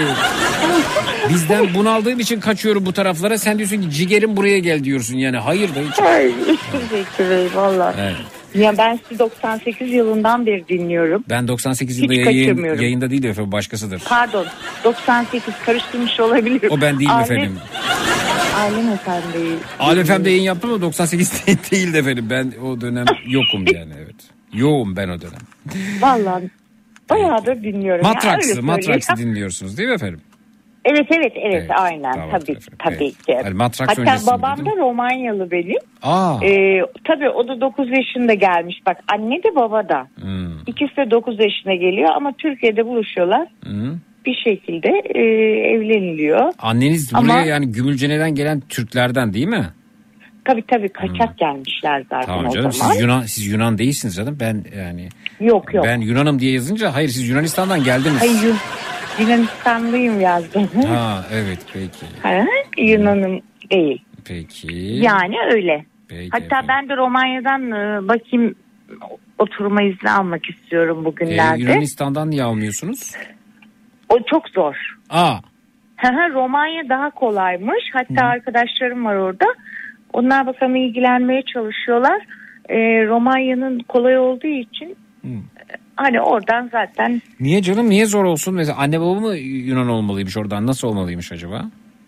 Bizden bunaldığım için kaçıyorum bu taraflara. Sen diyorsun ki cigerim buraya gel diyorsun yani. Hayır dayıcım. Ay Zeki Bey valla. Evet. Ya ben sizi doksan sekiz yılından beri dinliyorum. Ben doksan sekiz Hiç yılında yayın, kaçırmıyorum. yayında değil efendim başkasıdır. Pardon doksan sekiz karıştırmış olabilirim. O ben değilim Alem- efendim. Alem efendim değil. Alem F M'de yayın yaptım ama doksan sekiz değildi efendim. Ben o dönem yokum yani evet. Yoğum ben o dönem. Valla bayağıdır dinliyorum. Ya, öyle Matraksı, söyleyeyim. Matraksı dinliyorsunuz değil mi efendim? Evet evet evet, Evet, aynen tamam, tabii efendim, tabii evet. ki. Yani Matraks Hatta öncesinde babam değil da Romanyalı benim. Aa. Ee, tabii o da dokuz yaşında gelmiş. Bak anne de baba da. Hmm. İkisi de dokuz yaşına geliyor ama Türkiye'de buluşuyorlar. Hmm. Bir şekilde e, evleniliyor. Anneniz Ama- buraya yani Gümülcine'den gelen Türklerden değil mi? Tabii tabii kaçak gelmişler zaten Tamam o canım zaman. siz Yunan siz Yunan değilsiniz canım. Ben yani Yok yok. ben Yunanım diye yazınca hayır siz Yunanistan'dan geldiniz. Hayır Yun- Yunanistanlıyım yazdım. Ha evet peki. Ha, Yunanım değil. Peki. Yani öyle. Peki Hatta efendim. ben de Romanya'dan e, bakayım oturma izni almak istiyorum Ee, bugünlerde. Yunanistan'dan niye almıyorsunuz? O çok zor. Aa. Romanya daha kolaymış. Hatta arkadaşlarım var orada. Onlar bakalım ilgilenmeye çalışıyorlar. Ee, Romanya'nın kolay olduğu için hani oradan zaten. Niye canım, niye zor olsun? Mesela anne baba mı Yunan olmalıymış oradan? Nasıl olmalıymış acaba?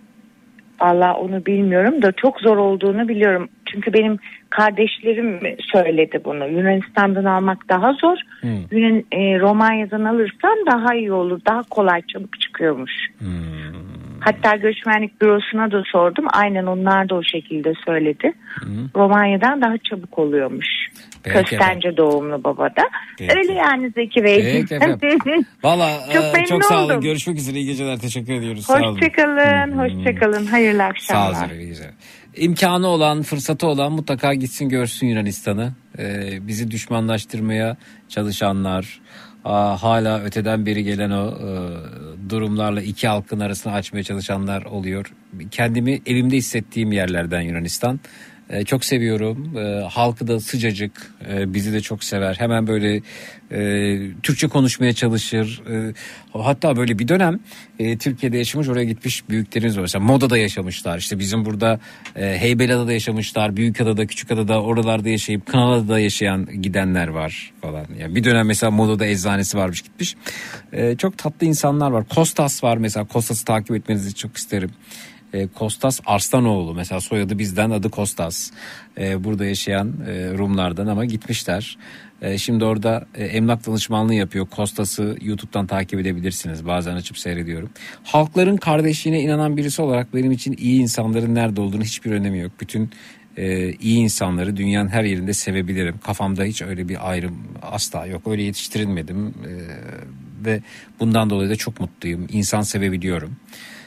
Vallahi onu bilmiyorum da çok zor olduğunu biliyorum. Çünkü benim kardeşlerim söyledi bunu. Yunanistan'dan almak daha zor. Hmm. Yunan, e, Romanya'dan alırsan daha iyi olur. Daha kolay, çabuk çıkıyormuş. Hmm. Hatta göçmenlik bürosuna da sordum. Aynen onlar da o şekilde söyledi. Hmm. Romanya'dan daha çabuk oluyormuş. Köstence doğumlu babada. Peki. Öyle yani Zeki Bey. Valla çok, e, çok sağ olun. oldum. Görüşmek üzere. İyi geceler. Teşekkür ediyoruz. Sağ olun. Hoşçakalın. Hoşçakalın. Hayırlı akşamlar. Sağ olun. İyi geceler. İmkanı olan, fırsatı olan mutlaka gitsin görsün Yunanistan'ı. Ee, bizi düşmanlaştırmaya çalışanlar, aa, hala öteden beri gelen o e, durumlarla iki halkın arasını açmaya çalışanlar oluyor. Kendimi evimde hissettiğim yerlerden Yunanistan. Ee, çok seviyorum. Ee, halkı da sıcacık, ee, bizi de çok sever. Hemen böyle e, Türkçe konuşmaya çalışır. Ee, hatta böyle bir dönem e, Türkiye'de yaşamış, oraya gitmiş büyüklerimiz var. Mesela Moda'da yaşamışlar. İşte bizim burada e, Heybeliada'da yaşamışlar. Büyükada'da, Küçükada'da, oralarda yaşayıp Kınalı'da yaşayan gidenler var falan. Yani bir dönem mesela Moda'da eczanesi varmış, gitmiş. Ee, çok tatlı insanlar var. Kostas var mesela. Kostas'ı takip etmenizi çok isterim. Kostas Arslanoğlu mesela, soyadı bizden, adı Kostas. Ee, burada yaşayan e, Rumlardan ama gitmişler. E, şimdi orada e, emlak danışmanlığı yapıyor. Kostas'ı YouTube'dan takip edebilirsiniz. Bazen açıp seyrediyorum. Halkların kardeşliğine inanan birisi olarak benim için iyi insanların nerede olduğunu hiçbir önemi yok. Bütün e, iyi insanları dünyanın her yerinde sevebilirim. Kafamda hiç öyle bir ayrım asla yok. Öyle yetiştirilmedim. E, ve bundan dolayı da çok mutluyum. İnsan sevebiliyorum.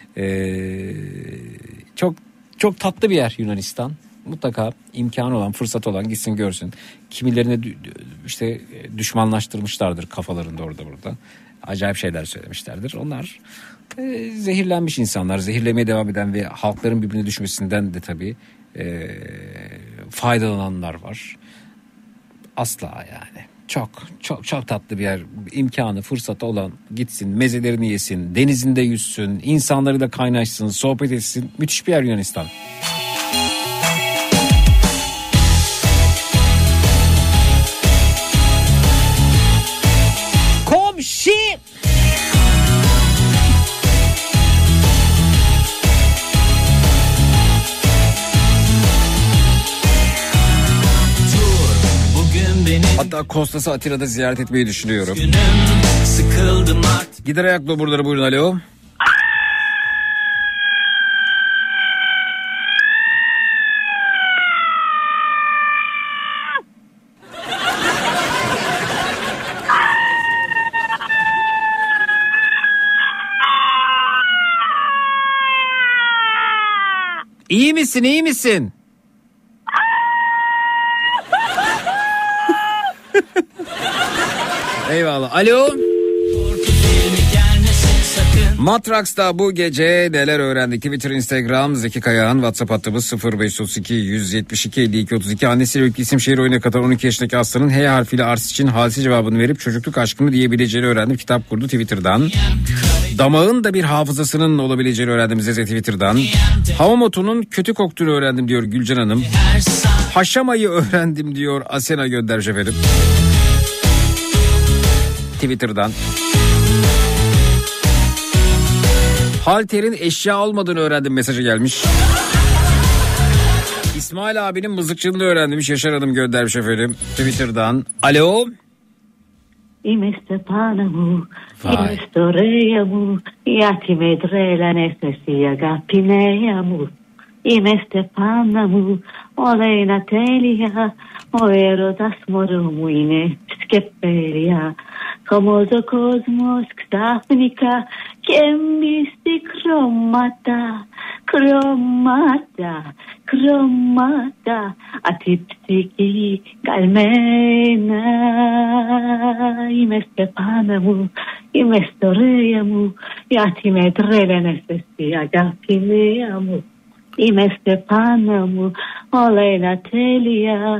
Ee, çok çok tatlı bir yer Yunanistan. Mutlaka imkanı olan, fırsat olan gitsin görsün. Kimilerini işte düşmanlaştırmışlardır kafalarında orada burada. Acayip şeyler söylemişlerdir. Onlar e, zehirlenmiş insanlar, zehirlemeye devam eden ve halkların birbirine düşmesinden de tabii e, faydalananlar var. Asla yani. Çok çok çok tatlı bir yer. İmkanı, fırsatı olan gitsin, mezelerini yesin, denizinde yüzsün, insanlarıyla kaynaşsın, sohbet etsin. Müthiş bir yer Yunanistan. Komşu! Hatta Kostas'ı Atina'da ziyaret etmeyi düşünüyorum. Gider ayaklı oburları buyurun, alo. İyi misin, iyi misin? Eyvallah. Alo. Matraks'ta bu gece neler öğrendik? Twitter, Instagram, Zeki Kayağan, WhatsApp hattımız sıfır beş otuz iki yüz yetmiş iki elli iki otuz iki. Annesiyle birlikte isim şehir oyuna katan on iki yaşındaki Aslı'nın H harfiyle Ars için hadise cevabını verip çocukluk aşkını diyebileceğini öğrendim. Kitap kurdu Twitter'dan. Damağın da bir hafızasının olabileceğini öğrendim Zeze Twitter'dan. Hamamoto'nun kötü koktuğunu öğrendim diyor Gülcan Hanım. Haşamayı öğrendim diyor Asena göndermiş efendim. Twitter'dan. Halter'in eşya olmadığını öğrendim mesajı gelmiş. İsmail abinin mızıkçılığını öğrendim. Yaşar Hanım göndermiş efendim Twitter'dan. Alo. Είμαι Στεφάνα μου, είμαι ιστορία μου, γιατί με τρέλανες εσύ αγάπη νέα μου. Είμαι Στεφάνα μου, όλα είναι τέλεια, ο έρωτας μωρό μου είναι σκεπέλια. Όμως ο κόσμος ξαφνικά και μισή χρώματα, χρώματα, χρώματα, ατυψική καλμένα. Είμαι Στεφάνα μου, είμαι ιστορία μου, γιατί με τρέλανες εσύ αγάπη νέα μου. Είμαι Στεφάνα μου, όλα είναι τέλεια,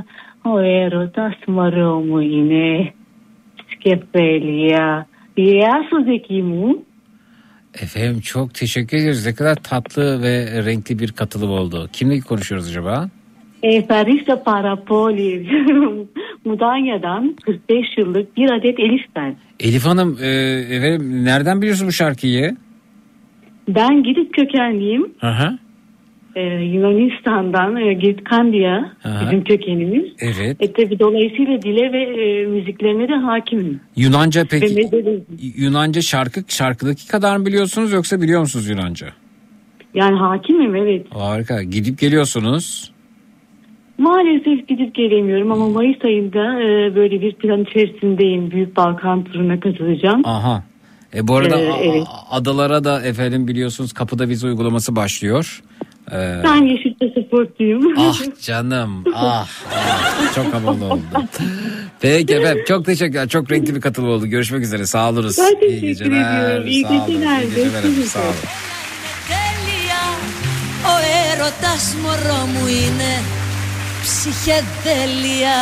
Ο έρωτας μωρό μου είναι ψυχεδέλεια. Γεια σου Zeki μου. Efendim çok teşekkür ediyoruz. Ne kadar tatlı ve renkli bir katılım oldu. Kimle konuşuyoruz acaba? Ευχαριστώ πάρα πολύ. Mudanya'dan kırk beş yıllık bir adet Elif ben. Elif Hanım e, efendim nereden biliyorsun bu şarkıyı? Ben Girit kökenliyim. Aha. Ee, Yunanistan'dan e, Girit Kandiya bizim kökenimiz. Evet. E, tabii dolayısıyla dile ve e, müziklerine de hakimim. Yunanca peki Ve mezeli- Yunanca şarkı şarkıdaki kadar mı biliyorsunuz yoksa biliyor musunuz Yunanca? Yani hakimim evet. Harika. Gidip geliyorsunuz. Maalesef gidip gelemiyorum ama Mayıs ayında e, böyle bir plan içerisindeyim. Büyük Balkan turuna katılacağım. Aha. E bu arada Ee, a- evet. adalara da efendim biliyorsunuz kapıda vize uygulaması başlıyor. Ee, Ben yeşil pasaportluyum. ah canım ah, ah çok havalı oldu. Peki efendim çok teşekkürler. Çok renkli bir katılım oldu. Görüşmek üzere. Sağ oluruz. Ben teşekkür İyi geceler. ediyorum. İyi Sağ olun. geceler. İyi geceler efendim. Görüşürüz. Sağ olun. Τέλεια, ο έρωτας μωρό μου είναι ψυχεδέλεια.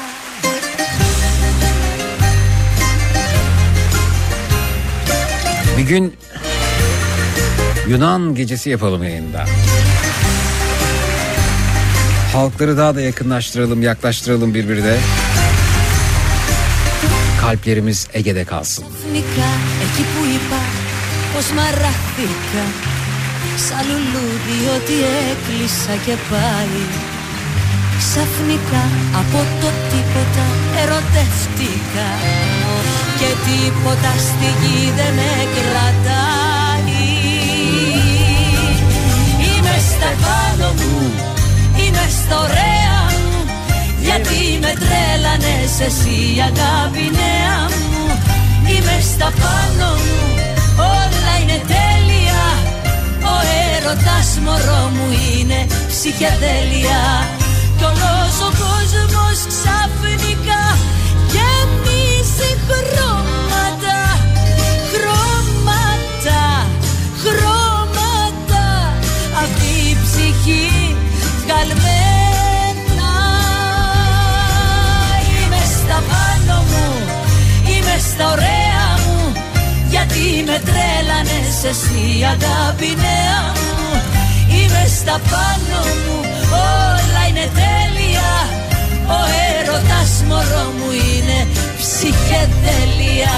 Bir gün Yunan gecesi yapalım yayında. Halkları daha da yakınlaştıralım, yaklaştıralım birbirine. Kalplerimiz Ege'de kalsın. Ξαφνικά εκεί που είπα πως μαραθήκα, σαν λουλούδι ότι έκλεισα και πάει. Ξαφνικά από το τίποτα ερωτεύτηκα και τίποτα στη γη δεν με κρατάει. Είμαι στα πάνω μου, είμαι στα ωραία μου, γιατί με τρέλανες εσύ αγάπη νέα μου. Είμαι στα πάνω μου, όλα είναι τέλεια, ο έρωτας μωρό μου είναι ψυχεδέλεια. Κι όλος ο κόσμος ξαφνικά γεμίζει χρώματα, χρώματα, χρώματα. Αυτή η ψυχή βγαλμένα. Είμαι στα πάνω μου, είμαι στα ωραία μου, γιατί με τρέλανες εσύ αγάπη νέα μου. Είμαι στα πάνω μου, όλα είναι τέλεια, ο έρωτας μωρό μου είναι ψυχεδέλεια.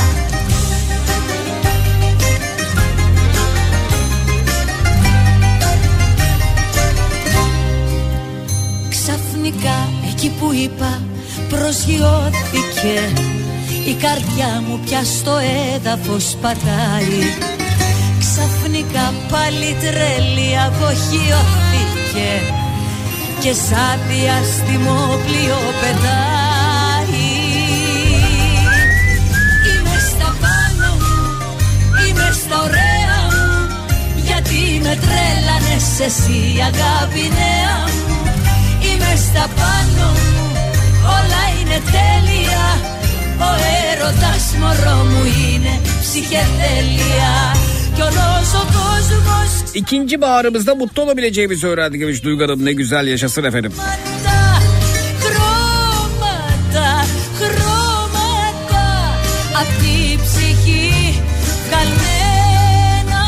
Ξαφνικά εκεί που είπα προσγειώθηκε, η καρδιά μου πια στο έδαφος πατάει. Ξαφνικά πάλι τρέλη αποχειώθηκε και σαν διάστημο πλοίο πετάει. Είμαι στα πάνω μου, είμαι στα ωραία μου, γιατί με τρέλανες εσύ αγάπη νέα μου. Είμαι στα πάνω μου, όλα είναι τέλεια, ο έρωτας μωρό μου είναι ψυχεδέλεια. İkinci baharımızda mutlu olabileceğimizi öğrendik demiş Duygu Hanım. Ne güzel yaşasın efendim. Χρώματα, χρώματα, απ' τη ψυχή καλμένα.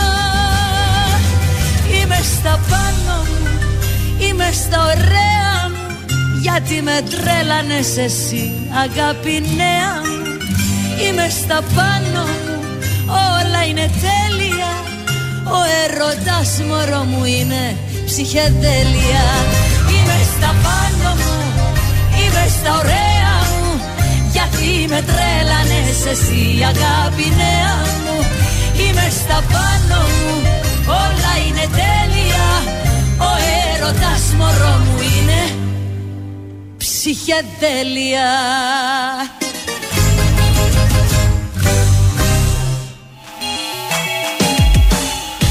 Είμαι στα πάνω μου, είμαι στα ωραία μου, γιατί με τρέλανες εσύ αγάπη νέα μου. Είμαι στα πάνω μου, όλα είναι τέλεια, ο έρωτας μωρό μου είναι ψυχεδέλεια. Είμαι στα πάνω μου, είμαι στα ωραία μου, γιατί με τρέλανες εσύ αγάπη νέα μου. Είμαι στα πάνω μου, όλα είναι τέλεια, ο έρωτας μωρό μου είναι ψυχεδέλεια.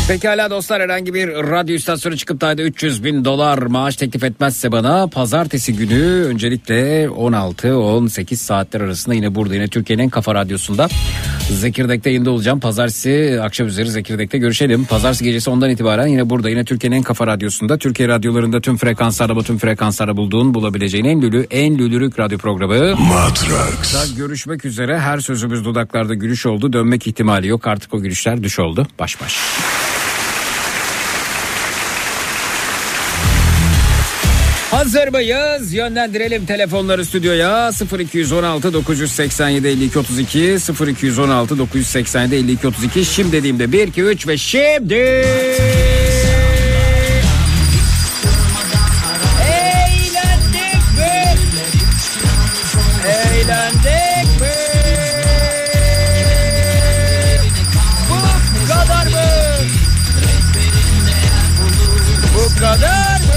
Pekala dostlar, herhangi bir radyo istasyonu çıkıp da üç yüz bin dolar maaş teklif etmezse bana, pazartesi günü öncelikle on altı on sekiz saatler arasında yine burada, yine Türkiye'nin en kafa radyosunda Zekirdek'te yayında olacağım. Pazartesi akşam üzeri Zekirdek'te görüşelim. Pazartesi gecesi ondan itibaren yine burada, yine Türkiye'nin en kafa radyosunda, Türkiye radyolarında tüm frekanslarda, bütün frekanslarda bulduğun, bulabileceğin en lülü, en lülürük radyo programı Matrax. Görüşmek üzere. Her sözümüz dudaklarda gülüş oldu. Dönmek ihtimali yok. Artık o gülüşler düş oldu. Baş baş. Hazır mıyız? Yönlendirelim telefonları stüdyoya. sıfır iki on altı dokuz seksen yedi elli iki otuz iki sıfır iki on altı dokuz seksen yedi elli iki otuz iki. Şimdi dediğimde bir iki üç ve şimdi eğlendik mi? Eğlendik mi? Bu kadar mı? Bu kadar mı?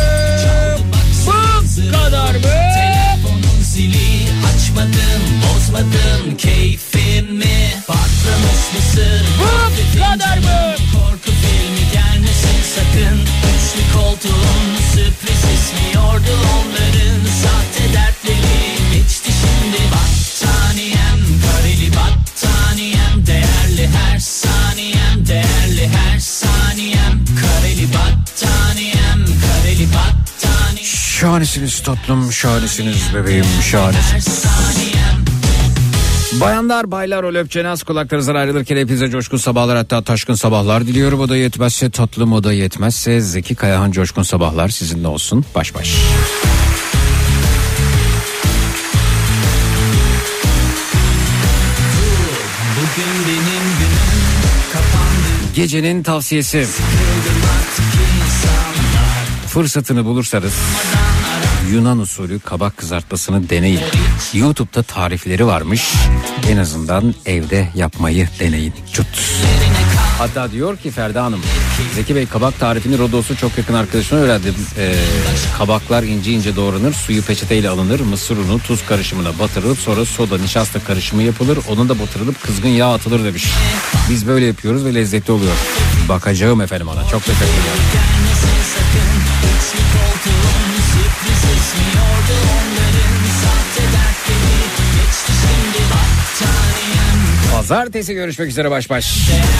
Kadar mı? Telefonun zili açmadın, bozmadın keyfimi. Patlamış mısır? Bu kadar mı? Korku filmi gelmesin sakın. Üçlü koltuğun sürpriz ismiyordu onların. Sahte dertleri geçti şimdi. Battaniyem, kareli battaniyem. Değerli her saniyem, değerli her saniyem. Kareli battaniyem, kareli battaniyem. Şahanesiniz tatlım, şahanesiniz bebeğim, şahanesiniz. Bayanlar, baylar, o löpçenaz kulaklarınızdan ayrılırken hepinize coşkun sabahlar, hatta taşkın sabahlar diliyorum. O da yetmezse tatlım, o da yetmezse Zeki Kayahan coşkun sabahlar sizinle olsun. Baş baş. Bugün benim günüm kapandı. Gecenin tavsiyesi. Fırsatını bulursanız Yunan usulü kabak kızartmasını deneyin. YouTube'da tarifleri varmış. En azından evde yapmayı deneyin. Çut. Hatta diyor ki Ferda Hanım, Zeki Bey kabak tarifini Rodos'u çok yakın arkadaşına öğrendim. Ee, kabaklar ince ince doğranır, suyu peçeteyle alınır, mısır unu, tuz karışımına batırılıp sonra soda, nişasta karışımı yapılır. Onun da batırılıp kızgın yağ atılır demiş. Biz böyle yapıyoruz ve lezzetli oluyor. Bakacağım efendim ona. Çok teşekkür ederim. Pazartesi görüşmek üzere, baş baş.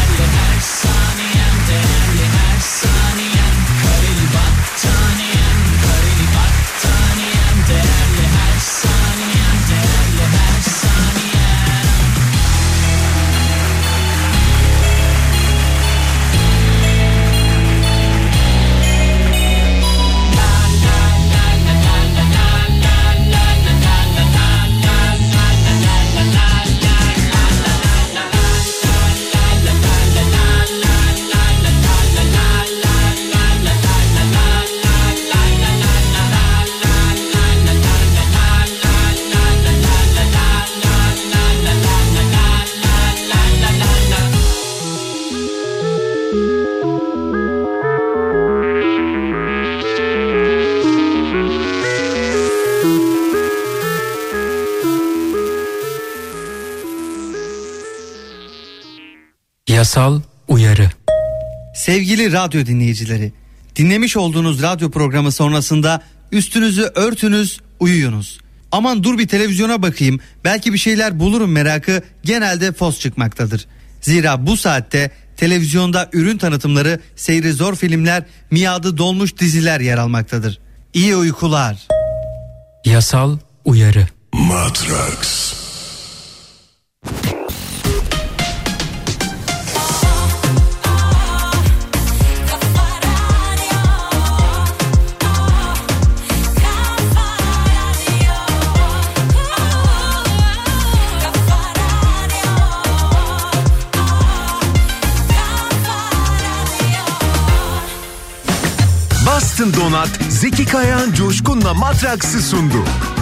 Yasal uyarı. Sevgili radyo dinleyicileri, dinlemiş olduğunuz radyo programı sonrasında üstünüzü örtünüz, uyuyunuz. Aman dur bir televizyona bakayım, belki bir şeyler bulurum merakı genelde fos çıkmaktadır. Zira bu saatte televizyonda ürün tanıtımları, seyri zor filmler, miadı dolmuş diziler yer almaktadır. İyi uykular. Yasal uyarı. Matrax. Boston Donat, Zeki Kayan Coşkun'la Matrax'ı sundu.